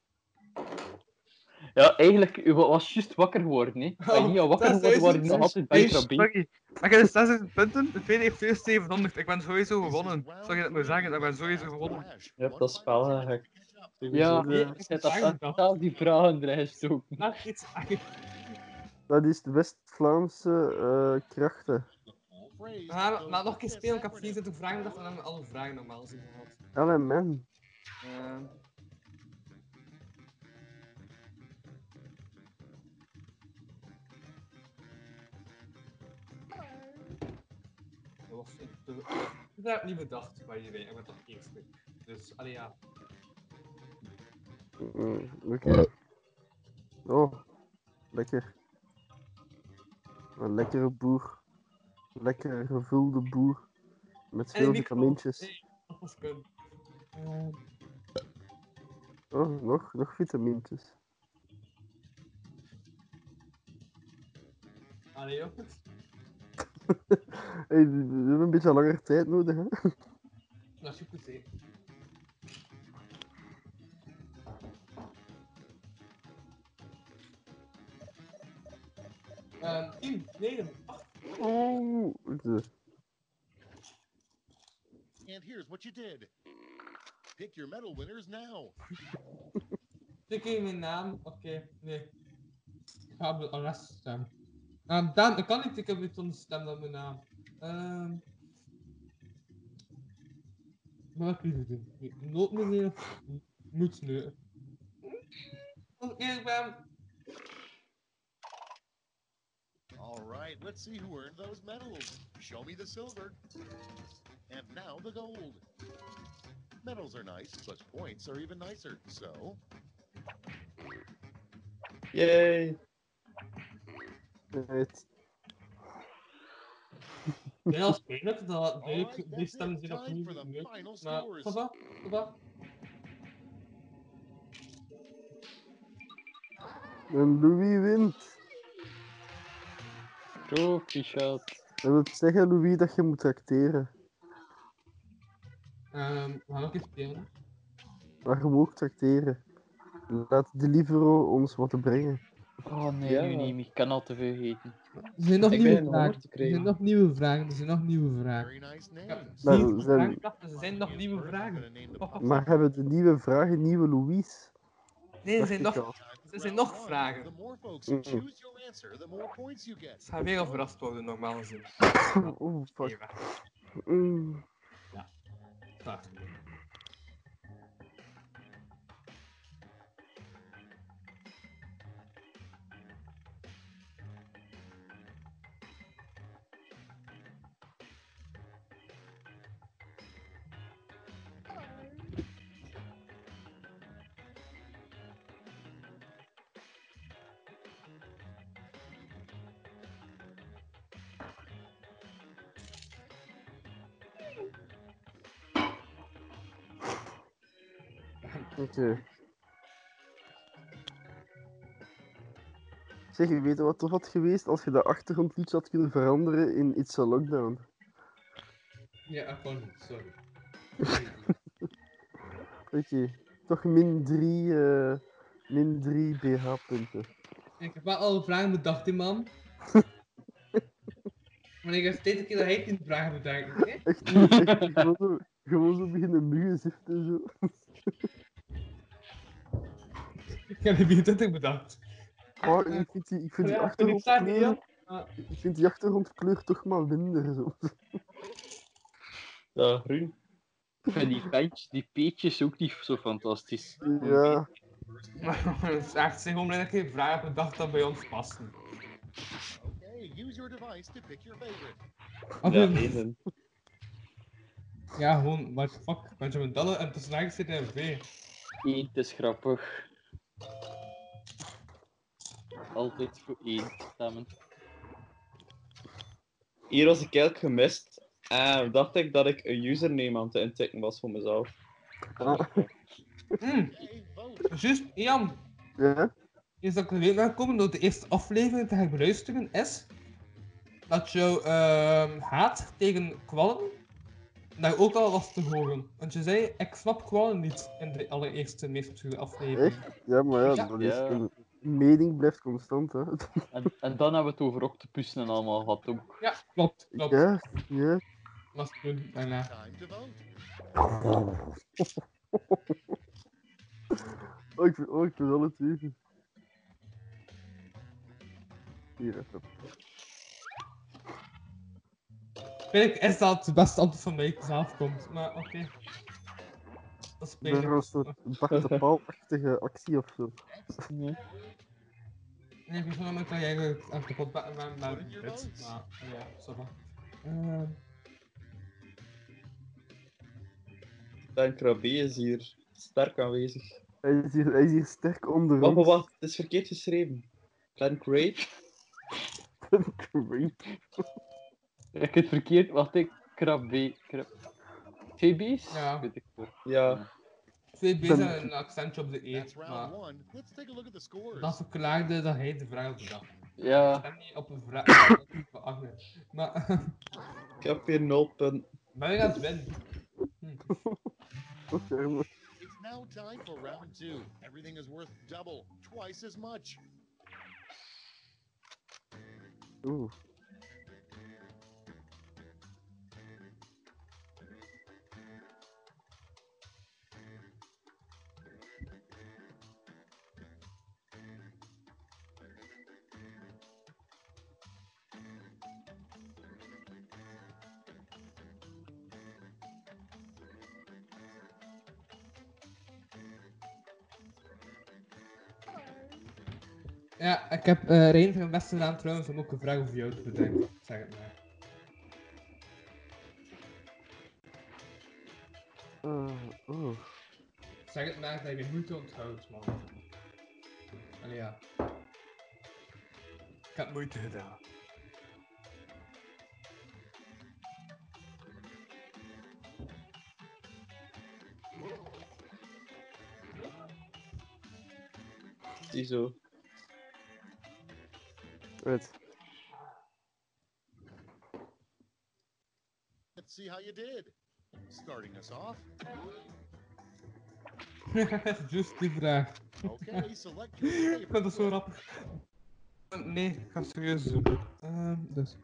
Ja, eigenlijk, u wa- was juist wakker geworden, hè. Als je niet al wakker geworden, waren je nog altijd bij Krabbe. Sorry, maar ik heb zesduizend punten, de tweede heeft zevenhonderd. Ik ben sowieso gewonnen. Sorry dat ik moet zeggen, ik ben sowieso gewonnen. Je hebt dat spel gehackt. Ja, Nee, je ik hebt heb dat dat zelf die vragen erin gestoken. Net iets Dat is de West-Vlaamse eh, krachten. We gaan maar nog een keer spelen, ik heb vierentwintig vragen bedacht en dan hebben we alle vragen normaal zien gehad. Allee, man. Ehm. Dat was echt te... Ik heb het niet bedacht, by the way. Ik ben toch eerste. Dus, allee ja. Mm, Oké. Oh, lekker. Een lekkere boer. Lekker gevulde boer. Met En een veel micro. vitamintjes. Nee, dat was kun. Ehm. Oh, nog, nog vitamintjes. Allee jongens. Hey, we we hebben een beetje langer tijd nodig, hè? Dat is super zeker. Ehm, tien, negen, acht. Oh, de- And here's what you did. Pick your medal winners now. Ik heb mijn naam. Oké, nee. Ik ga op de rest stemmen. Um, Daan, ik kan niet, ik heb niet zo'n stem dan mijn naam. Ehm. Maar wat kun je doen? Noodmeneer of moedsneu? Als ik eerlijk ben. All right, let's see who earned those medals. Show me the silver. And now the gold. Medals are nice, but points are even nicer. So, Yay. het- Nee, dat is pijnlijk dat Alright, leuk, that's die stemmen it. zijn Time opnieuw for the leuk. final Maar, scores. ça va, ça va. En Louis wint. Proficiat. Dat wil zeggen, Louis, dat je moet tracteren. Ehm, we gaan ook eens spelen. Maar je moet ook tracteren. Laat Deliveroo ons wat brengen. Oh nee, Ja. nu niet. Ik kan al te veel eten. Er zijn nog Ik nieuwe ben een vragen. honger te Er zijn krijgen. nog nieuwe vragen. Er zijn nog nieuwe vragen. Very nice Ja, names. Maar zie we je zijn- vragen, Katten? Er zijn nog nieuwe vragen. Pop, pop, Maar pop. hebben de nieuwe vragen nieuwe Louise? Nee, er Dacht zijn ik nog, al. er zijn nog vragen. The more folks who Mm. choose your answer, the more points you get. Ze gaan weer al verrast worden, normaal gezien. Oeh, fuck. Even. Mm. Ja. Start. Oké. Zeg, je weet wat tof had geweest als je dat achtergrondliedje had kunnen veranderen in It's a Lockdown? Ja, gewoon, sorry. Oké, toch min drie, eh, min drie B H-punten. Ik heb wel alle vragen bedacht, hè, man. Maar ik heb steeds een keer dat hij tien vragen bedenkt, oké? Echt niet, echt niet. Gewoon zo, gewoon zo beginnen muggen ziften en zo. Ik heb er vierentwintig bedacht. Oh, ik vind die, ik vind die Ja, vind ik saai, achtergrondkleur... ja. Ah. Ik vind die achtergrondkleur toch maar minder zo. Ja, groen. Ik vind die, pijntjes, die peetjes ook niet zo fantastisch. Ja. Het is echt gewoon dat ik geen vragen heb bedacht dat bij ons passen. Okay, use your device to pick your favorite. Of Ja, een- één. Ja, gewoon, what the fuck, Benjamin Dalle en tussen eigenlijk zit hij een V. Eén, het is grappig. Altijd voor één stemmen. Hier was ik eigenlijk gemist. En dacht ik dat ik een username aan het intikken was voor mezelf. Mm. Juist, Jan. Ja? Is dat ik er weer komen door de eerste aflevering te gaan beluisteren is dat jouw ehm, haat tegen kwallen daar ook al was te horen. Want je zei, ik snap kwallen niet in de allereerste, meest bestuurde aflevering. Echt? Ja, maar ja, Ja. dat is... Ja. Een mening blijft constant, hè. En, en dan hebben we het over octopussen en allemaal gehad ook. Ja, klopt, klopt. Ja, ja. Was toen daarna. Time to vote. Oh, ik vind, oh, ik vind alle twee goed. Hier, even. Vind ik, is dat het beste antwoord van mij zelf komt. Maar oké. Dat is Dat pijnlijk. was een soort Bart de Pauw-achtige actie of zo. Nee, ik weet wel dat jij aan de pot met met met dit. Maar ja, zo van. Ehm, Dan Krabbe is hier sterk aanwezig. Hij is hier, hij is hier sterk onder Wacht, ons. wacht, wacht, het is verkeerd geschreven. Glenn Craig. Great. Ik heb het verkeerd, wacht ik. Krab B. Krab... Twee B's? Ja. Weet ik wel. Ja. Twee Ben- bezig en een accentje op de E. That's round Maar one. Let's take a look at the scores. dat verklaarde dat hij de vraag had bedacht. Ja. Ik stem niet op een vraag. op Agnes. Maar. Ik heb hier nul punten. Maar we gaan het winnen. Oké, maar- It's now time for round two. Everything is worth double, twice as much. Oeh. Ja, ik heb uh, Rein zijn best gedaan trouwens om ook een vraag over jou te bedenken. Zeg het maar. Uh, oh. Zeg het maar dat je moeite onthoudt, man. Allee, ja. Ik heb moeite gedaan. Ziezo. Right. Let's see how you did. Starting us off. Juist die vraag. Okay, select your Ik vind dat zo grappig. Nee, ik ga het serieus doen. Ehm, dus.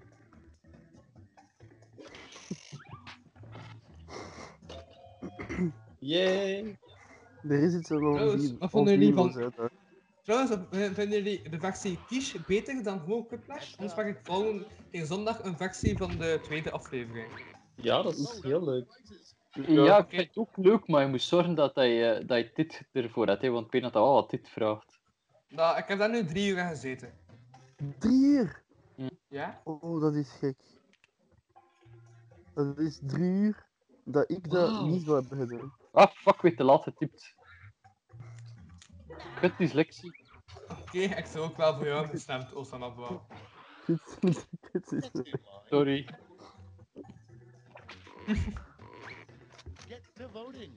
Yay! Er is iets aan Trouwens, zien. wat vonden jullie van... Uit, hè. Trouwens, eh, vinden jullie de versie Kies beter dan gewoon Quiplash? Anders maak ik volgende tegen zondag een versie van de tweede aflevering. Ja, dat is heel leuk. Ja, ik vind het ook leuk, maar je moet zorgen dat je, eh, dat je dit ervoor hebt, hè, want ik weet dat dat wel wat dit vraagt. Nou, ik heb daar nu drie uur aan gezeten. Drie uur? Ja? Oh, dat is gek. Dat is drie uur dat ik dat Wauw. niet zou hebben gedaan. Ah, fuck, weet te laat getypt. Kut dyslexie. Oké, ik zou ook wel voor jou gestemd, Osama Bouw. Dit, dit is... Sorry. Get to voting.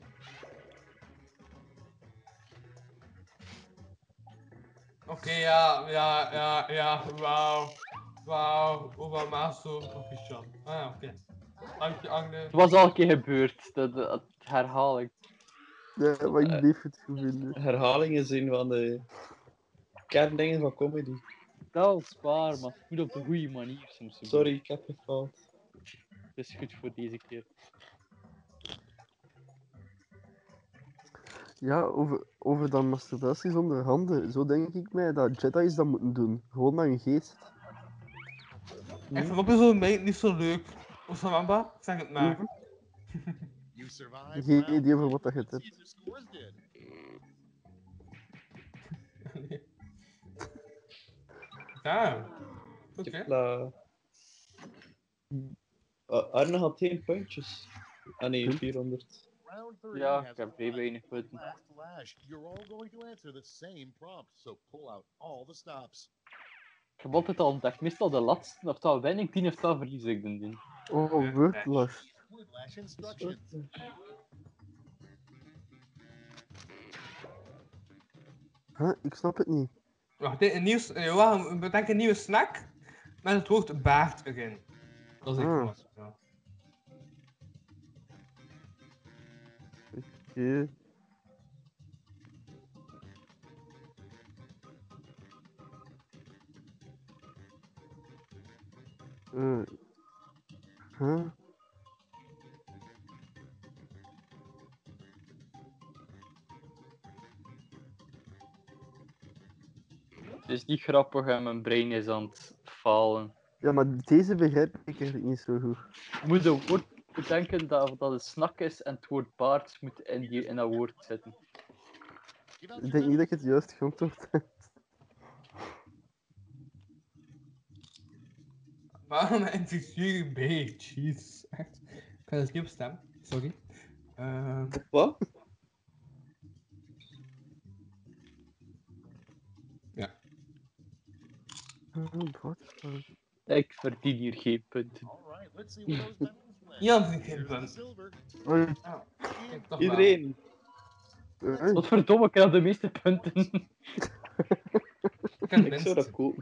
Oké, ja, ja, ja, ja, wauw. Wauw, Obama zo officieel. Ah ja, oké. Dank je, Agne. Het was al een keer gebeurd, dat, dat herhaal ik. Ja, maar ik bleef het goed vinden. Herhaling is een van de kerndingen van comedy. Dat is waar, maar het moet op de goede manier soms. Sorry, ik heb gefaald. Het is goed voor deze keer. Ja, over, over dan masturbatie zonder handen. Zo denk ik mij dat Jedi's dat moeten doen. Gewoon naar hun geest. Ik vind op zo'n meid niet zo leuk. Osama Bouw, zeg het maar. You survived Geen round idee over wat dat je het hebt. your scores did. Ja, oké. Kipla. Uh, Arne had tien puntjes. Ah nee, vierhonderd. Round three Ja, has ik heb vrij weinig punten. last flash. You're all going to answer the same prompt, so pull out all the stops. Ik heb altijd al ontdekt, meestal de laatste, of dat win ik die of dat verlies ik dan die. Oh, wordlust. Wordlash instructions. Huh? Ik snap het niet. Wacht, dit, een nieuw, eh, wacht, we bedenken een nieuwe snack met het woord baard erin. Dat is Ah. informatie. Ja. Oké. Eh. Huh? Het is niet grappig en mijn brein is aan het falen. Ja, maar deze begrijp ik eigenlijk niet zo goed. Je moet een woord bedenken dat, dat een snack is en het woord baard moet in, die, in dat woord zitten. Ik denk niet dat je het juist geantwoord hebt. Waarom een figuur B? Jeez, echt. Ik ga het niet op stemmen, sorry. Uh... Wat? Ja. Ik verdien hier geen punten. Alright, let's see what those medals win. Ja, dat is geen Here's the punt. silver. Oei. Oh, kijk, toch Iedereen. Oei. Wat verdomme, ik heb de meeste punten. Ik heb Ik zou dat kopen.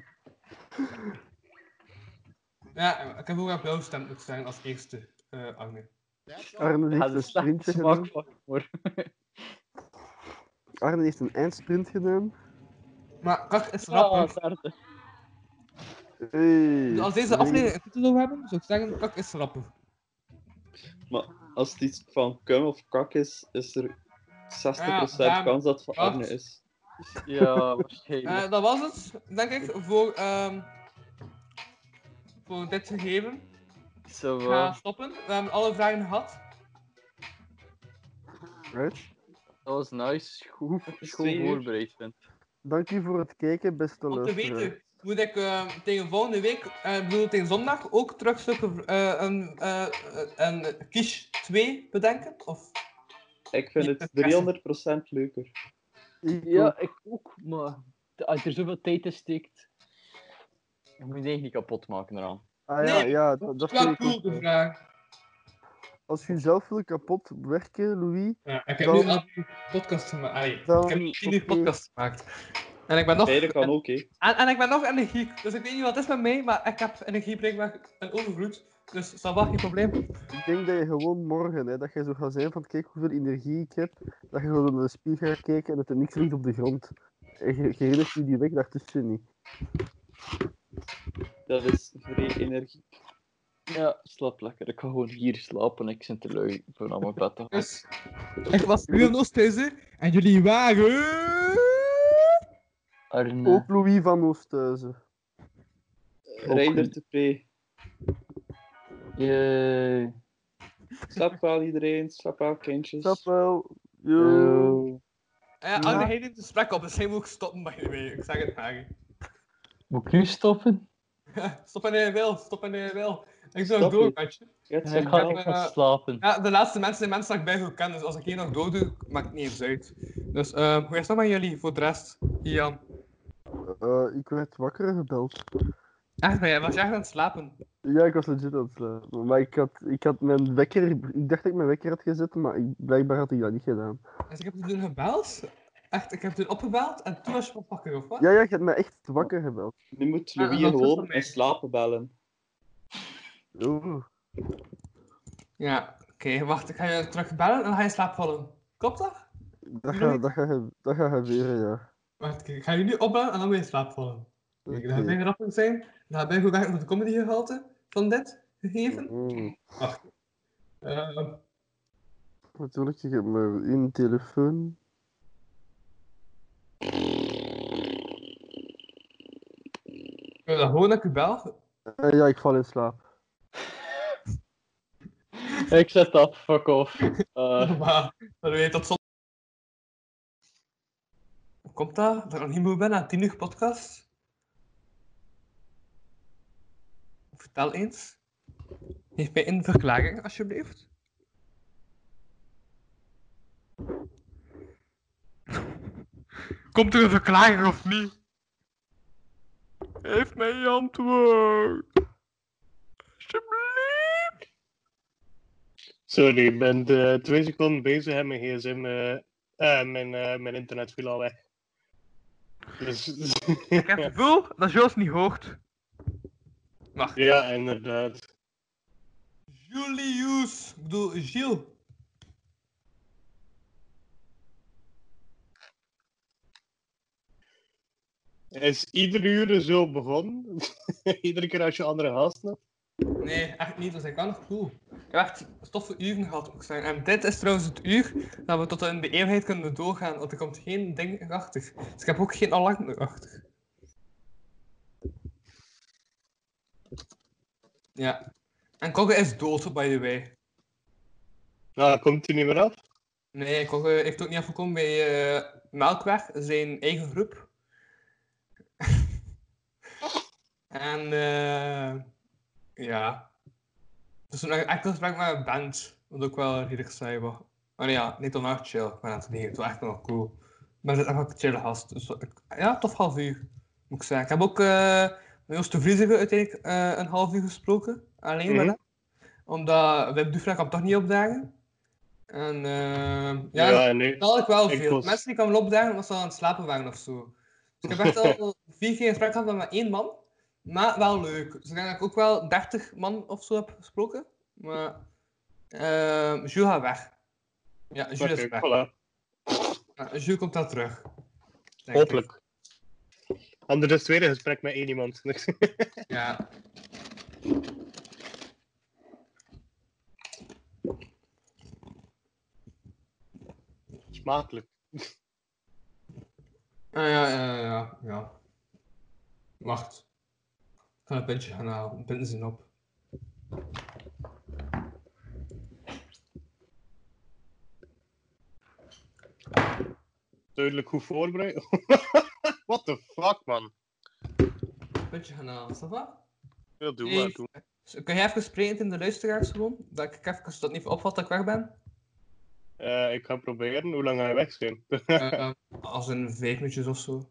Ja, ik heb ook op jou gestemd moeten zijn als eerste, uh, Agne. Arne Ja, heeft de een sprintje slechte smaak gedaan. van humor. Arne heeft een eindsprint gedaan. Maar kak is Ah, grappig. derde. Hey, Als deze nee. aflevering een titel zou hebben, zou ik zeggen, kak is grappig. Maar als het iets van cum of kak is, is er zestig procent Ja, ja, kans dat het van wacht. Arne is. Ja, waarschijnlijk. Uh, dat was het, denk ik, voor, um, voor dit gegeven. Zo, Ik ga uh, stoppen. We hebben alle vragen gehad. Right. dat was nice. Goed, is goed twee uur. voorbereid, vind ik. Dank u voor het kijken, beste Om te luisteraars. weten, moet ik uh, tegen volgende week, uh, bedoel tegen zondag, ook terug zulke, uh, een, uh, een kies twee bedenken? Of? Ik vind het driehonderd procent leuker. Ik Ja, ook. ik ook, maar als je er zoveel tijd in steekt, je moet je eigenlijk niet kapot maken eraan. Ah ja, Nee, ja, dat, dat Dat is wel vind ik cool, ook de wel. vraag. Als je jezelf wil kapot werken, Louis, Ja, ik heb dan... nu al een podcast gemaakt. Allee, Dan- ik heb nu tien uur oké. podcast gemaakt. En ik ben nog... Beide kan en, ook, hè. en, en ik ben nog energiek. Dus ik weet niet wat het is met mij, maar ik heb energie blijkbaar een overvloed. Dus dat was geen probleem. Ik denk dat je gewoon morgen, hè, dat je zo gaat zijn van kijk hoeveel energie ik heb, dat je gewoon naar de spiegel gaat kijken en dat er niks ligt op de grond. En je, je herinnert je die weg daartussen niet. Dat is vrij energie. Ja, slaap lekker. Ik ga gewoon hier slapen. Ik zit te lui voor naar mijn bed te gaan. Dus, ik was nu in Oosthuizen en jullie waren... Arne. Ook Louis van Oosthuizen. Reinder te pre. Yay. Slap wel iedereen, slap wel kindjes. Slap wel. Yo. Ja, Arne, hij neemt de gesprek op, dus hij moet ook stoppen bij jullie. Ik zeg het maar. Moet ik nu stoppen? Stop wanneer je wil, stop wanneer je wil. Ik doe nog Stop door, je. matje. Ja, ik ga, ik ga slapen. Ja, de laatste mensen zijn mensen die ik bij goed ken, dus als ik hier nog dood doe, maakt het niet eens uit. Dus, uh, hoe is dat met jullie voor de rest, Ian? Uh, ik werd wakker gebeld. Echt, ben jij, was je echt aan het slapen? Ja, ik was legit aan het slapen. Maar ik had, ik had mijn wekker... Ik dacht dat ik mijn wekker had gezet, maar ik, blijkbaar had ik dat niet gedaan. Dus ik heb toen gebeld. Echt, ik heb toen opgebeld en toen was je pas wakker, of wat? Ja, ja, je hebt me echt wakker gebeld. Nu moet Ah, Louis dat was gewoon van mij. in slapen bellen. Oeh. Ja, oké, okay, wacht, ik ga je terug bellen en dan ga je in slaap vallen. Klopt dat? Dat gaat dat ga, dat ga gebeuren, ja. Wacht, ik ga je nu opbellen en dan moet je in slaap vallen. Kijk, dat gaat bij grappig zijn. Dat gaat bij goed werken op de comedygehalte van dit gegeven. Mm. Wacht. Uh, Natuurlijk, ik heb maar één telefoon. ik wil dat gewoon dat ik u bel. Uh, ja, ik val in slaap. Ik zet af, fuck off. Uh... maar, dan weet je dat soms... Hoe komt dat? Dat ik nog niet moe ben aan tien uur podcast? Vertel eens. Geef mij een verklaring, alsjeblieft. Komt er een verklaring of niet? Geef mij je antwoord. Alsjeblieft. Sorry, ik ben uh, twee seconden bezig en mijn gsm, uh, uh, mijn, uh, mijn internet viel al weg. Dus... Ik heb het gevoel dat Jules niet hoort. Wacht. Ja, inderdaad. Julius, ik bedoel Gilles. Is ieder uur zo begonnen? Iedere keer als je andere gasten hebt? Nee, echt niet. Dat is eigenlijk nog cool. Ik heb echt stoffe uren gehad, moet ik zeggen. En dit is trouwens het uur dat we tot in de eeuwigheid kunnen doorgaan, want er komt geen ding achter. Dus ik heb ook geen alarm meer achter. Ja. En Kogge is dood, by the way. Nou, komt hij niet meer af? Nee, Kogge heeft ook niet afgekomen bij uh, Melkweg, zijn eigen groep. En eh... Uh, ja. Dus toen echt een gesprek met een band, wat ook wel redelijk saai was. Maar ja, niet onnacht chill, maar dat nee, het was echt wel cool. Maar het is echt wel een chille gast. Dus, ja, tof half uur, moet ik zeggen. Ik heb ook uh, met Joost de Vriezige uiteindelijk uh, een half uur gesproken, alleen mm-hmm. met hem. Omdat Wim Dufresne kwam toch niet opdagen. En uh, ja, ja nee. dat had ik wel ik veel. Was... Mensen die kwamen opdagen omdat ze al aan het slapen waren of zo. Dus ik heb echt al vier keer een gesprek gehad met één man. Maar wel leuk. Dus ik denk dat ik ook wel dertig man of zo heb gesproken. Maar uh, Jules gaat weg. Ja, Jules okay, is weg. Voilà. Ja, Jules komt dan terug. Hopelijk. Anders is het tweede gesprek met één iemand. Ja. Smakelijk. Ah, ja, ja, ja, ja. Wacht. Ik ga een pintje gaan halen. Pinten ze op. Duidelijk goed voorbereid. What the fuck, man? Een pintje gaan halen, is dat wat? Ja, doe hey, maar, doe. Kun je even spreken in de luisteraars gewoon? Dat ik even, als dat niet opvalt dat ik weg ben? Uh, ik ga proberen. Hoe lang ga je weg zijn? uh, uh, als in vijf minuutjes of zo.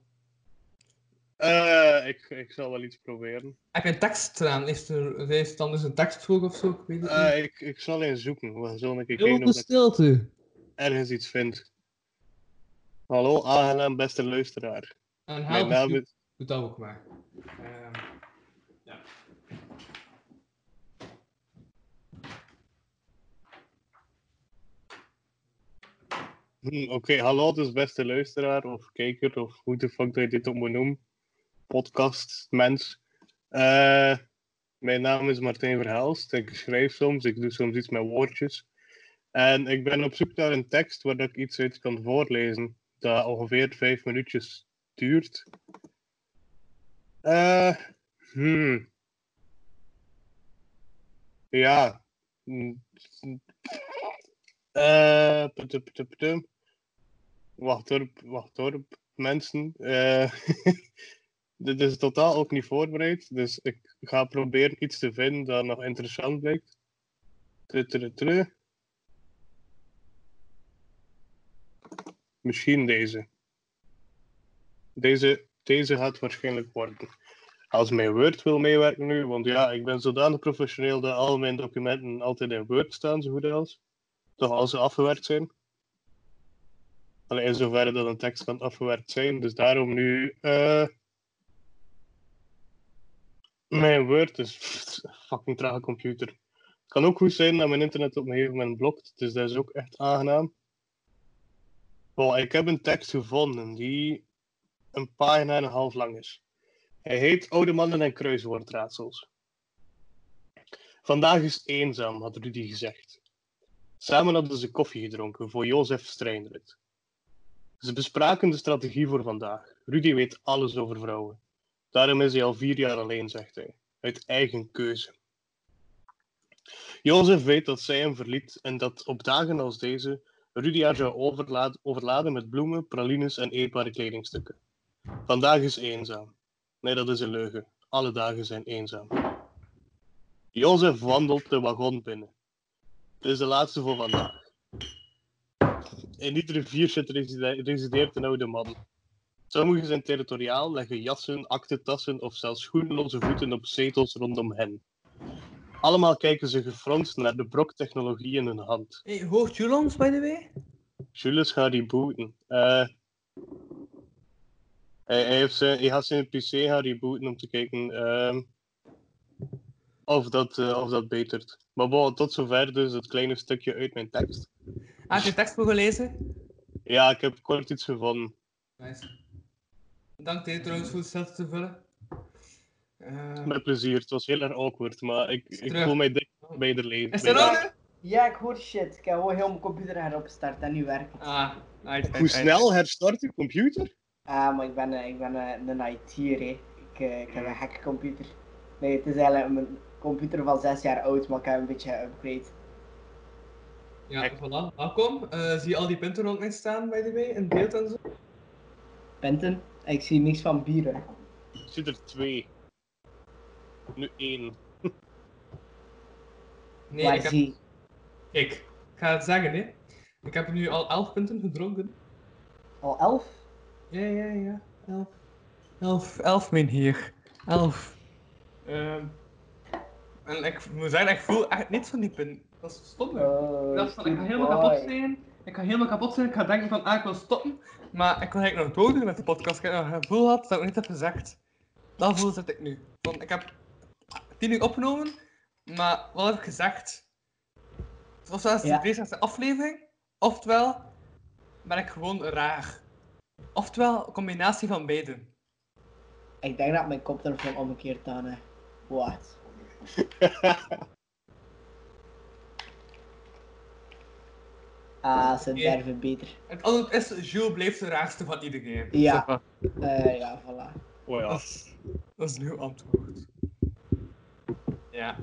Uh, ik, ik zal wel iets proberen. Heb je een tekst aan? Is er, is er dan dus een tekstvoer of zo? Ik weet het uh, niet. Ik, ik zal eens zoeken. We zullen een keer kijken of stilte. Ergens iets vind. Hallo, aangenaam beste luisteraar. En help naam is... Doe dat ook maar. Uh, ja. Hm, Oké, hallo dus beste luisteraar of kijker of hoe de fuck dat je dit ook moet noemen. Podcast, mens. Eh, mijn naam is Martijn Verhelst. Ik schrijf soms, ik doe soms iets met woordjes. En ik ben op zoek naar een tekst waar ik iets uit kan voorlezen. Dat ongeveer vijf minuutjes duurt. Eh, hmm. Ja. Hmm. Eh, putum, putum, putum. Wacht hoor, wacht hoor, mensen. Eh, dit is totaal ook niet voorbereid, dus ik ga proberen iets te vinden dat nog interessant blijkt. Tutututu. Misschien deze. Deze. Deze gaat waarschijnlijk worden. Als mijn Word wil meewerken nu, want ja, ik ben zodanig professioneel dat al mijn documenten altijd in Word staan, zo goed als. Toch als ze afgewerkt zijn. Alleen in zoverre dat een tekst kan afgewerkt zijn. Dus daarom nu... Uh... Mijn Word is een fucking trage computer. Het kan ook goed zijn dat mijn internet op een gegeven moment blokt. Dus dat is ook echt aangenaam. Bon, ik heb een tekst gevonden die een pagina en een half lang is. Hij heet Oude Mannen en Kruiswoordraadsels. Vandaag is het eenzaam, had Rudy gezegd. Samen hadden ze koffie gedronken voor Jozef Strijnrut. Ze bespraken de strategie voor vandaag. Rudy weet alles over vrouwen. Daarom is hij al vier jaar alleen, zegt hij. Uit eigen keuze. Jozef weet dat zij hem verliet en dat op dagen als deze Rudy haar zou overladen, overladen met bloemen, pralines en eetbare kledingstukken. Vandaag is eenzaam. Nee, dat is een leugen. Alle dagen zijn eenzaam. Jozef wandelt de wagon binnen. Het is de laatste voor vandaag. In iedere vierzit resideert een oude man. Sommigen zijn territoriaal, leggen jassen, aktentassen of zelfs schoenloze voeten op zetels rondom hen. Allemaal kijken ze gefronst naar de broktechnologie in hun hand. Hey, hoort Jules ons, by the way? Jules gaat rebooten. Uh, hij, hij, heeft zijn, hij gaat zijn P C gaan rebooten om te kijken uh, of, dat, uh, of dat betert. Maar bon, tot zover dus het kleine stukje uit mijn tekst. Heb je de tekst mogen lezen? Ja, ik heb kort iets gevonden. Nice. Dank je trouwens voor het stilte te vullen. Uh... Met plezier, het was heel erg awkward, maar ik, ik voel mij dik bij de leven. Is het er Ja, ik hoor shit. Ik heb gewoon heel mijn computer heropgestart en nu werkt het. Ah, uit, uit, Hoe snel herstart je computer? Ah, maar ik ben, uh, ik ben uh, een I T'er, hè. Ik, uh, ik heb een gekke computer. Nee, het is eigenlijk een computer van zes jaar oud, maar ik heb een beetje geüpgrade. Ja, voilà. Welkom. Uh, zie je al die punten rond mij staan, by the way, in beeld en zo? Punten? Ik zie niks van bieren. Ik zie er twee. Nu één. Nee, ik heb... Kijk, ik ga het zeggen, hè. Ik heb nu al elf punten gedronken. Al elf? Ja, ja, ja. Elf. Elf, elf, mijn heer. Elf. Um, en ik moet zeggen, ik voel echt niets van die punten. Dat is stom, hè. Oh, Dat is van, ik ga helemaal kapot zijn. Ik ga helemaal kapot zijn. Ik ga denken van, ah, ik wil stoppen. Maar ik wil eigenlijk nog doordoen met de podcast. Ik heb nog een gevoel gehad dat ik nog niet heb gezegd. Dat gevoel zit ik nu. Want ik heb tien uur opgenomen, maar wat heb ik gezegd? Het was wel eens de eerste aflevering, oftewel ben ik gewoon raar. Oftewel een combinatie van beide. Ik denk dat mijn koptelefoon omgekeerd aan hè. Wat? Ah, ze derven beter. Het antwoord is, Jules blijft de raarste van iedereen. Ja. Uh, ja, voilà. Oh ja. Dat is, dat is nu antwoord. Ja.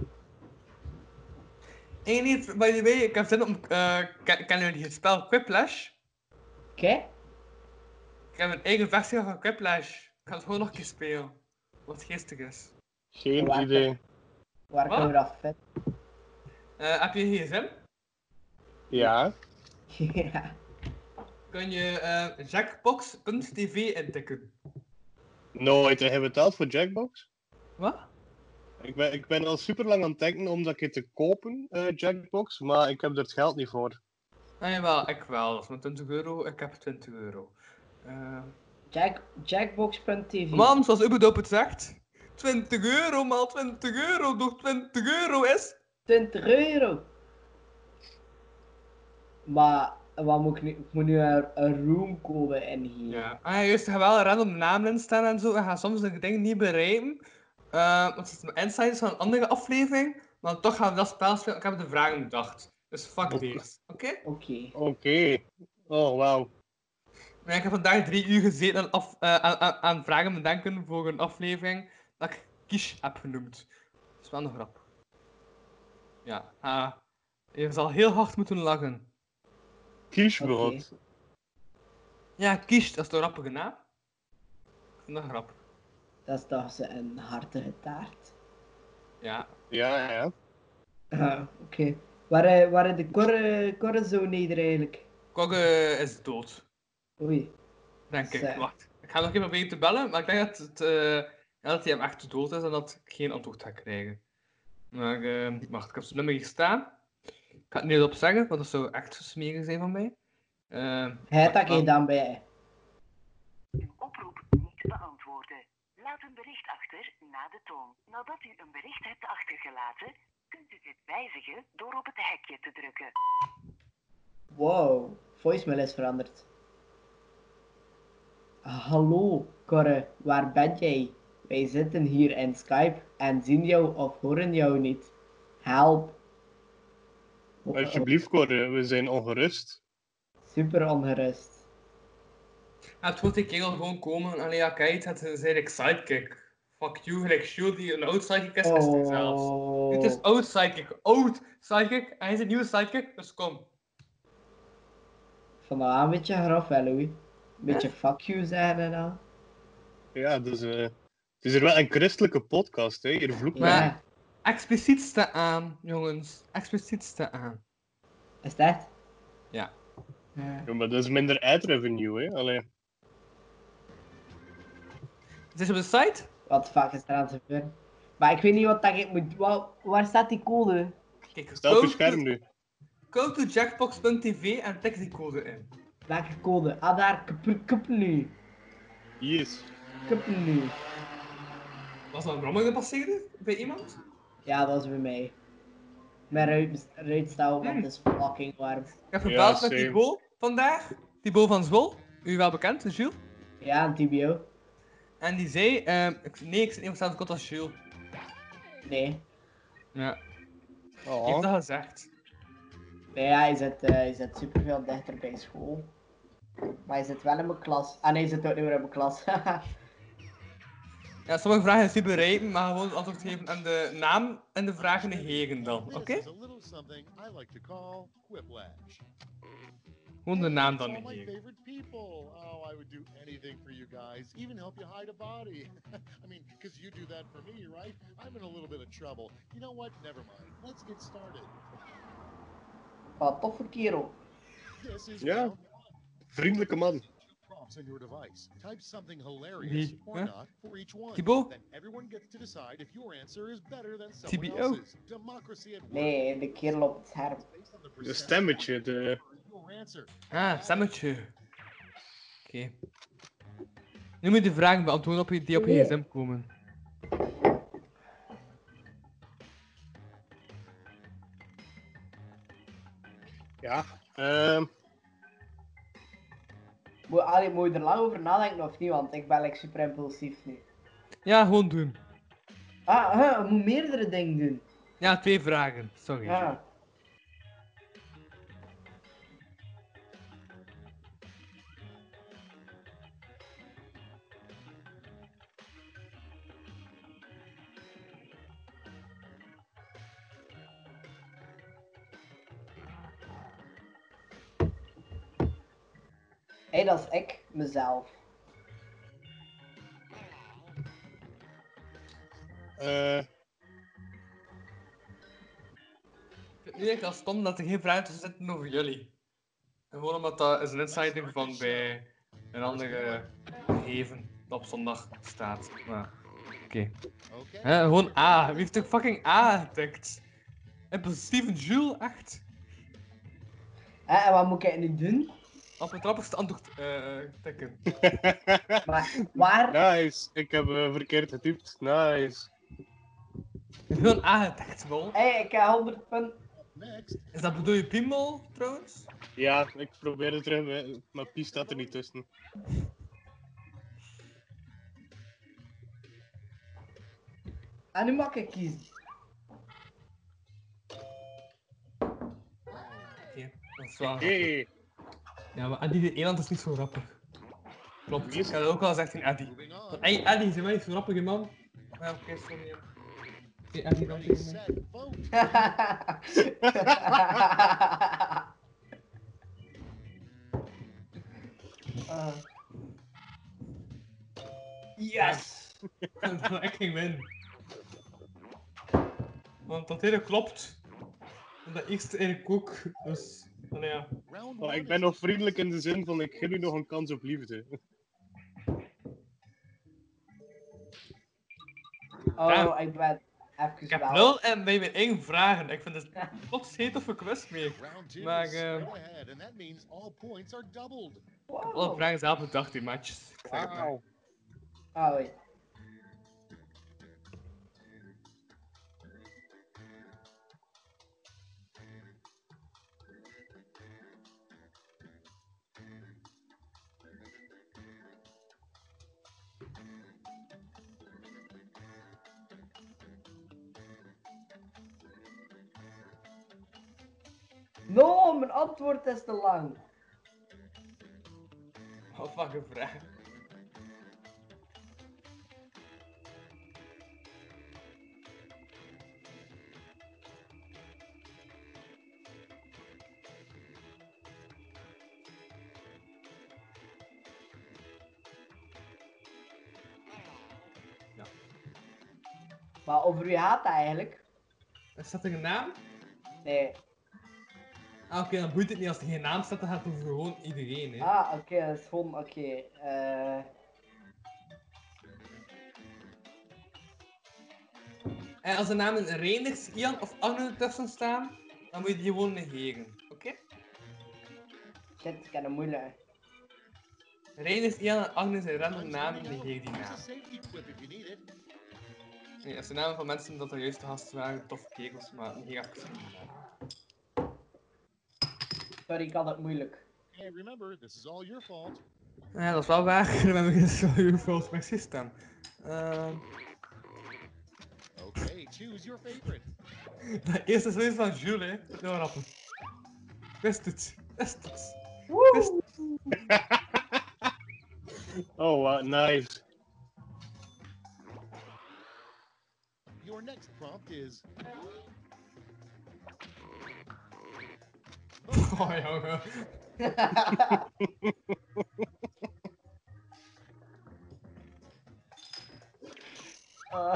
En niet, by the way, ik heb zin om... Uh, ken, kennen jullie het spel Quiplash? Oké. Okay. Ik heb een eigen versie van Quiplash. Ik ga het gewoon nog een keer spelen. Wat geestig is. Geen Waar idee. Waar kunnen we dat vet? Uh, heb je een gsm? Ja. Ja. Kun je uh, jackbox punt t v intikken? Nooit. Heb je betaald voor Jackbox? Wat? Ik ben, ik ben al super lang aan het denken om dat te kopen, uh, Jackbox, maar ik heb er het geld niet voor. Nee, wel, ik wel. Dat is maar twintig euro. Ik heb twintig euro. Uh... Jack, jackbox punt t v. Mam, zoals Ubedop het zegt. twintig euro maal twintig euro, toch twintig euro is? twintig euro? Maar wat moet ik nu? Ik moet nu een, een roomcode ingeven. Ja. Ah, ja, juist, je gaat wel een random naam instaan en zo. En ga soms de dingen niet bereiken. Uh, want het is mijn insight van een andere aflevering. Maar toch gaan we dat spel spelen. Ik heb de vragen bedacht. Dus fuck deze. Oké? Oké. Oké. Oh, wauw. Maar ik heb vandaag drie uur gezeten aan, af, uh, aan, aan, aan vragen bedenken voor een aflevering dat ik Kies heb genoemd. Dat is wel een grap. Ja. Uh, je zal heel hard moeten lachen. Kiesbrood. Okay. Ja, Kies, dat is de grappige naam. Ik vind dat grappig. Dat is toch een hartige taart. Ja. Ja, ja. Uh, Oké. Okay. Waar, uh, waar is de korre, korre zo neder eigenlijk? Kogge is dood. Oei. Denk ik. Zij. Wacht. Ik ga nog even proberen te bellen, maar ik denk dat, het, uh, ja, dat hij hem echt dood is en dat ik geen antwoord ga krijgen. Maar, uh, wacht, ik heb zijn nummer hier staan. Ik ga het niet op zeggen, want dat zou echt smerig zijn van mij. Uh, Hij had dat dan bij. Oproep niet beantwoorden. Laat een bericht achter na de toon. Nadat u een bericht hebt achtergelaten, kunt u dit wijzigen door op het hekje te drukken. Wow, voicemail is veranderd. Hallo, Corre, waar ben jij? Wij zitten hier in Skype en zien jou of horen jou niet. Help. Alsjeblieft, Corre, we zijn ongerust. Super ongerust. Ja, het moet die kerel gewoon komen. Allee, ja, kijk, het is eigenlijk sidekick. Fuck you, gelijk Shield die een oud sidekick is, is hij zelfs. Dit is oud sidekick, oud sidekick, en hij is een nieuwe sidekick, dus kom. Vandaag een beetje grof, hè, Louis? Een beetje huh? fuck you zeggen en al. Ja, dus uh, het is er wel een christelijke podcast, hè? Hier vloekt ja. Maar explicietste aan, jongens. Explicietste aan. Is dat? Ja. Ja. Ja, maar dat is minder ad revenue, hè? Allee. Het is op de site? Wat fuck is er aan te gebeuren? Maar ik weet niet wat dat ik moet... Waar, waar staat die code? Kijk, staat op je scherm nu. Go to jackbox punt t v en tik die code in. Welke code? Ah, daar. Kup nu. Yes. Kup nu. Was dat een brommel gepasseerd bij iemand? Ja, dat was bij mij. Mijn ruitstouw, want het is fucking warm. Ik heb gebeld ja, met Thibaut vandaag. Thibaut van Zwol. U wel bekend, is Jules? Ja, een T B O. En die zei, uh, nee, ik zit niet op hetzelfde kot als Jules. Nee. Ja. Oh. Heeft dat gezegd? Nee, ja, hij zit, uh, hij zit super veel dichter bij school. Maar hij zit wel in mijn klas. Ah nee, hij zit ook niet meer in mijn klas. Ja, sommige vragen is niet bereiken, maar gewoon antwoord geven aan de naam en de vragen negeren dan, oké? Okay? Gewoon de naam dan negeren. Oh, I would do anything for you guys, even help you hide a body. I mean, because you do that for me, right? I'm in a little bit of trouble. You know what? Never mind. Let's get started. Wat toffe kerel. Ja, vriendelijke man. On your device. Type something hilarious or huh? not for each one. Thibaut? Then everyone gets to decide if your answer is better than someone T B O. else's. Democracy at work. Nee, de kerel op het scherm. De stemmetje, de... Ah, stemmetje. Oké. Okay. Nu moet je de vragen beantwoorden op je, die op je gsm komen. Ja, ehm... Um... Moet, allee, moet je er lang over nadenken of niet, want ik ben like, super impulsief nu. Ja, gewoon doen. Ah, huh, je moet meerdere dingen doen. Ja, twee vragen. Sorry. Ah. Hé, hey, dat is ik, mezelf. Uh... Ik vind nu echt wel stom dat er geen vragen tussen zitten over jullie. En gewoon omdat dat is een insider van bij een andere gegeven dat op zondag staat. Maar, oké. Okay. Gewoon A. Wie heeft toch fucking A getikt? Impulsief Jules, echt? Eh, en wat moet ik nu doen? Op het trappigste antwoord uh, tikken. Maar waar? Nice, ik heb uh, verkeerd getypt. Nice. Ik wil een A getikt, man. Hé, hey, ik heb honderd punten. next. Is dat bedoel je piemel, trouwens? Ja, ik probeer het terug, hè, maar Pie staat er niet tussen. En nu mag ik kiezen. Oké, dat is wel Hey. Ja, maar Eddie de Eland is niet zo grappig. Klopt, ik had het ook al gezegd in Eddie. Hé, hey, Eddie, zijn wij niet zo grappig, hè, man? Ja, oké, okay, sorry. Ja. Oké, okay, Eddie, dan tegen mij. uh. Yes! Dat ik ging winnen. Want dat hele klopt. En dat eerste eigenlijk ook. Dus, nou ja. Oh, ik ben nog vriendelijk in de zin van ik geef u nog een kans op liefde. Oh, ja. Ik ben even Ik heb wel. nul en bij mijn eigen vragen. Ik vind het nog steeds of een quiz mee. Maar uh, ik heb alle vragen zelf bedacht in matches. Ik zeg het maar. Oh, wait. No, mijn antwoord is te lang. Wat voor een vraag. Ja. Maar over wie gaat dat eigenlijk? Is dat er een naam? Nee. Ah, oké, okay, dan boeit het niet als er geen naam staat, dan gaat het over gewoon iedereen, hè. Ah, oké, okay, dat is gewoon, oké. Okay. Uh... En als de namen Reiners, Ian of Arno ertussen staan, dan moet je die gewoon negeren, oké? Okay? Shit, ik heb een moeilijk. Reiners, Ian en Agnes zijn random namen, negeer die naam. Nee, dat zijn namen van mensen dat er juist de gast waren, toffe kegels, maar negeer even die naam. Sorry, ik had het moeilijk. Hey, remember, this is all your fault. Ja, dat is wel waar. Remember, this is all your fault. Merci, Stan. Uh... Okay, choose your favorite. De eerste is zoiets van Jules, hè. Nou, rappen. Wist het. Wist het. Wist het. Oh, wow, nice. Your next prompt is... Oh, jongen. uh.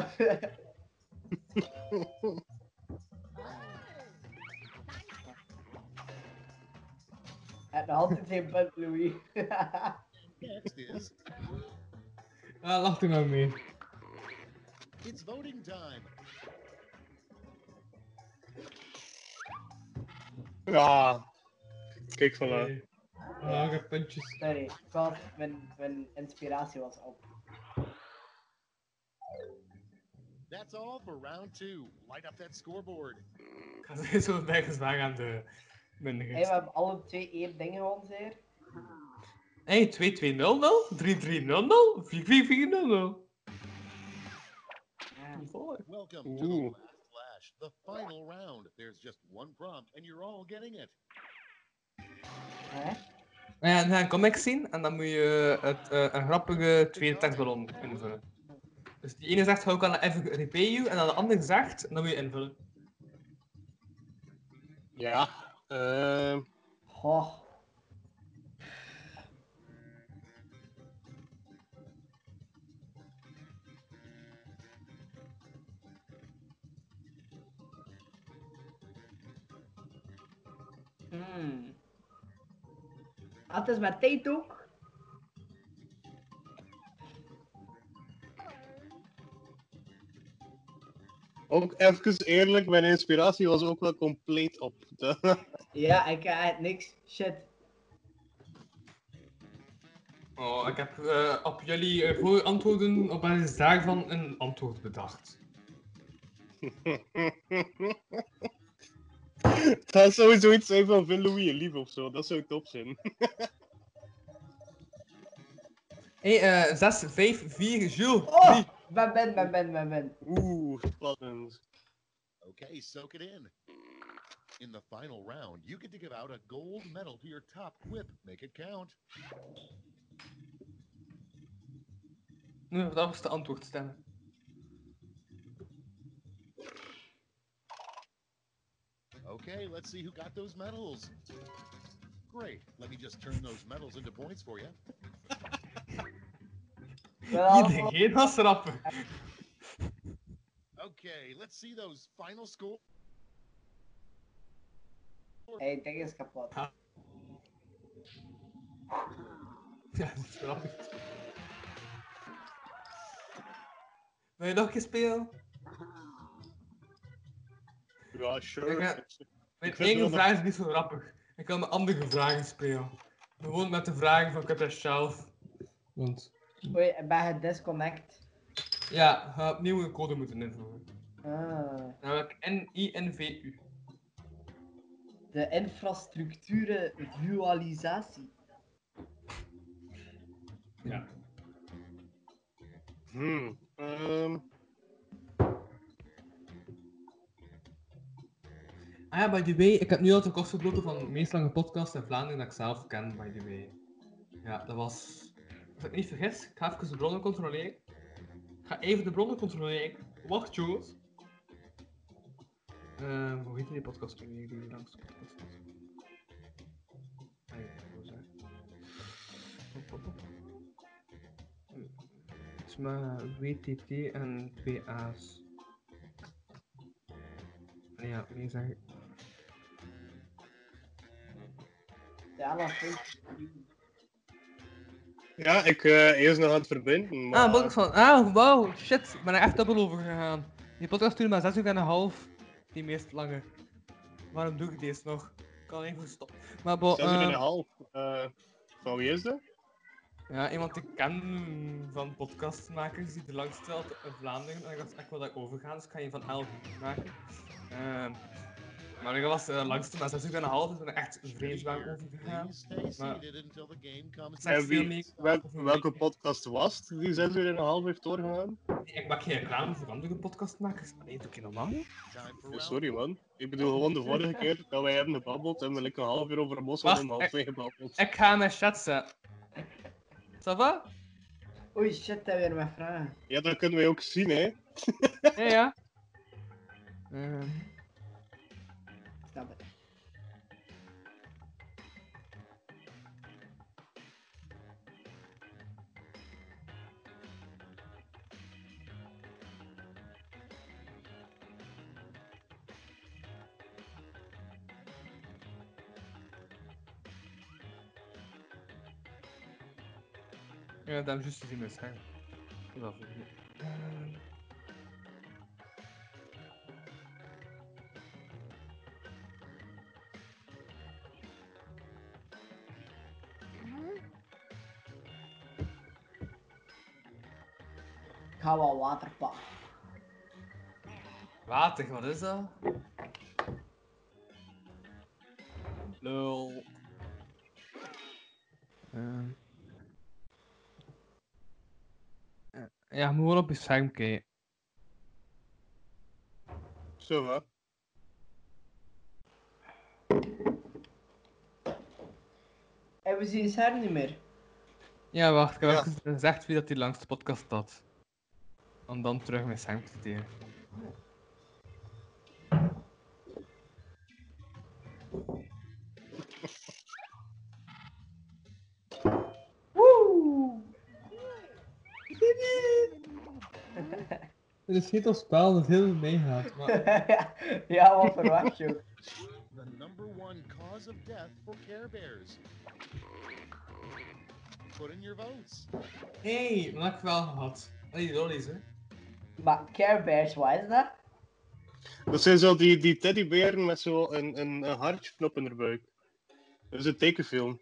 En nog altijd geen punt, Louis. Next is... Ah, lach er maar mee. It's voting time. Ah, kijk van daar. Lage puntjes. Sorry, ik was, mijn, mijn inspiratie was op. That's all for round two. Light up that scoreboard. Ik ga sowieso nergens waar aan de minder. Hey, we hebben alle twee één ding gewonnen, zeer. Hey, twee twee nul nul, drie drie nul nul, vier vier vier nul nul. Welcome to the last flash, the final round. There's just one prompt and you're all getting it. Huh? Ja, dan ga een comic zien en dan moet je het, uh, een grappige tweede tekstballon invullen. Dus die ene zegt, how can I ever repay you? En dan de andere zegt, en dan moet je invullen. Ja, ehm... Uh... Goh. Hmm. Dat is met tijd ook. Ook even eerlijk, mijn inspiratie was ook wel compleet op. Ja, ik heb niks. Shit. Oh, ik heb uh, op jullie uh, voor antwoorden op basis daarvan een antwoord bedacht. Dat zou zoiets zijn van Vin Louis lief of zo. Dat zou top zijn. Hé, hey, uh, zes, vijf, vier, Jules. Oh, ben, ben, ben, ben, ben, ben. Oeh, spannend. Okay, soak it in. In the final round, you get to give out a gold medal to your top quip. Make it count. Nu, dat was de antwoordstemmen. Okay, let's see who got those medals. Great. Let me just turn those medals into points for you. Iedereen was rapper. Okay, let's see those final score. Hey, ding is kapot. Ja, dat is grappig. Wil je nog een keer spelen? Ja, sure. Ik ga- Ik Mijn vind eigen wel vraag dat- is niet zo grappig. Ik kan met andere vragen spelen. Gewoon met de vragen van Cup zelf. Want Oei, ik ben gedisconnect. ja, ga opnieuw een code moeten invoeren. Ah, Namelijk N I N V U. de infrastructuren visualisatie. Ja. Hmm. ehm, Ah ja, by the way, ik heb nu al de kost gebroken van de meest lange podcast in Vlaanderen dat ik zelf ken, by the way. Ja, dat was... Als ik me niet vergis, ik ga even de bronnen controleren. Ik ga even de bronnen controleren. Wacht, jongens. Uh, hoe heet die podcast nu weer, die langste podcast? Ah ja, zo zeggen. Hop, hop, hop. Het is maar W T T en twee A's. Ah ja, meer zeggen. Ja, dat vind ja, ik uh, eerst nog aan het verbinden. Maar... Ah, een podcast van... Ah, wow, shit. Ik ben er echt dubbel over gegaan. Die podcast duurt maar zes uur en een half. Die meest lange. Waarom doe ik deze nog? Ik kan even stoppen. Maar bo, Zes uur en uh, een half. Uh, van wie is dat? ja, iemand die ik ken van podcastmakers die de langste had in Vlaanderen. En ik dacht, ik wil daar overgaan, dus ik ga een van elf uur maken. Uh, maar dat was de langste, maar zes uur en een half, dus ik ben er echt vreesbaar over gegaan. Maar het is echt En veel wie, meer wel, over welke podcast was het die zes uur en een half heeft doorgegaan? Nee, ik maak geen reclame voor andere podcastmakers. Nee, doe ik normaal. Ja, sorry man. Ik bedoel gewoon de vorige keer dat wij hebben gebabbeld en we like een half uur over een bos Wacht, om half ik- twee gebabbeld. Ik ga mijn chat zetten. Ça va? Oei, shit, dat weer mijn vragen. Ja, dat kunnen wij ook zien, hè. Ja, ja. Uh, Snap het. ja, dat heb ik juist gezien met scherm. Dat was het niet. Uh, Ik ga wel water pakken. Water, wat is dat? Lul. Uh. Ja, moet gewoon op je scherm kijken. Zo, hè. En we zien Sher niet meer. Ja, wacht, ik heb Ja. even gezegd wie dat die langste podcast had. Om dan terug mijn scherm te delen. Woe! Het is geen spel dat heel meegaat, maar... Ja, wat verwacht je ook. The number one cause of death for Care Bears. Put in your votes. Hé, hey, dat heb ik wel gehad. Allee, die lollies, hè. Maar Care Bears, wat is dat? Dat zijn zo die, die teddyberen met zo een, een, een hartknop in haar buik. Dat is een tekenfilm.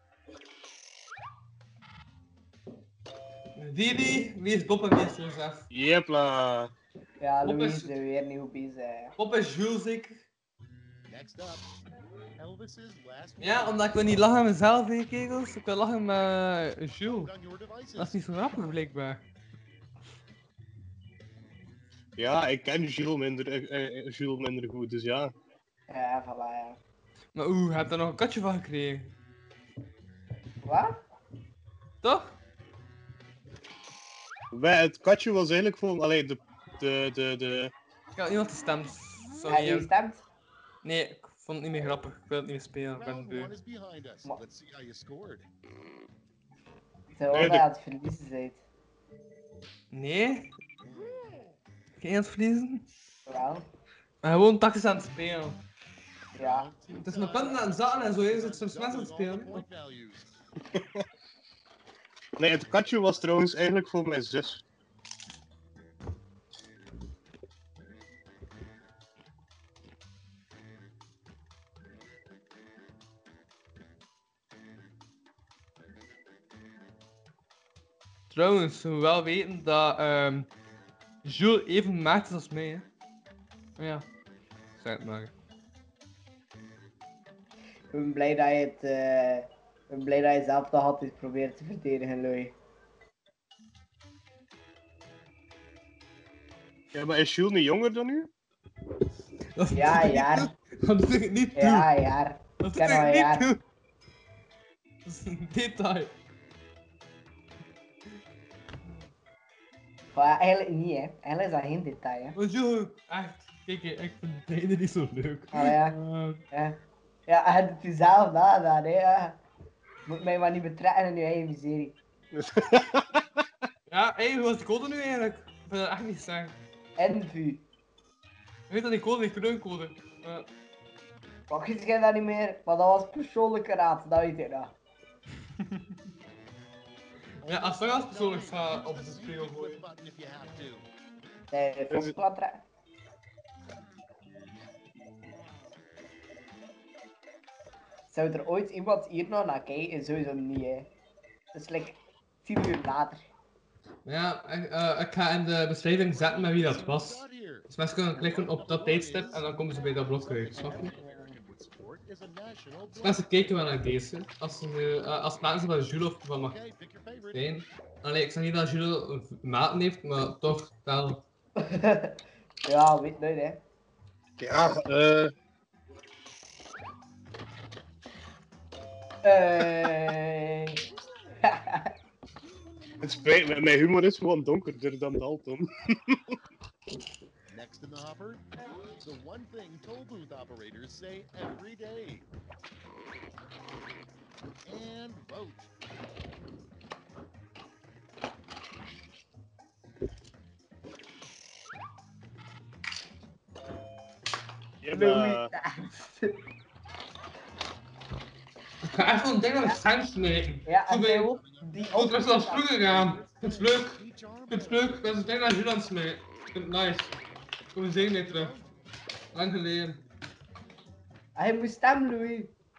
Didi, wie is Bob en wie is Joseph? Jepla. Ja, Bob Louise is- is er weer niet goed bezig. Bob is Jules, zeker? Next up, Elvis's last Ja, omdat ik wil niet lachen met mezelf, hè, kegels. Ik wil lachen met uh, Jules. Dat is niet zo grappig, blijkbaar. Ja, ik ken Jules minder, eh, eh, Jules minder goed, dus ja. Ja, voilà, ja. Maar oeh, je hebt er nog een katje van gekregen. Wat? Toch? Wij, het katje was eigenlijk voor... Allee, de... de, de, de... Ik had niemand gestemd. Heb Sorry. je hè. gestemd? Nee, ik vond het niet meer grappig. Ik wil het niet meer spelen. Ik ben Round beu. one is behind us. Let's see how you scored. Terwijl Nee, je de- aan het verliezen bent. Nee? Geen aan het verliezen? Wel, Maar gewoon tactisch aan het spelen. ja. Het is mijn punten aan het zaten en zo is het soms mensen aan het spelen. Nee, het katje was trouwens eigenlijk voor mijn zus. Trouwens, we moeten wel weten dat ehm Jules even maakt is als mij, hè. Ja, zeg het maar. Ik ben blij dat je het... eh, ik ben blij dat je zelf toch altijd probeert te verdedigen, Louis. Ja, maar is Jules niet jonger dan u? Ja, ja. Dat doe ik niet toe. Ja, ja. Dat Ik doe ken al ik een niet jaar. toe. Dat is een detail. Maar eigenlijk niet, hè. Eigenlijk is dat geen detail, hè. Maar Jules, echt, kijk, hè, ik vind het einde niet zo leuk. Ah, ja. Eh, Ja. Ja, je hebt het jezelf nagedaan, hè. Ja. Moet mij maar niet betrekken in je eigen miserie. Ja, hé, hoe was de code nu eigenlijk? Ik vind dat echt niet zeggen. Envy. Ik weet dat die code, die kreukcode. Uh, Pak je dat niet meer, maar dat was persoonlijke raad, dat weet je nog. ja, als dat als persoonlijk ga op de spiegel gooien. Nee, volgens wat trekken. Zou er ooit iemand hier nog naar kijken? Sowieso niet, hè. Dat is like tien uur later. Ja, ik, uh, ik ga in de beschrijving zetten met wie dat was. Dus mensen kunnen klikken op dat tijdstip en dan komen ze bij dat blok uit, snap je? Dus mensen kijken wel naar deze. Als, ze, uh, als mensen van Jules of van mag zijn. Allee, ik zeg niet dat Jules een v- maat heeft, maar toch wel. Ja, weet nooit, hè. Ja, eh... Eh. Het spijt me, mijn humor is gewoon donkerder dan Dalton. Next in the hopper, the one thing toll booth operators say every day. And vote. Ja, maar... Ik ga echt zo'n ding aan de sand smijten. Ja, en Zo hij bij- ook die Goed, dat is al vroeger gegaan. Ik vind het leuk. Ik vind het leuk. Dat is een ding aan Jules aan het smijten. Ik vind het nice. Kom eens mee terug. Lang geleden. Hij moet stemmen, Louis.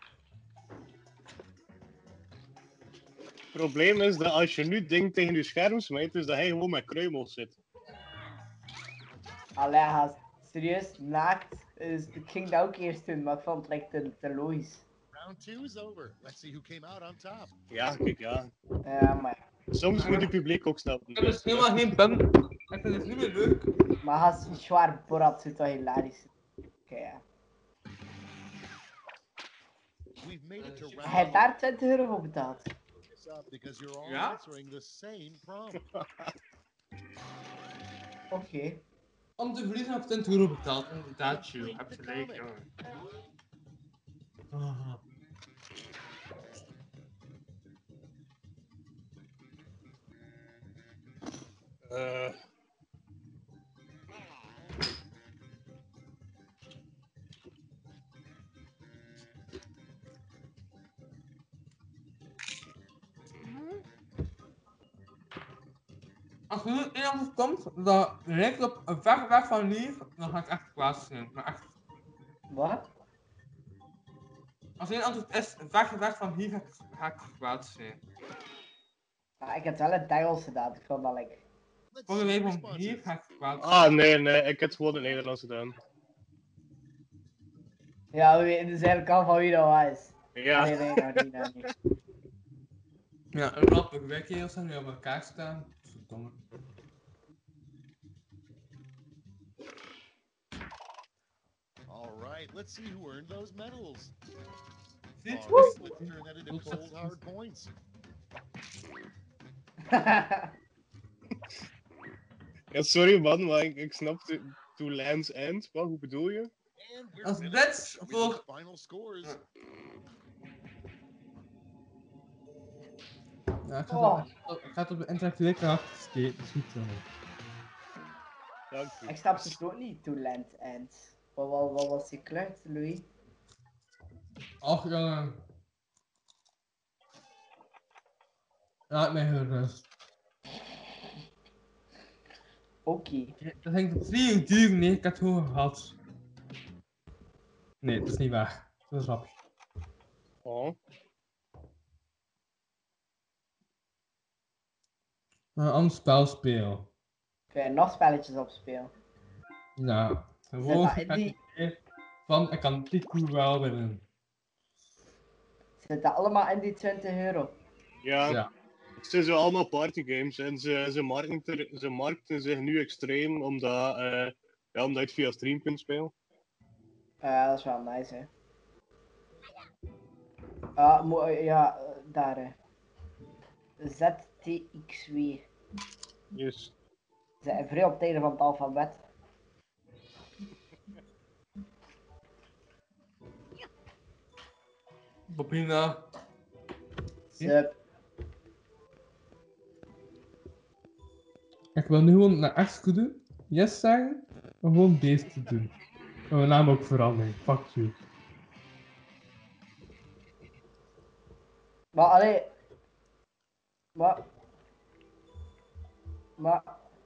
Het probleem is dat als je nu ding tegen je scherm smijt, is dat hij gewoon met kruimels zit. Allee, gast. Serieus, naakt. Dus ik ging dat ook eerst doen, maar ik vond het like, te, te logisch. Round two is over. Let's see who came out on top. Ja, kijk, ja. Ja, maar... Soms moet je publiek ook snappen. Ik heb dus helemaal geen punt. Ik vind het niet meer leuk. Maar als je zwaar Borat zit, toch hilarisch. Oké, ja. We've made it to round Hij heeft daar twintig euro voor betaald. this up because you're all Ja? answering the same prompt. Oké. Om te verliezen heb ik twintig euro betaald. Inderdaad, Jules. Je hebt gelijk, jongen. Ah. Eh... Als er nu iemand komt dat lijkt op een ver weg van lief, dan ga ik echt kwaad zijn. Maar echt. Wat? Als er een antwoord is, ver weg van hier, ga ik, ga ik kwaad zijn. Ja, ik heb wel het Engels gedaan, ik vond dat lekker. Volgende week van hier ga ik kwaad zijn. Ah, nee, nee, ik heb het gewoon in het Nederlands gedaan. Ja, we weten dus eigenlijk al van wie dat was. Ja. Nee, nee, nou niet, nou niet. Ja, grappig. Wij kerels zijn nu op elkaar staan. Verdomme. All right, let's see who earned those medals. Ziet? All right, let's turn that into cold hard points. Ja, sorry man, maar ik, ik snapte to Land's End. Wat, hoe bedoel je? Als dit voor... Final scores. Ja, ik ga Oh. het op, ik ga het op de intellectuele kracht steken. Dat is goed zo. Dank u. Ik snap het ook niet, To Land End. Wat, wat, wat was die klucht, Louis? Ach, jongen. Laat mij gerust. Oké. Okay. Dat ging drie uur duren, nee, ik had het gewoon gehad. Nee, dat is niet waar. Dat is een grapje. Oh. Een ander spel spelen. Kun je nog spelletjes opspelen? Ja, gewoon Zit dat in die- idee van ik kan dit goed wel winnen. Zit dat allemaal in die twintig euro? Ja. Ja. Het zijn zo allemaal partygames en ze, ze, markten, ze markten zich nu extreem omdat, uh, ja, omdat je het via stream kunt spelen. Ja, dat is wel nice, hè. Ah, mo- ja, eh, daar, hè. Z T X W. Yes. Ze zijn vrij op het einde van het alfabet. Bobina. Sup. Ik wil nu gewoon naar X doen, yes zeggen, en gewoon deze te doen. En mijn naam ook veranderen. Fuck you. Maar allee. Maar. Maar.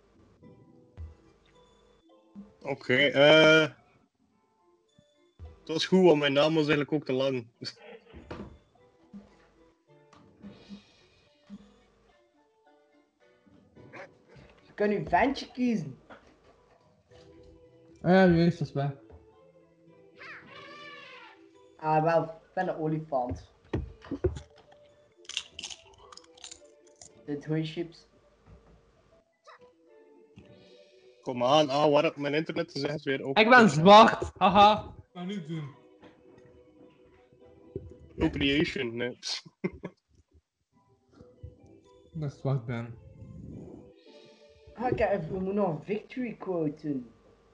Oké, okay, eh. Uh... Het was goed, want mijn naam was eigenlijk ook te lang. Je kunt uw ventje kiezen. Ah ja, juist, dat is waar. Ah, wel, ik ben een olifant. Dit goeie chips. Kom aan, ah, waar mijn internet is echt weer ook. Ik ben zwart, haha. Wat nu doen? Appropriation, nee. Dat ik zwart ben. Ah, kijk, we moeten nog een victory quote doen.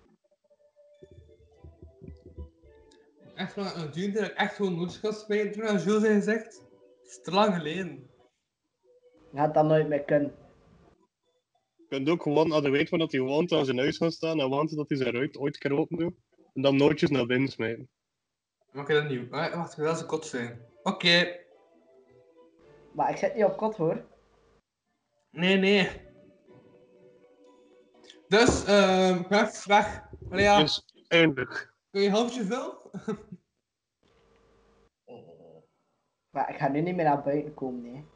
Echt wel een duur dat ik echt gewoon nooit ga spelen toen aan Jules heeft gezegd. Het is te lang geleden. Je gaat dat nooit meer kunnen. Je kunt ook gewoon, als je weet van dat hij woont, aan zijn huis gaan staan en wachten dat hij zijn ruit ooit kan openen. En dan nootjes naar binnen smijten. Oké, dat nieuw. Ah, wacht, ik wil wel zijn kot zijn. Oké. Okay. Maar ik zit niet op kot hoor. Nee, nee. Dus, ehm, ik ben even weg. Allee, ja. Yes, eindelijk. Kun je een halfje veel? Maar ik ga nu niet meer naar buiten komen, nee.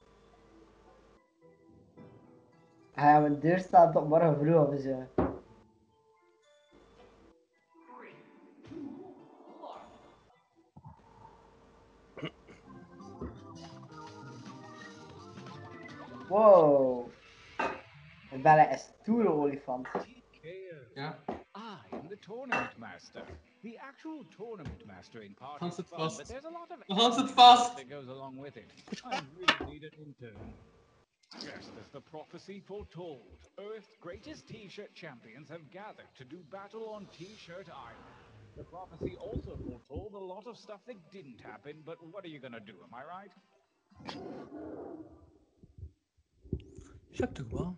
Ja, mijn deur staat tot morgen vroeg of zo. Wow. Ik ben een stoere olifant. Ja. I am the tournament master. The actual tournament master in part Hans is het fun, vast. but there's a lot of Hans het extra vast. that goes along with it. I really need an intern. Just as the prophecy foretold, Earth's greatest T-shirt champions have gathered to do battle on T-shirt Island. The prophecy also foretold a lot of stuff that didn't happen, but what are you gonna do, am I right? Shut the wall.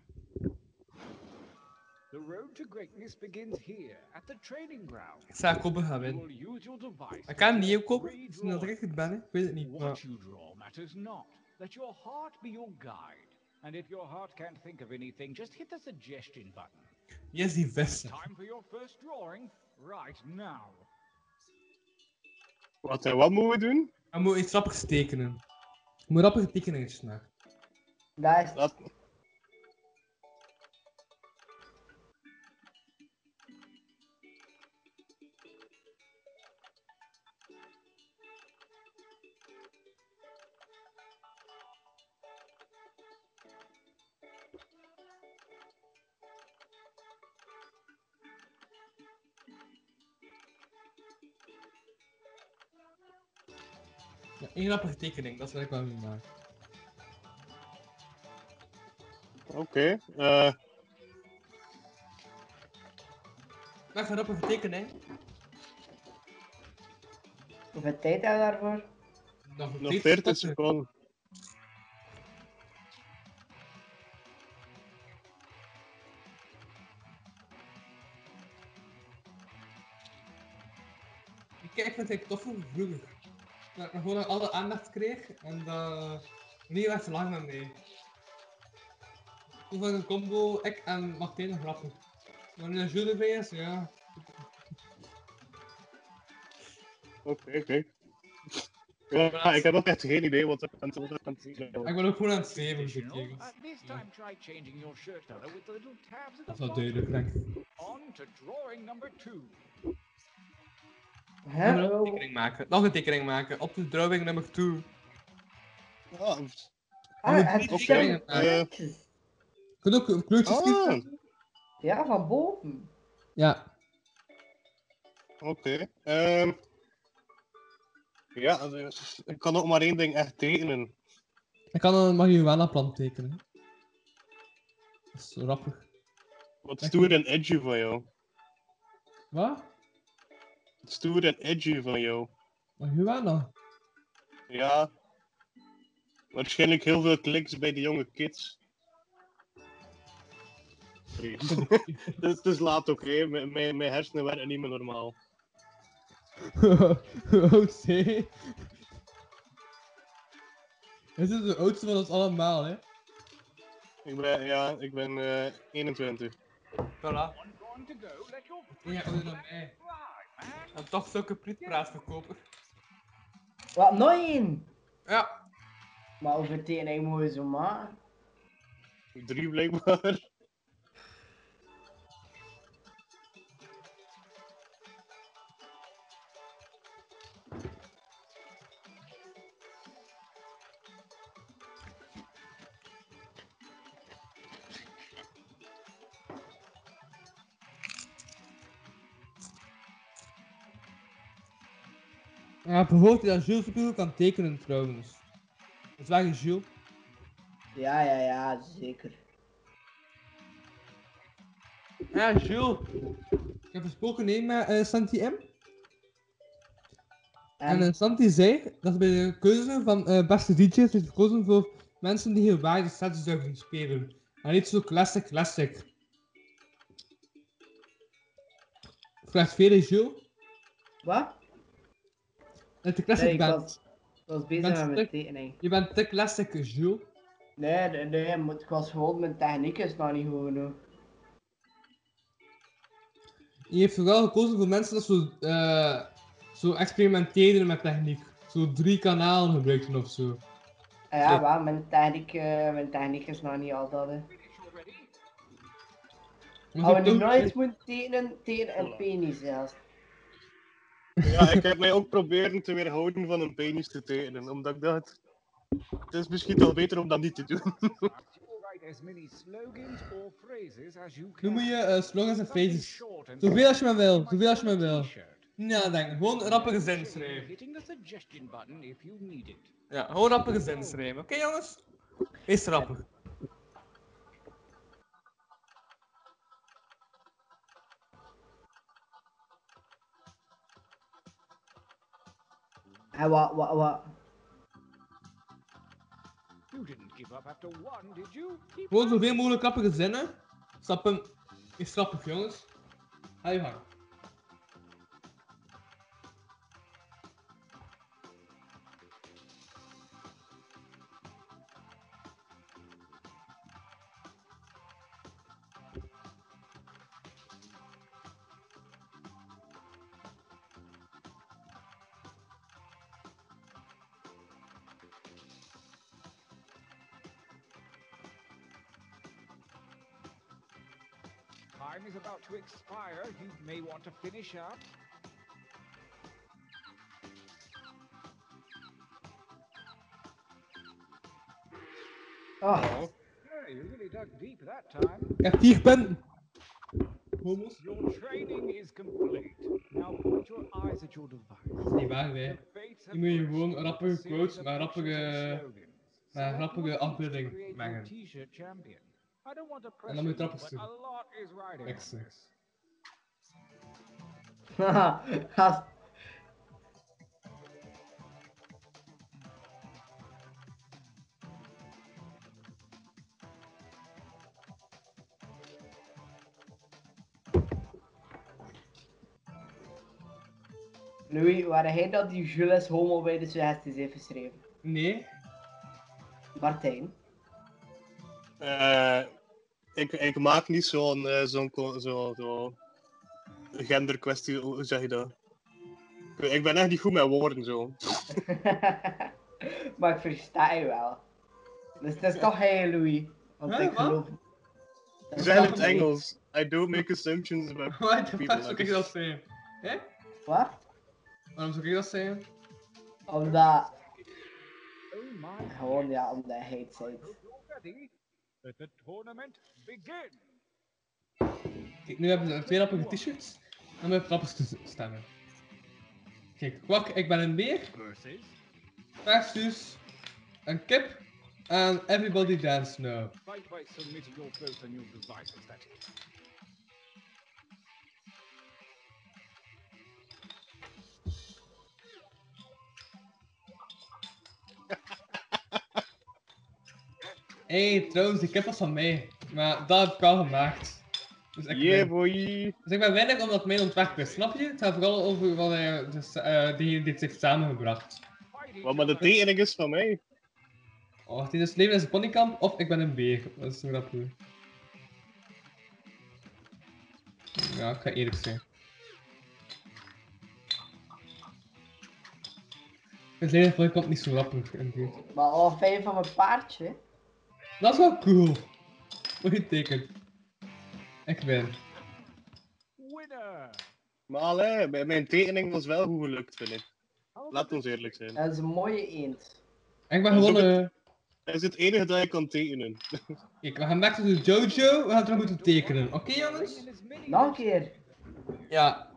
The road to greatness begins here, at the training ground. Ik zou kopen gaan You winnen. will use your device Ik kan to niet collect kopen. three Is dat drawings. ik goed ben, hè? Ik weet het niet. What Maar... you draw matters not. Let your heart be your guide. And if your heart can't think of anything, just hit the suggestion button. Yes, die vesten. Time for your first drawing, right now. Wat en wat moeten we doen? We moeten iets rappigs tekenen. We moeten rappige tekeningetjes maken. Daar is Dat... Ja, één grappige tekening, dat wil ik wel niet maken. Oké. Okay, uh... Maak een grappige tekening. Hoeveel tijd hebben we daarvoor? Nog, Nog veertig seconden. Kijk, vind ik tof hoe vroeger. Dat ik nog gewoon alle aandacht kreeg en dat niet werd te lang met mij. Toen was een combo, ik en Martijn nog grappig. Maar nu een Jules erbij is, ja. Oké, okay, oké. Okay. Ja, ik heb ook echt geen idee wat ik aan het zien ben. Ik ben ook gewoon aan het zweven, voor tekens. At this time, try changing your shirt color with the little tabs at the Dat is wel bottom. duidelijk, denk ik. On to drawing number two. Hè? Nog een tekening maken. Nog een tekening maken. Op de drawing nummer twee. Ja. Ah, het tekeningen maken. Je kunt ook kleurtjes kiezen. Ja, van boven. Ja. Oké. Okay. Um, ja, dus, ik kan ook maar één ding echt tekenen. Ik kan een marihuana-plant tekenen. Dat is zo rappig. Wat stoer en edgy van jou. Wat? Stoer en edgy van jou. Marihuana? Ja. Waarschijnlijk heel veel kliks bij de jonge kids. Het is laat ook, hè. Mijn, mijn, mijn hersenen werken niet meer normaal. Hoe oud zei? Hij is de oudste van ons allemaal, hè? Ik ben, ja, ik ben uh, eenentwintig. Voilà. Ja, ouder dan mij. En toch zulke prietpraat verkopen. Wat, nog één? Ja. Maar hoeveel tekeningen moeten we zo maken? Drie blijkbaar. Ja, ik heb gehoord dat Jules supergoed kan tekenen trouwens. Dat is waar, Jules? Ja, ja, ja, zeker. Ja, Jules. Ik heb gesproken nee, met uh, Santi M. En uh, Santi zei dat bij de keuze van uh, beste D J's heeft gekozen voor mensen die heel waarde sets zouden spelen. En niet zo classic classic. Vraagt veel, Jules? Wat? Dat je classic nee, ik bent. was, ik was bezig met mijn tekening. Je bent te classic, Jules. Nee, nee, nee, moet, ik was gewoon, mijn techniek is nog niet goed genoeg. Je heeft vooral gekozen voor mensen dat zo, uh, zo experimenteren met techniek. Zo drie kanalen gebruiken of zo. Ja, maar mijn techniek, uh, mijn techniek is nog niet al dat. Hè. Als we nu nooit moeten tekenen, tegen een penis zelfs. Ja, ik heb mij ook proberen te weerhouden van een penis te tekenen, omdat ik dacht, het is misschien wel beter om dat niet te doen. Nu moet je uh, slogans en phrases. Zoveel als je maar wil, zoveel als je maar wil. Ja, denk ik. Gewoon rappige zin schrijven. Ja, gewoon rappige zin schrijven. Oké, okay, jongens? Wees rappig. En wat, wat, wat? Gewoon zoveel mogelijk grappige zinnen. Stappen is grappig, jongens. Ga je gang. Time is about to expire. You may want to finish up. Oh. Yeah, you really dug deep that time. Ik heb vier punten. Homos. Your training is complete. Now point your eyes at your device. Niet waar, hè? The fate Je moet je gewoon rappige quotes met rappige, met rappige afbeelding mengen. En dan moet je trappen sturen. Niks. Haha, gast. Louis, waren hij dat die Jules homo bij de suggesties heeft geschreven? Nee. Martijn? Eh, ik, ik maak niet zo'n eh, zo'n ko- zo, zo genderkwestie, hoe zeg je dat? Ik, ik ben echt niet goed met woorden zo. Maar ik versta je wel. Dus het is toch hij, Louis. Want Huh, ik wat? geloof... Je zei in het Engels. I don't make assumptions about What the people. fuck zou ik dat zeggen? Hè? Wat? Waarom zou ik dat zeggen? Omdat... Gewoon ja, omdat hij het zei. Let the tournament begin. Kijk, nu hebben we twee rappige t-shirts. En we hebben rappers te stemmen. Kijk, kwak, ik ben een beer. Versus een kip. En everybody dance now. Fight by submitting your vote on your devices, that is. Hé, hey, trouwens, die kip was van mij. Maar dat heb ik al gemaakt. Dus ik Yeah, win. boy. Dus ik ben weinig omdat mijn ontwerp is, snap je? Het gaat vooral over wat hij, dus, uh, degene die het heeft samengebracht. Wat maar de tekening is van mij. Oh, dit is leven is een ponykamp of ik ben een beer. Dat is zo grappig. Ja, ik ga eerlijk zijn. Het leven van komt niet zo grappig in dit. Maar al vijf van mijn paardje. Dat is wel cool. Goed teken. Ik win. Maar allee, mijn mijn tekening was wel goed gelukt, vind ik. Laat ons eerlijk zijn. Dat is een mooie eend. Ik ben Dat is gewoon... ook eh het- Dat is het enige dat ik kan tekenen. Kijk, we gaan back to the Jojo. We gaan terug moeten tekenen. Oké, jongens? Nog een keer. Ja.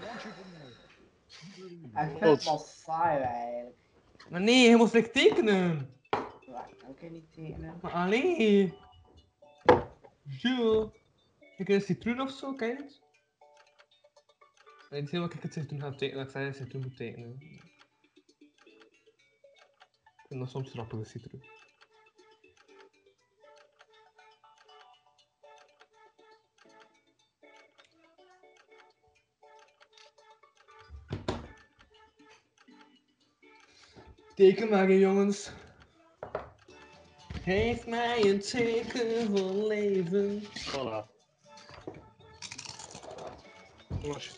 Ik vind het wel saai eigenlijk. Maar nee, je moet direct tekenen. Ja, dan kan je niet tekenen. Maar alleen. Jules. Ik heb een citroen of zo, kijk eens. Nee, het is helemaal ik het citroen ga tekenen. Dat ik zei dat citroen moet tekenen. Ik vind dat soms grappig, een citroen. Teken maar, hè, jongens. Geef mij een teken van leven. Voilà. Jongens.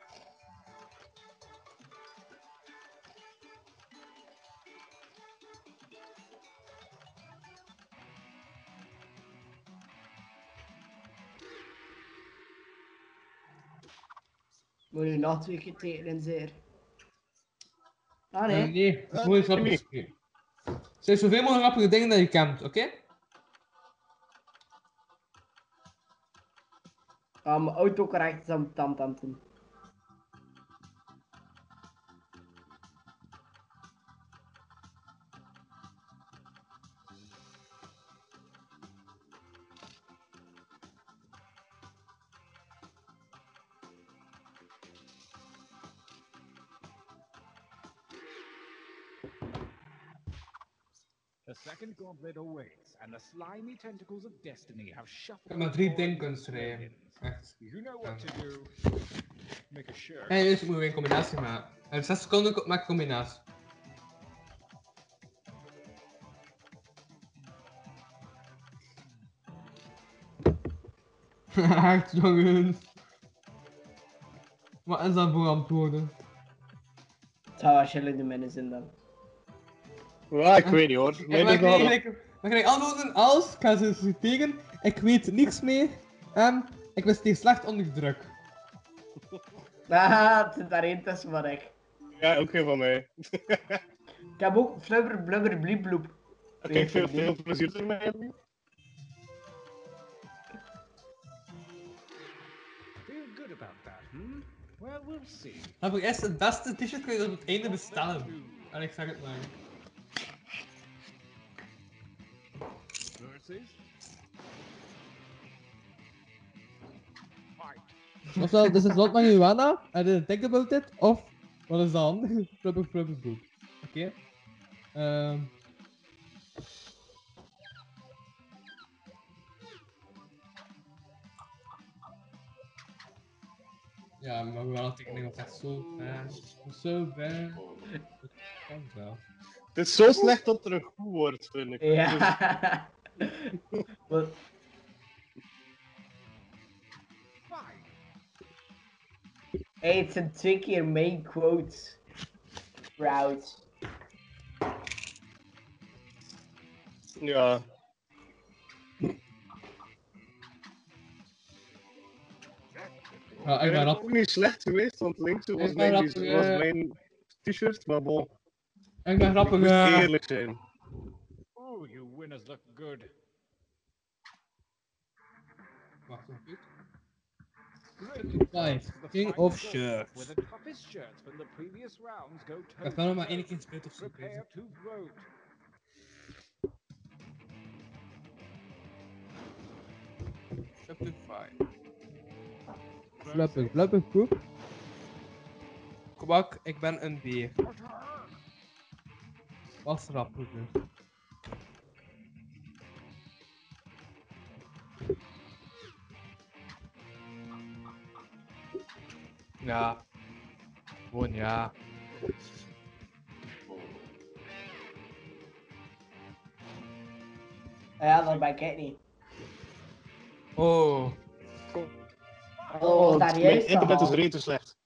Moet je nog twee keer tekenen, zeer. Ah Nee, nee. nee, dat is mooi grapjes. Zeg zoveel mogelijk grappige dingen dat je kent, oké? Ah, mijn autocorrect is aan het tand aan het doen. The second gauntlet awaits, and the slimy tentacles of destiny have Ik shuffled. heb maar drie dingen kunnen schrijven. Echt. You know what to do. Make a shirt. En dus moeten we een combinatie maken. En zes seconden maak ik combinatie. Echt jongens. Wat is dat voor antwoorden? Het zou als jullie de midden zijn dan. Ja, ik weet niet hoor. Ik Mij mag is nogal- ik antwoorden als, ik ga ze citeren, ik weet niks meer en ik ben steeds slecht onder druk. Ah, het zit daar één tussen van ik. Ja, ook geen van mij. Ik heb ook flubber, blubber, bliep, bloep. Oké, veel, veel plezier ermee. Feel good about that, hmm? Well, we'll see. Maar voor eerst het beste t-shirt kun je op het einde bestellen. En ik zeg het maar. Versus. Ofwel, this is not marijuana, I didn't think about it, of wat is dan? Flubbig, flubbig, boek. Oké. Ehm. Ja, maar wel tekening of echt zo ver. Zo ver. Dat kan wel. Het is zo slecht dat er een goed wordt, vind ik. Ja. Wat? Hey, het zijn twee keer main quotes. Sprouts. Ja. Ja, ik ik ben ben rap. ook niet slecht geweest, want links was Ik ben mijn, rap, was eh, mijn t-shirt, maar bon. Ik ben grappig. Ik moet eh. eerlijk zijn. Oh, you winners look good. Wacht even. Five. King of Where Shirts. the toughest shirts from the previous rounds go Ik toe heb wel nog maar één keer gespeeld of zo. Prepare to vote. Flippig five. Flippig, flippig poep. Kwak, ik ben een beer. Was rapper. Ja. Gewoon ja. Ja, dat ben ik niet. Oh. Oh, daar mijn juist internet is al. rete slecht.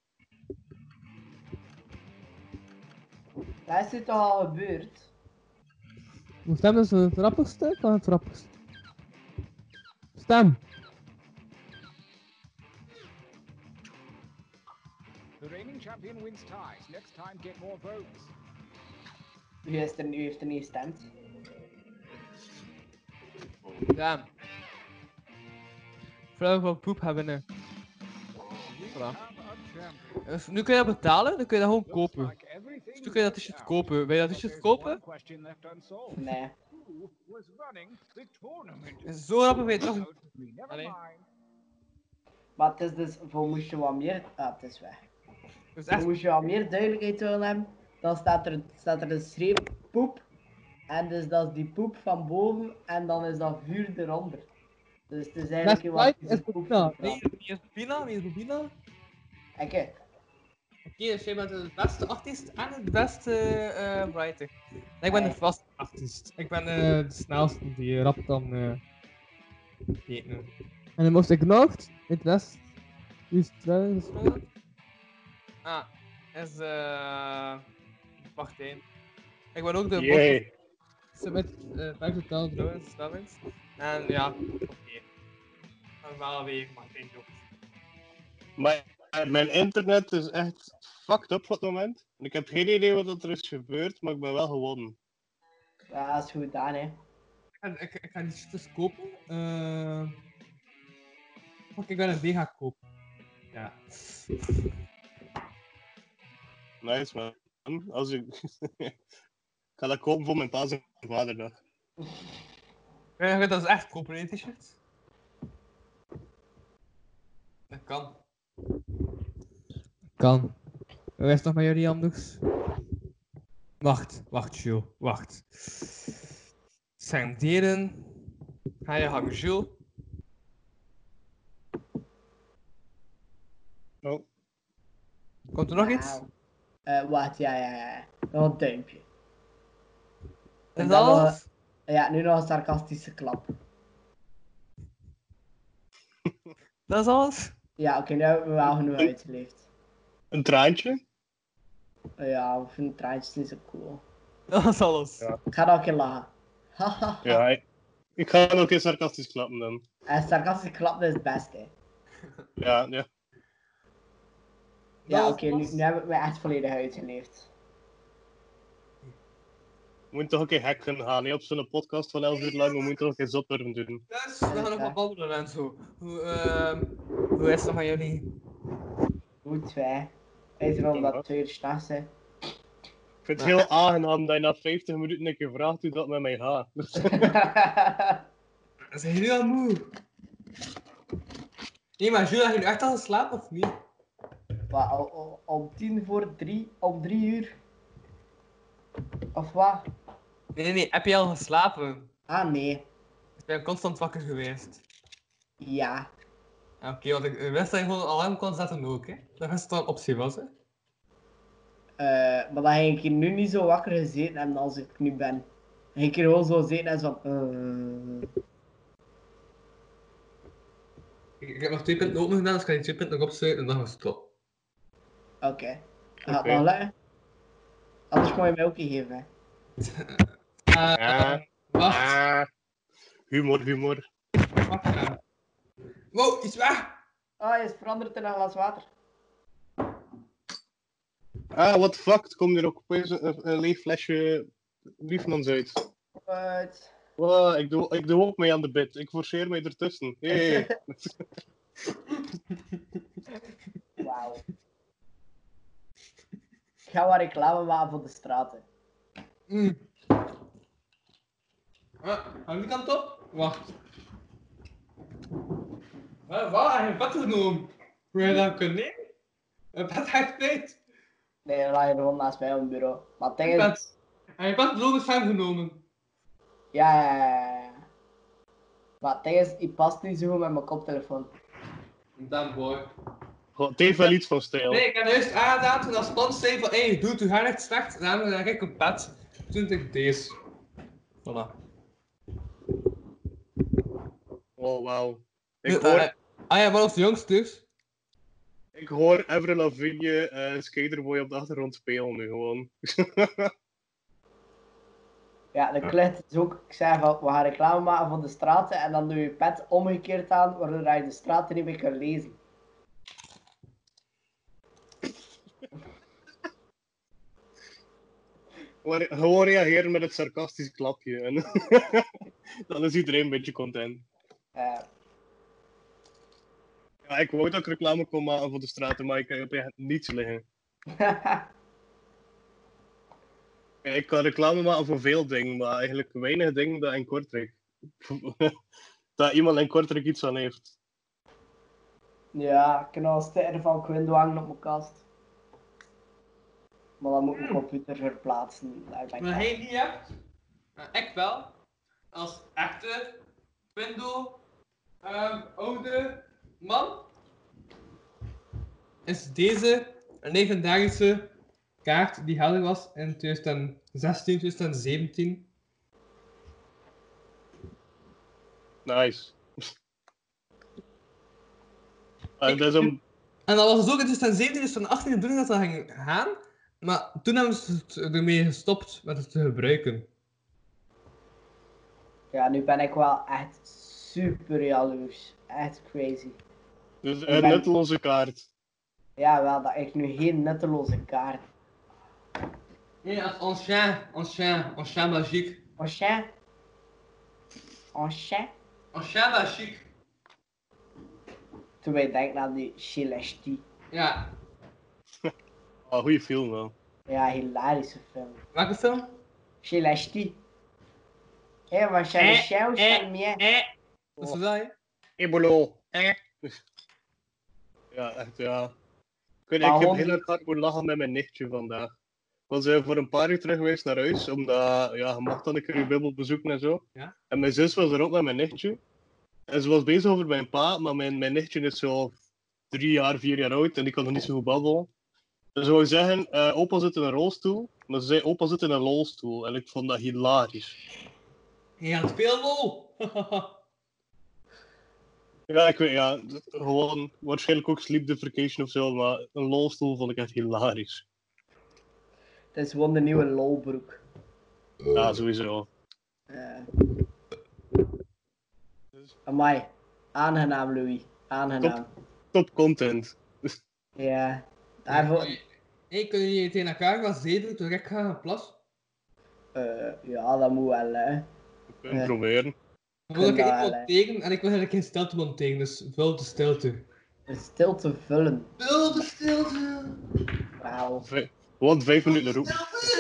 Dat is het toch al gebeurd? Hoe stem is het rappigste of het rappigste? Stem. The reigning champion wins ties. Next time, get more votes. U heeft er, u heeft er niet gestemd. Damn. Vrouwen van poep hebben er. Voilà. Dus nu kun je dat betalen, dan kun je dat gewoon kopen. Dus nu kun je dat t-shirt kopen. Wil je dat t-shirt kopen? Nee. Het is zo grappig, weet je toch? Allee. Maar het is dus, voor moest je wat meer... Ah, het is weg. Dus echt... Voor moest je wat meer duidelijkheid willen hebben, dan staat er, staat er een streep poep. En dus dat is die poep van boven, en dan is dat vuur eronder. Dus het is eigenlijk Best wat... fight is Bobina. Nee, wie is Bobina? Wie is Bobina? Oké. Okay. Oké, dus jij bent de beste artiest en het beste uh, writer. Nee, ik ben de vaste artiest. Ik ben uh, de snelste die rap kan uh, tekenen. En de most ignored, het rest is trouwens. Ah, is eh. Uh, wacht één. Ik ben ook de Yay. Ze met vijf totaal trouwens, trouwens. En ja, oké. Okay. Dan wel weer, maar geen job. Maar mijn internet is echt fucked up op het moment. En ik heb geen idee wat er is gebeurd, maar ik ben wel gewonnen. Ja, dat is goed gedaan, hè. Ik, ik, ik ga die shit kopen. Uh... Fuck, ik ben een mega kopen. Ja. Nice man. Als ik... ik ga dat kopen voor mijn pa zijn vaderdag. Ja, dat is echt kopen, hè, t-shirt? Dat kan. Kan. Hoe is het nog met jullie anders? Wacht, wacht, Jules, wacht. Senderen. Ga je hangen, Jules? Oh. Komt er nog iets? Uh, wacht, ja, ja, ja. Nog een duimpje. Is dat alles? Nog, ja, nu nog een sarcastische klap. Dat is alles? Ja, oké, okay, nu hebben we wel genoeg uitgeleefd. Een traantje? Ja, ik vind traantjes niet zo cool. Dat is alles. Ja. Ik ga nog een keer lachen. Ja, ik, ik ga nog een keer sarcastisch klappen dan. En sarcastisch klappen is het beste, hè. Ja, ja. Ja, oké, okay, nu, nu hebben we echt volledig uitgeleefd. We moeten toch een keer hack gaan gaan, hè, op zo'n podcast van elf uur lang. We moeten toch een keer zot durven doen. Dus, we gaan nog wat babbelen en zo. Hoe, uh, hoe is het nog aan jullie? Goed, wij. Is er omdat het twee uur s'nachts, hè. vind het heel aangenaam dat je na vijftig minuten een keer vraagt hoe dat met mij gaat. Zijn jullie al moe? Nee, maar Jules, heb je nu echt al geslapen of niet? Wat, al- al- om tien voor drie, om drie uur? Of wat? Nee, nee, nee. Heb je al geslapen? Ah, nee. Ik ben constant wakker geweest. Ja. Oké, okay, want ik wist dat je gewoon een alarm kon zetten ook, hè. Dat was toch een optie was, hè. Eh, maar dat ik hier nu niet zo wakker gezeten heb als ik nu ben. En ik hier gewoon zo zitten en zo van... eh. Ik, ik heb nog twee punten open gedaan, dus ik kan die twee punten nog opsluiten en dan gaan we stop. Oké. Okay. Gaat Oké. nog lukken? Anders moet je mij ook niet geven, hè. Uh, wacht. Ah, humor, humor. Wacht. Uh. Wow, iets weg! Oh, je is veranderd in een glas water. Ah, what the fuck? Het komt er ook opeens een, een leeg flesje Liefmans uit. Wat? Wow, ik, doe, ik doe ook mee aan de bit. Ik forceer mij ertussen. Hey. Wauw. Ik ga wat reclame maken voor de straten. Mm. Ah, aan die kant op? Wacht. Wat? Wat? Heb je pet genomen? Hoe heb je dat kunnen nemen? Een pet gaat kwijt. Nee, dan lag je gewoon naast mij op het bureau. Maar het ding is... Pet. Heb je pet logisch hem genomen? Ja, ja, ja, ja. Maar het ding is, die past niet zo goed met mijn koptelefoon. Damn boy. Goh, het heeft wel iets van stijl. Nee, ik heb juist aangedaan toen als Spans zei van hé, doe het, u gaat echt slecht. En dan heb ik een pet. Toen dacht ik deze. Voilà. Oh, wauw. Ik Nu, hoor, eh, ah ja, wat was de jongste dus? ik hoor Avril Lavigne uh, Skaterboy op de achtergrond spelen nu gewoon. Ja, de klucht is ook, ik zei van, we gaan reclame maken voor de straten en dan doe je pet omgekeerd aan, waardoor je de straten niet meer kan lezen. Gewoon gewoon reageren met het sarcastisch klapje. En dan is iedereen een beetje content. Uh, Ja, ik wou dat ik reclame kon maken voor de straten, maar ik heb echt niets liggen. Ja, ik kan reclame maken voor veel dingen, maar eigenlijk weinig dingen dat in Kortrijk. Dat iemand in Kortrijk iets aan heeft. ja, ik kan al sterren van Quindo hangen op mijn kast. Maar dan moet ik mijn computer verplaatsen. Daar ben ik Maar aan. hij niet hebt? Uh, ik wel. Als echte Window um, oude man. Is deze een legendarische kaart die helder was in twintig zestien, twintig zeventien. Nice. En dat is om... En dat was dus ook in twintig zeventien, dus van achttien de bedoeling dat dat ging gaan. Maar toen hebben ze het ermee gestopt met het te gebruiken. Ja, nu ben ik wel echt super jaloers. Echt crazy. Dus Ik een ben- nutteloze kaart. Ja, wel, dat ik nu geen nutteloze kaart. Nee, als ancien, ancien, ancien magique. Ancien? Ancien? Ancien magique. Toen wij denken aan die Celestie. Ja. Ah, goeie film wel. Ja, hilarische film. Welke film? Celestie. Hé, maar jij is jouw charmier. Wat is dat, hè? Ebolo. Ja, echt, ja. Ik, weet, niet, ik heb heel erg hard moeten lachen met mijn nichtje vandaag. Ik was uh, voor een paar uur terug geweest naar huis, omdat ja, je mag dan een keer je bubbel bezoeken en zo. Ja? En mijn zus was er ook met mijn nichtje. En ze was bezig over mijn pa, maar mijn, mijn nichtje is zo drie jaar, vier jaar oud en die kan nog niet zo goed babbelen. Dus ze wou zeggen, uh, opa zit in een rolstoel, maar ze zei opa zit in een lolstoel. En ik vond dat hilarisch. Je gaat spelen, lol! Ja, ik weet, ja, d- gewoon waarschijnlijk ook sleep deprivation of zo, maar een lolstoel vond ik echt hilarisch. Het is gewoon de nieuwe lolbroek. Ja, sowieso. Uh. Amai. Aangenaam, Louis. Aangenaam. Top content. Ja. Daarvoor... Hé, kunnen jullie tegen elkaar wat zeden toen ik ga gaan plas? Uh, ja, dat moet wel, hè. We kunnen proberen. Dan wil ik Kan even dat wel, hè. monteren en ik wil eigenlijk geen stilte monteren, dus vul de stilte. De stilte vullen. Vul de stilte! Wauw. Vij- Gewoon vijf minuten roepen.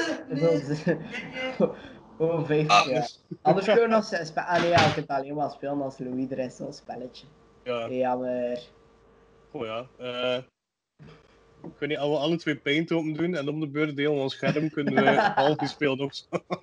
Oh, vijf, Ah, ja. dus- Anders kunnen we nog zes spelen. Ah nee, ja, je kunt alleen maar spelen als Louis er is, zo'n spelletje. Ja. Jammer. Oh ja. eh ik weet niet, als we alle twee Paint open doen en om de beurt delen ons scherm, kunnen we half spelen of zo.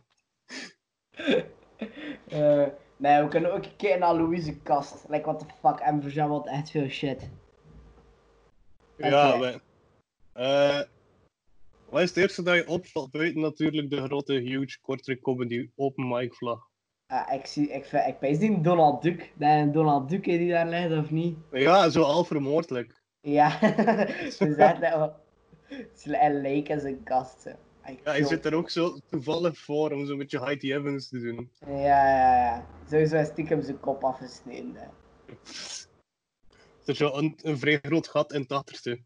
Eh, nee, we kunnen ook een keer naar Louise' kast. Like, what the fuck, en verzamelt echt veel shit. Ja, Oké. maar... eh wat is het eerste dat je opvalt? Buiten natuurlijk de grote, huge, kortere comedy open mic vlag. Ah, ik zie, ik, vind- ik wijs die Donald Duck. Dat is een Donald Duck die daar ligt, of niet? Ja, zo al vermoordelijk. Ja, ze zegt dat ze lijken zijn kast. Zo. Ik Ja, hij joh. zit er ook zo toevallig voor om zo'n beetje Heidi Evans te doen. Ja, ja, ja. Sowieso is stiekem zijn kop afgesneden. hè. Er is zo een, een vrij groot gat in het achterste.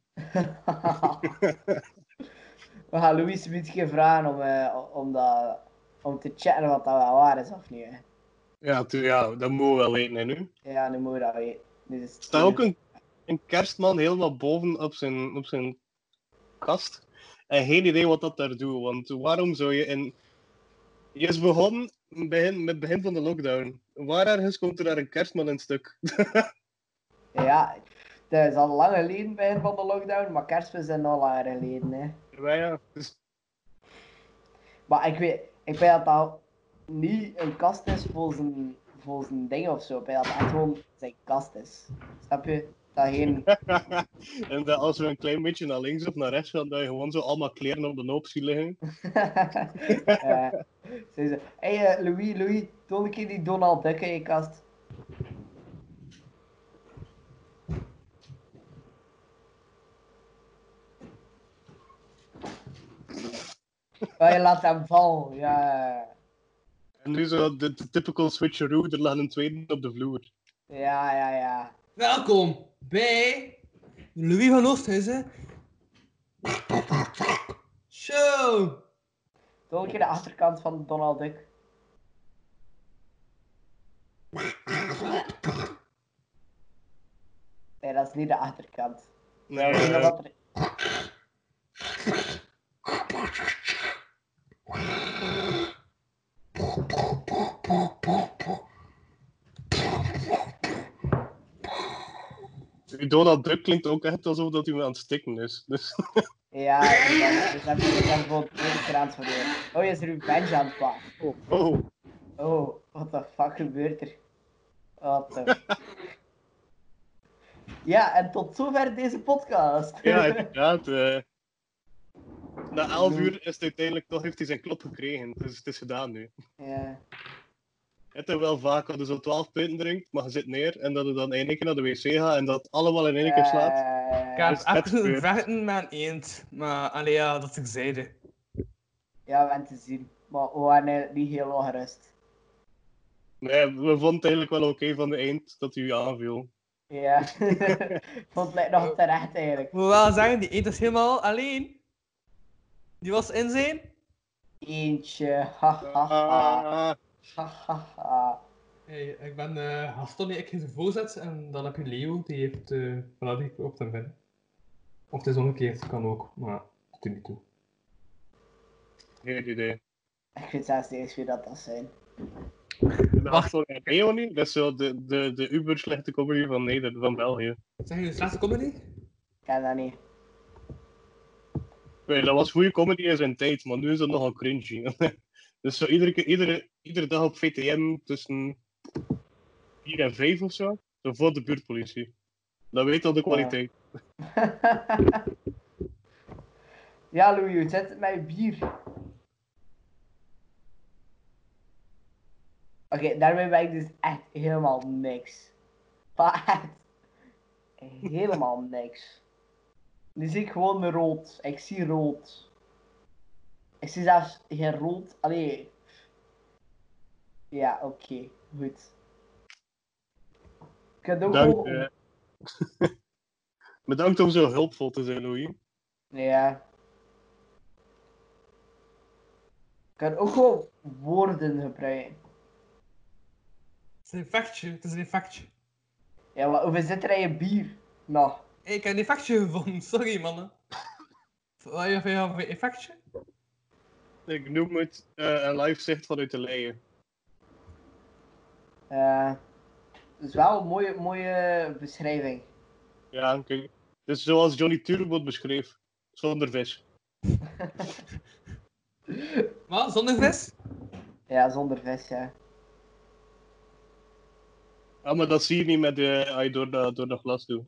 We gaan Louis een beetje vragen om, eh, om, dat, om te chatten wat dat wel waar is of niet. Hè. Ja, tu- ja, dat moeten we wel weten hè, nu. Ja, nu moet je dat weten. Dit is Er staat ook een, een kerstman helemaal boven op zijn, op zijn kast. En geen idee wat dat daar doet, want waarom zou je in... Je is begonnen begin, met het begin van de lockdown. Waar ergens komt er daar een kerstman in stuk? Ja, het is al lang geleden begin van de lockdown, maar kerstmis is nog langer geleden. Hè. Maar ja, dus... Maar ik weet, ik weet dat dat niet een kast is voor zijn, voor zijn ding of zo. Ik weet dat het echt gewoon zijn kast is. Snap je? Dat geen... En dat als we een klein beetje naar links of naar rechts gaan, dat je gewoon zo allemaal kleren op de hoop ziet liggen. Ja. Zei ze, hé hey, eh, Louis, Louis, toon een keer die Donald Duck in je kast. Oh, je laat hem vallen, ja. En nu zo de, de typical switcheroo, er lag een tweede op de vloer. Ja, ja, ja. Welkom bij Louis van Oosthuizen. Show! Toon een keer de achterkant van Donald Duck. Nee, dat is niet de achterkant. Nee, we zien nog eh, wat er... Die Donald Duck klinkt ook echt alsof dat hij me aan het stikken is. Dus... Ja, inderdaad. Dus dat is bijvoorbeeld de tweede keer aan het verleden. Oh, je is revenge aan het pakken. Oh. Oh. Oh, what the fuck gebeurt er? What the... Ja, en tot zover deze podcast. Ja, inderdaad. eh na elf uur is het uiteindelijk toch, heeft hij zijn klop gekregen. Dus het is gedaan nu. Ja. Het is wel vaak dat je zo twaalf punten drinkt, maar je zit neer en dat je dan in één keer naar de wc gaat en dat allemaal in één keer slaat. Ik heb Dus het echt gebeurt. vechten met een eend, maar allee, ja, dat ik zeide. Ja, we hebben te zien. Maar we waren eigenlijk niet heel ongerust. Nee, we vonden het eigenlijk wel oké van de eind dat hij u aanviel. Ja. Vond het nog terecht eigenlijk. Ik moet wel zeggen, die eend is helemaal alleen. Die was in zijn... Eentje, hahaha. Hahaha. Hey, ik ben uh, Gaston, die ik geen voorzet, en dan heb je Leo, die heeft uh, voilà, die op te vinden. Of het is omgekeerd, kan ook, maar het doet niet toe. Geen idee. Ik weet zelfs niet eens wie dat, dat zijn. Wacht, sorry, Leo niet? Dat is zo de, de, de uber slechte comedy van Nederland, van België. Zeg je de slechte comedy? Ik ken dat niet. Nee, dat was goede comedy in zijn tijd, maar nu is dat nogal cringy. Dus zo iedere, keer- iedere, iedere dag op V T M tussen vier en vijf of zo, zo voor de buurtpolitie. Dat weet al de kwaliteit. Ja, Louis, hoe zit het met je bier? Oké, okay, daarmee ben ik dus echt helemaal niks. Maar echt helemaal niks. Nu zie ik gewoon rood. Ik zie rood. Ik zie zelfs geen rood. Allee. Ja, oké. Okay. Goed. Ik heb ook Bedankt, gewoon... eh. Bedankt om zo hulpvol te zijn, Louis. Ja. Ik kan ook gewoon woorden gebruiken. Het is een factje, het is een factje. Ja, maar hoeveel zit er in je bier? Nou. Hey, ik heb een factje gevonden, sorry mannen. Wat heb je voor effectje? Ik noem het uh, een live zicht vanuit de leien. Uh, dat is wel een mooie, mooie beschrijving. Ja, kijk. Het is zoals Johnny Turbo beschreef. Zonder vis. Wat? Zonder vis? Ja, zonder vis, ja. Ja, maar dat zie je niet met de, als je door de, door de glas doet.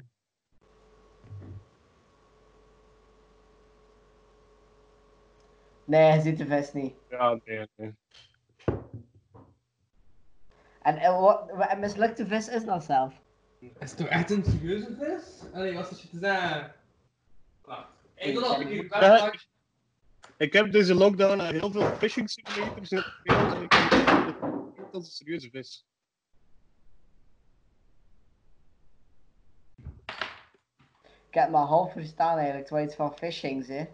Nee, je ziet de vis niet. Ja, nee, nee. En, en wat een mislukte vis is dat zelf? Is het toch echt een serieuze vis? Allee, wat is je te zeggen? Klaar. Ik wil nog een keer Ja, ik heb deze lockdown aan heel veel fishing simulators gespeeld en ik heb dat is een serieuze vis. Ik heb maar half verstaan eigenlijk, terwijl iets van fishing hè.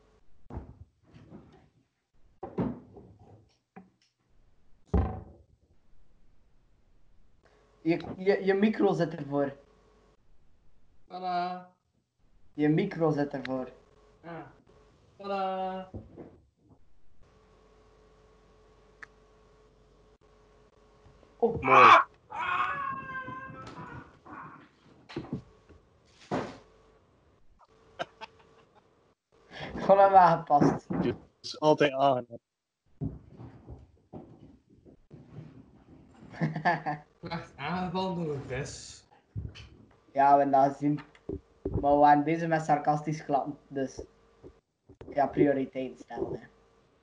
Je, je, je micro zit ervoor. Tada. Je micro zit ervoor. Ah. Tada. Oh. Mooi. Gewoon hem aangepast. Het is altijd aan. Echt aangevallen door een vis. Ja, we hebben dat gezien. Maar we waren bezig met sarcastisch klappen, dus ja, prioriteit stellen. Hè.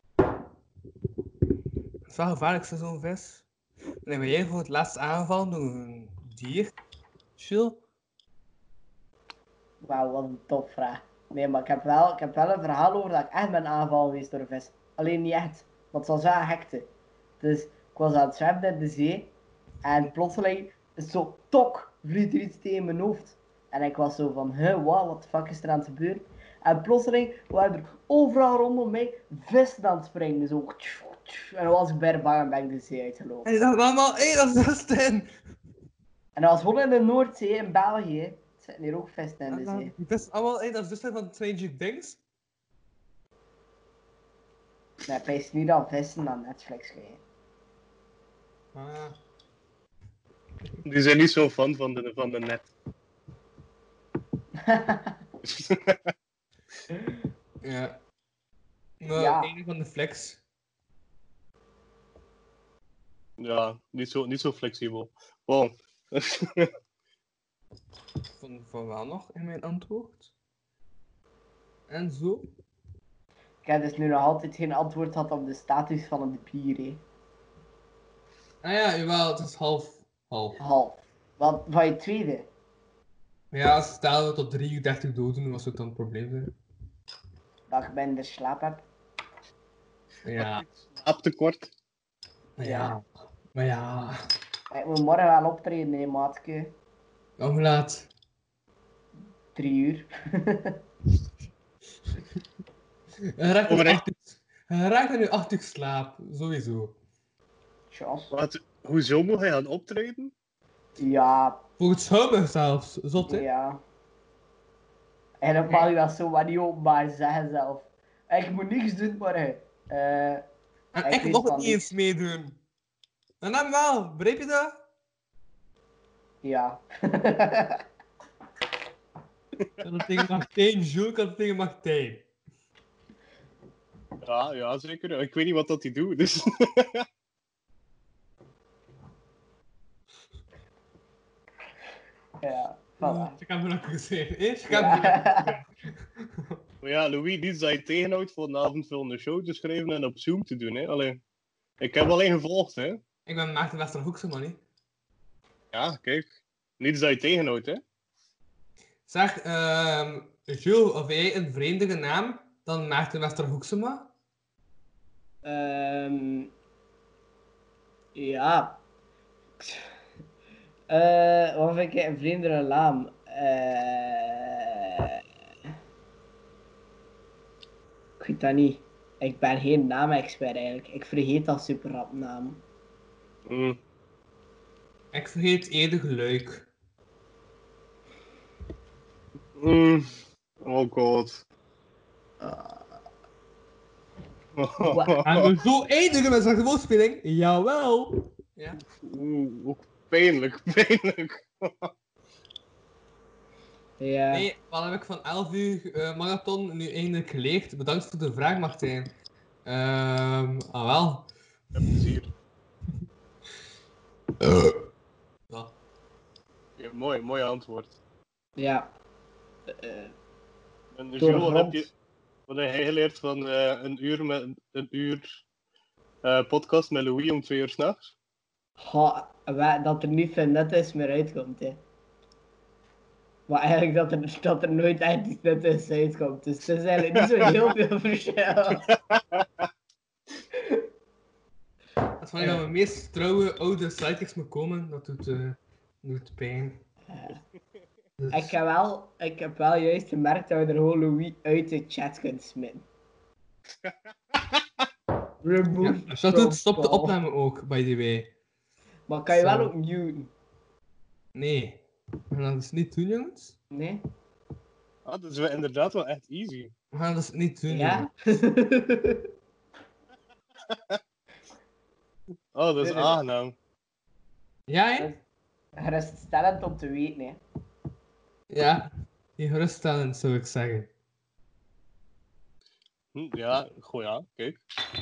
Het is wel gevaarlijk voor zo'n vis. Nee, ben jij voor het laatst aangevallen door een dier? Chill. Wauw, wat een topvraag. Nee, maar ik heb, wel, ik heb wel een verhaal over dat ik echt ben aangevallen geweest door een vis. Alleen niet echt, want het was wel een hekte. Dus ik was aan het zwemmen in de zee en plotseling is zo tok, vliegt er iets tegen mijn hoofd. En ik was zo van, huh, wat, wat de fuck is er aan het gebeuren? En plotseling waren er overal rondom mij vissen aan het springen. Zo. En dan was ik bij de bang en ben ik de zee uitgelopen. Hé, dat is allemaal, hé, dat is Dustin! En dat was gewoon in de Noordzee, in België. Er zitten hier ook vissen in de zee. Dat is allemaal, hé, dat is Dustin van Stranger Things? Nee, ik weet niet dat vissen aan Netflix gaan. Ah. Die zijn niet zo fan van de, van de net. Ja. Maar Ja. een van de flex. Ja, niet zo, niet zo flexibel. Wow. Van, van wel nog in mijn antwoord. En zo. Ik heb dus nu nog altijd geen antwoord gehad op de status van een pier. Hè. Ah ja, jawel, het is half. Half. Half. Wat van je tweede? Ja, als stel dat tot drieëndertig doden, was het dan het probleem zijn. Dat ik minder slaap heb. Ja. Slaaptekort. Maar ja. Maar ja. Ik moet morgen wel optreden, hè, maatje. Hoe laat? Drie uur. Hij raakt nu acht uur. Hij raakt nu acht uur slaap, sowieso. Tjas. Wat? Hoezo moet hij gaan optreden? Ja. Voor het schouwburg zelfs, zot hè? Ja. En dan mag ik dat zo maar niet openbaar zeggen zelf. Ik moet niks doen morgen. Uh, en ik, ik mocht het niet eens meedoen. En dan wel, begrijp je dat? Ja. Ik had het tegen Martijn, Jules, ik had het tegen Martijn. Ja, ja, zeker. Ik weet niet wat dat hij doet, dus... Ja, voilà. Ik heb me nog gezegd, hè? Ik heb me nog Maar ja, Louis, die zei je tegenhoudt voor een avondvullende show te schrijven en op Zoom te doen, hè. Allee, ik heb alleen gevolgd, hè. Ik ben Maarten Westerhoekse, man, hè. Ja, kijk. Niets dat je tegenhoudt, hè. Zeg, ehm Jules, of jij een vreemdere naam dan Maarten Westerhoeksema? Um, ja. Uh, wat vind ik een vreemdere naam? Uh, ik weet dat niet. Ik ben geen naamexpert eigenlijk. Ik vergeet dat super rap naam. Mm. Ik vergeet eerder geluik. Mm. Oh god. En we zo eindigen met zijn woordspeling. Jawel. Ja. Oeh, ook pijnlijk, pijnlijk. Ja. Nee, wat heb ik van elf uur uh, marathon nu eindelijk geleerd? Bedankt voor de vraag, Martijn. Ehm, ah wel. Met plezier. Ja. Ja, mooi, mooi antwoord. Ja. Uh, en Jules, wat heb je, wat heb jij geleerd van uh, een uur met een uur uh, podcast met Louis om twee uur s'nachts? Dat er niet veel nettes meer uitkomt, hè. Maar eigenlijk dat er, dat er nooit echt iets nettes uitkomt. Dus het is eigenlijk niet zo heel veel verschil. Als van ja. mijn meest trouwe oude sidekicks moet komen, dat doet, uh, doet pijn. Uh, dus... ik, heb wel, ik heb wel juist gemerkt dat we er gewoon Louis uit de chat kunt smitten. Remove ja, dat doet stop de opname ook, by the way. Maar kan je so. wel ook muten? Nee. We gaan dat dus niet doen, jongens? Nee. Ah, dat is wel inderdaad wel echt easy. We gaan dat dus niet doen, ja? Oh, dat is nee, aangenaam. Ja, hè? Geruststellend om te weten, hè. Ja, geruststellend zou ik zeggen. Hm, ja, goh ja, kijk.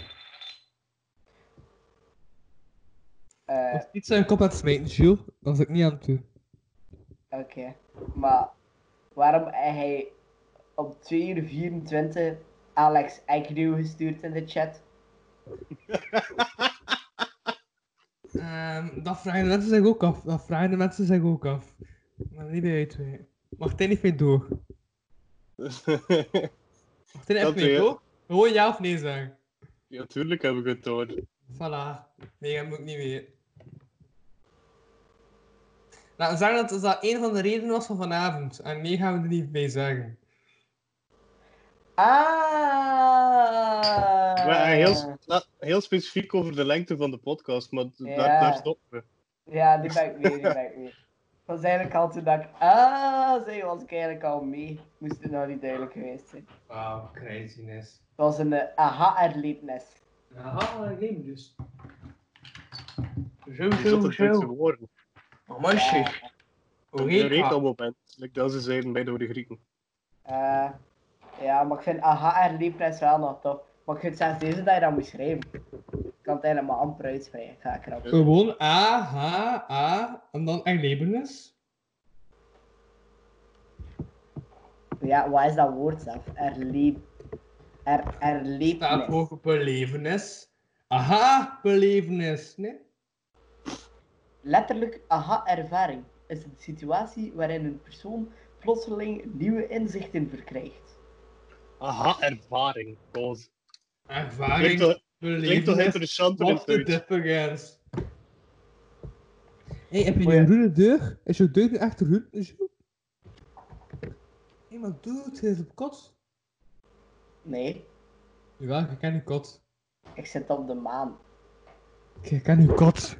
Uh, of iets aan kop aan het smijten, Jules, dat was ik niet aan het doen. Oké, okay. Maar waarom heb hij op twee uur vierentwintig Alex Agnew gestuurd in de chat? um, dat vragen de mensen zich ook af. Dat vragen de mensen zich ook af. Maar niet bij uit twee. Mag hij niet mee door? Mag hij even mee door? Gewoon ja of nee zeggen. Ja, tuurlijk heb ik het door. Voilà. Nee, dat moet ik niet weten. Laten we zeggen dat dat een van de redenen was van vanavond. En nee gaan we er niet bij zeggen. Ah. Ja, heel, heel specifiek over de lengte van de podcast, maar ja. daar, daar stoppen we. Ja, die ben ik mee, die ben ik mee. Dat was eigenlijk al toen dat ik... Ah, zei, was ik eigenlijk al mee. Moest het nou niet duidelijk geweest zijn. Wauw, craziness. Het was een uh, aha-erlebnis. Aha-erlebnis. Zo, zo, zo. Oh, meisje. Hoe heet dat? Een rekenmoment, like dat ze zeiden bij de Grieken. Uh, ja, maar ik vind aha-erlebnis wel nog tof. Maar ik vind zelfs deze dat je dat moet schrijven. Ik kan het eigenlijk maar amper uitspreken. Ga ik erop. Gewoon A, H, A en dan erlevenis. Ja, wat is dat woord zelf? Erleef... Er, erlevenis. Staat voor belevenis. Aha, belevenis, nee? Letterlijk aha-ervaring is een situatie waarin een persoon plotseling nieuwe inzichten verkrijgt. Aha-ervaring, God. Ervaring, klinkt toch, klinkt toch interessanter in het Duits. Hé, heb je nu een groene deur? Is jouw deur nu echt groen? Hé, maar doe het, hij is op kot. Nee. Jawel, ik ken uw kot. Ik zit op de maan. Ik ken uw kot.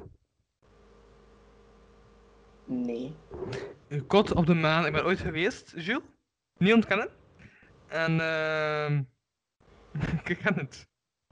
Nee. Een kot op de maan. Ik ben ooit geweest, Jules. Niet ontkennen. En uh... ik ken het.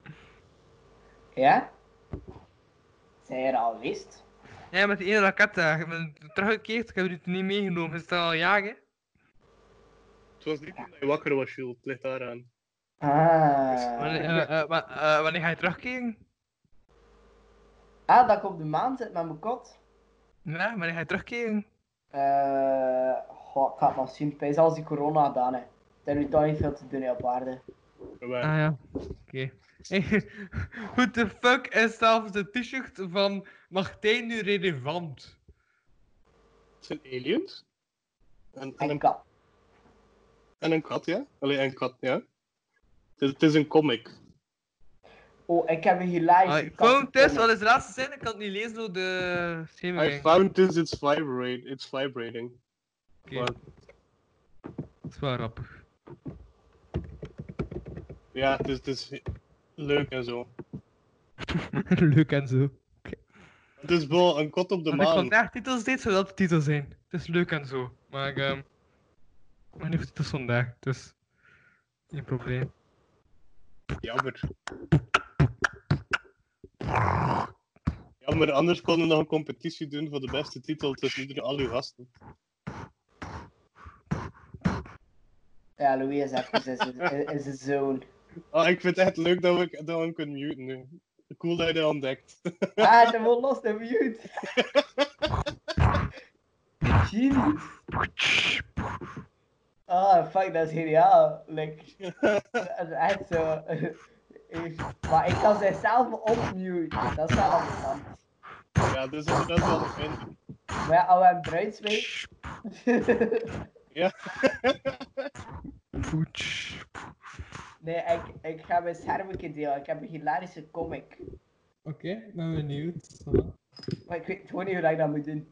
Ja? Zijn je er al geweest? Ja, met die ene raket daar. Ik ben teruggekeerd. Ik heb het niet meegenomen. Is het al jagen? Het was niet toen je wakker was, Jules. Het ligt daaraan. Ah. Wanneer, uh, uh, uh, uh, wanneer ga je terugkeren? Ah, dat ik op de maan zit met mijn kot. Ja, wanneer ga je terugkeren? Uh, goh, ik ga het nog zien. Bij als die corona gedaan hè. Er is nu toch niet veel te doen op aarde. Ah ja, oké. Okay. What the fuck is zelfs de t-shirt van Martijn nu relevant? Het zijn aliens? En, en, en een kat. En een kat, ja? Alleen een kat, ja. Het is, het is een comic. Oh, ik heb een hilarische I found this, wat is de laatste zin? Ik kan het niet lezen door de schemering. I found this, it's vibrate, it's vibrating. Oké. Okay. Dat is wel grappig. Ja, het is, het is leuk en zo. Leuk en zo. Okay. Het is wel een kot op de Als maan. ik vandaag titels deed, zou dat de titel zijn. Het is leuk en zo. Maar ik um, maar niet voor titels vandaag, dus geen probleem. Jammer. Jammer, anders konden we nog een competitie doen voor de beste titel tussen iedere al uw gasten. Ja, Louis is even in zijn- in zijn zone. Oh, ik vind het echt leuk dat we, dat we hem kunnen muten nu. Cool dat je dat ontdekt. Ah, dat wordt los en mute. Genius. Ah, fuck, dat is geniaal. Like, dat is echt zo. Maar ik kan zichzelf opmuten. Dat is wel interessant. Ja, dus dat is wel fijn. Maar ja, als we een bruidsweek. Ja. Nee, ik, ik ga mijn schermpje delen. Ik heb een hilarische comic. Oké, ik ben benieuwd. Maar ik weet gewoon niet hoe ik dat moet doen.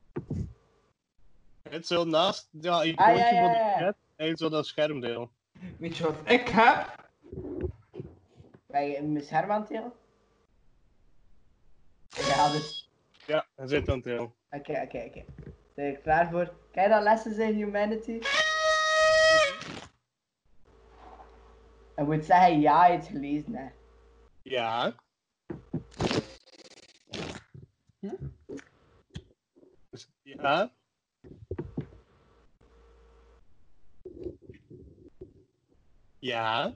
Het zo naast, ja, icoontje Ah, ja, ja, voor de ja. chat en zo dat scherm delen. Weet je wat ik heb? Ben je mijn scherm aan het delen? Ja, dus. Ja, hij zit aan het delen. Oké, oké, oké. Ben je klaar voor? Ken je dat Lessons in Humanity? Je moet zeggen ja, je het gelezen hebt. Ja. Ja. Ja.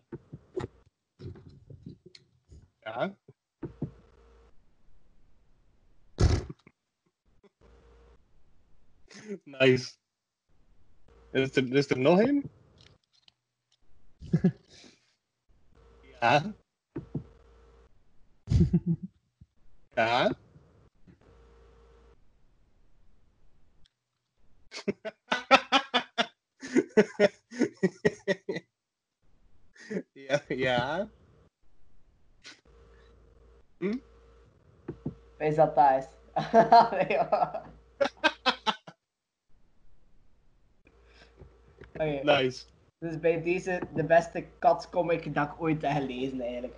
Ja. Nice. Is er, is er nog een? Ja. Ja. Ja, ja. Hm? Wees dat thuis. Nee, hoor. Oké. Nice. Dus bij deze de beste katscomic dat ik ooit heb gelezen eigenlijk.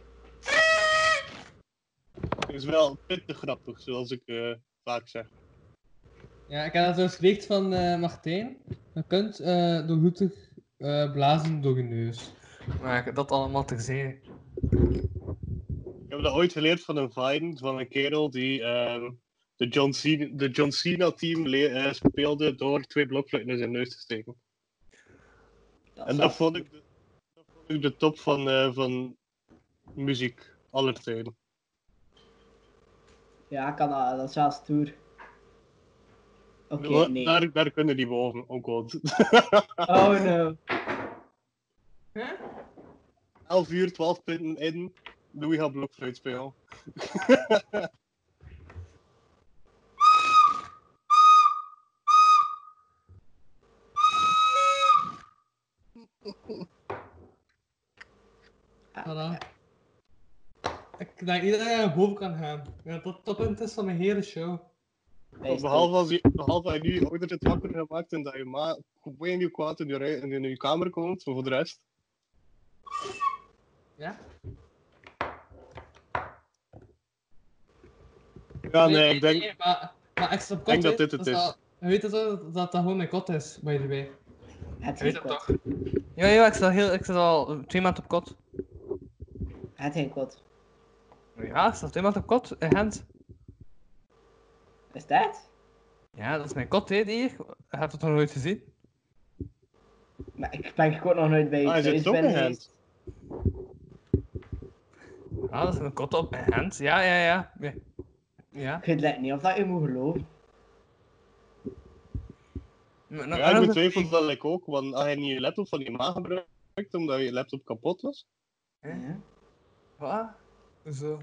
Het is wel pittig grappig, zoals ik uh, vaak zeg. Ja, ik heb dat zo gespreekt van uh, Martijn. Je kunt uh, doorgoedig uh, blazen door je neus. Maar dat allemaal terzijde. Ik heb dat ooit geleerd van een Vine, van een kerel die uh, de John Cena, de John Cena team uh, speelde door twee blokfluiten in zijn neus te steken. Dat en dat vond, ik de, dat vond ik de top van, uh, van muziek aller tijden. Ja, kan dat, dat is wel stoer. Oké, okay, nee. Daar, daar kunnen die boven, oh god. Oh no. Huh? elf uur, twaalf punten in, Louis gaat blokfluit spelen. Voilà. Ik denk niet dat je naar boven kan gaan. Ja, dat dat punt is van mijn hele show. Behalve als je, behalve als je nu ouder het wakker gemaakt en dat je ma gewoon nieuw kwaad in je, rij- in je kamer komt, maar voor de rest. Ja? Ja, nee, ik denk, Nee, maar, maar extra kot, denk dat hè, dit het dat is. dat- Je weet het toch, dat dat dat gewoon mijn kot is, by the way. Het Je weet geen het kot. toch? Ja, ja, ik zit al, heel, ik zit al twee maanden op kot. Het geen kot. Ja, ik zit al twee maanden op kot, in Gent. Is dat? Ja, dat is mijn kot, hè, die hier. Je hebt het nog nooit gezien. Maar ik ben gewoon nog nooit bij je Ah, je zit thuis toch ben in geweest. Ja, dat is mijn kot op in Gent. Ja, ja, ja. Ja. Ja. Ik weet het niet of dat je moet geloven. Maar, nou, ja, ik nou, betwijfel dat ik ook, want als je niet je laptop van je ma gebruikt omdat je laptop kapot was. Ja. Wat? Zo.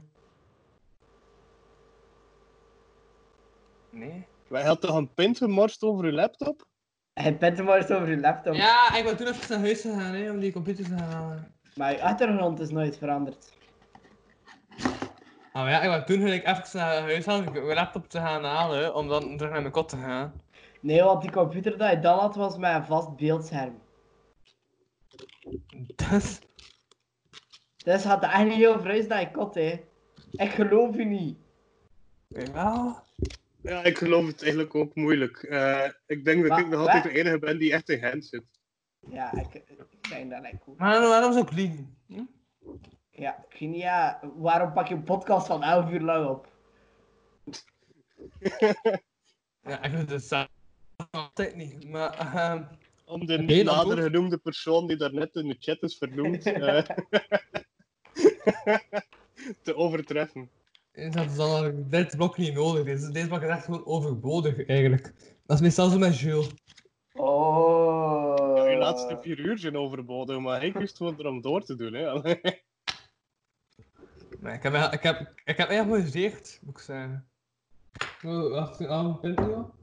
Nee. Wij hadden toch een pint gemorst over je laptop? Je bent er maar eens over je laptop. Ja, ik ben toen even naar huis gegaan, hè, om die computer te gaan halen. Maar je achtergrond is nooit veranderd. Ah, maar ja, ik ben toen gelijk even naar huis gaan om mijn laptop te gaan halen, om dan terug naar mijn kot te gaan. Nee, want die computer dat je dan had was met een vast beeldscherm. Dus? Dus had het echt niet over huis dat je kot, hè. Ik geloof je niet. Ja. Ja, ik geloof het eigenlijk ook moeilijk. Uh, ik denk dat Maar, ik nog altijd wat? de enige ben die echt in Gent zit. Ja, ik, ik denk dat ik ook. Maar waarom zou ik liegen? Hm? Ja, ik weet niet, ja, waarom pak je een podcast van elf uur lang op? Ja, ik vind het zelf altijd niet, maar... ehm Om de Oké, niet dan nader goed. genoemde persoon die daarnet in de chat is vernoemd eh, te overtreffen. Dat is dan dit blok niet nodig. Deze, deze blok is echt gewoon overbodig, eigenlijk. Dat is meestal zo met Jules. Oh. Ja, je laatste vier uur zijn overbodig, maar ik wist gewoon erom door te doen. Hè. Nee, ik heb, me- ik heb, ik heb echt geamuseerd, moet ik zeggen. Oh, wacht, ah, bent u wel?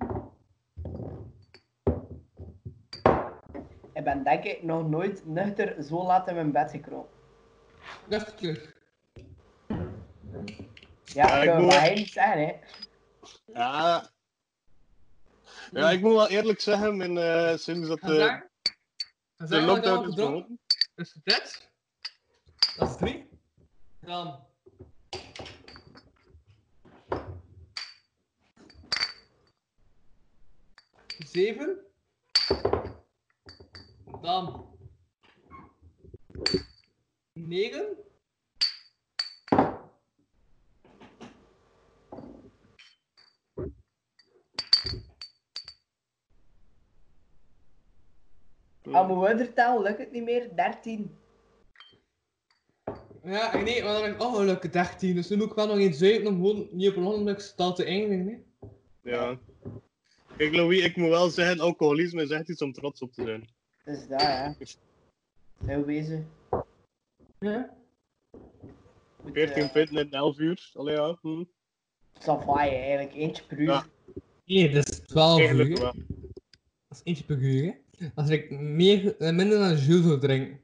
Ik ben denk ik nog nooit nuchter zo laat in mijn bed gekropen. Dat is terug. Ja, Ja, ik ik wil moet- maar hij niet zeggen, hè. Ja. Ja, ik moet wel eerlijk zeggen, mijn, eh, sinds dat Ga de, zeggen? Ga de zeggen wat ik al lockdown is gedronken? begonnen. Dus dit. Dat is drie. Dan. Zeven. Dan. Negen. Aan mijn oudertaal lukt het niet meer, dertien. Ja, en nee, maar dan ben ik ongelukkig dertien, dus nu moet ik wel nog eens zuipen om gewoon niet op een ongelukstal te eindigen. Hè. Ja. Kijk, Louis, ik moet wel zeggen, alcoholisme is echt iets om trots op te zijn. Dus dat, ja. Heel bezig. Ja? veertien pinten in elf uur. Allee, ja. Hm. Savaai, eigenlijk. Eentje per uur. Ja. Nee, dat is twaalf uur. Eigenlijk hè. wel. Dat is eentje per uur. Hè. Als ik meer, eh, minder dan Jules zou drinken.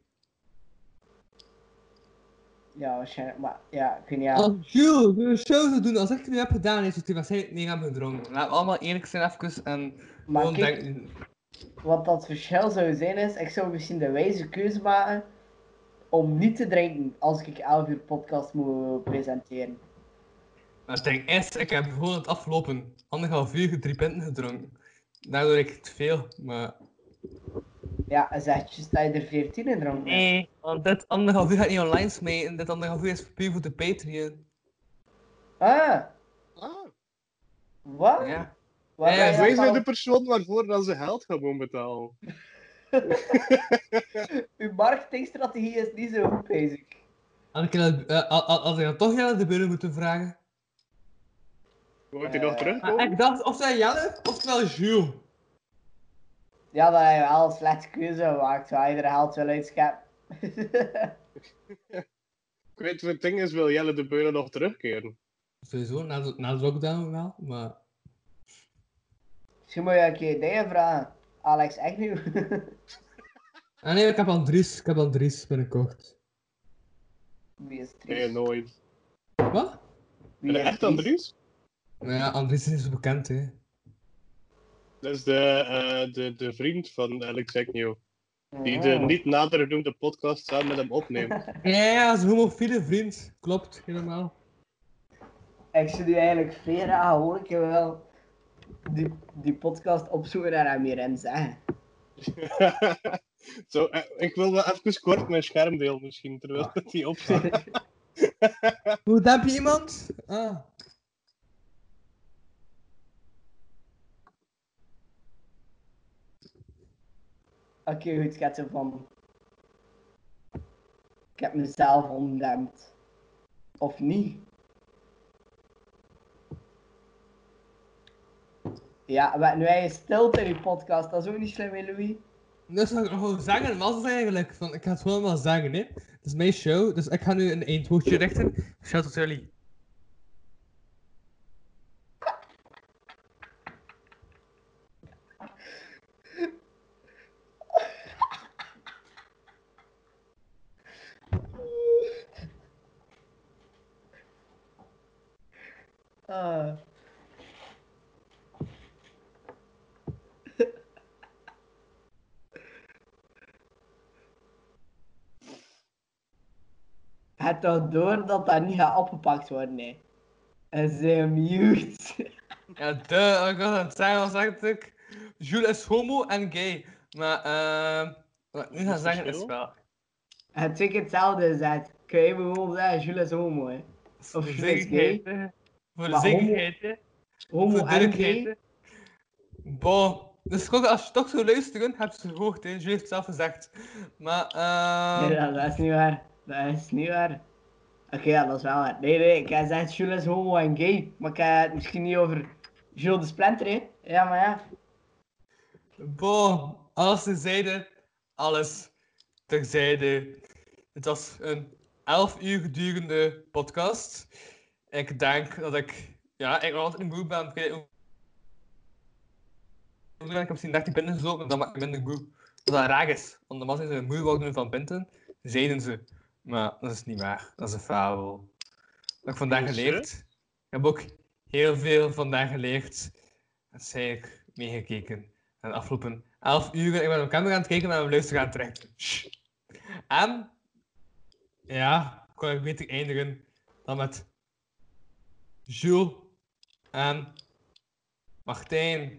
Ja, waarschijnlijk. Maar ja, ik weet niet, ja. Als Jules de show zou doen als ik het nu heb gedaan, heeft hij waarschijnlijk niet hebben gedronken. Laten we allemaal eerlijk zijn even en Maar gewoon kijk- denken... Wat dat verschil zou zijn is, ik zou misschien de wijze keuze maken om niet te drinken als ik elf uur podcast moet presenteren. Maar het ding is, ik heb gewoon het afgelopen anderhalf uur drie pinten gedronken. Daardoor ik het veel, maar... Ja, en zeg je dat je er veertien in dronken hebt. Nee, want dit anderhalf uur gaat niet online smijten. Dit anderhalf uur is puur voor de Patreon. Ah. Ah. Wat? Ja. Waar Ja, ben je Wij dat zijn al- de persoon waarvoor dat ze geld gaan moeten betalen. Uw marketingstrategie is niet zo goed bezig. Als ik, dan- eh, al- al- als ik dan toch Jelle de Buren moeten vragen. Wordt hij nog Eh, terugkomen? Ah, ik dacht of zij Jelle of wel Jules. Ja, dat heb je wel een slechte keuze gemaakt, zou je er geld wel uitscheppen. Ik weet wat het ding is, wil Jelle de Beulen nog terugkeren? Sowieso, na de, na de lockdown wel, maar... Misschien moet je een keer dingen vragen. Alex Agnew. Ah nee, ik heb Andries, ik heb Andries binnenkort. Wie is triest? Nee, nooit. Wat? Wie En is echt triest? Andries? Nou ja, Andries is niet zo bekend, hè. Dat is de, eh, de, de vriend van Alex Agnew. Die de Oh. niet nader genoemde podcast samen met hem opneemt. Ja, ja, dat is een homofiele vriend. Klopt, helemaal. Ik zou nu eigenlijk vrij graag hoor ik wel die, die podcast opzoeken en hem hierin zeggen. Zo, eh, ik wil wel even kort mijn scherm delen misschien, terwijl dat die opstaat. Hoe heb je iemand? Ah. Oké, goed, schetsen van. Ik heb mezelf ontdempt. Of niet? Ja, maar nu hij is stilte in die podcast, dat is ook niet slim, hè, Louis? Dat zou ik nog gewoon zeggen, was het eigenlijk. Van, ik ga het gewoon wel zeggen, hè. Het is mijn show, dus ik ga nu een eindwoordje richten. Shout tot jullie. Ah. Het toch door dat dat niet gaat opgepakt worden, hè? En ze mute. Ja, de, ik was aan het zeggen, was echt ik. Jules is homo en gay. Maar, ehm, wat ik nu ga het zeggen is verschil? wel. Het is hetzelfde gezet. Oké, we gewoon zeggen, Jules is homo, hè. Of de Jules is zekerheid, gay. hè. Voor de Maar homo, zekerheid, hè. homo Voor en duidelijkheid, gay. hè. Bon. Dus kijk, als je toch zou luisteren, heb je het gehoord, hè. Jules heeft het zelf gezegd. Maar, ehm... Nee, dat, dat is niet waar. Dat is niet waar. Oké, ja, dat is wel waar. Nee, nee, ik heb gezegd Jules is homo en gay. Maar ik heb het misschien niet over Jules de Splinter, hè. Ja, maar ja. Bon, alles terzijde, alles terzijde. Het was een elf uur gedurende podcast. Ik denk dat ik, ja, ik nog altijd een moe ben. Ik heb misschien dertien pinten gezopen, dan maak ik minder moe. Wat dat raar is, want de mannen zijn moe worden van pinten, zeiden ze. Maar dat is niet waar, dat is een fabel. Dat heb ik vandaag Is, hè? geleerd. Ik heb ook heel veel vandaag geleerd. Dat zei ik meegekeken. En de afgelopen elf uur, ik ben op mijn camera aan het kijken en mijn luisteren aan het trekken. Shh. En, ja, kon ik beter eindigen dan met Jules en Martijn.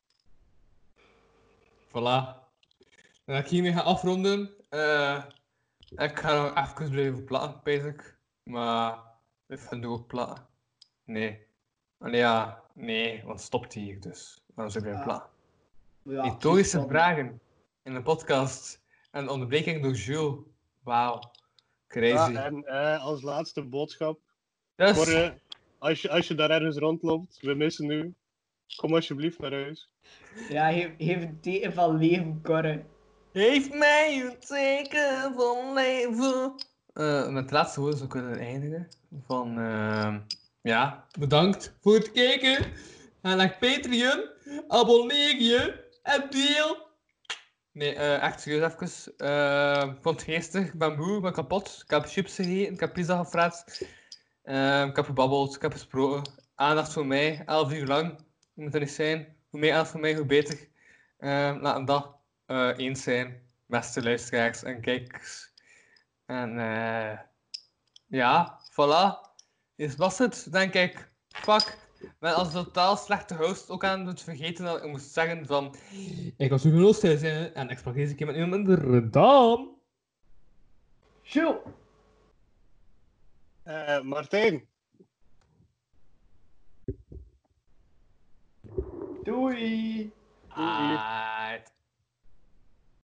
Voilà. Dan ga ik hiermee gaan afronden. Uh, ik ga nog even blijven platten, basic. Maar ik vind het ook platten. Nee. Allee, ja, nee, want stopt hier dus. Waarom zou ik blijven platten? Ja, Retorische precies, vragen in een podcast. En onderbreking door Jules. Wauw. Crazy. Ja, en eh, als laatste boodschap. Dus- Corre, als je, als je daar ergens rondloopt, we missen u. Kom alsjeblieft naar huis. Ja, geef, geef een teken van leven, Corre. Geef mij een teken van leven. Uh, met het laatste woord zou ik kunnen eindigen. Van, uh, ja, bedankt voor het kijken. Ga naar Patreon, abonneer je en deel. Nee, uh, echt serieus even. Uh, ik vond het geestig, ik ben moe, ik ben kapot. Ik heb chips gegeten, ik heb pizza gefraat. Uh, ik heb gebabbeld, ik heb gesproken. Aandacht voor mij, elf uur lang. Dat moet er niet zijn. Hoe meer aandacht voor mij, hoe beter. Uh, laten dat uh, eens zijn, beste luisteraars en kijkers. En uh, ja, voilà. Dit was het, denk ik. Fuck. Ik ben als totaal slechte host ook aan het vergeten dat ik moest zeggen van... Ik was uw host en ik sprak deze keer met iemand minder dan... Jules! Uh, Martijn. Doei! Doei.